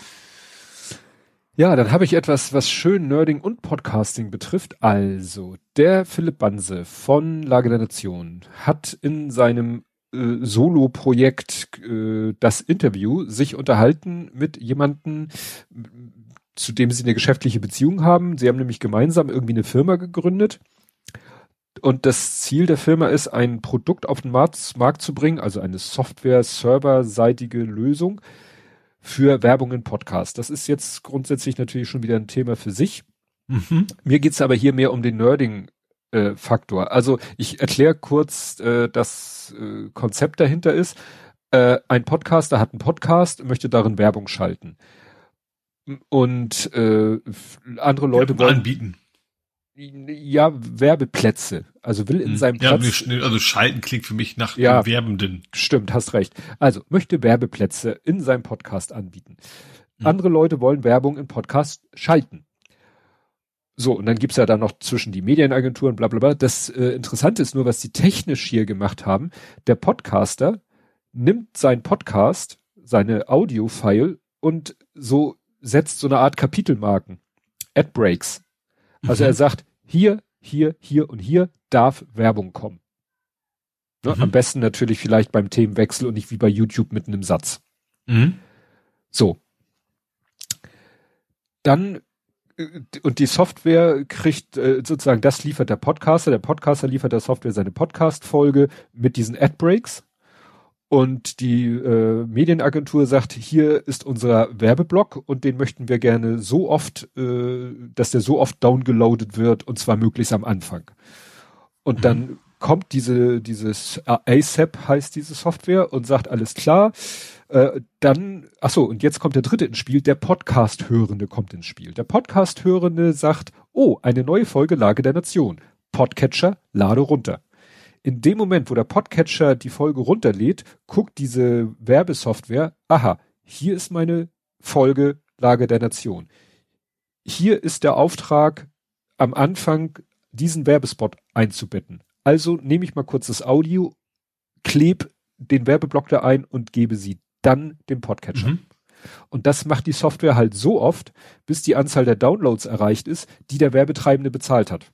B: Ja, dann habe ich etwas, was schön Nerding und Podcasting betrifft. Also, der Philipp Banse von Lage der Nation hat in seinem äh, Solo-Projekt äh, das Interview sich unterhalten mit jemandem, zu dem sie eine geschäftliche Beziehung haben. Sie haben nämlich gemeinsam irgendwie eine Firma gegründet. Und das Ziel der Firma ist, ein Produkt auf den Markt, Markt zu bringen, also eine Software-Server-seitige Lösung für Werbung in Podcasts. Das ist jetzt grundsätzlich natürlich schon wieder ein Thema für sich. Mhm. Mir geht's aber hier mehr um den Nerding-Faktor. Äh, also ich erkläre kurz, äh, das äh, Konzept dahinter ist. Äh, ein Podcaster hat einen Podcast, möchte darin Werbung schalten. Und äh, andere Leute
C: ja,
B: wollen
C: anbieten.
B: Ja, Werbeplätze. Also will in hm. seinem
C: ja,
B: Platz.
C: Also schalten klingt für mich nach
B: ja,
C: dem Werbenden.
B: Stimmt, hast recht. Also möchte Werbeplätze in seinem Podcast anbieten. Hm. Andere Leute wollen Werbung im Podcast schalten. So, und dann gibt's ja dann noch zwischen die Medienagenturen, bla bla bla. Das äh, Interessante ist nur, was die technisch hier gemacht haben. Der Podcaster nimmt seinen Podcast, seine Audio-File und so setzt so eine Art Kapitelmarken. Ad-Breaks. Also mhm. er sagt, hier, hier, hier und hier darf Werbung kommen. Ne? Mhm. Am besten natürlich vielleicht beim Themenwechsel und nicht wie bei YouTube mitten im Satz. Mhm. So. Dann, und die Software kriegt äh, sozusagen, das liefert der Podcaster. Der Podcaster liefert der Software seine Podcast-Folge mit diesen Ad-Breaks. Und die äh, Medienagentur sagt, hier ist unser Werbeblock und den möchten wir gerne so oft, äh, dass der so oft downgeloadet wird und zwar möglichst am Anfang. Und mhm. dann kommt diese, dieses A S A P heißt diese Software und sagt, alles klar, äh, dann, ach so, und jetzt kommt der dritte ins Spiel, der Podcast-Hörende kommt ins Spiel. Der Podcast-Hörende sagt, oh, eine neue Folge Lage der Nation. Podcatcher, lade runter. In dem Moment, wo der Podcatcher die Folge runterlädt, guckt diese Werbesoftware, aha, hier ist meine Folge Lage der Nation. Hier ist der Auftrag, am Anfang diesen Werbespot einzubetten. Also nehme ich mal kurz das Audio, kleb den Werbeblock da ein und gebe sie dann dem Podcatcher. Mhm. Und das macht die Software halt so oft, bis die Anzahl der Downloads erreicht ist, die der Werbetreibende bezahlt hat.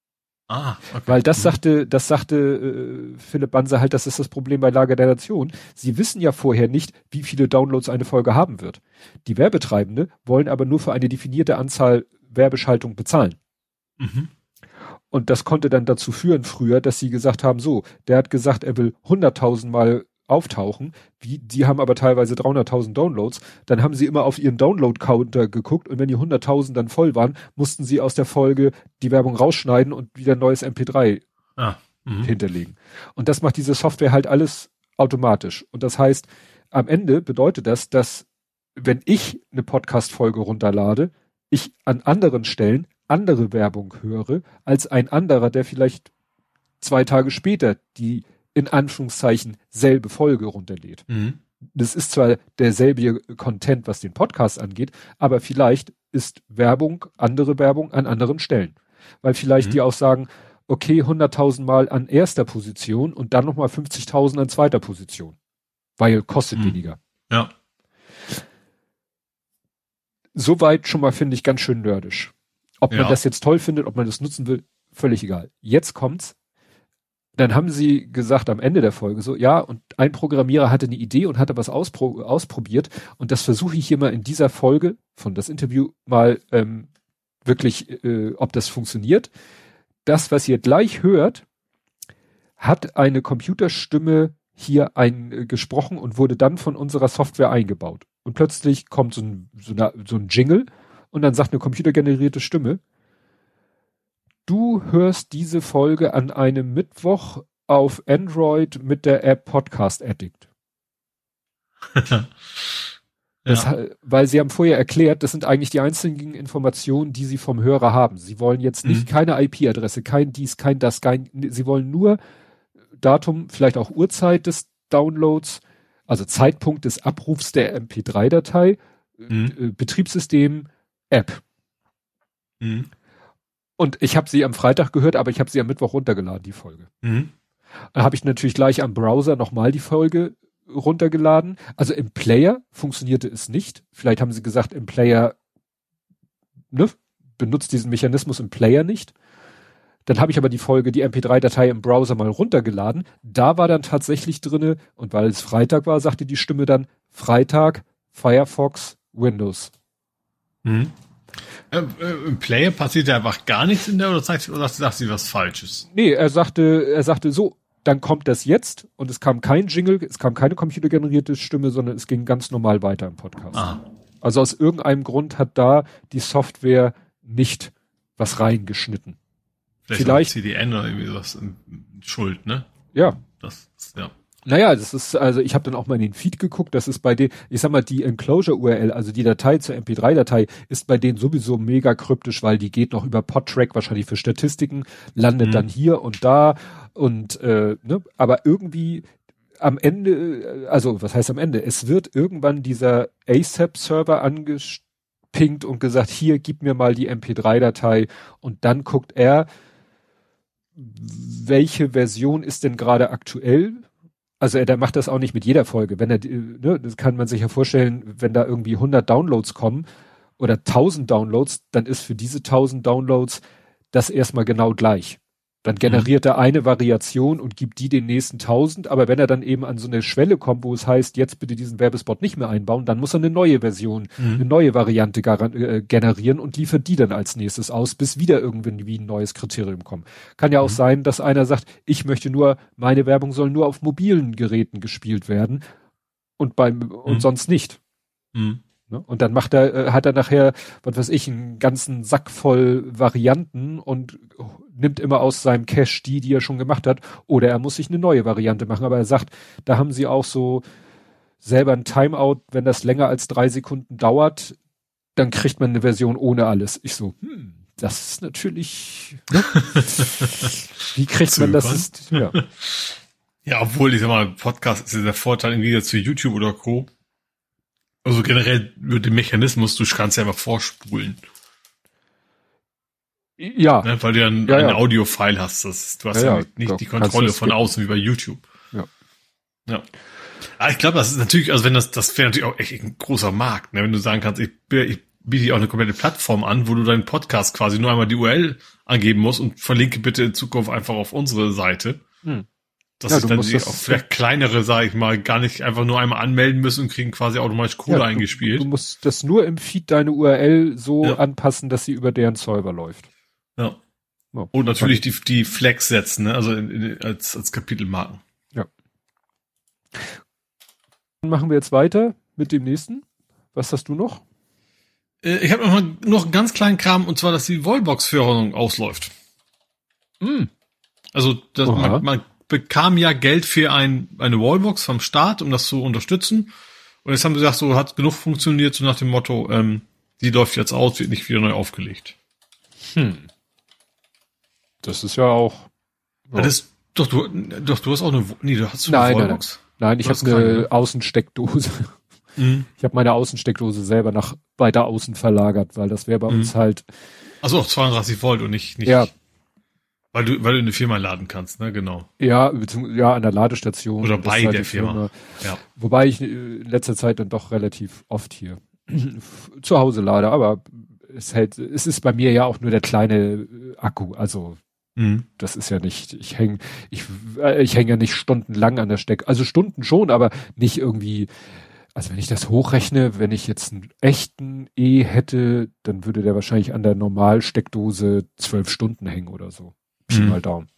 C: Ah, okay.
B: Weil das sagte, das sagte äh, Philipp Banse halt, das ist das Problem bei Lage der Nation. Sie wissen ja vorher nicht, wie viele Downloads eine Folge haben wird. Die Werbetreibende wollen aber nur für eine definierte Anzahl Werbeschaltung bezahlen. Mhm. Und das konnte dann dazu führen früher, dass sie gesagt haben, so, der hat gesagt, er will hunderttausend Mal auftauchen, wie, die haben aber teilweise dreihunderttausend Downloads, dann haben sie immer auf ihren Download-Counter geguckt und wenn die hunderttausend dann voll waren, mussten sie aus der Folge die Werbung rausschneiden und wieder ein neues M P drei ah, hinterlegen. Und das macht diese Software halt alles automatisch. Und das heißt, am Ende bedeutet das, dass wenn ich eine Podcast-Folge runterlade, ich an anderen Stellen andere Werbung höre, als ein anderer, der vielleicht zwei Tage später die in Anführungszeichen selbe Folge runterlädt. Mhm. Das ist zwar derselbe Content, was den Podcast angeht, aber vielleicht ist Werbung, andere Werbung an anderen Stellen. Weil vielleicht mhm. die auch sagen, okay, hunderttausend Mal an erster Position und dann nochmal fünfzigtausend an zweiter Position. Weil kostet mhm. weniger.
C: Ja.
B: Soweit schon mal finde ich ganz schön nerdisch. Ob ja. man das jetzt toll findet, ob man das nutzen will, völlig egal. Jetzt kommt's. Dann haben sie gesagt am Ende der Folge so, ja, und ein Programmierer hatte eine Idee und hatte was auspro- ausprobiert und das versuche ich hier mal in dieser Folge von das Interview mal ähm, wirklich, äh, ob das funktioniert. Das, was ihr gleich hört, hat eine Computerstimme hier eingesprochen und wurde dann von unserer Software eingebaut. Und plötzlich kommt so ein, so, eine, so ein Jingle und dann sagt eine computergenerierte Stimme, du hörst diese Folge an einem Mittwoch auf Android mit der App Podcast Addict. das, ja. Weil sie haben vorher erklärt, das sind eigentlich die einzigen Informationen, die sie vom Hörer haben. Sie wollen jetzt nicht mhm. keine I P-Adresse, kein dies, kein das, kein, sie wollen nur Datum, vielleicht auch Uhrzeit des Downloads, also Zeitpunkt des Abrufs der M P drei Datei, mhm. äh, Betriebssystem, App. Mhm. Und ich habe sie am Freitag gehört, aber ich habe sie am Mittwoch runtergeladen, die Folge. Mhm. Dann habe ich natürlich gleich am Browser nochmal die Folge runtergeladen. Also im Player funktionierte es nicht. Vielleicht haben sie gesagt, im Player, ne, benutzt diesen Mechanismus im Player nicht. Dann habe ich aber die Folge, die M P drei Datei im Browser mal runtergeladen. Da war dann tatsächlich drinne, und weil es Freitag war, sagte die Stimme dann, Freitag, Firefox, Windows.
C: Mhm. Äh, äh, Im Player passiert ja einfach gar nichts in der, oder sagt, oder sagt sie was Falsches?
B: Nee, er sagte, er sagte so, dann kommt das jetzt und es kam kein Jingle, es kam keine computergenerierte Stimme, sondern es ging ganz normal weiter im Podcast. Aha. Also aus irgendeinem Grund hat da die Software nicht was reingeschnitten.
C: Vielleicht, Vielleicht C D N oder irgendwie sowas schuld, ne?
B: Ja.
C: Das, ja.
B: Naja, das ist, also ich habe dann auch mal in den Feed geguckt, das ist bei denen, ich sag mal, die Enclosure-U R L, also die Datei zur M P drei Datei, ist bei denen sowieso mega kryptisch, weil die geht noch über Podtrack, wahrscheinlich für Statistiken, landet mhm. dann hier und da und, äh, ne, aber irgendwie am Ende, also was heißt am Ende, es wird irgendwann dieser A S A P-Server angepinkt und gesagt, hier, gib mir mal die M P drei Datei und dann guckt er, welche Version ist denn gerade aktuell. Also er, der macht das auch nicht mit jeder Folge. Wenn er, ne, das kann man sich ja vorstellen, wenn da irgendwie hundert Downloads kommen oder tausend Downloads, dann ist für diese tausend Downloads das erstmal genau gleich. Dann generiert mhm. er eine Variation und gibt die den nächsten tausend, aber wenn er dann eben an so eine Schwelle kommt, wo es heißt, jetzt bitte diesen Werbespot nicht mehr einbauen, dann muss er eine neue Version, mhm. eine neue Variante gar, äh, generieren und liefert die dann als nächstes aus, bis wieder irgendwie ein neues Kriterium kommt. Kann ja auch mhm. sein, dass einer sagt, ich möchte nur, meine Werbung soll nur auf mobilen Geräten gespielt werden und beim mhm. und sonst nicht. Mhm. Und dann macht er, äh, hat er nachher, was weiß ich, einen ganzen Sack voll Varianten und nimmt immer aus seinem Cache die, die er schon gemacht hat. Oder er muss sich eine neue Variante machen. Aber er sagt, da haben sie auch so selber ein Timeout, wenn das länger als drei Sekunden dauert, dann kriegt man eine Version ohne alles. Ich so, hm, das ist natürlich, ne? Wie kriegt man das? Ist, ja.
C: ja, obwohl, ich sag mal, Podcast ist ja der Vorteil im Gegensatz zu YouTube oder Co. Also generell über den Mechanismus, du kannst ja einfach vorspulen.
B: Ja.
C: Ne, weil du ja ein,
B: ja, ja.
C: ein Audio-File hast. Das, du hast ja, ja nicht ja, die Kontrolle von außen wie bei YouTube.
B: Ja.
C: Ja. Aber ich glaube, das ist natürlich, also wenn das, das wäre natürlich auch echt ein großer Markt, ne? Wenn du sagen kannst, ich, ich biete dir auch eine komplette Plattform an, wo du deinen Podcast quasi nur einmal die U R L angeben musst und verlinke bitte in Zukunft einfach auf unsere Seite. Hm. Dass
B: ja,
C: sich dann die auch vielleicht kleinere, sag ich mal, gar nicht einfach nur einmal anmelden müssen und kriegen quasi automatisch Kohle ja, eingespielt.
B: Du, du musst das nur im Feed deine U R L so ja. anpassen, dass sie über deren Server läuft.
C: Ja. Oh, und natürlich die, die Flags setzen, ne? Also in, in, als, als Kapitelmarken.
B: Ja. Dann machen wir jetzt weiter mit dem nächsten. Was hast du noch?
C: Äh, ich habe noch, mal, noch einen ganz kleinen Kram, und zwar, dass die Wallbox-Förderung ausläuft.
B: Mm.
C: Also, dass man, man bekam ja Geld für ein, eine Wallbox vom Staat, um das zu unterstützen. Und jetzt haben sie gesagt, so hat genug funktioniert, so nach dem Motto, ähm, die läuft jetzt aus, wird nicht wieder neu aufgelegt.
B: Hm. Das ist ja auch.
C: Ja. Das ist, doch, du, doch, du hast auch eine, nee, du hast
B: eine
C: nein,
B: Wallbox. Nein, nein, ich habe eine keine, ne? Außensteckdose. Mhm. Ich habe meine Außensteckdose selber nach weiter außen verlagert, weil das wäre bei mhm. uns halt.
C: Also auch zweiunddreißig Volt und nicht, nicht.
B: Ja.
C: Weil du, weil du eine Firma laden kannst, ne, genau.
B: Ja, ja, an der Ladestation.
C: Oder bei halt der Firma. Firma. Ja.
B: Wobei ich in letzter Zeit dann doch relativ oft hier zu Hause lade, aber es hält, es ist bei mir ja auch nur der kleine Akku, also mhm. das ist ja nicht, ich hänge, ich, ich hänge ja nicht stundenlang an der Steck, also Stunden schon, aber nicht irgendwie, also wenn ich das hochrechne, wenn ich jetzt einen echten E hätte, dann würde der wahrscheinlich an der Normalsteckdose zwölf Stunden hängen oder so. Pi mhm. mal Daumen.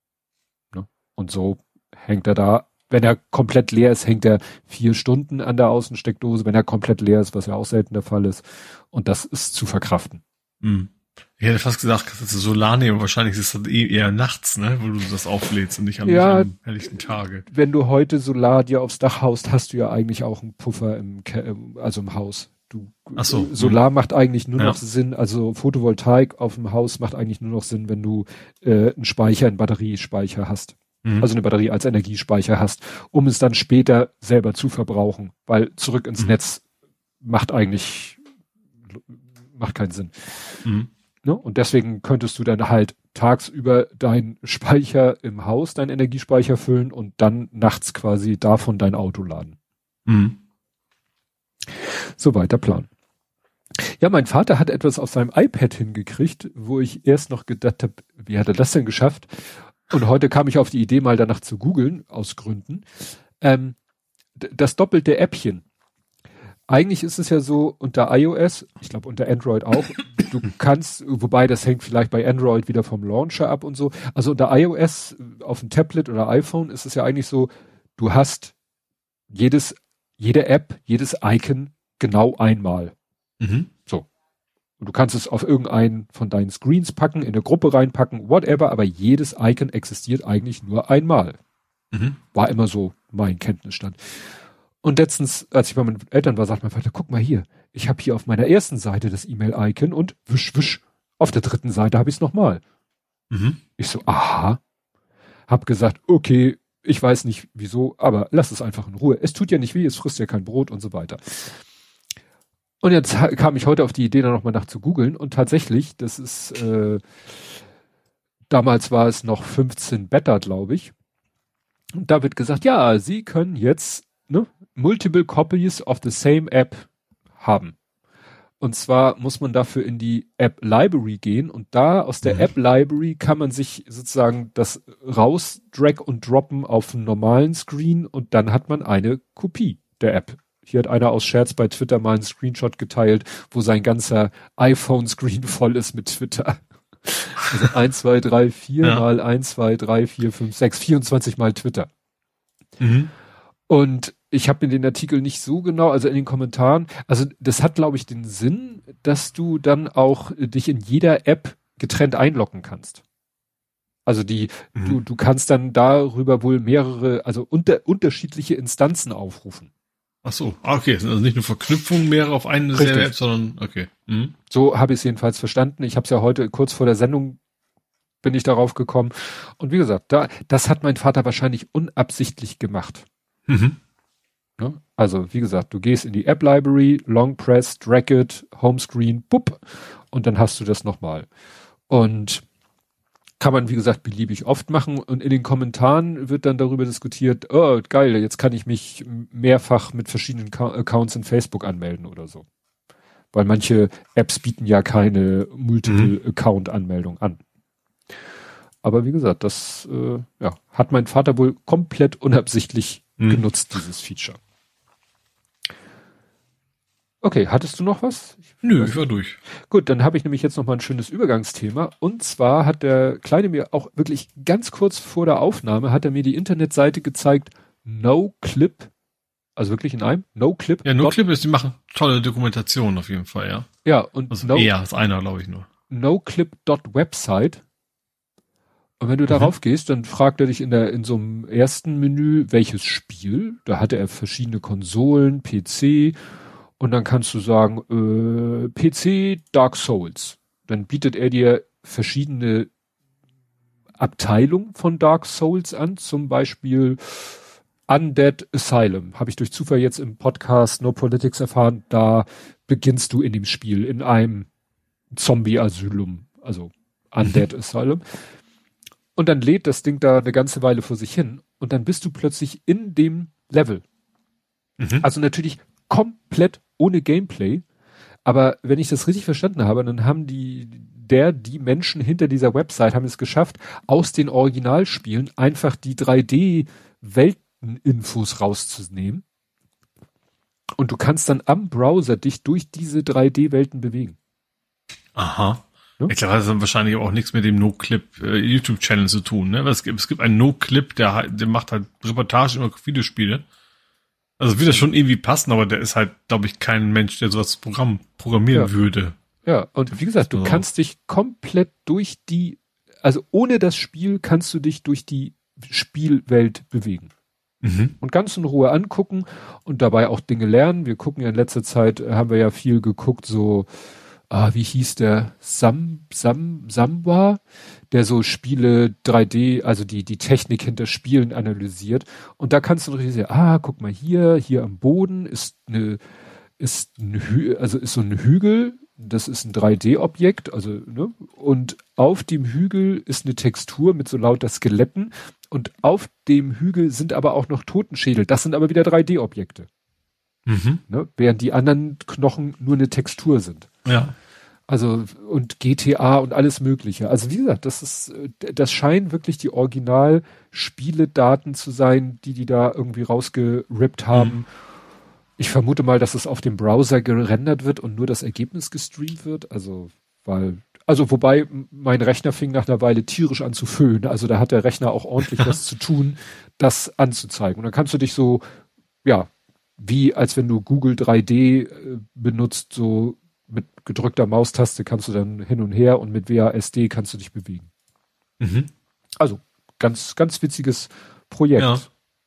B: Ne? Und so hängt er da, wenn er komplett leer ist, hängt er vier Stunden an der Außensteckdose, wenn er komplett leer ist, was ja auch selten der Fall ist. Und das ist zu verkraften.
C: Mhm. Ich hätte fast gesagt, das ist Solar nehmen, wahrscheinlich ist das eh eher nachts, ne, wo du das auflädst und nicht an
B: ja,
C: am helllichten Tage.
B: Wenn du heute Solar dir aufs Dach haust, hast du ja eigentlich auch einen Puffer im, also im Haus. Du,
C: Ach so.
B: Solar macht eigentlich nur
C: ja.
B: noch Sinn, also Photovoltaik auf dem Haus macht eigentlich nur noch Sinn, wenn du äh, einen Speicher, einen Batteriespeicher hast. Mhm. Also eine Batterie als Energiespeicher hast, um es dann später selber zu verbrauchen, weil zurück ins mhm. Netz macht eigentlich, macht keinen Sinn. Mhm. Ne? Und deswegen könntest du dann halt tagsüber deinen Speicher im Haus, deinen Energiespeicher füllen und dann nachts quasi davon dein Auto laden.
C: Mhm.
B: Soweit der Plan. Ja, mein Vater hat etwas auf seinem iPad hingekriegt, wo ich erst noch gedacht habe, wie hat er das denn geschafft? Und heute kam ich auf die Idee, mal danach zu googeln, aus Gründen. Ähm, das doppelte Äppchen. Eigentlich ist es ja so unter iOS, ich glaube unter Android auch, du kannst, wobei das hängt vielleicht bei Android wieder vom Launcher ab und so. Also unter iOS auf dem Tablet oder iPhone ist es ja eigentlich so, du hast jedes jede App, jedes Icon genau einmal.
C: Mhm.
B: So. Und du kannst es auf irgendeinen von deinen Screens packen, in eine Gruppe reinpacken, whatever, aber jedes Icon existiert eigentlich nur einmal.
C: Mhm.
B: War immer so mein Kenntnisstand. Und letztens, als ich bei meinen Eltern war, sagt mein Vater, guck mal hier, ich habe hier auf meiner ersten Seite das E-Mail-Icon und wisch, wisch, auf der dritten Seite habe ich es nochmal.
C: Mhm.
B: Ich so, aha. Hab gesagt, okay, ich weiß nicht wieso, aber lass es einfach in Ruhe. Es tut ja nicht weh, es frisst ja kein Brot und so weiter. Und jetzt kam ich heute auf die Idee, da nochmal nach zu googeln und tatsächlich, das ist, äh, damals war es noch fünfzehn Beta, glaube ich. Und da wird gesagt, ja, Sie können jetzt ne, multiple copies of the same app haben. Und zwar muss man dafür in die App Library gehen und da aus der mhm. App Library kann man sich sozusagen das raus drag und droppen auf einen normalen Screen und dann hat man eine Kopie der App. Hier hat einer aus Scherz bei Twitter mal einen Screenshot geteilt, wo sein ganzer iPhone-Screen voll ist mit Twitter. Also eins, zwei, drei, vier ja. mal eins, zwei, drei, vier, fünf, sechs, vierundzwanzig mal Twitter. Mhm. Und ich habe in den Artikel nicht so genau, also in den Kommentaren, also das hat, glaube ich, den Sinn, dass du dann auch dich in jeder App getrennt einloggen kannst. Also die, mhm. du, du kannst dann darüber wohl mehrere, also unter, unterschiedliche Instanzen aufrufen.
C: Ach so, okay, also nicht nur Verknüpfungen mehr auf eine selbe App, sondern, okay. Mhm.
B: So habe ich es jedenfalls verstanden. Ich habe es ja heute kurz vor der Sendung bin ich darauf gekommen. Und wie gesagt, da, das hat mein Vater wahrscheinlich unabsichtlich gemacht. Mhm. Ja, also, wie gesagt, du gehst in die App Library, Long Press, Drag it, Homescreen, bupp, und dann hast du das nochmal. Und kann man, wie gesagt, beliebig oft machen. Und in den Kommentaren wird dann darüber diskutiert, oh, geil, jetzt kann ich mich mehrfach mit verschiedenen Accounts in Facebook anmelden oder so. Weil manche Apps bieten ja keine Multiple-Account-Anmeldung an. Aber wie gesagt, das äh, ja, hat mein Vater wohl komplett unabsichtlich mhm. genutzt, dieses Feature. Okay, hattest du noch was?
C: Ich Nö, ich war durch.
B: Gut, dann habe ich nämlich jetzt noch mal ein schönes Übergangsthema. Und zwar hat der Kleine mir auch wirklich ganz kurz vor der Aufnahme, hat er mir die Internetseite gezeigt, NoClip, also wirklich in einem, NoClip.
C: Ja, NoClip ist, die machen tolle Dokumentationen auf jeden Fall, ja.
B: Ja, und
C: also no, eher als einer, glaube ich nur.
B: NoClip.website. Und wenn du mhm. darauf gehst, dann fragt er dich in der in so einem ersten Menü, welches Spiel. Da hatte er verschiedene Konsolen, P C. Und dann kannst du sagen, äh, P C Dark Souls. Dann bietet er dir verschiedene Abteilungen von Dark Souls an. Zum Beispiel Undead Asylum. Habe ich durch Zufall jetzt im Podcast No Politics erfahren. Da beginnst du in dem Spiel in einem Zombie-Asylum. Also Undead mhm. Asylum. Und dann lädt das Ding da eine ganze Weile vor sich hin und dann bist du plötzlich in dem Level. Mhm. Also natürlich komplett ohne Gameplay, aber wenn ich das richtig verstanden habe, dann haben die, der, die Menschen hinter dieser Website haben es geschafft, aus den Originalspielen einfach die drei D-Welteninfos rauszunehmen und du kannst dann am Browser dich durch diese drei D-Welten bewegen.
C: Aha. Ich glaube, das hat wahrscheinlich auch nichts mit dem No-Clip äh, YouTube-Channel zu tun, ne? Weil es gibt, es gibt einen No-Clip, der, der macht halt Reportagen über Videospiele. Also wird das schon irgendwie passen, aber der ist halt, glaube ich, kein Mensch, der sowas Programm programmieren
B: ja.
C: würde.
B: Ja, und wie gesagt, du also. kannst dich komplett durch die, also ohne das Spiel kannst du dich durch die Spielwelt bewegen. Mhm. Und ganz in Ruhe angucken und dabei auch Dinge lernen. Wir gucken ja in letzter Zeit, haben wir ja viel geguckt, so Ah, wie hieß der? Sam, Sam, Samba, der so Spiele drei D, also die, die Technik hinter Spielen analysiert. Und da kannst du natürlich sehen, ah, guck mal hier, hier am Boden ist eine, ist ein Hü also ist so ein Hügel, das ist ein drei D-Objekt, also, ne, und auf dem Hügel ist eine Textur mit so lauter Skeletten und auf dem Hügel sind aber auch noch Totenschädel. Das sind aber wieder drei D-Objekte. Mhm. Ne, während die anderen Knochen nur eine Textur sind.
C: Ja.
B: Also, und G T A und alles Mögliche. Also, wie gesagt, das ist, das scheinen wirklich die Original-Spieledaten zu sein, die die da irgendwie rausgerippt haben. Mhm. Ich vermute mal, dass es auf dem Browser gerendert wird und nur das Ergebnis gestreamt wird. Also, weil, also, wobei mein Rechner fing nach einer Weile tierisch an zu föhnen. Also, da hat der Rechner auch ordentlich was zu tun, das anzuzeigen. Und dann kannst du dich so, ja, wie als wenn du Google drei D äh, benutzt, so mit gedrückter Maustaste kannst du dann hin und her und mit W A S D kannst du dich bewegen. Mhm. Also ganz, ganz witziges Projekt. Ja.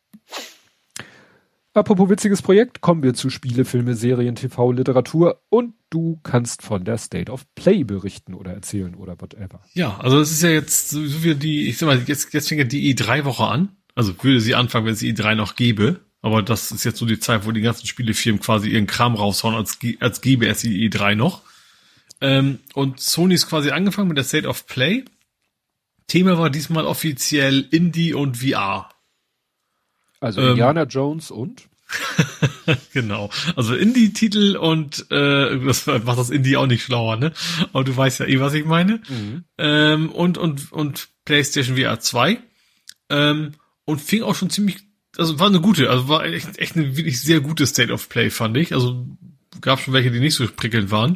B: Apropos witziges Projekt, kommen wir zu Spiele, Filme, Serien, T V, Literatur und du kannst von der State of Play berichten oder erzählen oder whatever.
C: Ja, also es ist ja jetzt so wie die, ich sag mal, jetzt, jetzt fängt ja die E drei Woche an. Also würde sie anfangen, wenn es die E drei noch gäbe. Aber das ist jetzt so die Zeit, wo die ganzen Spielefirmen quasi ihren Kram raushauen, als, als gäbe es die E drei noch. Ähm, und Sony ist quasi angefangen mit der State of Play. Thema war diesmal offiziell Indie und V R.
B: Also ähm, Indiana Jones und?
C: Genau. Also Indie-Titel und äh, das macht das Indie auch nicht schlauer, ne? Aber du weißt ja eh, was ich meine. Mhm. Ähm, und und und PlayStation V R zwei ähm, und fing auch schon ziemlich, also war eine gute, also war echt echt eine wirklich sehr gute State of Play, fand ich. Also gab schon welche, die nicht so prickelnd waren.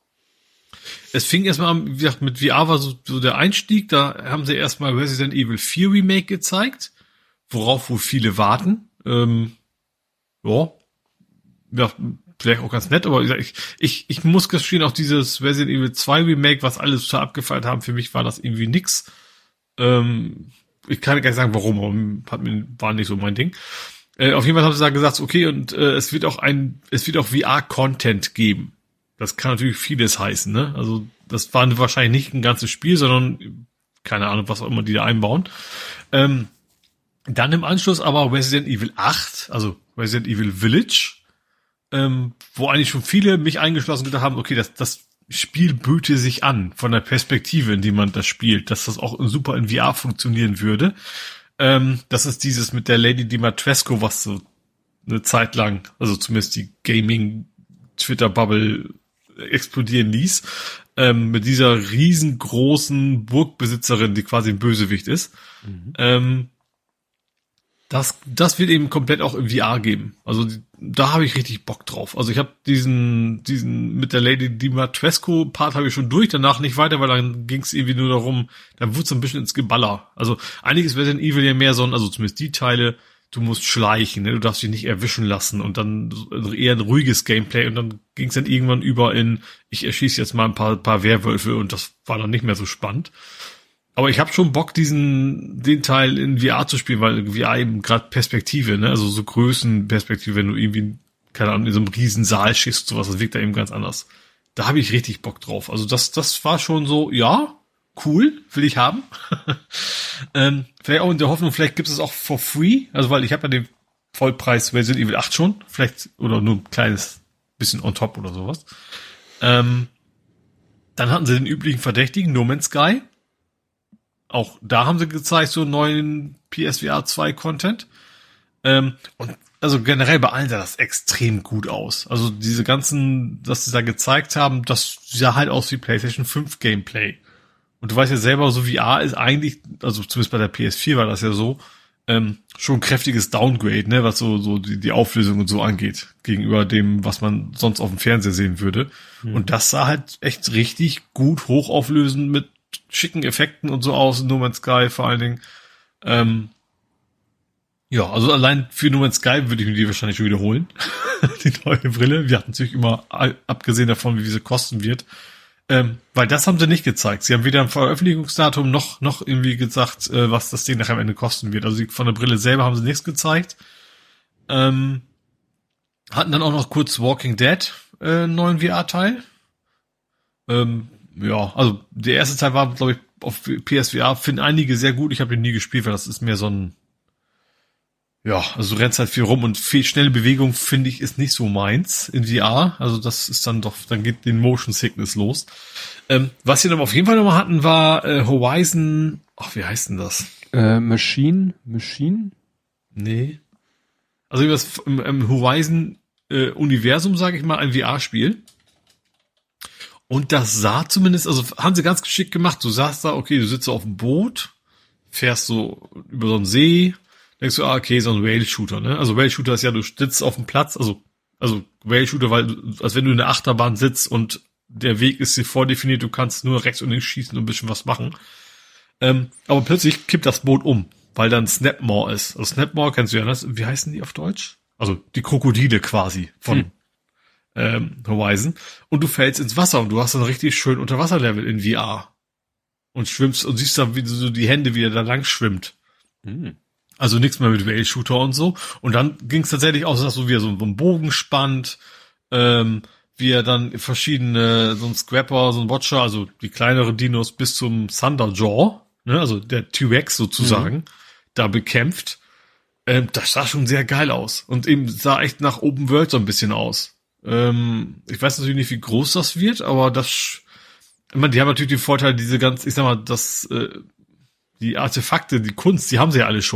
C: Es fing erstmal an, wie gesagt, mit V R war so, so der Einstieg. Da haben sie erstmal Resident Evil vier Remake gezeigt, worauf wohl viele warten. Ähm, ja. Ja, vielleicht auch ganz nett, aber ich, ich, ich muss gestehen, auch dieses Resident Evil zwei Remake, was alle so abgefeiert haben, für mich war das irgendwie nix. Ähm, ich kann gar nicht sagen, warum, hat mir, war nicht so mein Ding. Äh, auf jeden Fall haben sie da gesagt, okay, und äh, es wird auch ein, es wird auch V R-Content geben. Das kann natürlich vieles heißen, ne? Also das war wahrscheinlich nicht ein ganzes Spiel, sondern keine Ahnung, was auch immer die da einbauen. Ähm, dann im Anschluss aber Resident Evil acht, also Resident Evil Village, ähm, wo eigentlich schon viele mich eingeschlossen gedacht haben, okay, das, das Spiel böte sich an, von der Perspektive, in die man das spielt, dass das auch super in V R funktionieren würde. Ähm, das ist dieses mit der Lady Dimitrescu, was so eine Zeit lang, also zumindest die Gaming-Twitter-Bubble explodieren ließ, ähm, mit dieser riesengroßen Burgbesitzerin, die quasi ein Bösewicht ist. Mhm. Ähm, Das, das wird eben komplett auch im V R geben. Also da habe ich richtig Bock drauf. Also ich habe diesen, diesen mit der Lady Dimitrescu Part habe ich schon durch, danach nicht weiter, weil dann ging es irgendwie nur darum, dann wurde es ein bisschen ins Geballer. Also einiges Resident Evil ja mehr so, also zumindest die Teile, du musst schleichen, ne? Du darfst dich nicht erwischen lassen und dann eher ein ruhiges Gameplay und dann ging es dann irgendwann über in, ich erschieße jetzt mal ein paar, paar Werwölfe und das war dann nicht mehr so spannend. Aber ich habe schon Bock, diesen den Teil in V R zu spielen, weil V R eben gerade Perspektive, ne, also so Größenperspektive, wenn du irgendwie, keine Ahnung, in so einem riesen Saal schießt, sowas, das wirkt da eben ganz anders. Da habe ich richtig Bock drauf. Also das das war schon so, ja, cool, will ich haben. ähm, vielleicht auch in der Hoffnung, vielleicht gibt es auch for free, also weil ich habe ja den Vollpreis Resident Evil acht schon, vielleicht, oder nur ein kleines bisschen on top oder sowas. Ähm, dann hatten sie den üblichen Verdächtigen, No Man's Sky. Auch da haben sie gezeigt, so neuen P S V R zwei Content. Ähm, und also generell bei allen sah das extrem gut aus. Also diese ganzen, was sie da gezeigt haben, das sah halt aus wie PlayStation fünf Gameplay. Und du weißt ja selber, so V R ist eigentlich, also zumindest bei der P S vier war das ja so, ähm, schon ein kräftiges Downgrade, ne, was so, so die, die Auflösung und so angeht, gegenüber dem, was man sonst auf dem Fernseher sehen würde. Mhm. Und das sah halt echt richtig gut hochauflösend mit schicken Effekten und so aus, No Man's Sky vor allen Dingen. Ähm, ja, also allein für No Man's Sky würde ich mir die wahrscheinlich schon wiederholen. Die neue Brille. Wir hatten natürlich immer, abgesehen davon, wie sie kosten wird. Ähm, weil das haben sie nicht gezeigt. Sie haben weder ein Veröffentlichungsdatum noch noch irgendwie gesagt, äh, was das Ding nachher am Ende kosten wird. Also von der Brille selber haben sie nichts gezeigt. Ähm, hatten dann auch noch kurz Walking Dead, äh, neuen V R-Teil. Ähm, Ja, also der erste Teil war, glaube ich, auf P S V R, finden einige sehr gut. Ich habe den nie gespielt, weil das ist mehr so ein, ja, also du rennst halt viel rum und viel schnelle Bewegung, finde ich, ist nicht so meins in V R. Also das ist dann doch, dann geht den Motion Sickness los. Ähm, was wir dann auf jeden Fall nochmal hatten, war äh, Horizon, ach, wie heißt denn das?
B: Äh, Machine? Machine?
C: Nee. Also das im, im Horizon äh, Universum, sage ich mal, ein V R-Spiel. Und das sah zumindest, also haben sie ganz geschickt gemacht. Du sagst da, okay, du sitzt auf dem Boot, fährst so über so einen See, denkst du, ah, okay, so ein Rail-Shooter, ne? Also Rail-Shooter ist ja, du sitzt auf dem Platz, also, also Rail-Shooter, weil, du, als wenn du in der Achterbahn sitzt und der Weg ist dir vordefiniert, du kannst nur rechts und links schießen und ein bisschen was machen. Ähm, aber plötzlich kippt das Boot um, weil dann Snapmaw ist. Also Snapmaw kennst du ja, das, wie heißen die auf Deutsch? Also die Krokodile quasi von hm. ähm, Horizon. Und du fällst ins Wasser und du hast dann richtig schön Unterwasserlevel in V R. Und schwimmst und siehst dann, wie so die Hände wieder da lang schwimmt. Hm. Also nichts mehr mit Rail-Shooter und so. Und dann ging es tatsächlich aus, dass du wieder so einen Bogen spannt, ähm, wie er dann verschiedene, so ein Scrapper, so ein Watcher, also die kleineren Dinos bis zum Thunderjaw, ne, also der T-Rex sozusagen, mhm. da bekämpft. Ähm, das sah schon sehr geil aus. Und eben sah echt nach Open World so ein bisschen aus. Ähm, ich weiß natürlich nicht, wie groß das wird, aber das, ich meine, die haben natürlich den Vorteil, diese ganz, ich sag mal, das, äh, die Artefakte, die Kunst, die haben sie ja alle schon.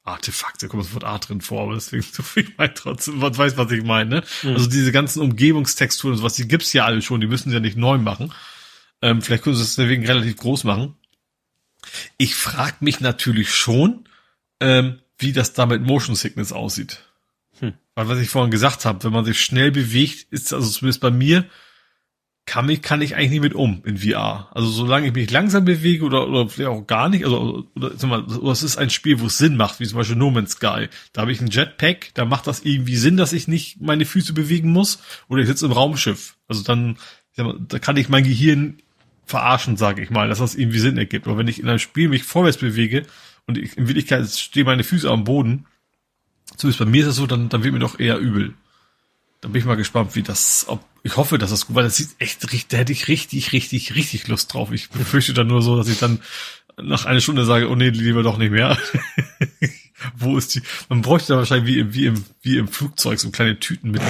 C: Artefakte, da kommt das Wort Art drin vor, aber deswegen so viel mein trotzdem, man weiß, was ich meine, ne?
B: Mhm.
C: Also diese ganzen Umgebungstexturen und sowas, die gibt's ja alle schon, die müssen sie ja nicht neu machen. Ähm, vielleicht können sie es deswegen relativ groß machen. Ich frage mich natürlich schon, ähm, wie das da mit Motion Sickness aussieht. Hm. Weil was ich vorhin gesagt habe, wenn man sich schnell bewegt, ist also zumindest bei mir, kann ich, kann ich eigentlich nicht mit um in V R. Also solange ich mich langsam bewege oder, oder vielleicht auch gar nicht, also, oder, sag mal, oder es ist ein Spiel, wo es Sinn macht, wie zum Beispiel No Man's Sky. Da habe ich einen Jetpack, da macht das irgendwie Sinn, dass ich nicht meine Füße bewegen muss, oder ich sitze im Raumschiff. Also dann, sag mal, da kann ich mein Gehirn verarschen, sage ich mal, dass das irgendwie Sinn ergibt. Aber wenn ich in einem Spiel mich vorwärts bewege und ich, in Wirklichkeit stehen meine Füße am Boden, zumindest bei mir ist das so, dann, dann wird mir doch eher übel. Da bin ich mal gespannt, wie das, ob, ich hoffe, dass das gut, weil das sieht echt richtig, da hätte ich richtig, richtig, richtig Lust drauf. Ich befürchte dann nur so, dass ich dann nach einer Stunde sage, oh nee, lieber doch nicht mehr. Wo ist die, man bräuchte da wahrscheinlich wie im, wie im, wie im Flugzeug so kleine Tüten mit.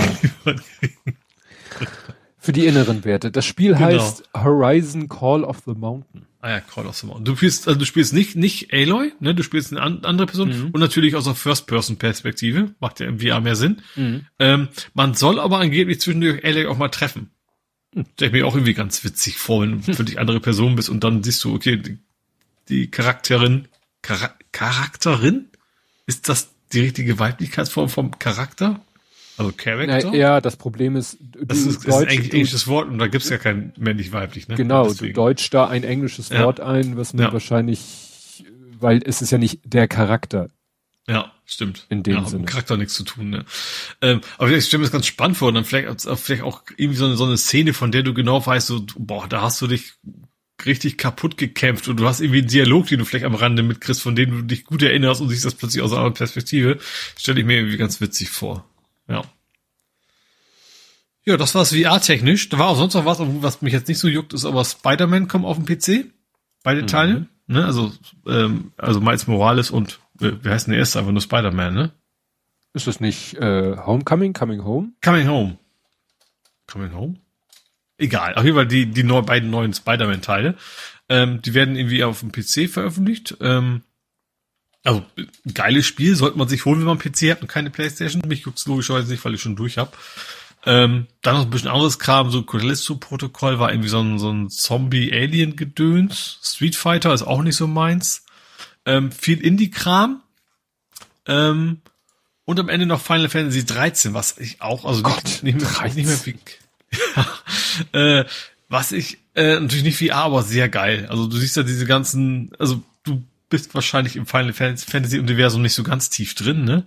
B: Für die inneren Werte. Das Spiel
C: Genau.
B: heißt Horizon Call of the Mountain.
C: Ah ja, Call of the Mountain. Du spielst, also du spielst nicht, nicht Aloy, ne, du spielst eine an, andere Person mhm. und natürlich aus der First-Person-Perspektive. Macht ja im V R mehr Sinn. Mhm. Ähm, man soll aber angeblich zwischendurch Aloy auch mal treffen. Mhm. Stell ich mir auch irgendwie ganz witzig vor, wenn du für dich andere Person bist und dann siehst du, okay, die, die Charakterin, Chara- Charakterin? Ist das die richtige Weiblichkeitsform vom Charakter? Also Character?
B: Na, ja, das Problem ist, du
C: das ist, Deutsch, ist ein englisches Wort und da gibt's ja kein männlich-weiblich, ne?
B: Genau,
C: deswegen.
B: du deutschst da ein englisches
C: ja.
B: Wort ein, was man
C: ja.
B: wahrscheinlich, weil es ist ja nicht der Charakter.
C: Ja, stimmt.
B: In dem
C: ja,
B: Sinne.
C: Mit dem Charakter nichts zu tun, ne? Ähm, aber ich stelle mir das ganz spannend vor und dann vielleicht, vielleicht auch irgendwie so eine, so eine Szene, von der du genau weißt, so, boah, da hast du dich richtig kaputt gekämpft und du hast irgendwie einen Dialog, den du vielleicht am Rande mitkriegst, von dem du dich gut erinnerst und siehst das plötzlich aus einer anderen Perspektive. Stelle ich mir irgendwie ganz witzig vor. Ja. Ja, das war's V R-technisch. Da war auch sonst noch was, was mich jetzt nicht so juckt, ist aber Spider-Man kommt auf den P C. Beide Teile. Mhm. Ne? Also, ähm, also Miles Morales und, äh, wie heißt denn der erste? Einfach nur Spider-Man, ne?
B: Ist das nicht äh, Homecoming, Coming Home?
C: Coming Home. Coming Home? Egal. Auf jeden Fall die, die neu, beiden neuen Spider-Man-Teile. Ähm, die werden irgendwie auf dem P C veröffentlicht. Ähm, also, geiles Spiel, sollte man sich holen, wenn man einen P C hat und keine Playstation. Mich guckt's logischerweise nicht, weil ich schon durch habe. Ähm, dann noch ein bisschen anderes Kram, so Callisto-Protokoll war irgendwie so ein, so ein Zombie-Alien-Gedöns. Street Fighter ist auch nicht so meins. Ähm, viel Indie-Kram. Ähm, und am Ende noch Final Fantasy dreizehn, was ich auch, also
B: Gott,
C: nicht, nicht, mehr, nicht mehr wie, ja, äh, was ich, äh, natürlich nicht V R, aber sehr geil. Also du siehst ja diese ganzen, also du bist wahrscheinlich im Final Fantasy-Universum nicht so ganz tief drin, ne?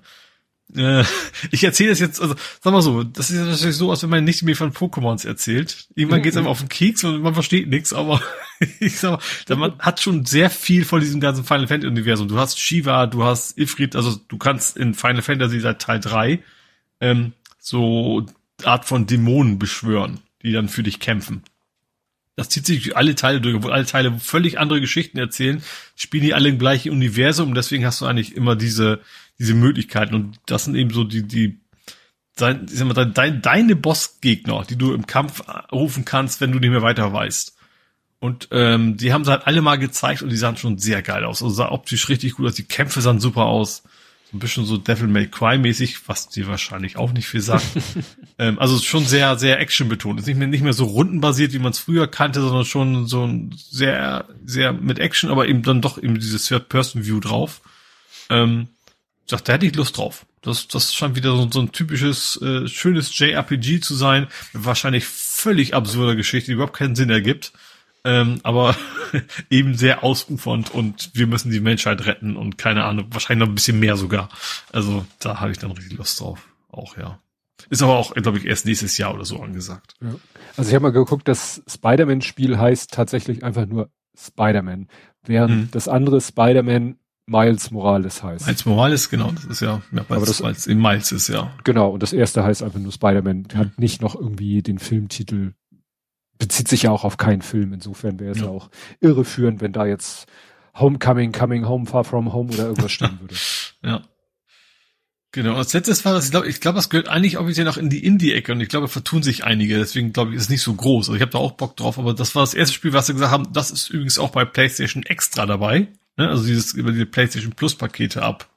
C: Ich erzähle es jetzt, also sag mal so, das ist ja natürlich so, als wenn man nicht mir von Pokémons erzählt. Irgendwann geht's einem auf den Keks und man versteht nichts, aber ich sag mal, man hat schon sehr viel von diesem ganzen Final Fantasy Universum. Du hast Shiva, du hast Ifrit, also du kannst in Final Fantasy seit Teil drei ähm, so Art von Dämonen beschwören, die dann für dich kämpfen. Das zieht sich durch alle Teile durch, obwohl alle Teile völlig andere Geschichten erzählen, spielen die alle im gleichen Universum und deswegen hast du eigentlich immer diese diese Möglichkeiten und das sind eben so die die dein, ich sag mal, dein, deine Bossgegner, die du im Kampf rufen kannst, wenn du nicht mehr weiter weißt. Und ähm, die haben sie halt alle mal gezeigt und die sahen schon sehr geil aus. Also sah optisch richtig gut aus, die Kämpfe sahen super aus. So ein bisschen so Devil May Cry mäßig, was dir wahrscheinlich auch nicht viel sagt. ähm, also schon sehr, sehr actionbetont. Ist nicht mehr, nicht mehr so rundenbasiert, wie man es früher kannte, sondern schon so ein sehr, sehr mit Action, aber eben dann doch eben dieses Third-Person-View drauf. Ähm, ich dachte, da hätte ich Lust drauf. Das, das scheint wieder so, so ein typisches, äh, schönes J R P G zu sein. Mit wahrscheinlich völlig absurder Geschichte, die überhaupt keinen Sinn ergibt. Ähm, aber eben sehr ausufernd und wir müssen die Menschheit retten und keine Ahnung, wahrscheinlich noch ein bisschen mehr sogar. Also da habe ich dann richtig Lust drauf. Auch, ja. Ist aber auch, glaube ich, erst nächstes Jahr oder so angesagt.
B: Ja. Also ich habe mal geguckt, das Spider-Man-Spiel heißt tatsächlich einfach nur Spider-Man, während hm. das andere Spider-Man Miles Morales heißt.
C: Miles Morales, genau, das ist ja, ja
B: aber das,
C: Miles, in Miles ist, ja.
B: Genau, und das erste heißt einfach nur Spider-Man, hat hm. nicht noch irgendwie den Filmtitel, bezieht sich ja auch auf keinen Film, insofern wäre es ja. ja auch irreführend, wenn da jetzt Homecoming, Coming Home, Far From Home oder irgendwas stehen würde.
C: Ja. Genau, als letztes war das, ich glaube, ich glaube, das gehört eigentlich offiziell noch in die Indie-Ecke und ich glaube, vertun sich einige, deswegen glaube ich, ist es nicht so groß. Also ich habe da auch Bock drauf, aber das war das erste Spiel, was sie gesagt haben, das ist übrigens auch bei PlayStation Extra dabei, ne? Also dieses über die PlayStation Plus Pakete ab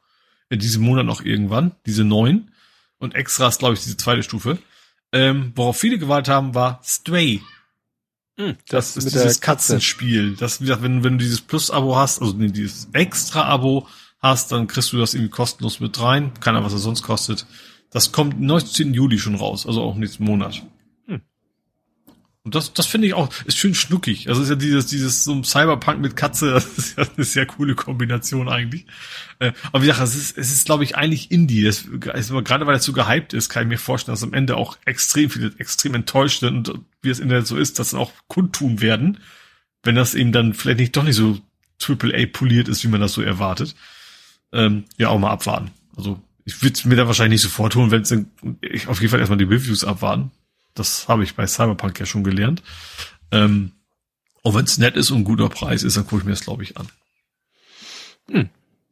C: in diesem Monat noch irgendwann, diese neun. Und extra ist, glaube ich, diese zweite Stufe. Ähm, worauf viele gewartet haben, war Stray.
B: Hm,
C: das, das ist dieses Katzenspiel. Das, wie gesagt, wenn, wenn du dieses Plus-Abo hast, also nee, dieses Extra-Abo hast, dann kriegst du das irgendwie kostenlos mit rein. Keine Ahnung, was das sonst kostet. Das kommt neunzehnten Juli schon raus, also auch nächsten Monat. Hm. Und das, das finde ich auch, ist schön schnuckig. Also ist ja dieses, dieses so ein Cyberpunk mit Katze, das ist ja eine sehr coole Kombination eigentlich. Äh, aber wie gesagt, es ist, es ist, glaube ich, eigentlich Indie. Das ist aber gerade weil es so gehypt ist, kann ich mir vorstellen, dass am Ende auch extrem viele extrem enttäuscht sind und wie das Internet so ist, dass auch kundtun werden, wenn das eben dann vielleicht nicht doch nicht so Triple A poliert ist, wie man das so erwartet. Ähm, ja, auch mal abwarten. Also ich würde es mir da wahrscheinlich nicht sofort holen, wenn es ich auf jeden Fall erstmal die Reviews abwarten. Das habe ich bei Cyberpunk ja schon gelernt. Ähm, und wenn es nett ist und ein guter Preis ist, dann gucke ich mir das, glaube ich, an. Hm.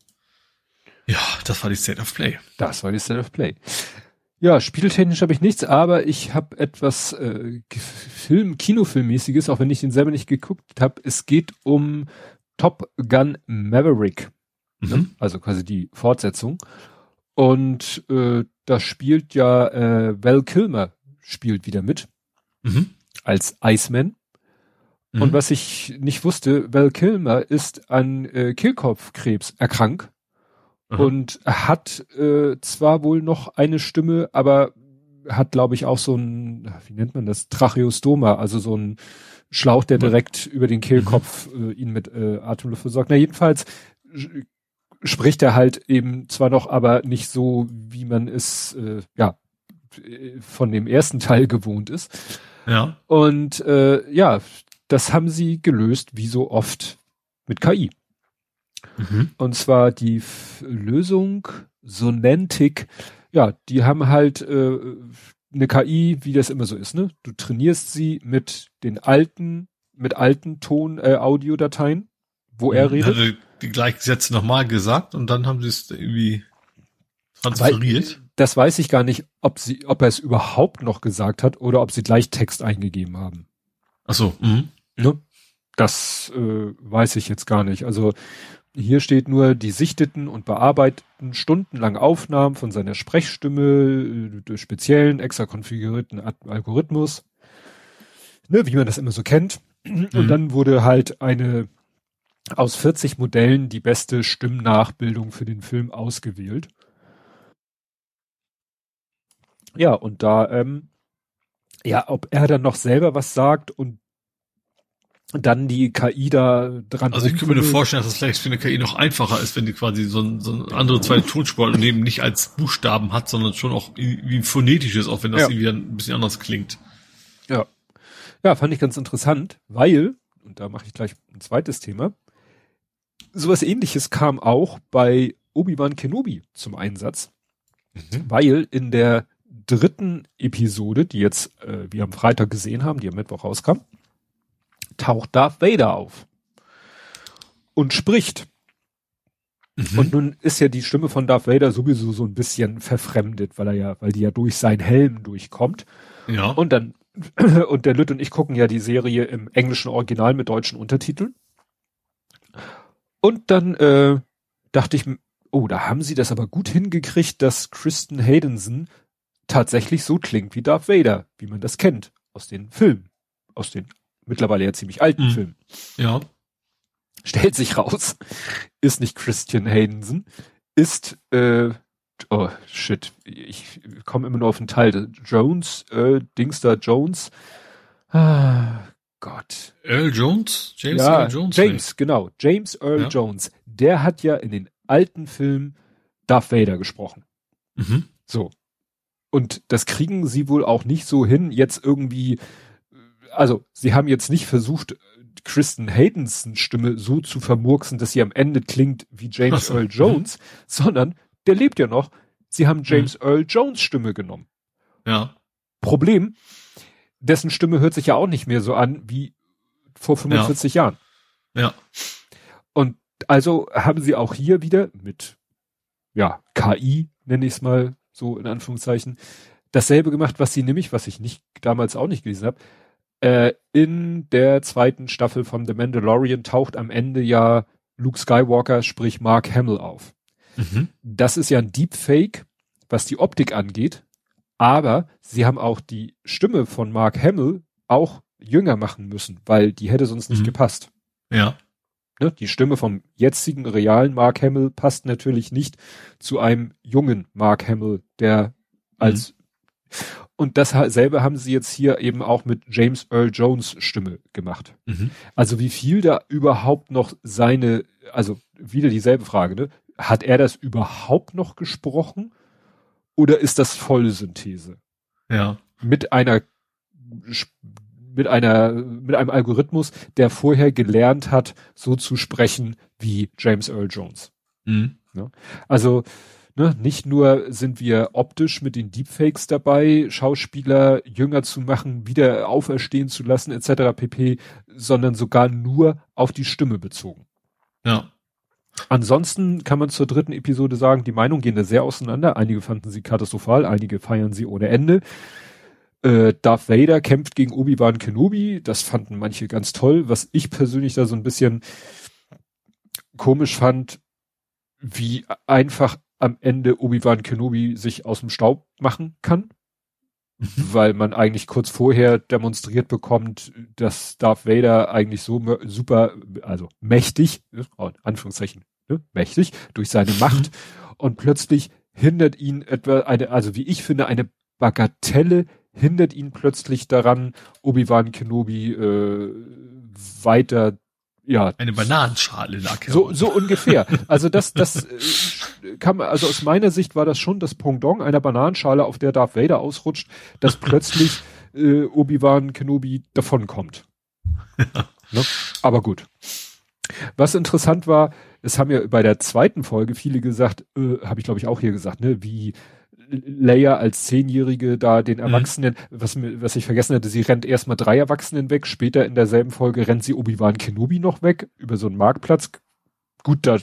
C: Ja, das war die State of Play.
B: Das war die State of Play. Ja, spieltechnisch habe ich nichts, aber ich habe etwas äh, Film, Kinofilmmäßiges, auch wenn ich den selber nicht geguckt habe. Es geht um Top Gun Maverick. Mhm. Ne? Also quasi die Fortsetzung. Und äh, da spielt ja äh, Val Kilmer spielt wieder mit. Mhm. Als Iceman. Mhm. Und was ich nicht wusste, Val Kilmer ist an äh, Kehlkopfkrebs erkrankt. Mhm. Und hat äh, zwar wohl noch eine Stimme, aber hat, glaube ich, auch so ein, wie nennt man das, Tracheostoma, also so ein Schlauch, der direkt mhm. über den Kehlkopf äh, ihn mit äh, Atemluft versorgt. Na jedenfalls spricht er halt eben zwar noch, aber nicht so, wie man es äh, ja von dem ersten Teil gewohnt ist.
C: Ja.
B: Und äh, ja, das haben sie gelöst, wie so oft mit K I. Mhm. Und zwar die F- Lösung Sonantic, ja, die haben halt äh, eine K I, wie das immer so ist, ne? Du trainierst sie mit den alten, mit alten Ton, äh, Audiodateien, wo mhm. er redet.
C: Hatte die gleichen Sätze nochmal gesagt und dann haben sie es irgendwie transferiert.
B: Weil, das weiß ich gar nicht, ob sie, ob er es überhaupt noch gesagt hat oder ob sie gleich Text eingegeben haben.
C: Ach so. Mhm.
B: Ne? Das äh, weiß ich jetzt gar nicht. Also hier steht nur, die sichteten und bearbeiteten stundenlang Aufnahmen von seiner Sprechstimme äh, durch speziellen, extra konfigurierten Algorithmus, ne, wie man das immer so kennt. Mhm. Und dann wurde halt eine aus vierzig Modellen die beste Stimmnachbildung für den Film ausgewählt. Ja, und da, ähm, ja, ob er dann noch selber was sagt und dann die K I da dran.
C: Also ich könnte mir vorstellen, dass das vielleicht für eine K I noch einfacher ist, wenn die quasi so ein, so ein andere zweite Tonspur und eben nicht als Buchstaben hat, sondern schon auch wie phonetisches, auch wenn das ja. irgendwie ein bisschen anders klingt.
B: Ja. Ja, fand ich ganz interessant, weil, und da mache ich gleich ein zweites Thema, sowas Ähnliches kam auch bei Obi-Wan Kenobi zum Einsatz, mhm. weil in der dritten Episode, die jetzt äh, wir am Freitag gesehen haben, die am Mittwoch rauskam, taucht Darth Vader auf und spricht. Mhm. Und nun ist ja die Stimme von Darth Vader sowieso so ein bisschen verfremdet, weil er ja, weil die ja durch seinen Helm durchkommt.
C: Ja.
B: Und dann, und der Lütt und ich gucken ja die Serie im englischen Original mit deutschen Untertiteln. Und dann äh, dachte ich, oh, da haben sie das aber gut hingekriegt, dass Kristen Haydenson tatsächlich so klingt wie Darth Vader, wie man das kennt aus den Filmen, aus den mittlerweile ja ziemlich alten mhm. Film.
C: Ja.
B: Stellt sich raus, ist nicht Christian Haydenson, ist, äh, oh shit, ich komme immer nur auf den Teil, Jones, äh, Dingster Jones, ah, Gott.
C: Earl Jones? James
B: ja,
C: Earl Jones?
B: James, nee. genau, James Earl ja. Jones, der hat ja in den alten Filmen Darth Vader gesprochen.
C: Mhm.
B: So. Und das kriegen sie wohl auch nicht so hin, jetzt irgendwie. Also, sie haben jetzt nicht versucht, Kristen Haydensons Stimme so zu vermurksen, dass sie am Ende klingt wie James so. Earl Jones, mhm. sondern der lebt ja noch. Sie haben James mhm. Earl Jones Stimme genommen.
C: Ja.
B: Problem, dessen Stimme hört sich ja auch nicht mehr so an wie vor fünfundvierzig ja. Jahren.
C: Ja.
B: Und also haben sie auch hier wieder mit, ja, K I, nenne ich es mal so in Anführungszeichen, dasselbe gemacht, was sie nämlich, was ich nicht damals auch nicht gelesen habe, Äh, in der zweiten Staffel von The Mandalorian taucht am Ende ja Luke Skywalker, sprich Mark Hamill auf. Mhm. Das ist ja ein Deepfake, was die Optik angeht, aber sie haben auch die Stimme von Mark Hamill auch jünger machen müssen, weil die hätte sonst nicht mhm. gepasst.
C: Ja.
B: Ne? Die Stimme vom jetzigen realen Mark Hamill passt natürlich nicht zu einem jungen Mark Hamill, der als mhm. und dasselbe haben sie jetzt hier eben auch mit James Earl Jones Stimme gemacht. Mhm. Also wie viel da überhaupt noch seine, also wieder dieselbe Frage, ne? Hat er das überhaupt noch gesprochen oder ist das volle Synthese?
C: Ja.
B: Mit einer, mit einer, mit einem Algorithmus, der vorher gelernt hat, so zu sprechen wie James Earl Jones. Mhm. Ja? Also, Ne, nicht nur sind wir optisch mit den Deepfakes dabei, Schauspieler jünger zu machen, wieder auferstehen zu lassen, et cetera pp., sondern sogar nur auf die Stimme bezogen.
C: Ja.
B: Ansonsten kann man zur dritten Episode sagen, die Meinungen gehen da sehr auseinander. Einige fanden sie katastrophal, einige feiern sie ohne Ende. Äh, Darth Vader kämpft gegen Obi-Wan Kenobi, das fanden manche ganz toll. Was ich persönlich da so ein bisschen komisch fand, wie einfach am Ende Obi-Wan Kenobi sich aus dem Staub machen kann, mhm. weil man eigentlich kurz vorher demonstriert bekommt, dass Darth Vader eigentlich so super, also mächtig, in Anführungszeichen, ne, mächtig, durch seine Macht mhm. und plötzlich hindert ihn etwa eine, also wie ich finde, eine Bagatelle hindert ihn plötzlich daran, Obi-Wan Kenobi äh, weiter ja.
C: Eine Bananenschale lag
B: so so ungefähr. Also das das äh, kann man, also aus meiner Sicht war das schon das Pendant einer Bananenschale, auf der Darth Vader ausrutscht, dass plötzlich äh, Obi-Wan Kenobi davonkommt. Ja. Ne? Aber gut. Was interessant war, es haben ja bei der zweiten Folge viele gesagt, äh, habe ich glaube ich auch hier gesagt, ne, wie Leia als Zehnjährige da den Erwachsenen, mhm. was, was ich vergessen hatte, sie rennt erstmal drei Erwachsenen weg, später in derselben Folge rennt sie Obi-Wan Kenobi noch weg, über so einen Marktplatz. Gut, da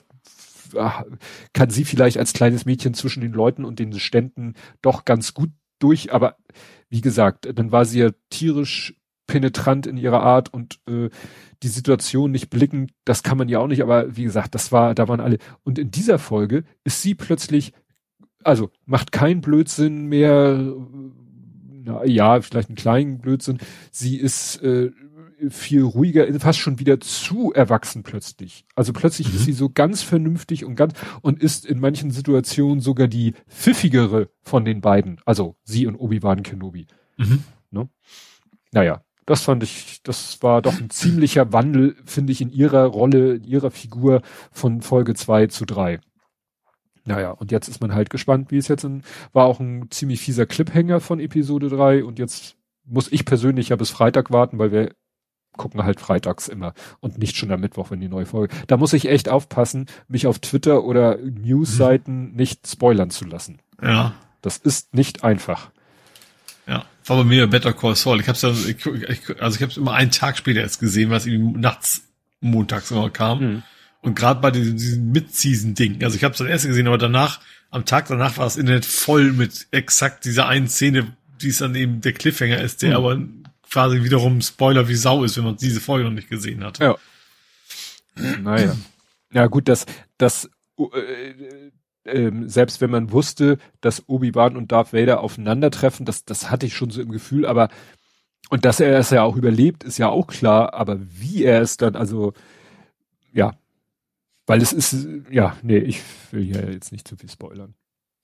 B: kann sie vielleicht als kleines Mädchen zwischen den Leuten und den Ständen doch ganz gut durch, aber wie gesagt, dann war sie ja tierisch penetrant in ihrer Art und äh, die Situation nicht blicken, das kann man ja auch nicht, aber wie gesagt, das war, da waren alle. Und in dieser Folge ist sie plötzlich also macht keinen Blödsinn mehr, na ja, vielleicht einen kleinen Blödsinn. Sie ist äh, viel ruhiger, fast schon wieder zu erwachsen plötzlich. Also plötzlich mhm. ist sie so ganz vernünftig und ganz und ist in manchen Situationen sogar die pfiffigere von den beiden. Also sie und Obi-Wan Kenobi. Mhm. Ne? Naja, das fand ich, das war doch ein ziemlicher Wandel, finde ich, in ihrer Rolle, in ihrer Figur von Folge zwei zu drei. Naja, und jetzt ist man halt gespannt, wie es jetzt in, war auch ein ziemlich fieser Cliffhanger von Episode drei und jetzt muss ich persönlich ja bis Freitag warten, weil wir gucken halt freitags immer und nicht schon am Mittwoch, wenn die neue Folge. Da muss ich echt aufpassen, mich auf Twitter oder Newsseiten mhm. nicht spoilern zu lassen.
C: Ja.
B: Das ist nicht einfach.
C: Ja, war bei mir Better Call Saul. Ich hab's ja, ich, ich, also ich hab's immer einen Tag später erst gesehen, was irgendwie nachts montags immer kam. Mhm. Und gerade bei diesem, diesem Mid-Season-Ding, also ich habe es dann erst gesehen, aber danach, am Tag danach war das Internet voll mit exakt dieser einen Szene, die es dann eben der Cliffhanger ist, der mhm. aber quasi wiederum Spoiler wie Sau ist, wenn man diese Folge noch nicht gesehen hat.
B: Ja. Naja. Ja gut, das, das äh, äh, selbst wenn man wusste, dass Obi-Wan und Darth Vader aufeinandertreffen, das, das hatte ich schon so im Gefühl, aber und dass er es ja auch überlebt, ist ja auch klar, aber wie er es dann, also ja, weil es ist, ja, nee, ich will hier jetzt nicht zu viel spoilern.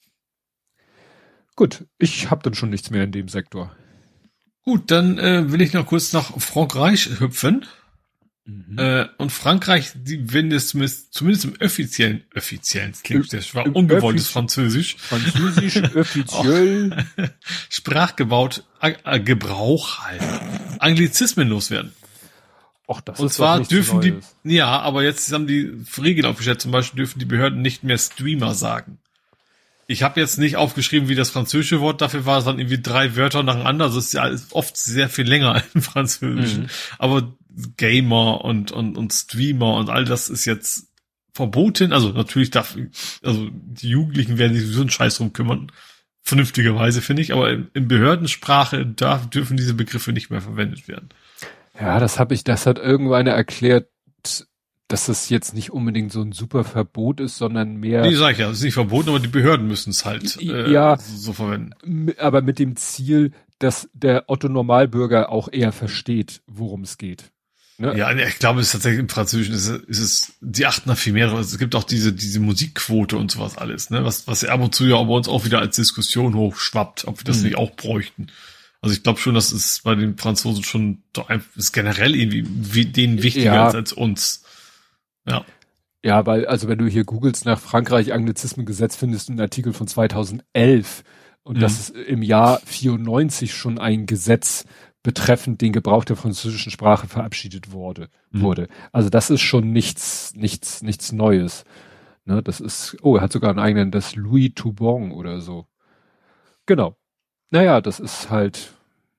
B: Gut, ich habe dann schon nichts mehr in dem Sektor.
C: Gut, dann äh, will ich noch kurz nach Frankreich hüpfen. Mhm. Äh, und Frankreich, die wenn es zumindest, zumindest im offiziellen, offiziellen, das klingt, das war ungewolltes Französisch.
B: Französisch, offiziell.
C: Sprachgebaut, äh, Gebrauch halt. Anglizismen loswerden.
B: Och, das
C: und
B: ist
C: zwar dürfen die, ja, aber jetzt haben die Regeln aufgestellt, zum Beispiel dürfen die Behörden nicht mehr Streamer sagen. Ich habe jetzt nicht aufgeschrieben, wie das französische Wort dafür war, sondern irgendwie drei Wörter nacheinander. Das ist ja oft sehr viel länger im Französischen. Mhm. Aber Gamer und, und, und Streamer und all das ist jetzt verboten. Also natürlich darf, also die Jugendlichen werden sich so einen Scheiß drum kümmern. Vernünftigerweise, finde ich. Aber in Behördensprache darf, dürfen diese Begriffe nicht mehr verwendet werden.
B: Ja, das habe ich, das hat irgendwann erklärt, dass das jetzt nicht unbedingt so ein super Verbot ist, sondern mehr.
C: Nee, sag ich ja, es ist nicht verboten, aber die Behörden müssen es halt äh,
B: ja,
C: so, so verwenden.
B: Aber mit dem Ziel, dass der Otto-Normalbürger auch eher versteht, worum es geht. Ne?
C: Ja, ich glaube, es ist tatsächlich im Französischen ist, es- ist es, die achten da viel mehr drauf. Es gibt auch diese, diese Musikquote und sowas alles, ne, was, was ja ab und zu ja bei uns auch wieder als Diskussion hochschwappt, ob wir das
B: Mhm.
C: nicht auch bräuchten. Also ich glaube schon, dass es bei den Franzosen schon doch einfach, ist generell irgendwie wie, denen wichtiger
B: Ja.
C: ist als uns. Ja.
B: Ja, weil, also wenn du hier googelst nach Frankreich Anglizismengesetz, findest du einen Artikel von zweitausendelf. Und
C: Mhm.
B: das ist im Jahr vierundneunzig schon ein Gesetz betreffend den Gebrauch der französischen Sprache verabschiedet wurde,
C: Mhm.
B: wurde. Also das ist schon nichts, nichts, nichts Neues. Ne, das ist, oh, er hat sogar einen eigenen, das Louis Toubon oder so. Genau. Naja, das ist halt,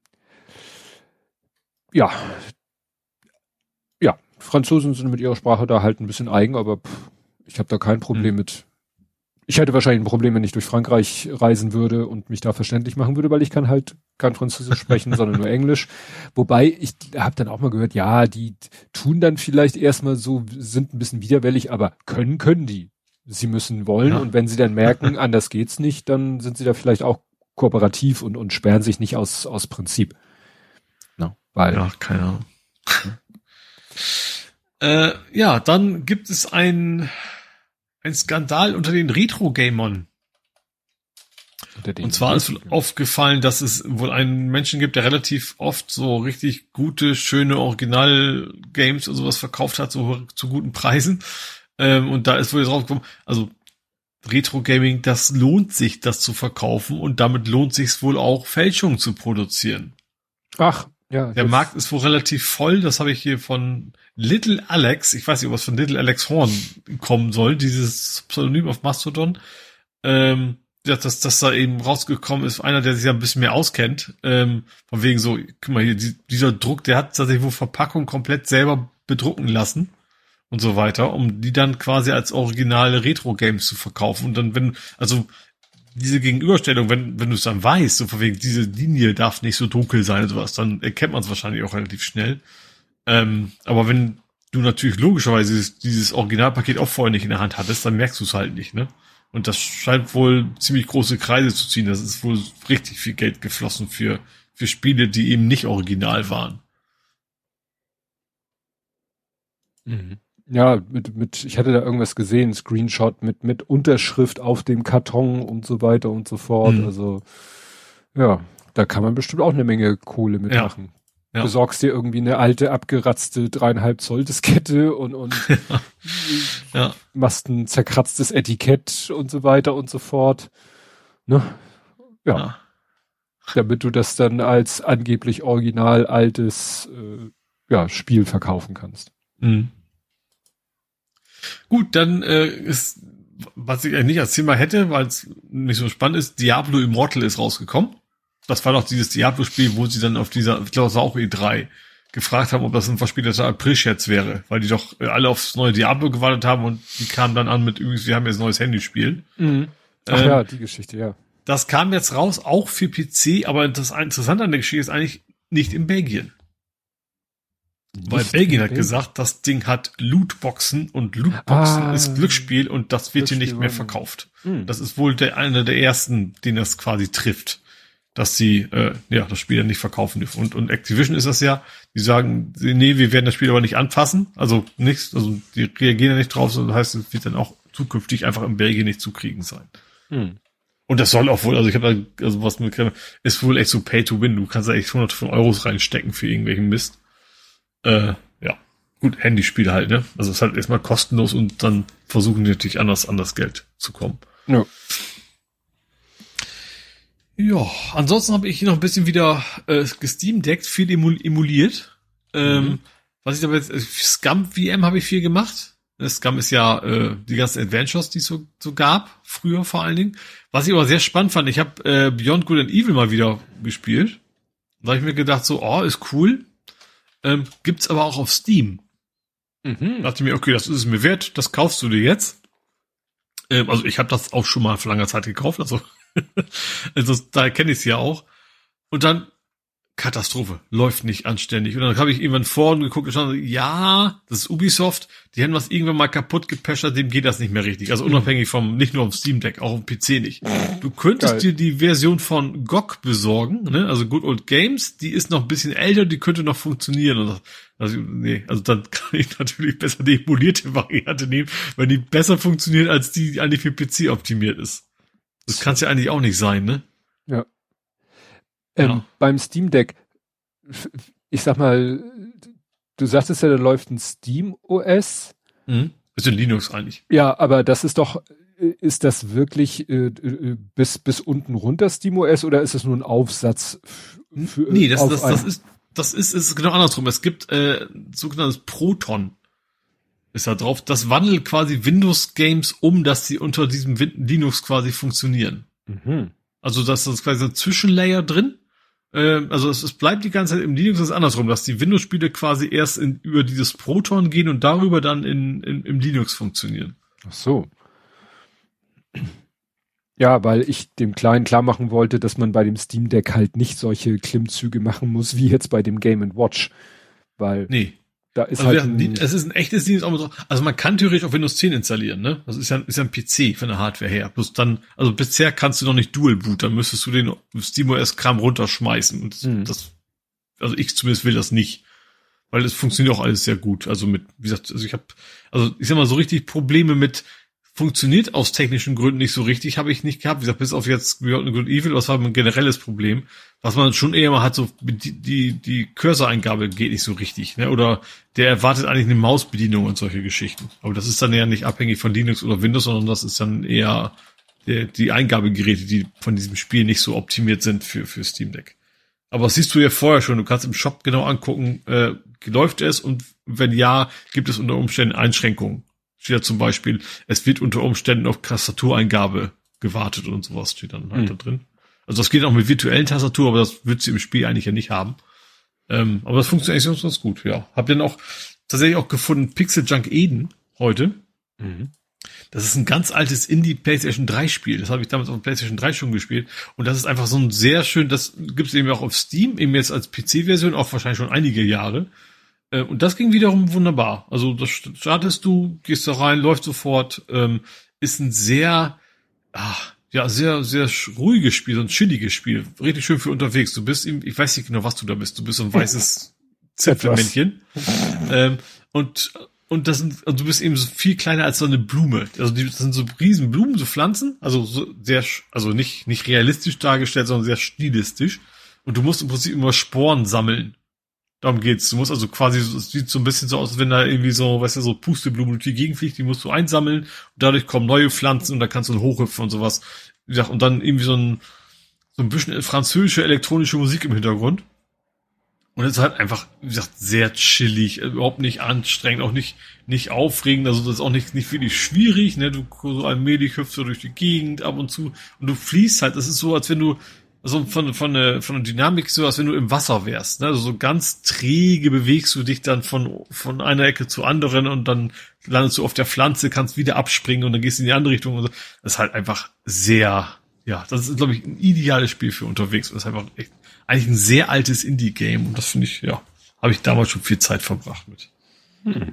B: ja, ja, Franzosen sind mit ihrer Sprache da halt ein bisschen eigen, aber pff, ich habe da kein Problem
C: Mhm.
B: mit. Ich hätte wahrscheinlich ein Problem, wenn ich durch Frankreich reisen würde und mich da verständlich machen würde, weil ich kann halt kein Französisch sprechen, sondern nur Englisch. Wobei, ich habe dann auch mal gehört, ja, die tun dann vielleicht erstmal so, sind ein bisschen widerwillig, aber können, können die. Sie müssen wollen
C: Ja.
B: und wenn sie dann merken, anders geht's nicht, dann sind sie da vielleicht auch kooperativ und, und sperren sich nicht aus, aus Prinzip. No, weil,
C: Ja, keine Ahnung. äh, ja, dann gibt es ein, ein Skandal unter den Retro-Gamern.
B: unter den
C: Und zwar ist aufgefallen, dass es wohl einen Menschen gibt, der relativ oft so richtig gute, schöne Original-Games und sowas verkauft hat, so zu guten Preisen. Ähm, und da ist wohl drauf gekommen, also Retro-Gaming, das lohnt sich, das zu verkaufen und damit lohnt sich wohl auch, Fälschungen zu produzieren.
B: Ach, ja.
C: Der
B: jetzt-
C: Markt ist wohl relativ voll, das habe ich hier von Little Alex, ich weiß nicht, was von Little Alex Horn kommen soll, dieses Pseudonym auf Mastodon, ähm, ja, dass, dass da eben rausgekommen ist, einer, der sich ja ein bisschen mehr auskennt, ähm, von wegen so, guck mal hier, die, dieser Druck, der hat tatsächlich wohl Verpackung komplett selber bedrucken lassen und so weiter, um die dann quasi als originale Retro-Games zu verkaufen und dann, wenn, also diese Gegenüberstellung, wenn, wenn du es dann weißt, so von wegen, diese Linie darf nicht so dunkel sein und sowas, dann erkennt man es wahrscheinlich auch relativ schnell. Ähm, aber wenn du natürlich logischerweise dieses, dieses Originalpaket auch vorher nicht in der Hand hattest, dann merkst du es halt nicht, ne? Und das scheint wohl ziemlich große Kreise zu ziehen. Das ist wohl richtig viel Geld geflossen für, für Spiele, die eben nicht original waren.
B: Mhm. Ja, mit, mit, ich hatte da irgendwas gesehen, Screenshot mit, mit Unterschrift auf dem Karton und so weiter und so fort.
C: Mhm.
B: Also, ja, da kann man bestimmt auch eine Menge Kohle
C: Ja.
B: mitmachen.
C: Ja.
B: Besorgst dir irgendwie eine alte, abgeratzte dreieinhalb Zoll Diskette und, und
C: Ja.
B: machst ein zerkratztes Etikett und so weiter und so fort. Ne? Ja,
C: Ja.
B: damit du das dann als angeblich original altes äh, ja, Spiel verkaufen kannst.
C: Mhm. Gut, dann äh, ist, was ich eigentlich nicht als Thema hätte, weil es nicht so spannend ist, Diablo Immortal ist rausgekommen. Das war doch dieses Diablo-Spiel, wo sie dann auf dieser, ich glaube, es war auch E drei, gefragt haben, ob das ein verspäteter April-Scherz wäre, weil die doch äh, alle aufs neue Diablo gewartet haben und die kamen dann an mit, übrigens, wir haben jetzt ein neues Handyspiel.
B: Mhm. Ach
C: Ähm,
B: ja, die Geschichte, ja.
C: Das kam jetzt raus, auch für P C, aber das Interessante an der Geschichte ist eigentlich nicht in Belgien. Weil
B: Nicht
C: Belgien
B: in
C: hat
B: Belgien.
C: gesagt, das Ding hat Lootboxen und Lootboxen
B: Ah,
C: ist Glücksspiel und das wird hier nicht mehr
B: Glücksspiel,
C: verkauft.
B: Mhm.
C: Das ist wohl der einer der ersten, den das quasi trifft, dass sie äh, ja das Spiel dann nicht verkaufen dürfen. Und, und Activision ist das ja, die sagen, nee, wir werden das Spiel aber nicht anfassen, also nichts, also die reagieren ja nicht drauf, sondern das heißt, es wird dann auch zukünftig einfach in Belgien nicht zu kriegen sein.
B: Mhm.
C: Und das soll auch wohl, also ich habe da, also was mit ist wohl echt so Pay to Win. Du kannst da echt hunderte von Euros reinstecken für irgendwelchen Mist. Äh, ja. Gut, Handyspiel halt, ne? Also es ist halt erstmal kostenlos und dann versuchen die natürlich anders an das Geld zu kommen.
B: Ja.
C: Ja, ansonsten habe ich hier noch ein bisschen wieder äh, gesteamdeckt, viel emul emuliert. Ähm,
B: Mhm.
C: Was ich aber jetzt, äh, Scum V M habe ich viel gemacht. Das Scum ist ja äh, die ganzen Adventures, die es so, so gab, früher vor allen Dingen. Was ich aber sehr spannend fand, ich habe äh, Beyond Good and Evil mal wieder gespielt. Da habe ich mir gedacht, so, oh, ist cool. Ähm, gibt's aber auch auf Steam.
B: Mhm.
C: Da dachte ich mir, okay, das ist es mir wert, das kaufst du dir jetzt. Ähm, also ich habe das auch schon mal vor langer Zeit gekauft, also, also da kenne ich es ja auch. Und dann Katastrophe, läuft nicht anständig. Und dann habe ich irgendwann vorne geguckt und stand, ja, das ist Ubisoft, die haben was irgendwann mal kaputt gepeschert, dem geht das nicht mehr richtig. Also unabhängig vom, nicht nur auf Steam Deck, auch auf dem P C nicht. Du könntest Geil. dir die Version von G O G besorgen, ne? Also Good Old Games, die ist noch ein bisschen älter, die könnte noch funktionieren. Und das, also, nee, also dann kann ich natürlich besser die emulierte Variante nehmen, weil die besser funktioniert, als die, die eigentlich für P C optimiert ist. Das kann es ja eigentlich auch nicht sein, ne?
B: Ja. Ähm, ja. Beim Steam Deck, ich sag mal, du sagtest ja, da läuft ein Steam O S.
C: Mhm. Ist in Linux eigentlich.
B: Ja, aber das ist doch, ist das wirklich äh, bis bis unten runter Steam O S oder ist das nur ein Aufsatz für?
C: Nee, das, das, das ist das ist ist genau andersrum. Es gibt äh, sogenanntes Proton. Ist da drauf. Das wandelt quasi Windows Games um, dass sie unter diesem Win- Linux quasi funktionieren. Mhm. Also das ist quasi ein Zwischenlayer drin. Äh, also es, es bleibt die ganze Zeit im Linux, das ist andersrum, dass die Windows-Spiele quasi erst in, über dieses Proton gehen und darüber dann in, in im Linux funktionieren.
B: Ach so. Ja, weil ich dem Kleinen klar machen wollte, dass man bei dem Steam Deck halt nicht solche Klimmzüge machen muss, wie jetzt bei dem Game and Watch. Weil
C: nee.
B: Da ist
C: also
B: halt
C: ein, es ist ein echtes Linux auch mit drauf. Also man kann theoretisch auf Windows zehn installieren, ne? Das ist ja, ist ja ein P C von der Hardware her. Bloß dann, also bisher kannst du noch nicht Dual Boot, dann müsstest du den SteamOS-Kram runterschmeißen. Und das, mhm. das, also ich zumindest will das nicht. Weil es funktioniert auch alles sehr gut. Also mit, wie gesagt, also ich habe, also ich sag mal, so richtig Probleme mit funktioniert aus technischen Gründen nicht so richtig, habe ich nicht gehabt. Wie gesagt, bis auf jetzt Beyond Good and Evil, was war ein generelles Problem. Was man schon eher mal hat, so die, die, die Cursor-Eingabe geht nicht so richtig, ne? Oder der erwartet eigentlich eine Mausbedienung und solche Geschichten. Aber das ist dann ja nicht abhängig von Linux oder Windows, sondern das ist dann eher der, die Eingabegeräte, die von diesem Spiel nicht so optimiert sind für, für Steam Deck. Aber das siehst du ja vorher schon. Du kannst im Shop genau angucken, äh, läuft es und wenn ja, gibt es unter Umständen Einschränkungen. Steht ja zum Beispiel, es wird unter Umständen auf Tastatureingabe gewartet und sowas steht dann halt mhm. da drin. Also das geht auch mit virtuellen Tastatur, aber das wird sie im Spiel eigentlich ja nicht haben. Ähm, aber das funktioniert eigentlich ganz gut, ja. Hab dann auch tatsächlich auch gefunden, Pixel Junk Eden heute. Mhm. Das ist ein ganz altes Indie-PlayStation drei Spiel. Das habe ich damals auf PlayStation drei schon gespielt. Und das ist einfach so ein sehr schön, das gibt es eben auch auf Steam, eben jetzt als P C-Version, auch wahrscheinlich schon einige Jahre. Und das ging wiederum wunderbar. Also das startest du, gehst da rein, läuft sofort, ähm, ist ein sehr, ach, ja, sehr, sehr ruhiges Spiel, so ein chilliges Spiel. Richtig schön für unterwegs. Du bist ihm, ich weiß nicht genau, was du da bist. Du bist so ein weißes Zipfelmännchen. ähm, und, und das sind, also du bist eben so viel kleiner als so eine Blume. Also die, das sind so riesen Blumen, so Pflanzen. Also so sehr, also nicht, nicht realistisch dargestellt, sondern sehr stilistisch. Und du musst im Prinzip immer Sporen sammeln. Darum geht's. Du musst also quasi, es sieht so ein bisschen so aus, als wenn da irgendwie so, weißt du, so Pusteblumen durch die Gegend fliegt, die musst du einsammeln und dadurch kommen neue Pflanzen und da kannst du hochhüpfen und sowas. Wie gesagt, und dann irgendwie so ein, so ein bisschen französische elektronische Musik im Hintergrund. Und es ist halt einfach, wie gesagt, sehr chillig, überhaupt nicht anstrengend, auch nicht, nicht aufregend, also das ist auch nicht, nicht wirklich schwierig, ne, du so allmählich hüpfst du durch die Gegend ab und zu und du fließt halt, das ist so, als wenn du, also von, von der, von der Dynamik so, als wenn du im Wasser wärst, ne? Also so ganz träge bewegst du dich dann von, von einer Ecke zur anderen und dann landest du auf der Pflanze, kannst wieder abspringen und dann gehst du in die andere Richtung und so. Das ist halt einfach sehr, ja, das ist, glaube ich, ein ideales Spiel für unterwegs. Das ist einfach echt, eigentlich ein sehr altes Indie-Game und das finde ich, ja, habe ich damals schon viel Zeit verbracht mit. Hm.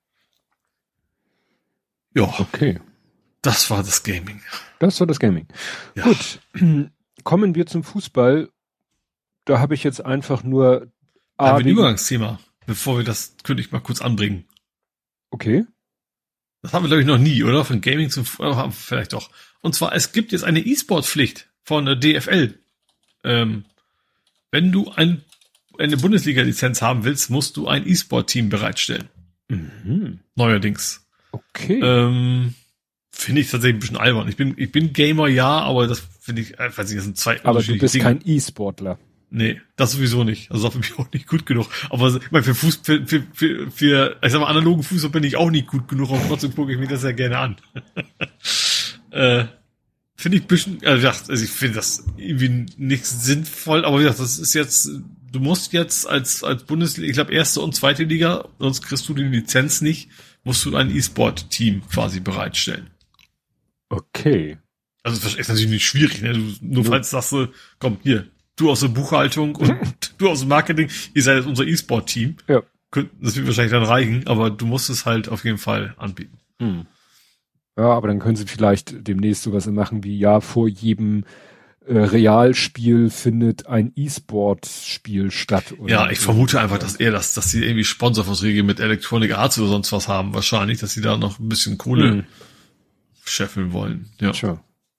C: Ja. Okay. Das war das Gaming.
B: Das war das Gaming. Ja. Gut. Kommen wir zum Fußball. Da habe ich jetzt einfach nur
C: A, ein Übergangsthema, bevor wir das, könnte ich mal kurz anbringen.
B: Okay.
C: Das haben wir, glaube ich, noch nie, oder? Von Gaming zum Fußball, vielleicht doch. Und zwar, es gibt jetzt eine E-Sport-Pflicht von der D F L. Ähm, wenn du ein, eine Bundesliga-Lizenz haben willst, musst du ein E-Sport-Team bereitstellen. Mhm. Neuerdings.
B: Okay.
C: Ähm, Finde ich tatsächlich ein bisschen albern. Ich bin, ich bin Gamer, ja, aber das finde ich, weiß nicht, das sind zwei
B: Aber du bist Dinge. Kein E-Sportler.
C: Nee, das sowieso nicht. Also dafür bin ich auch nicht gut genug. Aber ich meine, für Fußball, für, für, für, ich sag mal, analogen Fußball bin ich auch nicht gut genug, aber trotzdem gucke ich mir das ja gerne an. äh, finde ich ein bisschen, also, also ich finde das irgendwie nicht sinnvoll, aber wie gesagt, das ist jetzt, du musst jetzt als, als Bundesliga, ich glaube, erste und zweite Liga, sonst kriegst du die Lizenz nicht, musst du ein E-Sport-Team quasi bereitstellen.
B: Okay.
C: Also das ist natürlich nicht schwierig, ne? Du, nur falls sagst du, komm, hier, du aus der Buchhaltung und du aus dem Marketing, ihr seid jetzt unser E-Sport-Team.
B: Ja.
C: Das wird wahrscheinlich dann reichen, aber du musst es halt auf jeden Fall anbieten.
B: Hm. Ja, aber dann können sie vielleicht demnächst sowas machen wie, ja, vor jedem äh, Realspiel findet ein E-Sport-Spiel statt. Oder
C: ja, ich vermute einfach, dass er das, dass sie irgendwie Sponsorverträge mit Electronic Arts oder sonst was haben, wahrscheinlich, dass sie da noch ein bisschen Kohle hm. scheffeln wollen. Ja.
B: Tja.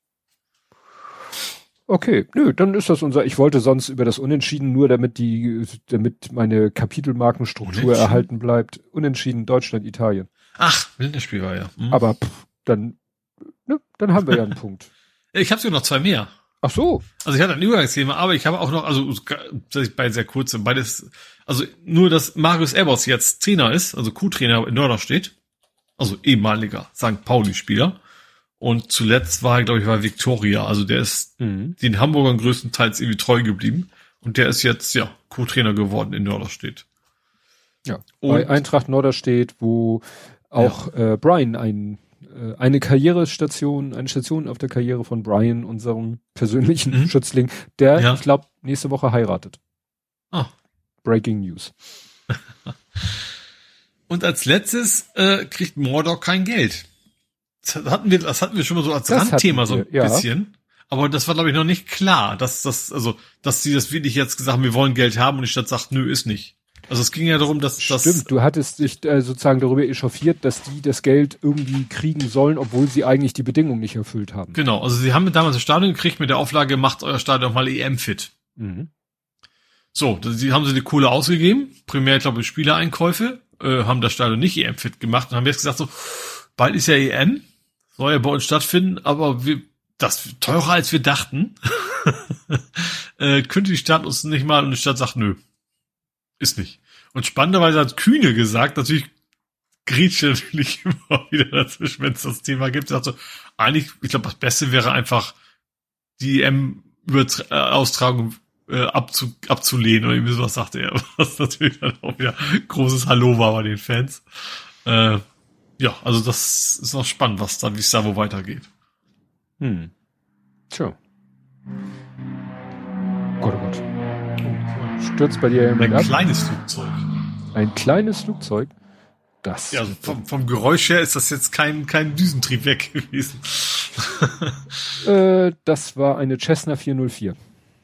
B: Okay, nö, dann ist das unser, ich wollte sonst über das Unentschieden, nur damit die, damit meine Kapitelmarkenstruktur erhalten bleibt. Unentschieden Deutschland, Italien.
C: Ach, Länderspiel war ja.
B: Hm. Aber pff, dann, ne, dann haben wir ja einen Punkt.
C: Ich habe sogar noch zwei mehr.
B: Ach so.
C: Also ich hatte ein Übergangsthema, aber ich habe auch noch, also bei sehr kurze, beides, also nur, dass Marius Ebbers jetzt Trainer ist, also Co-Trainer in Norderstedt, also ehemaliger Sankt Pauli-Spieler. Und zuletzt war er, glaube ich, bei Viktoria. Also der ist mhm. den Hamburgern größtenteils irgendwie treu geblieben. Und der ist jetzt, ja, Co-Trainer geworden in Norderstedt.
B: Ja, und bei Eintracht Norderstedt, wo auch ja. äh, Brian ein, äh, eine Karrierestation, eine Station auf der Karriere von Brian, unserem persönlichen mhm. Schützling, der, ja. ich glaube, nächste Woche heiratet.
C: Ah.
B: Breaking News.
C: Und als letztes äh, kriegt Mordor kein Geld. Das hatten wir, das hatten wir schon mal so als das Randthema so ein wir, bisschen. Ja. Aber das war, glaube ich, noch nicht klar, dass das, also, dass sie das wirklich jetzt gesagt haben, wir wollen Geld haben und die Stadt sagt, nö, ist nicht. Also es ging ja darum, dass das.
B: Stimmt, du hattest dich äh, sozusagen darüber echauffiert, dass die das Geld irgendwie kriegen sollen, obwohl sie eigentlich die Bedingungen nicht erfüllt haben.
C: Genau, also sie haben damals das Stadion gekriegt mit der Auflage, macht euer Stadion mal E M-fit. Mhm. So, sie haben sie die Kohle ausgegeben, primär, glaube ich, Spielereinkäufe, äh, haben das Stadion nicht E M-fit gemacht und haben jetzt gesagt so, bald ist ja E M, soll ja bei uns stattfinden, aber wir, das teurer als wir dachten, äh, könnte die Stadt uns nicht mal, und die Stadt sagt, nö, ist nicht. Und spannenderweise hat Kühne gesagt, natürlich grätscht natürlich immer wieder dazwischen, wenn es das Thema gibt, sagt so, eigentlich, ich glaube, das Beste wäre einfach, die E M-Austragung äh, abzu, abzulehnen oder irgendwie sowas sagte er, was natürlich dann auch wieder großes Hallo war bei den Fans. Äh, Ja, also das ist noch spannend, was da, wie es da wo weitergeht.
B: Hm. Tja. Gott, oh Gott. Stürzt bei dir jemand ab?
C: Ein kleines Flugzeug.
B: Ein kleines Flugzeug? Das.
C: Ja, also vom, vom Geräusch her ist das jetzt kein, kein Düsentriebwerk gewesen.
B: äh, das war eine Cessna vier null vier.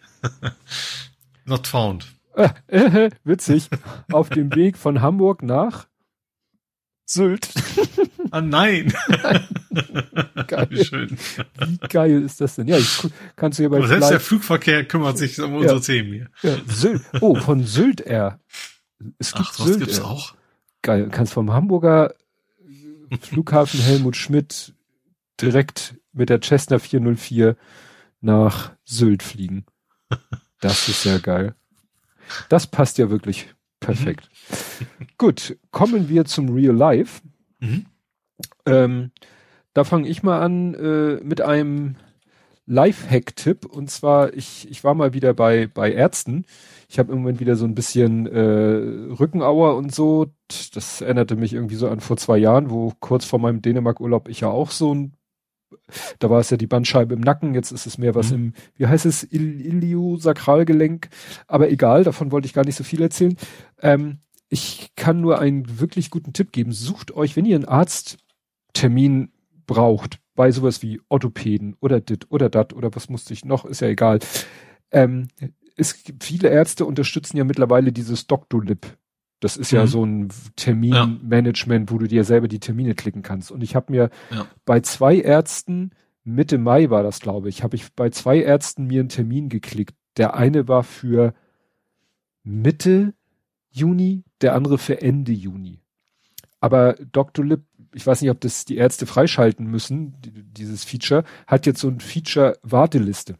C: Not found.
B: Äh, äh, witzig. Auf dem Weg von Hamburg nach Sylt.
C: Ah nein.
B: Geil. Wie schön. Wie geil ist das denn? Ja, ich, kannst du hier bei
C: Aber selbst Fly- der Flugverkehr kümmert sich um unsere ja. Themen hier.
B: Ja, Sylt. Oh, von Sylt Air. Es gibt
C: Ach, was
B: Sylt
C: gibt's
B: Air.
C: auch?
B: Geil. Kannst vom Hamburger Flughafen Helmut Schmidt direkt mit der Cessna vier null vier nach Sylt fliegen. Das ist ja geil. Das passt ja wirklich perfekt. Mhm. Gut, kommen wir zum Real Life. Mhm. Ähm, da fange ich mal an äh, mit einem Lifehack-Tipp. Und zwar, ich, ich war mal wieder bei, bei Ärzten. Ich habe im Moment wieder so ein bisschen äh, Rückenauer und so. Das erinnerte mich irgendwie so an vor zwei Jahren, wo kurz vor meinem Dänemark-Urlaub ich ja auch so ein Da war es ja die Bandscheibe im Nacken, jetzt ist es mehr was mhm. im, wie heißt es, Il- Iliosakralgelenk. Aber egal, davon wollte ich gar nicht so viel erzählen. Ähm, ich kann nur einen wirklich guten Tipp geben. Sucht euch, wenn ihr einen Arzttermin braucht, bei sowas wie Orthopäden oder dit oder dat oder was musste ich noch, ist ja egal. Ähm, es gibt viele Ärzte unterstützen ja mittlerweile dieses Doctolib. Das ist mhm. ja so ein Terminmanagement, ja. wo du dir selber die Termine klicken kannst. Und ich habe mir ja. bei zwei Ärzten, Mitte Mai war das, glaube ich, habe ich bei zwei Ärzten mir einen Termin geklickt. Der eine war für Mitte Juni, der andere für Ende Juni. Aber Doctolib, ich weiß nicht, ob das die Ärzte freischalten müssen, dieses Feature, hat jetzt so ein Feature-Warteliste.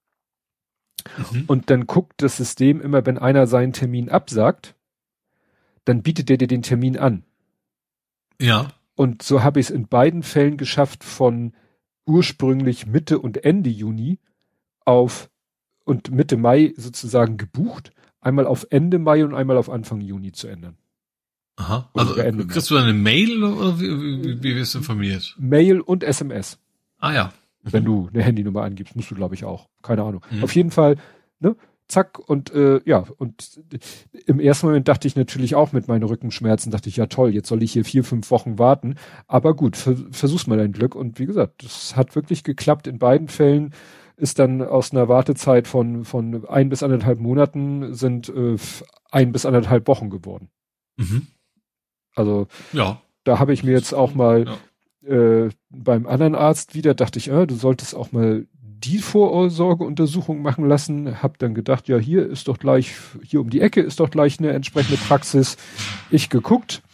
B: Mhm. Und dann guckt das System immer, wenn einer seinen Termin absagt, dann bietet der dir den Termin an.
C: Ja.
B: Und so habe ich es in beiden Fällen geschafft, von ursprünglich Mitte und Ende Juni auf und Mitte Mai sozusagen gebucht, einmal auf Ende Mai und einmal auf Anfang Juni zu ändern.
C: Aha. Also kriegst du eine Mail oder wie, wie, wie wirst du informiert?
B: Mail und S M S.
C: Ah ja.
B: Mhm. Wenn du eine Handynummer angibst, musst du, glaube ich, auch. Keine Ahnung. Mhm. Auf jeden Fall, ne? zack, und äh, ja, und im ersten Moment dachte ich natürlich auch mit meinen Rückenschmerzen, dachte ich, ja toll, jetzt soll ich hier vier, fünf Wochen warten. Aber gut, ver versuch's mal dein Glück. Und wie gesagt, das hat wirklich geklappt. In beiden Fällen ist dann aus einer Wartezeit von von ein bis anderthalb Monaten sind äh, ein bis anderthalb Wochen geworden.
C: Mhm.
B: Also
C: ja,
B: da habe ich mir jetzt auch mal ja. äh, beim anderen Arzt wieder, dachte ich, äh, du solltest auch mal die Vorsorgeuntersuchung machen lassen. Hab dann gedacht, ja, hier ist doch gleich, hier um die Ecke ist doch gleich eine entsprechende Praxis. Ich geguckt.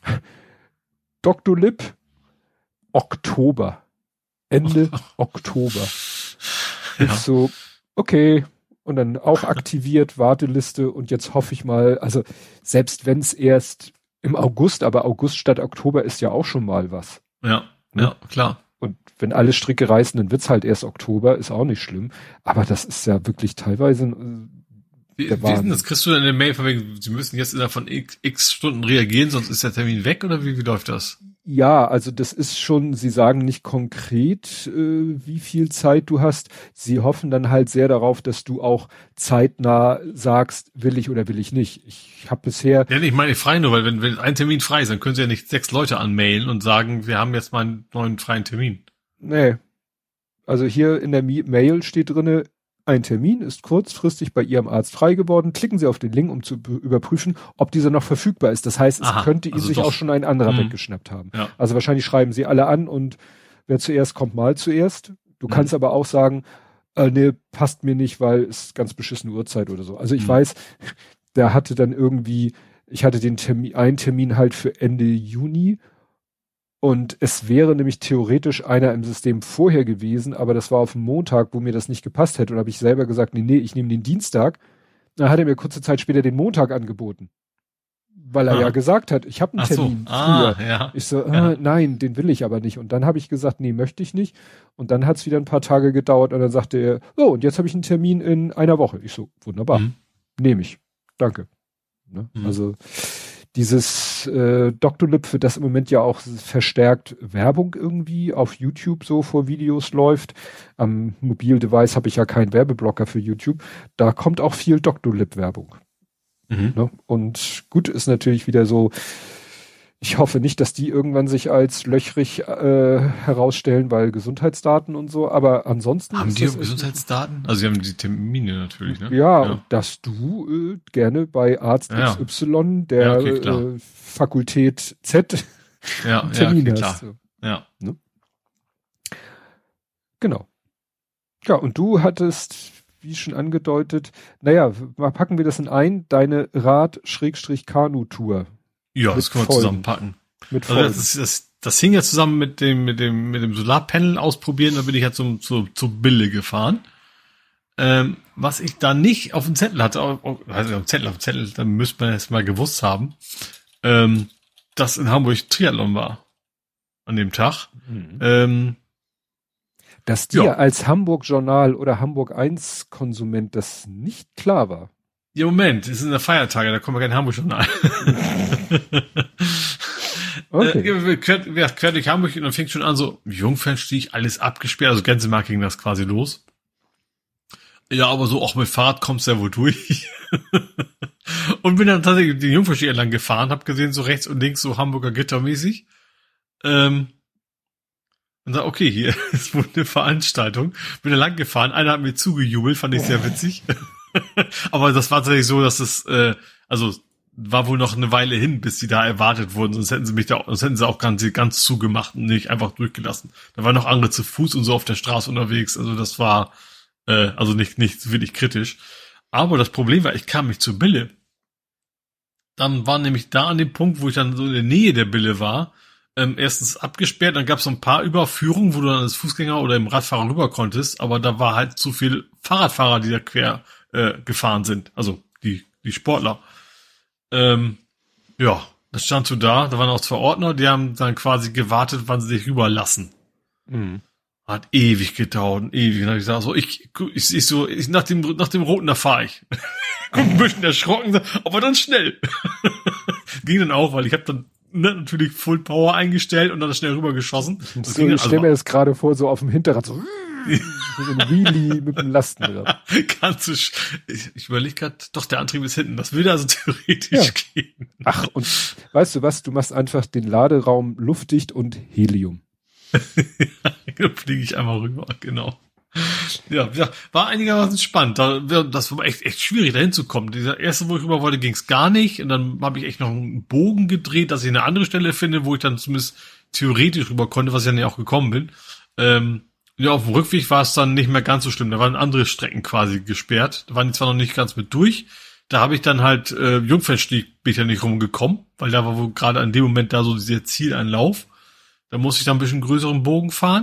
B: Doktor Lipp, Oktober. Ende Oktober. Ja. Ich so, okay. Und dann auch aktiviert, Warteliste. Und jetzt hoffe ich mal, also selbst wenn es erst im August, aber August statt Oktober ist ja auch schon mal was.
C: Ja, ne? Ja, klar.
B: Und wenn alle Stricke reißen, dann wird's halt erst Oktober, ist auch nicht schlimm. Aber das ist ja wirklich teilweise äh,
C: Wie, wie ist denn das? Kriegst du dann eine Mail von wegen, Sie müssen jetzt innerhalb von x, x Stunden reagieren, sonst ist der Termin weg, oder wie, wie läuft das?
B: Ja, also das ist schon, Sie sagen nicht konkret, äh, wie viel Zeit du hast. Sie hoffen dann halt sehr darauf, dass du auch zeitnah sagst, will ich oder will ich nicht. Ich habe bisher...
C: Ja, ich meine, ich frei nur, weil wenn, wenn ein Termin frei ist, dann können Sie ja nicht sechs Leute anmailen und sagen, wir haben jetzt mal einen neuen freien Termin.
B: Nee. Also hier in der Mail steht drinne, ein Termin ist kurzfristig bei Ihrem Arzt frei geworden. Klicken Sie auf den Link, um zu überprüfen, ob dieser noch verfügbar ist. Das heißt, es Aha, könnte Ihnen also sich doch. auch schon ein anderer hm. weggeschnappt haben. Ja. Also wahrscheinlich schreiben Sie alle an und wer zuerst kommt, mal zuerst. Du hm. kannst aber auch sagen, äh, nee, passt mir nicht, weil es ganz beschissene Uhrzeit oder so. Also ich hm. weiß, der hatte dann irgendwie, ich hatte den Termin, einen Termin halt für Ende Juni. Und es wäre nämlich theoretisch einer im System vorher gewesen, aber das war auf dem Montag, wo mir das nicht gepasst hätte. Und habe ich selber gesagt, nee, nee, ich nehme den Dienstag. Dann hat er mir kurze Zeit später den Montag angeboten. Weil er ah. ja gesagt hat, ich habe einen Ach Termin so. ah, früher. Ja. Ich so, äh, ja. nein, den will ich aber nicht. Und dann habe ich gesagt, nee, möchte ich nicht. Und dann hat es wieder ein paar Tage gedauert und dann sagte er, oh, und jetzt habe ich einen Termin in einer Woche. Ich so, wunderbar, mhm. nehme ich. Danke. Ne? Mhm. Also dieses äh, Doktor Lipp, für das im Moment ja auch verstärkt Werbung irgendwie auf YouTube so vor Videos läuft. Am Mobildevice habe ich ja keinen Werbeblocker für YouTube. Da kommt auch viel Doktor Lipp Werbung. Mhm. Ne? Und gut ist natürlich wieder so, ich hoffe nicht, dass die irgendwann sich als löchrig äh, herausstellen, weil Gesundheitsdaten und so, aber ansonsten...
C: Haben die Gesundheitsdaten? Also sie haben die Termine natürlich, ne?
B: Ja, ja. Und dass du äh, gerne bei Arzt ja, X Y, der ja, okay, äh, Fakultät Z,
C: ja, Termin ja, okay, hast. So. Ja. Ne?
B: Genau. Ja, und du hattest, wie schon angedeutet, naja, mal packen wir das in ein, deine Rad-Kanu-Tour.
C: Ja, das können wir zusammenpacken. Mit also das, ist, das, das hing ja zusammen mit dem, mit dem, mit dem Solarpanel ausprobieren, da bin ich ja zum, zu, zu Bille gefahren. Ähm, was ich da nicht auf dem Zettel hatte, also auf dem Zettel, auf dem Zettel, da müsste man es mal gewusst haben, ähm, dass in Hamburg Triathlon war. An dem Tag. Mhm. Ähm,
B: dass dir ja. als Hamburg-Journal oder Hamburg eins Konsument das nicht klar war.
C: Ja, Moment, es sind ja Feiertage, da kommen wir kein Hamburg-Journal. Okay. Äh, quer, quer durch Hamburg und dann fängt schon an so, Jungfernstieg, alles abgesperrt, also Gänsemarkt ging das quasi los. Ja, aber so auch mit Fahrrad kommst du ja wohl durch. Und bin dann tatsächlich den Jungfernstieg entlang gefahren, hab gesehen, so rechts und links so Hamburger Gittermäßig. Ähm, und sag, okay, hier ist wohl eine Veranstaltung. Bin da lang gefahren, einer hat mir zugejubelt, fand ich sehr witzig. Aber das war tatsächlich so, dass es, äh, also war wohl noch eine Weile hin, bis sie da erwartet wurden, sonst hätten sie mich da, sonst hätten sie auch ganz, ganz zugemacht und nicht einfach durchgelassen. Da waren noch andere zu Fuß und so auf der Straße unterwegs, also das war, äh, also nicht, nicht wirklich kritisch. Aber das Problem war, ich kam nicht zur Bille. Dann war nämlich da an dem Punkt, wo ich dann so in der Nähe der Bille war, ähm, erstens abgesperrt, dann gab es so ein paar Überführungen, wo du dann als Fußgänger oder im Radfahrer rüber konntest, aber da war halt zu viel Fahrradfahrer, die da quer äh, gefahren sind, also die die Sportler. Ähm, ja, das stand so da, da waren auch zwei Ordner, die haben dann quasi gewartet, wann sie sich rüberlassen. Mhm. Hat ewig gedauert, und ewig. Und dann hab ich gesagt, so, ich, ich, ich so, ich, nach dem, nach dem Roten, da fahre ich. Guck ein bisschen erschrocken, aber dann schnell. Ging dann auch, weil ich habe dann ne, natürlich Full Power eingestellt und dann schnell rübergeschossen.
B: So, ich stelle mir das gerade vor, so auf dem Hinterrad, so. mir so ein Wheelie mit dem Lastenrad.
C: Kannst du, sch- ich, ich überlege gerade, doch, der Antrieb ist hinten. Das würde also theoretisch
B: Ja.
C: gehen.
B: Ach, und weißt du was? Du machst einfach den Laderaum luftdicht und Helium.
C: Da fliege ich einmal rüber, genau. Ja, ja, war einigermaßen spannend. Da, das war echt, echt schwierig, da hinzukommen. Dieser erste, wo ich rüber wollte, ging es gar nicht. Und dann habe ich echt noch einen Bogen gedreht, dass ich eine andere Stelle finde, wo ich dann zumindest theoretisch rüber konnte, was ich dann ja auch gekommen bin. Ähm, ja, auf dem Rückweg war es dann nicht mehr ganz so schlimm. Da waren andere Strecken quasi gesperrt. Da waren die zwar noch nicht ganz mit durch. Da habe ich dann halt, äh, Jungfernstieg bin ich ja nicht rumgekommen, weil da war wohl gerade an dem Moment da so dieser Zieleinlauf. Da musste ich dann ein bisschen größeren Bogen fahren.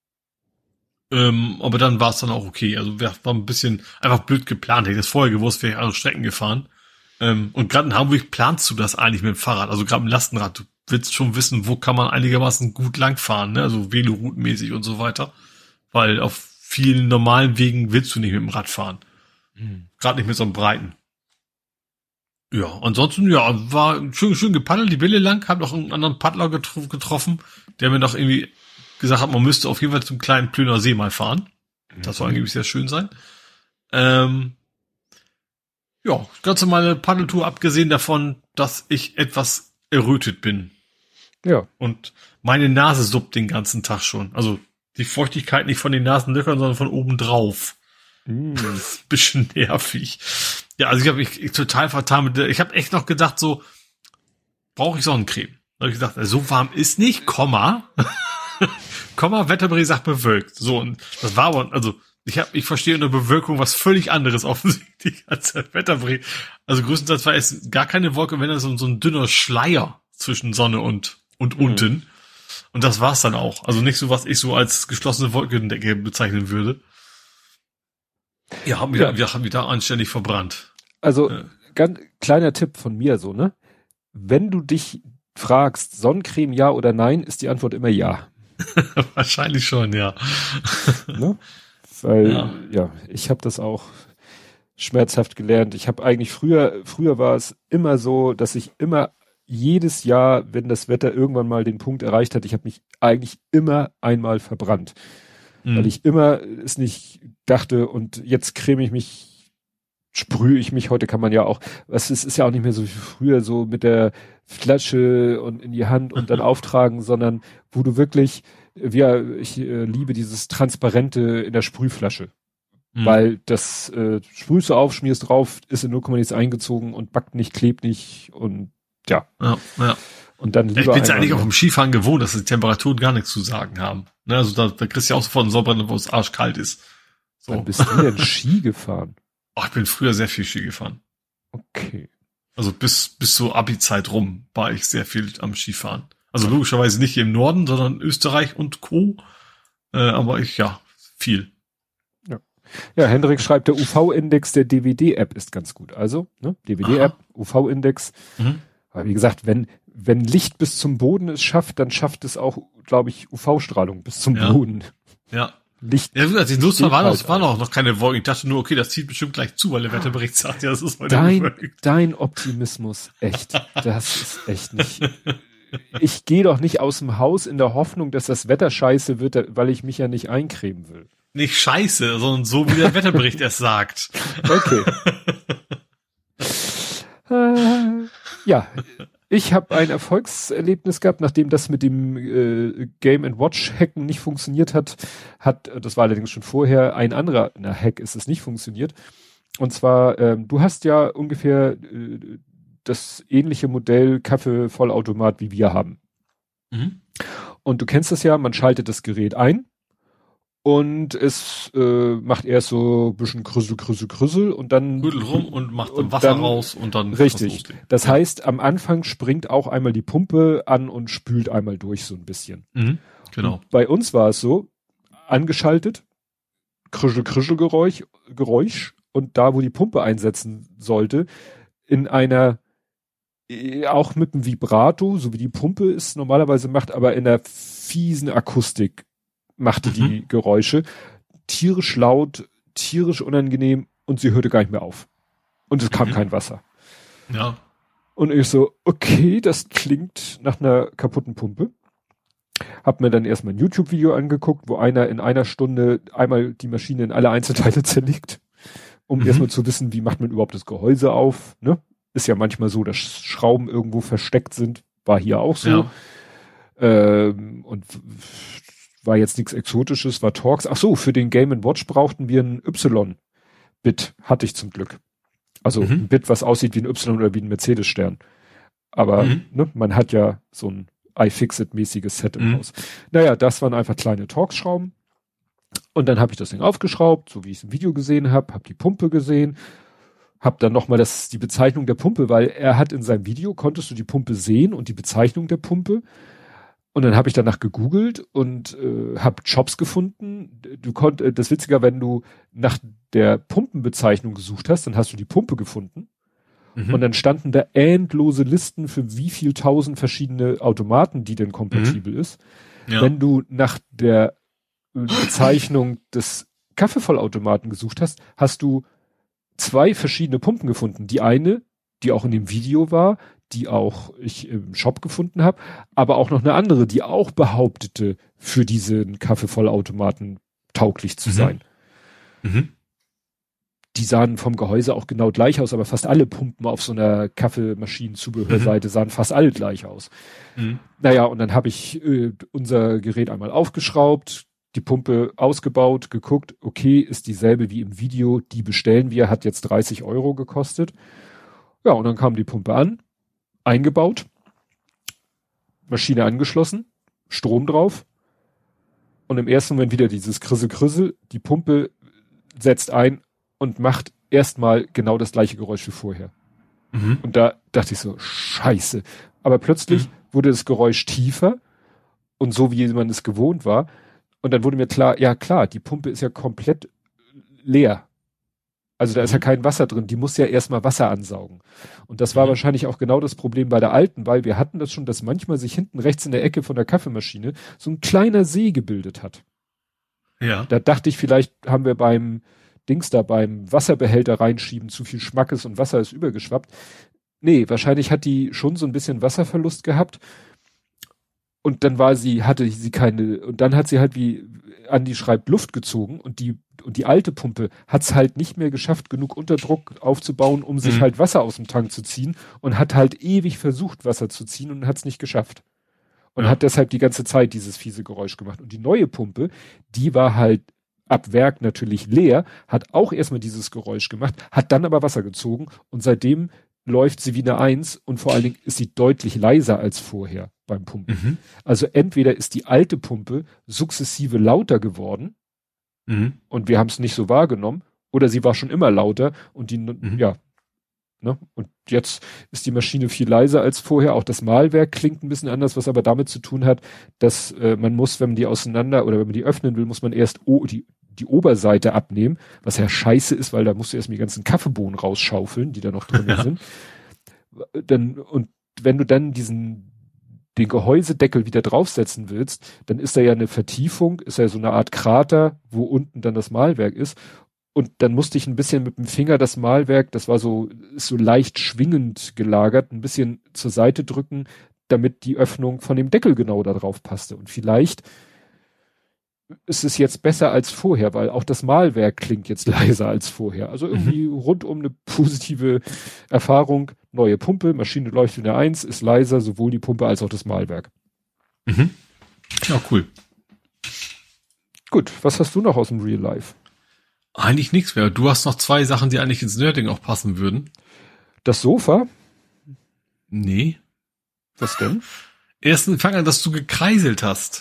C: Ähm, aber dann war es dann auch okay. Also war ein bisschen einfach blöd geplant. Hätte ich das vorher gewusst, wäre ich andere Strecken gefahren. Ähm, und gerade in Hamburg planst du das eigentlich mit dem Fahrrad. Also gerade im Lastenrad. Du willst schon wissen, wo kann man einigermaßen gut langfahren, ne? Also Veloroute-mäßig und so weiter. Weil auf vielen normalen Wegen willst du nicht mit dem Rad fahren. Mhm. Gerade nicht mit so einem breiten. Ja, ansonsten, ja, war schön, schön gepaddelt, die Bälle lang. Hab noch einen anderen Paddler getro- getroffen, der mir noch irgendwie gesagt hat, man müsste auf jeden Fall zum kleinen Plöner See mal fahren. Das soll angeblich sehr schön sein. Ähm, ja, ganz normale Paddeltour, abgesehen davon, dass ich etwas errötet bin.
B: Ja.
C: Und meine Nase suppt den ganzen Tag schon. Also die Feuchtigkeit nicht von den Nasenlöchern, sondern von oben drauf.
B: Mm.
C: Das ist ein bisschen nervig. Ja, also ich habe mich total vertan mit der, ich habe echt noch gedacht, so, brauche ich Sonnencreme? Da habe ich gesagt, so warm ist nicht, Komma. Komma, Wetterbericht sagt bewölkt. So, und das war aber, also, ich habe, ich verstehe unter Bewölkung was völlig anderes offensichtlich als der Wetterbericht. Also größtenteils war es gar keine Wolke, wenn das so, so ein dünner Schleier zwischen Sonne und, und mhm. unten. Und das war's dann auch. Also nicht so, was ich so als geschlossene Wolkendecke bezeichnen würde. Ja, haben wir, ja. wir haben wieder anständig verbrannt.
B: Also,
C: ja.
B: ganz kleiner Tipp von mir so, ne? Wenn du dich fragst, Sonnencreme ja oder nein, ist die Antwort immer ja.
C: Wahrscheinlich schon, ja.
B: Ne? Weil,
C: ja,
B: ja ich habe das auch schmerzhaft gelernt. Ich habe eigentlich früher, früher war es immer so, dass ich immer jedes Jahr, wenn das Wetter irgendwann mal den Punkt erreicht hat, ich habe mich eigentlich immer einmal verbrannt. Mhm. Weil ich immer es nicht dachte und jetzt creme ich mich, sprühe ich mich, heute kann man ja auch, es ist, ist ja auch nicht mehr so wie früher, so mit der Flasche und in die Hand und dann auftragen, sondern wo du wirklich, ja, ich äh, liebe dieses Transparente in der Sprühflasche. Mhm. Weil das äh, sprühst du auf, schmierst drauf, ist in null Komma nichts eingezogen und backt nicht, klebt nicht und ja.
C: Ja, ja.
B: Und dann lieber
C: ich bin ja eigentlich auch vom Skifahren gewohnt, dass die Temperaturen gar nichts zu sagen haben. Ne, also da, da kriegst du ja auch sofort einen Sonnenbrand, wo es arschkalt ist.
B: So. Wann bist du denn Ski gefahren?
C: Oh, ich bin früher sehr viel Ski gefahren.
B: Okay.
C: Also bis bis so Abi-Zeit rum war ich sehr viel am Skifahren. Also logischerweise nicht hier im Norden, sondern Österreich und Co. Äh, aber ich, ja, viel.
B: Ja, ja, Hendrik schreibt, der U V-Index der D V D-App ist ganz gut. Also, ne, D V D-App, U V-Index. Mhm. Aber wie gesagt, wenn wenn Licht bis zum Boden es schafft, dann schafft es auch, glaube ich, U V-Strahlung bis zum
C: ja.
B: Boden.
C: Ja.
B: Licht.
C: Ja, als ich los war, war noch, war noch, noch keine Wolken. Ich dachte nur, okay, das zieht bestimmt gleich zu, weil der Wetterbericht sagt, ja, das ist heute
B: Dein, dein Optimismus, echt. Das ist echt nicht. Ich gehe doch nicht aus dem Haus in der Hoffnung, dass das Wetter scheiße wird, weil ich mich ja nicht eincremen will.
C: Nicht scheiße, sondern so, wie der Wetterbericht es sagt.
B: Okay. äh, ja. Ich habe ein Erfolgserlebnis gehabt, nachdem das mit dem äh, Game and Watch Hacken nicht funktioniert hat, hat, das war allerdings schon vorher, ein anderer na, Hack ist es nicht funktioniert. Und zwar, ähm, du hast ja ungefähr äh, das ähnliche Modell Kaffee-Vollautomat, wie wir haben. Mhm. Und du kennst das ja, man schaltet das Gerät ein und es äh, macht erst so ein bisschen Krüssel, Krüssel, Krüssel und dann
C: Rüttelt rum und macht und Wasser dann, raus und dann
B: richtig. Das ja. heißt, am Anfang springt auch einmal die Pumpe an und spült einmal durch so ein bisschen.
C: Mhm, genau.
B: Und bei uns war es so, angeschaltet, Krüschel, Krüschel Geräusch, Geräusch und da, wo die Pumpe einsetzen sollte, in einer auch mit einem Vibrato, so wie die Pumpe es normalerweise macht, aber in der fiesen Akustik machte mhm. die Geräusche, tierisch laut, tierisch unangenehm und sie hörte gar nicht mehr auf. Und es kam mhm. kein Wasser.
C: Ja.
B: Und ich so, okay, das klingt nach einer kaputten Pumpe. Hab mir dann erstmal ein YouTube-Video angeguckt, wo einer in einer Stunde einmal die Maschine in alle Einzelteile zerlegt, um mhm. erstmal zu wissen, wie macht man überhaupt das Gehäuse auf, ne? Ist ja manchmal so, dass Schrauben irgendwo versteckt sind, war hier auch so. Ja. Ähm, und war jetzt nichts Exotisches, war Torx. Ach so, für den Game and Watch brauchten wir ein Y-Bit, hatte ich zum Glück. Also mhm. ein Bit, was aussieht wie ein Y oder wie ein Mercedes-Stern. Aber mhm. ne, man hat ja so ein iFixit-mäßiges Set im mhm. Haus. Naja, das waren einfach kleine Torx-Schrauben. Und dann habe ich das Ding aufgeschraubt, so wie ich es im Video gesehen habe, habe die Pumpe gesehen, habe dann nochmal das die Bezeichnung der Pumpe, weil er hat in seinem Video, konntest du die Pumpe sehen und die Bezeichnung der Pumpe. Und dann habe ich danach gegoogelt und äh, habe Shops gefunden. Du konntest, das Witziger, wenn du nach der Pumpenbezeichnung gesucht hast, dann hast du die Pumpe gefunden. Mhm. Und dann standen da endlose Listen für wie viel tausend verschiedene Automaten, die denn kompatibel mhm. ist. Ja. Wenn du nach der Bezeichnung des Kaffeevollautomaten gesucht hast, hast du zwei verschiedene Pumpen gefunden. Die eine, die auch in dem Video war, die auch ich im Shop gefunden habe, aber auch noch eine andere, die auch behauptete, für diesen Kaffeevollautomaten tauglich zu mhm. sein. Mhm. Die sahen vom Gehäuse auch genau gleich aus, aber fast alle Pumpen auf so einer Kaffeemaschinenzubehörseite mhm. sahen fast alle gleich aus. Mhm. Naja, und dann habe ich äh, unser Gerät einmal aufgeschraubt, die Pumpe ausgebaut, geguckt, okay, ist dieselbe wie im Video, die bestellen wir, hat jetzt dreißig Euro gekostet. Ja, und dann kam die Pumpe an, eingebaut, Maschine angeschlossen, Strom drauf und im ersten Moment wieder dieses Krissel-Krissel, die Pumpe setzt ein und macht erstmal genau das gleiche Geräusch wie vorher. Mhm. Und da dachte ich so, scheiße. Aber plötzlich mhm. wurde das Geräusch tiefer und so, wie man es gewohnt war. Und dann wurde mir klar, ja klar, die Pumpe ist ja komplett leer. Also da ist ja kein Wasser drin, die muss ja erstmal Wasser ansaugen. Und das war mhm. wahrscheinlich auch genau das Problem bei der alten, weil wir hatten das schon, dass manchmal sich hinten rechts in der Ecke von der Kaffeemaschine so ein kleiner See gebildet hat. Ja. Da dachte ich, vielleicht haben wir beim Dings da, beim Wasserbehälter reinschieben, zu viel Schmackes und Wasser ist übergeschwappt. Nee, wahrscheinlich hat die schon so ein bisschen Wasserverlust gehabt. Und dann war sie, hatte sie keine, und dann hat sie halt, wie Andi schreibt, Luft gezogen und die, und die alte Pumpe hat's halt nicht mehr geschafft, genug Unterdruck aufzubauen, um sich mhm. halt Wasser aus dem Tank zu ziehen und hat halt ewig versucht, Wasser zu ziehen und hat's nicht geschafft. Und ja. hat deshalb die ganze Zeit dieses fiese Geräusch gemacht. Und die neue Pumpe, die war halt ab Werk natürlich leer, hat auch erstmal dieses Geräusch gemacht, hat dann aber Wasser gezogen und seitdem läuft sie wie eine Eins und vor allen Dingen ist sie deutlich leiser als vorher beim Pumpen. Mhm. Also entweder ist die alte Pumpe sukzessive lauter geworden mhm. und wir haben es nicht so wahrgenommen oder sie war schon immer lauter und die, mhm. ja, ne, und jetzt ist die Maschine viel leiser als vorher. Auch das Mahlwerk klingt ein bisschen anders, was aber damit zu tun hat, dass äh, man muss, wenn man die auseinander oder wenn man die öffnen will, muss man erst o die die Oberseite abnehmen, was ja scheiße ist, weil da musst du erst mal die ganzen Kaffeebohnen rausschaufeln, die da noch drin ja. sind. Dann, und wenn du dann diesen, den Gehäusedeckel wieder draufsetzen willst, dann ist da ja eine Vertiefung, ist ja so eine Art Krater, wo unten dann das Mahlwerk ist. Und dann musste ich ein bisschen mit dem Finger das Mahlwerk, das war so, ist so leicht schwingend gelagert, ein bisschen zur Seite drücken, damit die Öffnung von dem Deckel genau da drauf passte. Und vielleicht ist es jetzt besser als vorher, weil auch das Mahlwerk klingt jetzt leiser als vorher. Also irgendwie mhm. rundum eine positive Erfahrung. Neue Pumpe, Maschine läuft in der Eins, ist leiser, sowohl die Pumpe als auch das Mahlwerk.
C: Mhm. Ja, cool.
B: Gut, was hast du noch aus dem Real Life?
C: Eigentlich nichts mehr. Du hast noch zwei Sachen, die eigentlich ins Nerding auch passen würden.
B: Das Sofa?
C: Nee.
B: Was denn?
C: Erstens fang an, dass du gekreiselt hast.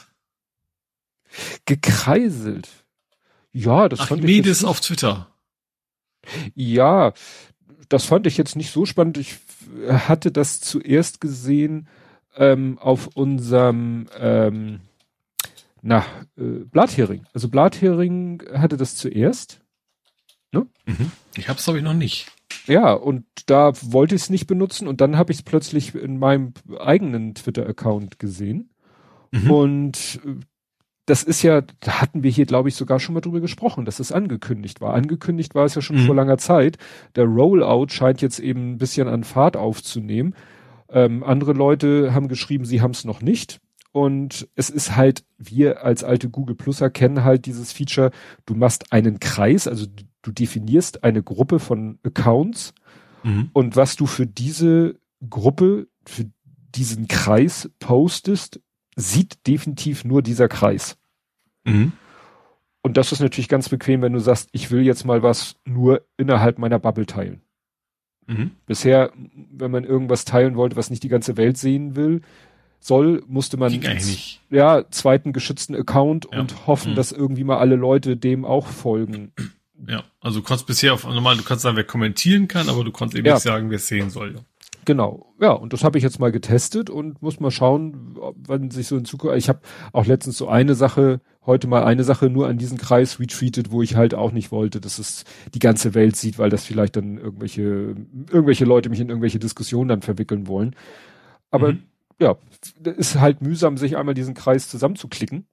B: Gekreiselt. Ja, das fand
C: Archimedes
B: ich jetzt
C: auf Twitter.
B: Ja, das fand ich jetzt nicht so spannend. Ich hatte das zuerst gesehen ähm, auf unserem ähm, na, äh, Blathering. Also Blathering hatte das zuerst. Ne?
C: Mhm. Ich hab's, glaube ich, noch nicht.
B: Ja, und da wollte ich es nicht benutzen und dann habe ich es plötzlich in meinem eigenen Twitter-Account gesehen. Mhm. Und äh, das ist ja, da hatten wir hier, glaube ich, sogar schon mal drüber gesprochen, dass es angekündigt war. Angekündigt war es ja schon mhm. vor langer Zeit. Der Rollout scheint jetzt eben ein bisschen an Fahrt aufzunehmen. Ähm, andere Leute haben geschrieben, sie haben es noch nicht. Und es ist halt, wir als alte Google Pluser kennen halt dieses Feature, du machst einen Kreis, also du, du definierst eine Gruppe von Accounts mhm. und was du für diese Gruppe, für diesen Kreis postest, sieht definitiv nur dieser Kreis. Mhm. Und das ist natürlich ganz bequem, wenn du sagst, ich will jetzt mal was nur innerhalb meiner Bubble teilen. Mhm. Bisher, wenn man irgendwas teilen wollte, was nicht die ganze Welt sehen will, soll, musste man
C: z-
B: ja zweiten geschützten Account
C: ja.
B: und hoffen, mhm. dass irgendwie mal alle Leute dem auch folgen.
C: Ja, also du konntest bisher auf normal, du kannst sagen, wer kommentieren kann, aber du konntest eben ja. nicht sagen, wer es sehen soll.
B: Genau, ja, und das habe ich jetzt mal getestet und muss mal schauen, wann sich so in Zukunft. Ich habe auch letztens so eine Sache, heute mal eine Sache nur an diesen Kreis retweetet, wo ich halt auch nicht wollte, dass es die ganze Welt sieht, weil das vielleicht dann irgendwelche irgendwelche Leute mich in irgendwelche Diskussionen dann verwickeln wollen. Aber mhm. ja, ist halt mühsam, sich einmal diesen Kreis zusammenzuklicken.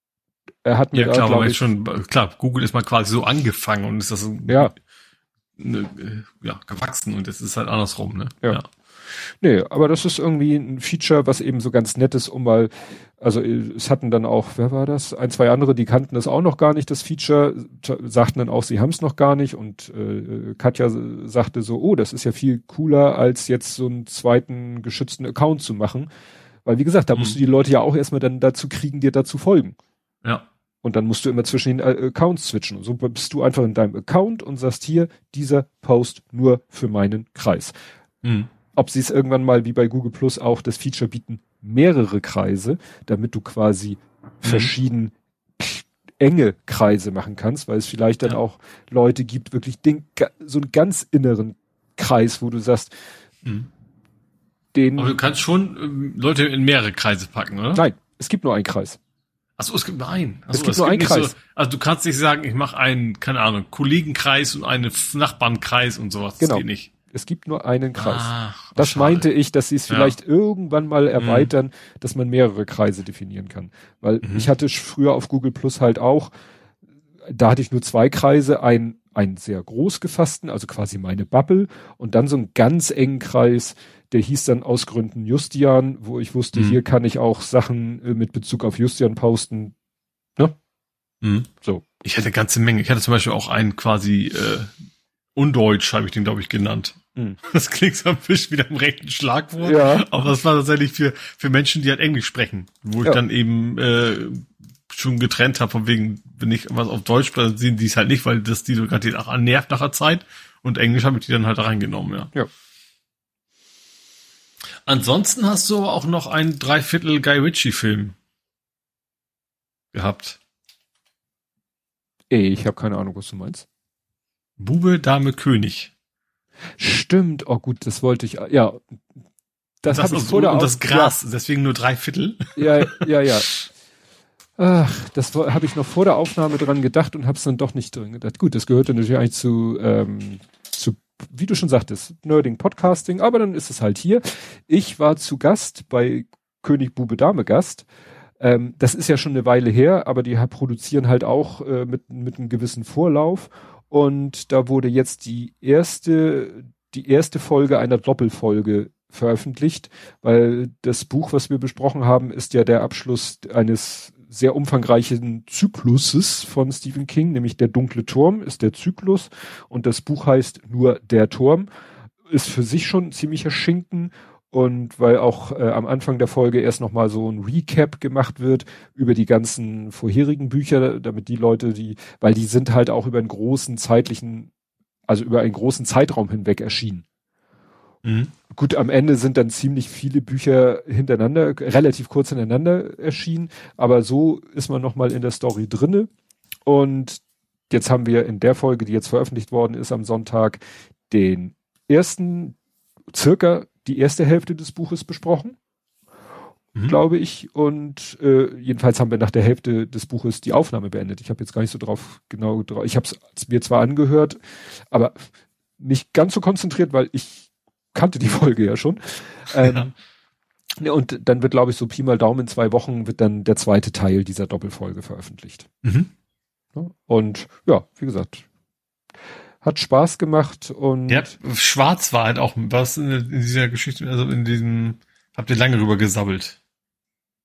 B: Er hat mir
C: ja, klar,
B: da,
C: aber ich, schon, klar, Google ist mal quasi so angefangen und ist das
B: ja.
C: Ne, ja, gewachsen und jetzt ist halt andersrum, ne?
B: Ja. ja. Nee, aber das ist irgendwie ein Feature, was eben so ganz nett ist, um mal, also es hatten dann auch, wer war das? Ein, zwei andere, die kannten das auch noch gar nicht, das Feature, sagten dann auch, sie haben es noch gar nicht und äh, Katja sagte so, oh, das ist ja viel cooler, als jetzt so einen zweiten geschützten Account zu machen, weil wie gesagt, da mhm. musst du die Leute ja auch erstmal dann dazu kriegen, dir dazu folgen.
C: Ja.
B: Und dann musst du immer zwischen den Accounts switchen. Und so bist du einfach in deinem Account und sagst hier, dieser Post nur für meinen Kreis. Mhm. Ob sie es irgendwann mal wie bei Google Plus auch das Feature bieten, mehrere Kreise, damit du quasi mhm. verschieden enge Kreise machen kannst, weil es vielleicht dann ja. auch Leute gibt, wirklich den, so einen ganz inneren Kreis, wo du sagst, mhm. den...
C: Aber du kannst schon ähm, Leute in mehrere Kreise packen, oder?
B: Nein, es gibt nur einen Kreis.
C: Achso, es gibt nur einen. Achso,
B: es gibt es nur gibt einen Kreis.
C: So, also du kannst nicht sagen, ich mache einen, keine Ahnung, Kollegenkreis und einen Nachbarnkreis und sowas.
B: Genau.
C: Das geht nicht.
B: Es gibt nur einen Kreis.
C: Ach,
B: das
C: schade.
B: meinte ich, dass sie es vielleicht ja. irgendwann mal erweitern, mhm. dass man mehrere Kreise definieren kann. Weil mhm. ich hatte früher auf Google Plus halt auch, da hatte ich nur zwei Kreise, ein einen sehr groß gefassten, also quasi meine Bubble und dann so einen ganz engen Kreis, der hieß dann aus Gründen Justian, wo ich wusste, mhm. hier kann ich auch Sachen äh, mit Bezug auf Justian posten. Ne?
C: Mhm.
B: So.
C: Ich hatte eine ganze Menge. Ich hatte zum Beispiel auch einen quasi äh, Undeutsch, habe ich den, glaube ich, genannt. Mhm. Das klingt so ein bisschen wieder im rechten Schlagwort,
B: ja.
C: aber das war tatsächlich für für Menschen, die halt Englisch sprechen, wo ich ja. dann eben äh, schon getrennt habe, von wegen, wenn ich was auf Deutsch spreche, sehen die es halt nicht, weil das die so gerade auch nervt nach der Zeit. Und Englisch habe ich die dann halt reingenommen, ja.
B: Ja.
C: Ansonsten hast du aber auch noch einen Dreiviertel Guy Ritchie-Film gehabt.
B: Ey, ich habe keine Ahnung, was du meinst.
C: Bube, Dame, König.
B: Stimmt, oh gut, das wollte ich, ja. Das, das habe ich vor der
C: Und das Gras,
B: ja.
C: deswegen nur Dreiviertel.
B: Ja, ja, ja. Ach, das habe ich noch vor der Aufnahme dran gedacht und habe es dann doch nicht drin gedacht. Gut, das gehörte natürlich eigentlich zu, ähm, zu, wie du schon sagtest, Nerding Podcasting, aber dann ist es halt hier. Ich war zu Gast bei König, Bube, Dame Gast. Ähm, das ist ja schon eine Weile her, aber die produzieren halt auch äh, mit, mit einem gewissen Vorlauf. Und da wurde jetzt die erste, die erste Folge einer Doppelfolge veröffentlicht, weil das Buch, was wir besprochen haben, ist ja der Abschluss eines sehr umfangreichen Zykluses von Stephen King, nämlich Der dunkle Turm ist der Zyklus und das Buch heißt nur Der Turm, ist für sich schon ein ziemlicher Schinken und weil auch äh, am Anfang der Folge erst nochmal so ein Recap gemacht wird über die ganzen vorherigen Bücher, damit die Leute, die, weil die sind halt auch über einen großen zeitlichen, also über einen großen Zeitraum hinweg erschienen. Mhm. Gut, am Ende sind dann ziemlich viele Bücher hintereinander, relativ kurz hintereinander erschienen, aber so ist man nochmal in der Story drinne. Und jetzt haben wir in der Folge, die jetzt veröffentlicht worden ist am Sonntag, den ersten, circa die erste Hälfte des Buches besprochen, mhm. glaube ich. Und äh, jedenfalls haben wir nach der Hälfte des Buches die Aufnahme beendet. Ich habe jetzt gar nicht so drauf genau drauf. Ich habe es mir zwar angehört, aber nicht ganz so konzentriert, weil ich kannte die Folge ja schon. Ähm, ja. Und dann wird, glaube ich, so Pi mal Daumen in zwei Wochen wird dann der zweite Teil dieser Doppelfolge veröffentlicht. Mhm. Ja, und ja, wie gesagt, hat Spaß gemacht und
C: ja, Schwarz war halt auch was in, in dieser Geschichte, also in diesem, habt ihr lange drüber gesabbelt.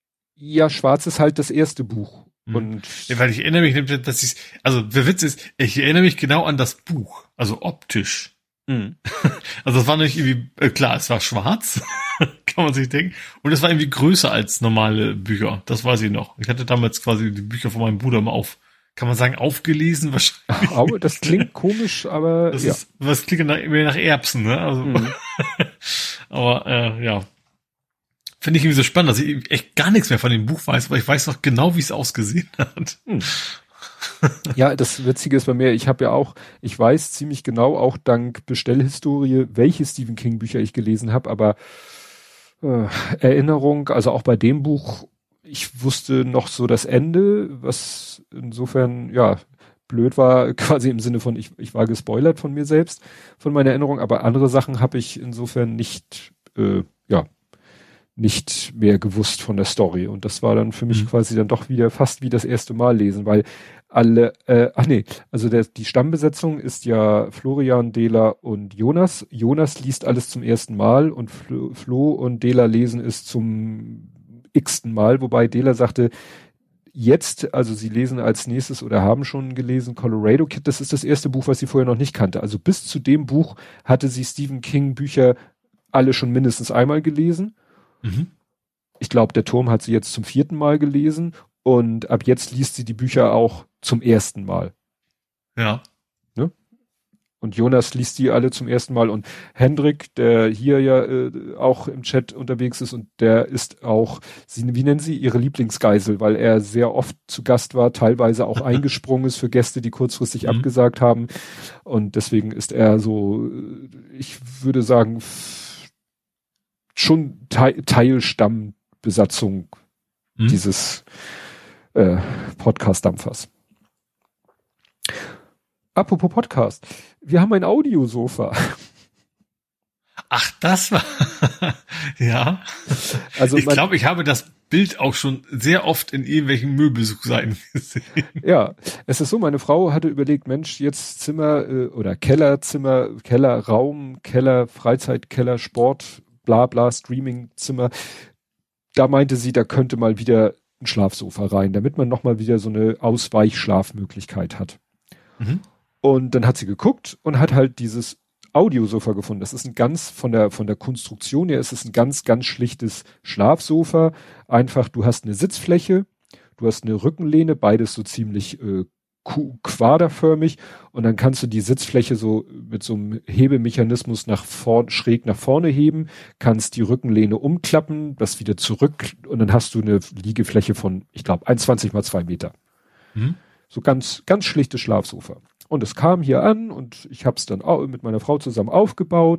B: Ja, Schwarz ist halt das erste Buch.
C: Mhm.
B: Und
C: ja, weil ich erinnere mich, dass ich, also der Witz ist, ich erinnere mich genau an das Buch, also optisch. Mhm. Also das war nicht irgendwie, äh, klar, es war schwarz, kann man sich denken, und es war irgendwie größer als normale Bücher, das weiß ich noch. Ich hatte damals quasi die Bücher von meinem Bruder mal auf, kann man sagen, aufgelesen wahrscheinlich.
B: Aber das klingt komisch, aber
C: das
B: ja.
C: ist, was klingt nach, mehr nach Erbsen, ne? Also, mhm. aber äh, ja. Finde ich irgendwie so spannend, dass ich echt gar nichts mehr von dem Buch weiß, aber ich weiß noch genau, wie es ausgesehen hat. Hm.
B: Ja, das Witzige ist bei mir, ich habe ja auch, ich weiß ziemlich genau, auch dank Bestellhistorie, welche Stephen King Bücher ich gelesen habe, aber äh, Erinnerung, also auch bei dem Buch, ich wusste noch so das Ende, was insofern, ja, blöd war, quasi im Sinne von, ich, ich war gespoilert von mir selbst, von meiner Erinnerung, aber andere Sachen habe ich insofern nicht, äh, ja, nicht mehr gewusst von der Story. Und das war dann für mich mhm. quasi dann doch wieder fast wie das erste Mal lesen, weil alle, äh, ach nee, also der, die Stammbesetzung ist ja Florian, Dela und Jonas. Jonas liest alles zum ersten Mal und Flo, Flo und Dela lesen es zum x-ten Mal, wobei Dela sagte, jetzt, also sie lesen als nächstes oder haben schon gelesen Colorado Kid, das ist das erste Buch, was sie vorher noch nicht kannte. Also bis zu dem Buch hatte sie Stephen King Bücher alle schon mindestens einmal gelesen. Mhm. Ich glaube, der Turm hat sie jetzt zum vierten Mal gelesen und ab jetzt liest sie die Bücher auch zum ersten Mal.
C: Ja.
B: Ne? Und Jonas liest die alle zum ersten Mal und Hendrik, der hier ja äh, auch im Chat unterwegs ist und der ist auch, sie, wie nennen sie, ihre Lieblingsgeisel, weil er sehr oft zu Gast war, teilweise auch eingesprungen ist für Gäste, die kurzfristig mhm. abgesagt haben und deswegen ist er so, ich würde sagen, schon Te- Teilstammbesatzung hm? dieses äh, Podcast-Dampfers. Apropos Podcast, wir haben ein Audiosofa.
C: Ach, das war ja. Also ich glaube, ich habe das Bild auch schon sehr oft in irgendwelchen Möbelsuchseiten gesehen.
B: Ja, es ist so, meine Frau hatte überlegt, Mensch, jetzt Zimmer äh, oder Kellerzimmer, Kellerraum, Keller, Freizeitkeller, Sport, bla bla, Streamingzimmer. Da meinte sie, da könnte mal wieder ein Schlafsofa rein, damit man nochmal wieder so eine Ausweichschlafmöglichkeit hat. Mhm. Und dann hat sie geguckt und hat halt dieses Audiosofa gefunden. Das ist ein ganz, von der, von der Konstruktion her, ist es ein ganz, ganz schlichtes Schlafsofa. Einfach, du hast eine Sitzfläche, du hast eine Rückenlehne, beides so ziemlich äh, quaderförmig und dann kannst du die Sitzfläche so mit so einem Hebemechanismus nach vorn, schräg nach vorne heben, kannst die Rückenlehne umklappen, das wieder zurück und dann hast du eine Liegefläche von, ich glaube, eins Komma zwanzig mal zwei Meter. Mhm. So ganz, ganz schlichtes Schlafsofa. Und es kam hier an und ich habe es dann auch mit meiner Frau zusammen aufgebaut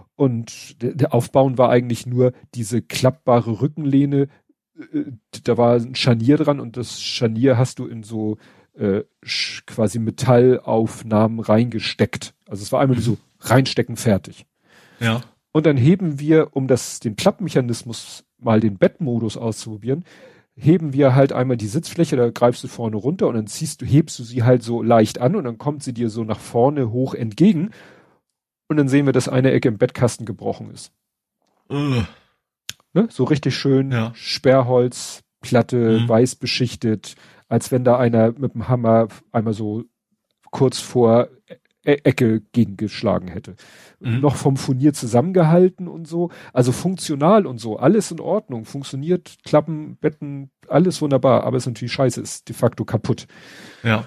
B: und der, der Aufbauen war eigentlich nur diese klappbare Rückenlehne, äh, da war ein Scharnier dran und das Scharnier hast du in so Äh, quasi Metallaufnahmen reingesteckt. Also es war einmal mhm. so reinstecken, fertig.
C: Ja.
B: Und dann heben wir, um das, den Klappmechanismus mal den Bettmodus auszuprobieren, heben wir halt einmal die Sitzfläche, da greifst du vorne runter und dann ziehst du, hebst du sie halt so leicht an und dann kommt sie dir so nach vorne hoch entgegen und dann sehen wir, dass eine Ecke im Bettkasten gebrochen ist. Uh. Ne? So richtig schön, ja. Sperrholz, Platte, mhm. weiß beschichtet, als wenn da einer mit dem Hammer einmal so kurz vor e- Ecke gegengeschlagen hätte. Mhm. Noch vom Furnier zusammengehalten und so. Also funktional und so. Alles in Ordnung. Funktioniert, Klappen, Betten, alles wunderbar. Aber es ist natürlich scheiße, ist de facto kaputt.
C: Ja.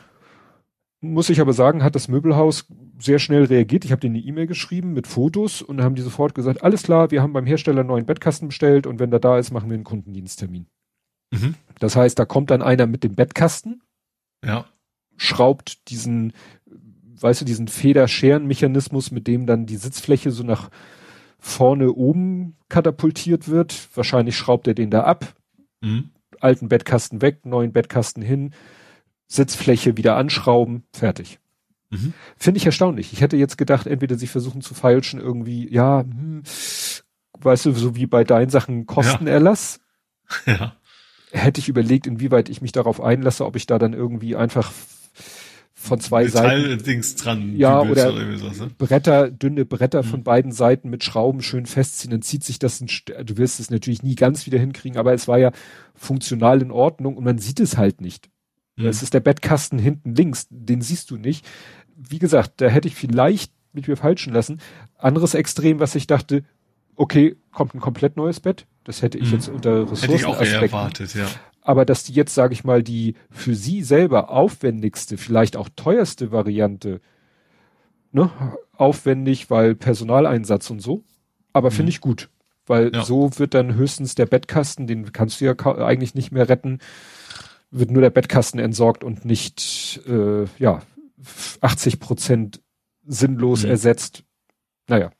B: Muss ich aber sagen, hat das Möbelhaus sehr schnell reagiert. Ich habe denen eine E-Mail geschrieben mit Fotos und dann haben die sofort gesagt, alles klar, wir haben beim Hersteller einen neuen Bettkasten bestellt und wenn der da ist, machen wir einen Kundendiensttermin. Mhm. Das heißt, da kommt dann einer mit dem Bettkasten,
C: ja,
B: schraubt diesen, weißt du, diesen Federscherenmechanismus, mit dem dann die Sitzfläche so nach vorne oben katapultiert wird. Wahrscheinlich schraubt er den da ab, mhm. alten Bettkasten weg, neuen Bettkasten hin, Sitzfläche wieder anschrauben, fertig. Mhm. Finde ich erstaunlich. Ich hätte jetzt gedacht, entweder sie versuchen zu feilschen irgendwie, ja, hm, weißt du, so wie bei deinen Sachen Kostenerlass.
C: Ja. ja.
B: Hätte ich überlegt, inwieweit ich mich darauf einlasse, ob ich da dann irgendwie einfach von zwei Seiten.
C: Metall-Dings dran.
B: Ja, oder,
C: oder sowas, ne?
B: Bretter, dünne Bretter mhm. von beiden Seiten mit Schrauben schön festziehen, dann zieht sich das, ein, du wirst es natürlich nie ganz wieder hinkriegen, aber es war ja funktional in Ordnung und man sieht es halt nicht. Mhm. Es ist der Bettkasten hinten links, den siehst du nicht. Wie gesagt, da hätte ich vielleicht mit mir falschen lassen. Anderes Extrem, was ich dachte, okay, kommt ein komplett neues Bett. Das hätte ich mhm. jetzt unter Ressourcenaspekten. Hätte ich auch eher erwartet, ja. Aber dass die jetzt, sage ich mal, die für sie selber aufwendigste, vielleicht auch teuerste Variante, ne, aufwendig, weil Personaleinsatz und so, aber mhm. finde ich gut, weil ja. so wird dann höchstens der Bettkasten, den kannst du ja eigentlich nicht mehr retten, wird nur der Bettkasten entsorgt und nicht, äh, ja, achtzig Prozent sinnlos mhm. ersetzt. Naja.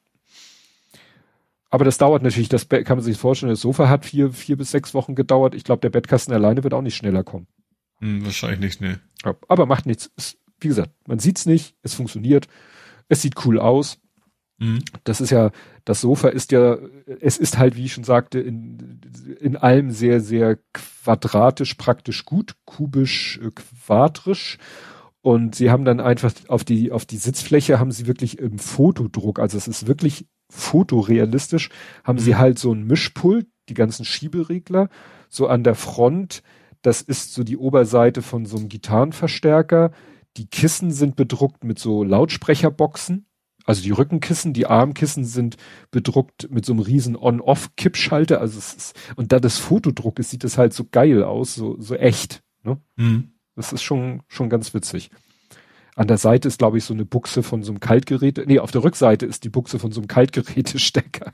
B: Aber das dauert natürlich, das Bett, kann man sich vorstellen, das Sofa hat vier, vier bis sechs Wochen gedauert. Ich glaube, der Bettkasten alleine wird auch nicht schneller kommen.
C: Hm, wahrscheinlich nicht, ne.
B: Ja, aber macht nichts. Es, wie gesagt, man sieht's nicht, es funktioniert, es sieht cool aus. Mhm. Das ist ja, das Sofa ist ja, es ist halt, wie ich schon sagte, in, in allem sehr, sehr quadratisch, praktisch gut, kubisch, äh, quadrisch. Und sie haben dann einfach auf die, auf die Sitzfläche haben sie wirklich im Fotodruck, also es ist wirklich fotorealistisch, haben mhm. sie halt so ein Mischpult, die ganzen Schieberegler, so an der Front, das ist so die Oberseite von so einem Gitarrenverstärker, die Kissen sind bedruckt mit so Lautsprecherboxen, also die Rückenkissen, die Armkissen sind bedruckt mit so einem riesen On-Off-Kippschalter, also es ist, und da das Fotodruck ist, sieht es halt so geil aus, so, so echt, ne? Mhm. Das ist schon, schon ganz witzig. An der Seite ist, glaube ich, so eine Buchse von so einem Kaltgerät. Nee, auf der Rückseite ist die Buchse von so einem Kaltgerätestecker.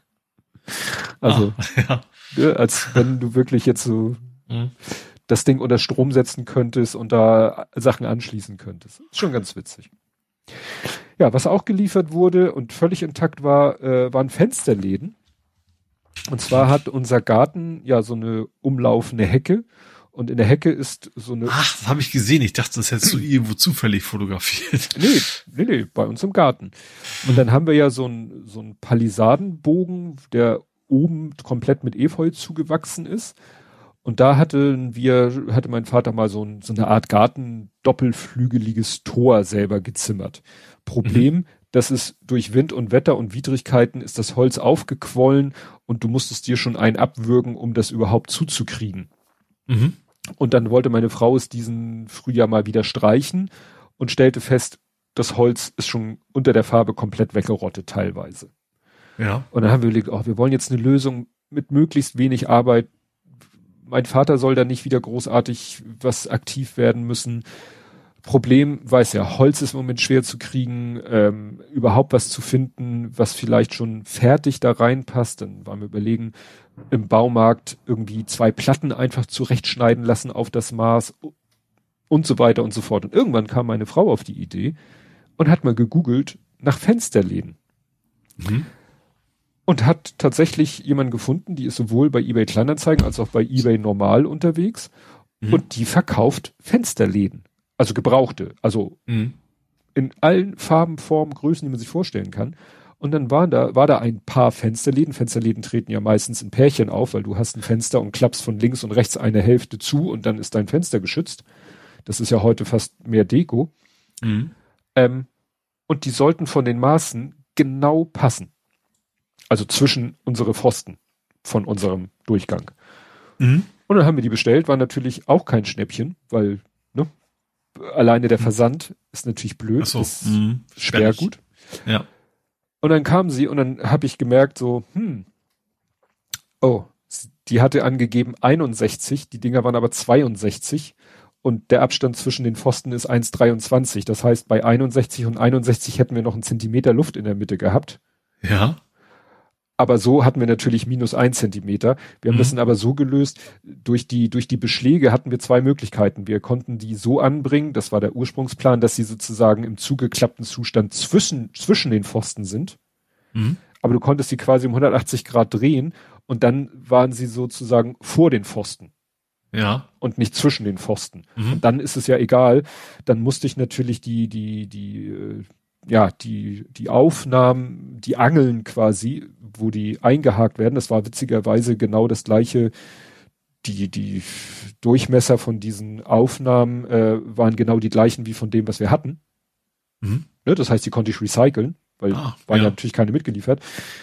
B: Also, ah, ja. Ja, als wenn du wirklich jetzt so mhm. das Ding unter Strom setzen könntest und da Sachen anschließen könntest. Ist schon ganz witzig. Ja, was auch geliefert wurde und völlig intakt war, äh, waren Fensterläden. Und zwar hat unser Garten ja so eine umlaufende Hecke. Und in der Hecke ist so eine...
C: Ach, das habe ich gesehen. Ich dachte, das hättest du irgendwo zufällig fotografiert.
B: Nee, nee, nee, bei uns im Garten. Und dann haben wir ja so einen so einen Palisadenbogen, der oben komplett mit Efeu zugewachsen ist. Und da hatten wir, hatte mein Vater mal so, ein, so eine Art Garten-doppelflügeliges Tor selber gezimmert. Problem, mhm. das ist durch Wind und Wetter und Widrigkeiten ist das Holz aufgequollen und du musstest dir schon einen abwürgen, um das überhaupt zuzukriegen. Mhm. Und dann wollte meine Frau es diesen Frühjahr mal wieder streichen und stellte fest, das Holz ist schon unter der Farbe komplett weggerottet teilweise.
C: Ja.
B: Und dann haben wir überlegt, oh, wir wollen jetzt eine Lösung mit möglichst wenig Arbeit. Mein Vater soll da nicht wieder großartig was aktiv werden müssen. Problem, weiß ja, Holz ist im Moment schwer zu kriegen, ähm, überhaupt was zu finden, was vielleicht schon fertig da reinpasst. Dann waren wir überlegen, im Baumarkt irgendwie zwei Platten einfach zurechtschneiden lassen auf das Maß und so weiter und so fort. Und irgendwann kam meine Frau auf die Idee und hat mal gegoogelt nach Fensterläden. Mhm. Und hat tatsächlich jemanden gefunden, die ist sowohl bei eBay Kleinanzeigen als auch bei eBay Normal unterwegs. Mhm. Und die verkauft Fensterläden. Also gebrauchte. Also mhm. in allen Farben, Formen, Größen, die man sich vorstellen kann. Und dann waren da, war da ein paar Fensterläden. Fensterläden treten ja meistens in Pärchen auf, weil du hast ein Fenster und klappst von links und rechts eine Hälfte zu und dann ist dein Fenster geschützt. Das ist ja heute fast mehr Deko. Mhm. Ähm, und die sollten von den Maßen genau passen. Also zwischen unsere Pfosten von unserem Durchgang. Mhm. Und dann haben wir die bestellt, war natürlich auch kein Schnäppchen, weil, ne, alleine der Versand mhm. ist natürlich blöd, Ach so. ist mhm. schwer gut.
C: Ja.
B: Und dann kamen sie und dann habe ich gemerkt so, hm, oh, die hatte angegeben einundsechzig, die Dinger waren aber zweiundsechzig und der Abstand zwischen den Pfosten ist eins Komma dreiundzwanzig. Das heißt, bei einundsechzig und einundsechzig hätten wir noch einen Zentimeter Luft in der Mitte gehabt.
C: Ja.
B: Aber so hatten wir natürlich minus ein Zentimeter. Wir haben mhm. das dann aber so gelöst, durch die, durch die Beschläge hatten wir zwei Möglichkeiten. Wir konnten die so anbringen, das war der Ursprungsplan, dass sie sozusagen im zugeklappten Zustand zwischen, zwischen den Pfosten sind. Mhm. Aber du konntest sie quasi um hundertachtzig Grad drehen und dann waren sie sozusagen vor den Pfosten.
C: Ja.
B: Und nicht zwischen den Pfosten. Mhm. Und dann ist es ja egal. Dann musste ich natürlich die, die, die, äh, ja, die, die Aufnahmen, die Angeln quasi, wo die eingehakt werden, das war witzigerweise genau das gleiche, die, die Durchmesser von diesen Aufnahmen äh, waren genau die gleichen wie von dem, was wir hatten. Mhm. Ne, das heißt, die konnte ich recyceln, weil ah, waren ja. ja natürlich keine mitgeliefert.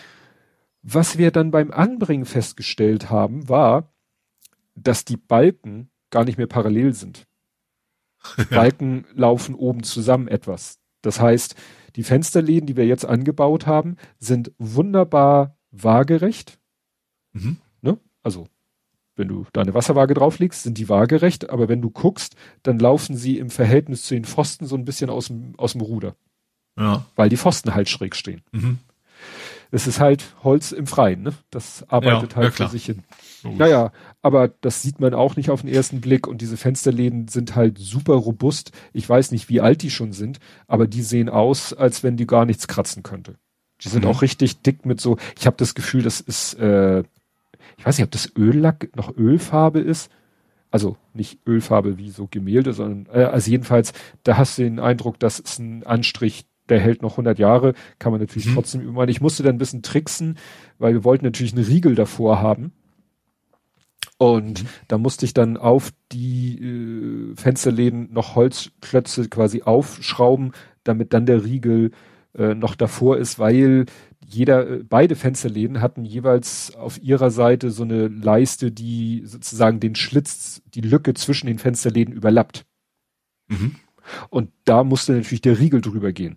B: Was wir dann beim Anbringen festgestellt haben, war, dass die Balken gar nicht mehr parallel sind. Ja. Balken laufen oben zusammen etwas. Das heißt, die Fensterläden, die wir jetzt angebaut haben, sind wunderbar waagerecht. Mhm. Ne? Also, wenn du da eine Wasserwaage drauflegst, sind die waagerecht, aber wenn du guckst, dann laufen sie im Verhältnis zu den Pfosten so ein bisschen aus dem, aus dem Ruder. Ja. Weil die Pfosten halt schräg stehen. Mhm. Es ist halt Holz im Freien, ne? Das arbeitet ja, halt ja, für sich hin. Logisch. Naja, aber das sieht man auch nicht auf den ersten Blick und diese Fensterläden sind halt super robust. Ich weiß nicht, wie alt die schon sind, aber die sehen aus, als wenn die gar nichts kratzen könnte. Die sind mhm. auch richtig dick mit so, ich habe das Gefühl, das ist, äh, ich weiß nicht, ob das Öllack noch Ölfarbe ist. Also nicht Ölfarbe wie so Gemälde, sondern, äh, also jedenfalls, da hast du den Eindruck, das ist ein Anstrich, der hält noch hundert Jahre, kann man natürlich mhm. trotzdem überall. Ich musste dann ein bisschen tricksen, weil wir wollten natürlich einen Riegel davor haben. Und mhm. da musste ich dann auf die äh, Fensterläden noch Holzklötze quasi aufschrauben, damit dann der Riegel äh, noch davor ist, weil jeder, äh, beide Fensterläden hatten jeweils auf ihrer Seite so eine Leiste, die sozusagen den Schlitz, die Lücke zwischen den Fensterläden überlappt. Mhm. Und da musste natürlich der Riegel drüber gehen.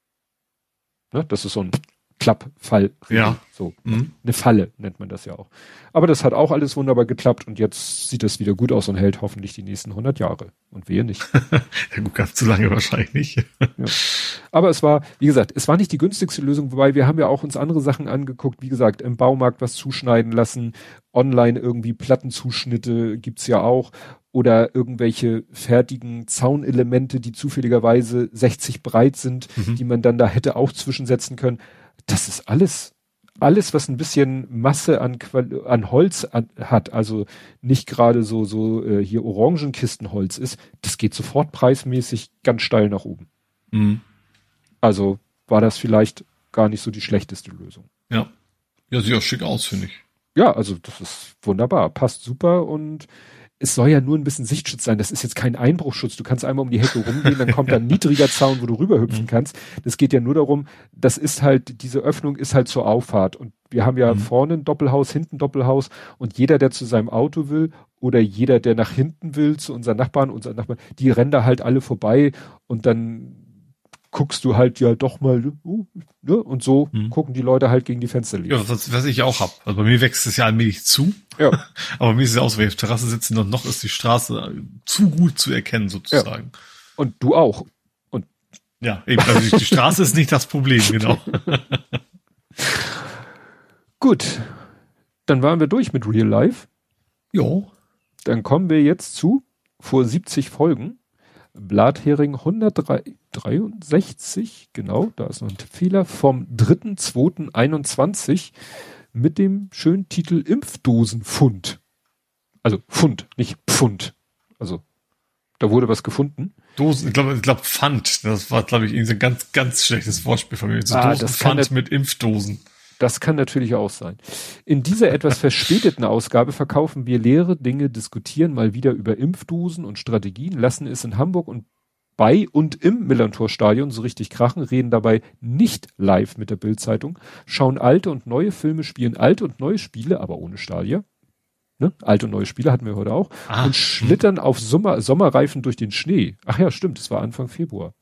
B: Ne? Das ist so ein Klappfall.
C: Ja.
B: So. Mhm. Eine Falle nennt man das ja auch. Aber das hat auch alles wunderbar geklappt und jetzt sieht das wieder gut aus und hält hoffentlich die nächsten hundert Jahre. Und wehe nicht.
C: Ja gut, ganz zu lange wahrscheinlich nicht.
B: Ja. Aber es war, wie gesagt, es war nicht die günstigste Lösung, wobei wir haben ja auch uns andere Sachen angeguckt. Wie gesagt, im Baumarkt was zuschneiden lassen, online irgendwie Plattenzuschnitte gibt's ja auch. Oder irgendwelche fertigen Zaunelemente, die zufälligerweise sechzig breit sind, mhm. die man dann da hätte auch zwischensetzen können. Das ist alles, alles, was ein bisschen Masse an, Qual- an Holz an, hat, also nicht gerade so, so äh, hier Orangenkistenholz ist, das geht sofort preismäßig ganz steil nach oben. Mhm. Also war das vielleicht gar nicht so die schlechteste Lösung.
C: Ja. Ja, sieht auch schick aus, finde ich.
B: Ja, also das ist wunderbar, passt super und es soll ja nur ein bisschen Sichtschutz sein. Das ist jetzt kein Einbruchschutz. Du kannst einmal um die Hecke rumgehen, dann kommt da ein niedriger Zaun, wo du rüberhüpfen kannst. Das geht ja nur darum, das ist halt, diese Öffnung ist halt zur Auffahrt. Und wir haben ja mhm. vorne ein Doppelhaus, hinten ein Doppelhaus. Und jeder, der zu seinem Auto will oder jeder, der nach hinten will, zu unseren Nachbarn, unseren Nachbarn, die rennen da halt alle vorbei und dann guckst du halt ja doch mal, uh, ne? Und so hm. gucken die Leute halt gegen die Fensterläden.
C: Ja, was, was ich auch hab. Also bei mir wächst es ja allmählich zu.
B: Ja.
C: Aber bei mir ist es ja auch so, wenn ich auf der Terrasse sitzen und noch ist die Straße zu gut zu erkennen sozusagen.
B: Ja. Und du auch. Und
C: ja, eben, also die Straße ist nicht das Problem, genau.
B: Gut. Dann waren wir durch mit Real Life.
C: Jo.
B: Dann kommen wir jetzt zu vor siebzig Folgen. Blathering hundertdreiundsechzig, genau, da ist noch ein Tippfehler, vom dritter zweiter einundzwanzig mit dem schönen Titel Impfdosenfund. Also Fund, nicht Pfund. Also da wurde was gefunden.
C: Dosen, ich glaube, ich glaube Pfand. Das war, glaube ich, ein ganz, ganz schlechtes Wortspiel von mir. So
B: ah,
C: Dosenpfand mit Impfdosen.
B: Das kann natürlich auch sein. In dieser etwas verspäteten Ausgabe verkaufen wir leere Dinge, diskutieren mal wieder über Impfdosen und Strategien, lassen es in Hamburg und bei und im Millantor-Stadion so richtig krachen, reden dabei nicht live mit der Bild-Zeitung, schauen alte und neue Filme, spielen alte und neue Spiele, aber ohne Stadia. Ne? Alte und neue Spiele hatten wir heute auch. Ah, und schlittern hm. auf Sommer, Sommerreifen durch den Schnee. Ach ja, stimmt, es war Anfang Februar.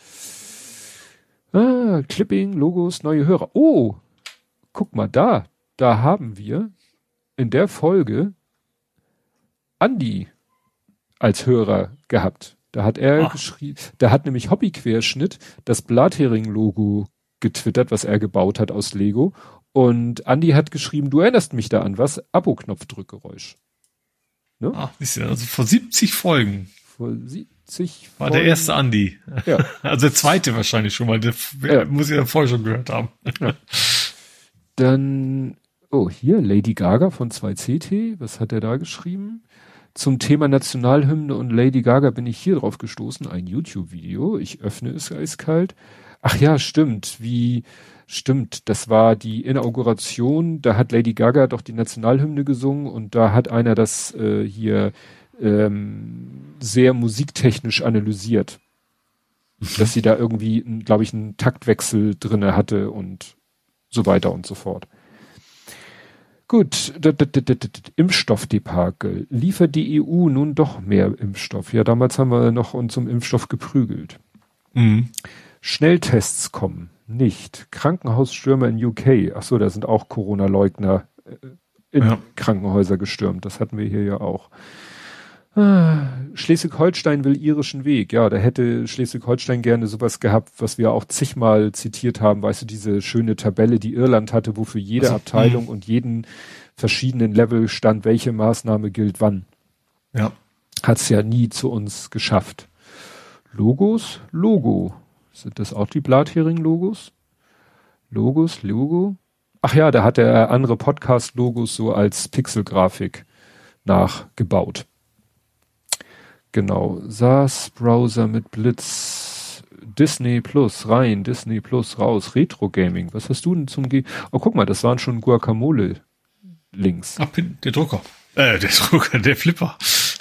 B: Ah, Clipping, Logos, neue Hörer. Oh! Guck mal da, da haben wir in der Folge Andi als Hörer gehabt. Da hat er Ach. geschrieben, da hat nämlich Hobbyquerschnitt das Blathering-Logo getwittert, was er gebaut hat aus Lego. Und Andi hat geschrieben, du erinnerst mich da an was? Abo-Knopfdrückgeräusch.
C: Ne? Ach, ist ja, also vor siebzig Folgen.
B: Vor siebzig
C: War Folgen. Der erste Andi.
B: Ja.
C: Also der zweite wahrscheinlich schon, weil der ja. muss ich ja vorher schon gehört haben.
B: Ja. Dann, oh, hier, Lady Gaga von zwei C T, was hat er da geschrieben? Zum Thema Nationalhymne und Lady Gaga bin ich hier drauf gestoßen, ein YouTube-Video, ich öffne es eiskalt. Ach ja, stimmt. Wie, stimmt. Das war die Inauguration. Da hat Lady Gaga doch die Nationalhymne gesungen und da hat einer das äh, hier ähm, sehr musiktechnisch analysiert. Mhm. Dass sie da irgendwie, glaube ich, einen Taktwechsel drinne hatte und so weiter und so fort. Gut, Impfstoffdebakel. Liefert die E U nun doch mehr Impfstoff? Ja, damals haben wir noch uns um Impfstoff geprügelt.
C: Mhm.
B: Schnelltests kommen nicht. Krankenhausstürme in U K. Ach so, da sind auch Corona-Leugner in ja. Krankenhäuser gestürmt. Das hatten wir hier ja auch. Schleswig-Holstein will irischen Weg. Ja, da hätte Schleswig-Holstein gerne sowas gehabt, was wir auch zigmal zitiert haben. Weißt du, diese schöne Tabelle, die Irland hatte, wo für jede also, Abteilung mh. und jeden verschiedenen Level stand, welche Maßnahme gilt wann.
C: Ja.
B: Hat's ja nie zu uns geschafft. Logos? Logo. Sind das auch die Blathering-Logos? Logos, Logo? Ach ja, da hat er andere Podcast-Logos so als Pixelgrafik nachgebaut. Genau, SaaS-Browser mit Blitz, Disney Plus rein, Disney Plus raus, Retro-Gaming. Was hast du denn zum Ge... Oh, guck mal, das waren schon Guacamole-Links.
C: Ach, der Drucker. Äh, der Drucker, der Flipper.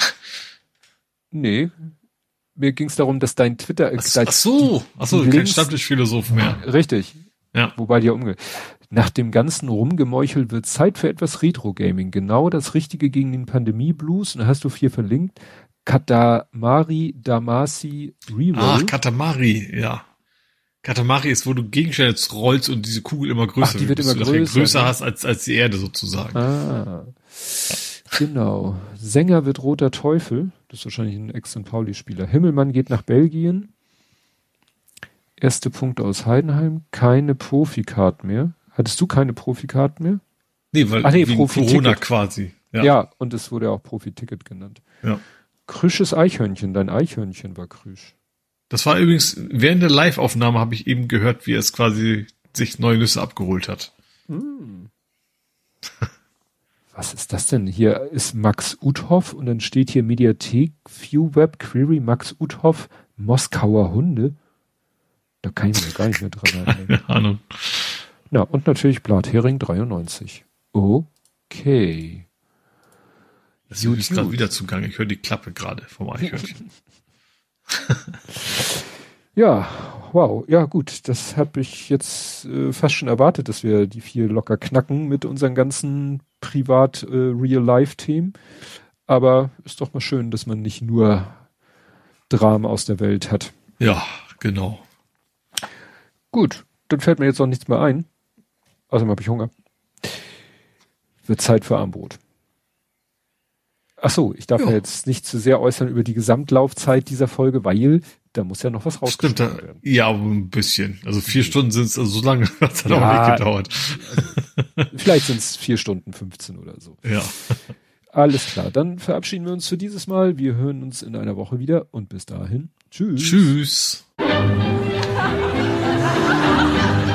B: Nee, mir ging es darum, dass dein Twitter...
C: Ach, ach so, ach so, kein Stammtischphilosoph mehr.
B: Richtig.
C: Ja.
B: Wobei die ja umge... Nach dem ganzen Rumgemeuchel wird Zeit für etwas Retro-Gaming. Genau das Richtige gegen den Pandemie-Blues. Und da hast du vier verlinkt. Katamari Damacy Reroll.
C: Ach, Katamari, ja. Katamari ist, wo du Gegenstände rollst und diese Kugel immer größer
B: Ach, die wird, wird immer
C: du
B: größer,
C: größer
B: ne?
C: hast als, als die Erde sozusagen.
B: Ah, genau. Sänger wird Roter Teufel. Das ist wahrscheinlich ein Ex-Sankt Pauli-Spieler. Himmelmann geht nach Belgien. Erste Punkte aus Heidenheim. Keine Profikart mehr. Hattest du keine Profikart mehr?
C: Nee, weil
B: Ach nee,
C: wegen Corona quasi.
B: Ja. ja, und es wurde auch Profi-Ticket genannt.
C: Ja.
B: Krüsches Eichhörnchen, dein Eichhörnchen war Krüsch.
C: Das war übrigens, während der Live-Aufnahme habe ich eben gehört, wie es quasi sich neue Nüsse abgeholt hat.
B: Hm. Was ist das denn? Hier ist Max Uthoff und dann steht hier Mediathek, View Web, Query, Max Uthoff, Moskauer Hunde. Da kann ich mir gar nicht mehr dran erinnern.
C: Keine Ahnung.
B: Na, und natürlich Blathering dreiundneunzig. Okay.
C: Das ist gerade wieder zugange. Ich höre die Klappe gerade vom Eichhörnchen.
B: Ja, wow. Ja gut, das habe ich jetzt äh, fast schon erwartet, dass wir die vier locker knacken mit unseren ganzen Privat-Real-Life-Themen. Aber ist doch mal schön, dass man nicht nur Dramen aus der Welt hat.
C: Ja, genau.
B: Gut, dann fällt mir jetzt auch nichts mehr ein. Außerdem habe ich Hunger. Wird Zeit für Armbrot. Ach so, ich darf ja jetzt nicht zu sehr äußern über die Gesamtlaufzeit dieser Folge, weil da muss ja noch was rausgeschnitten
C: werden. Ja, aber ein bisschen. Also vier Stunden sind es, also so lange hat es dann
B: ja,
C: auch nicht gedauert.
B: Also, vielleicht sind es vier Stunden fünfzehn oder so.
C: Ja.
B: Alles klar, dann verabschieden wir uns für dieses Mal. Wir hören uns in einer Woche wieder und bis dahin. Tschüss.
C: Tschüss.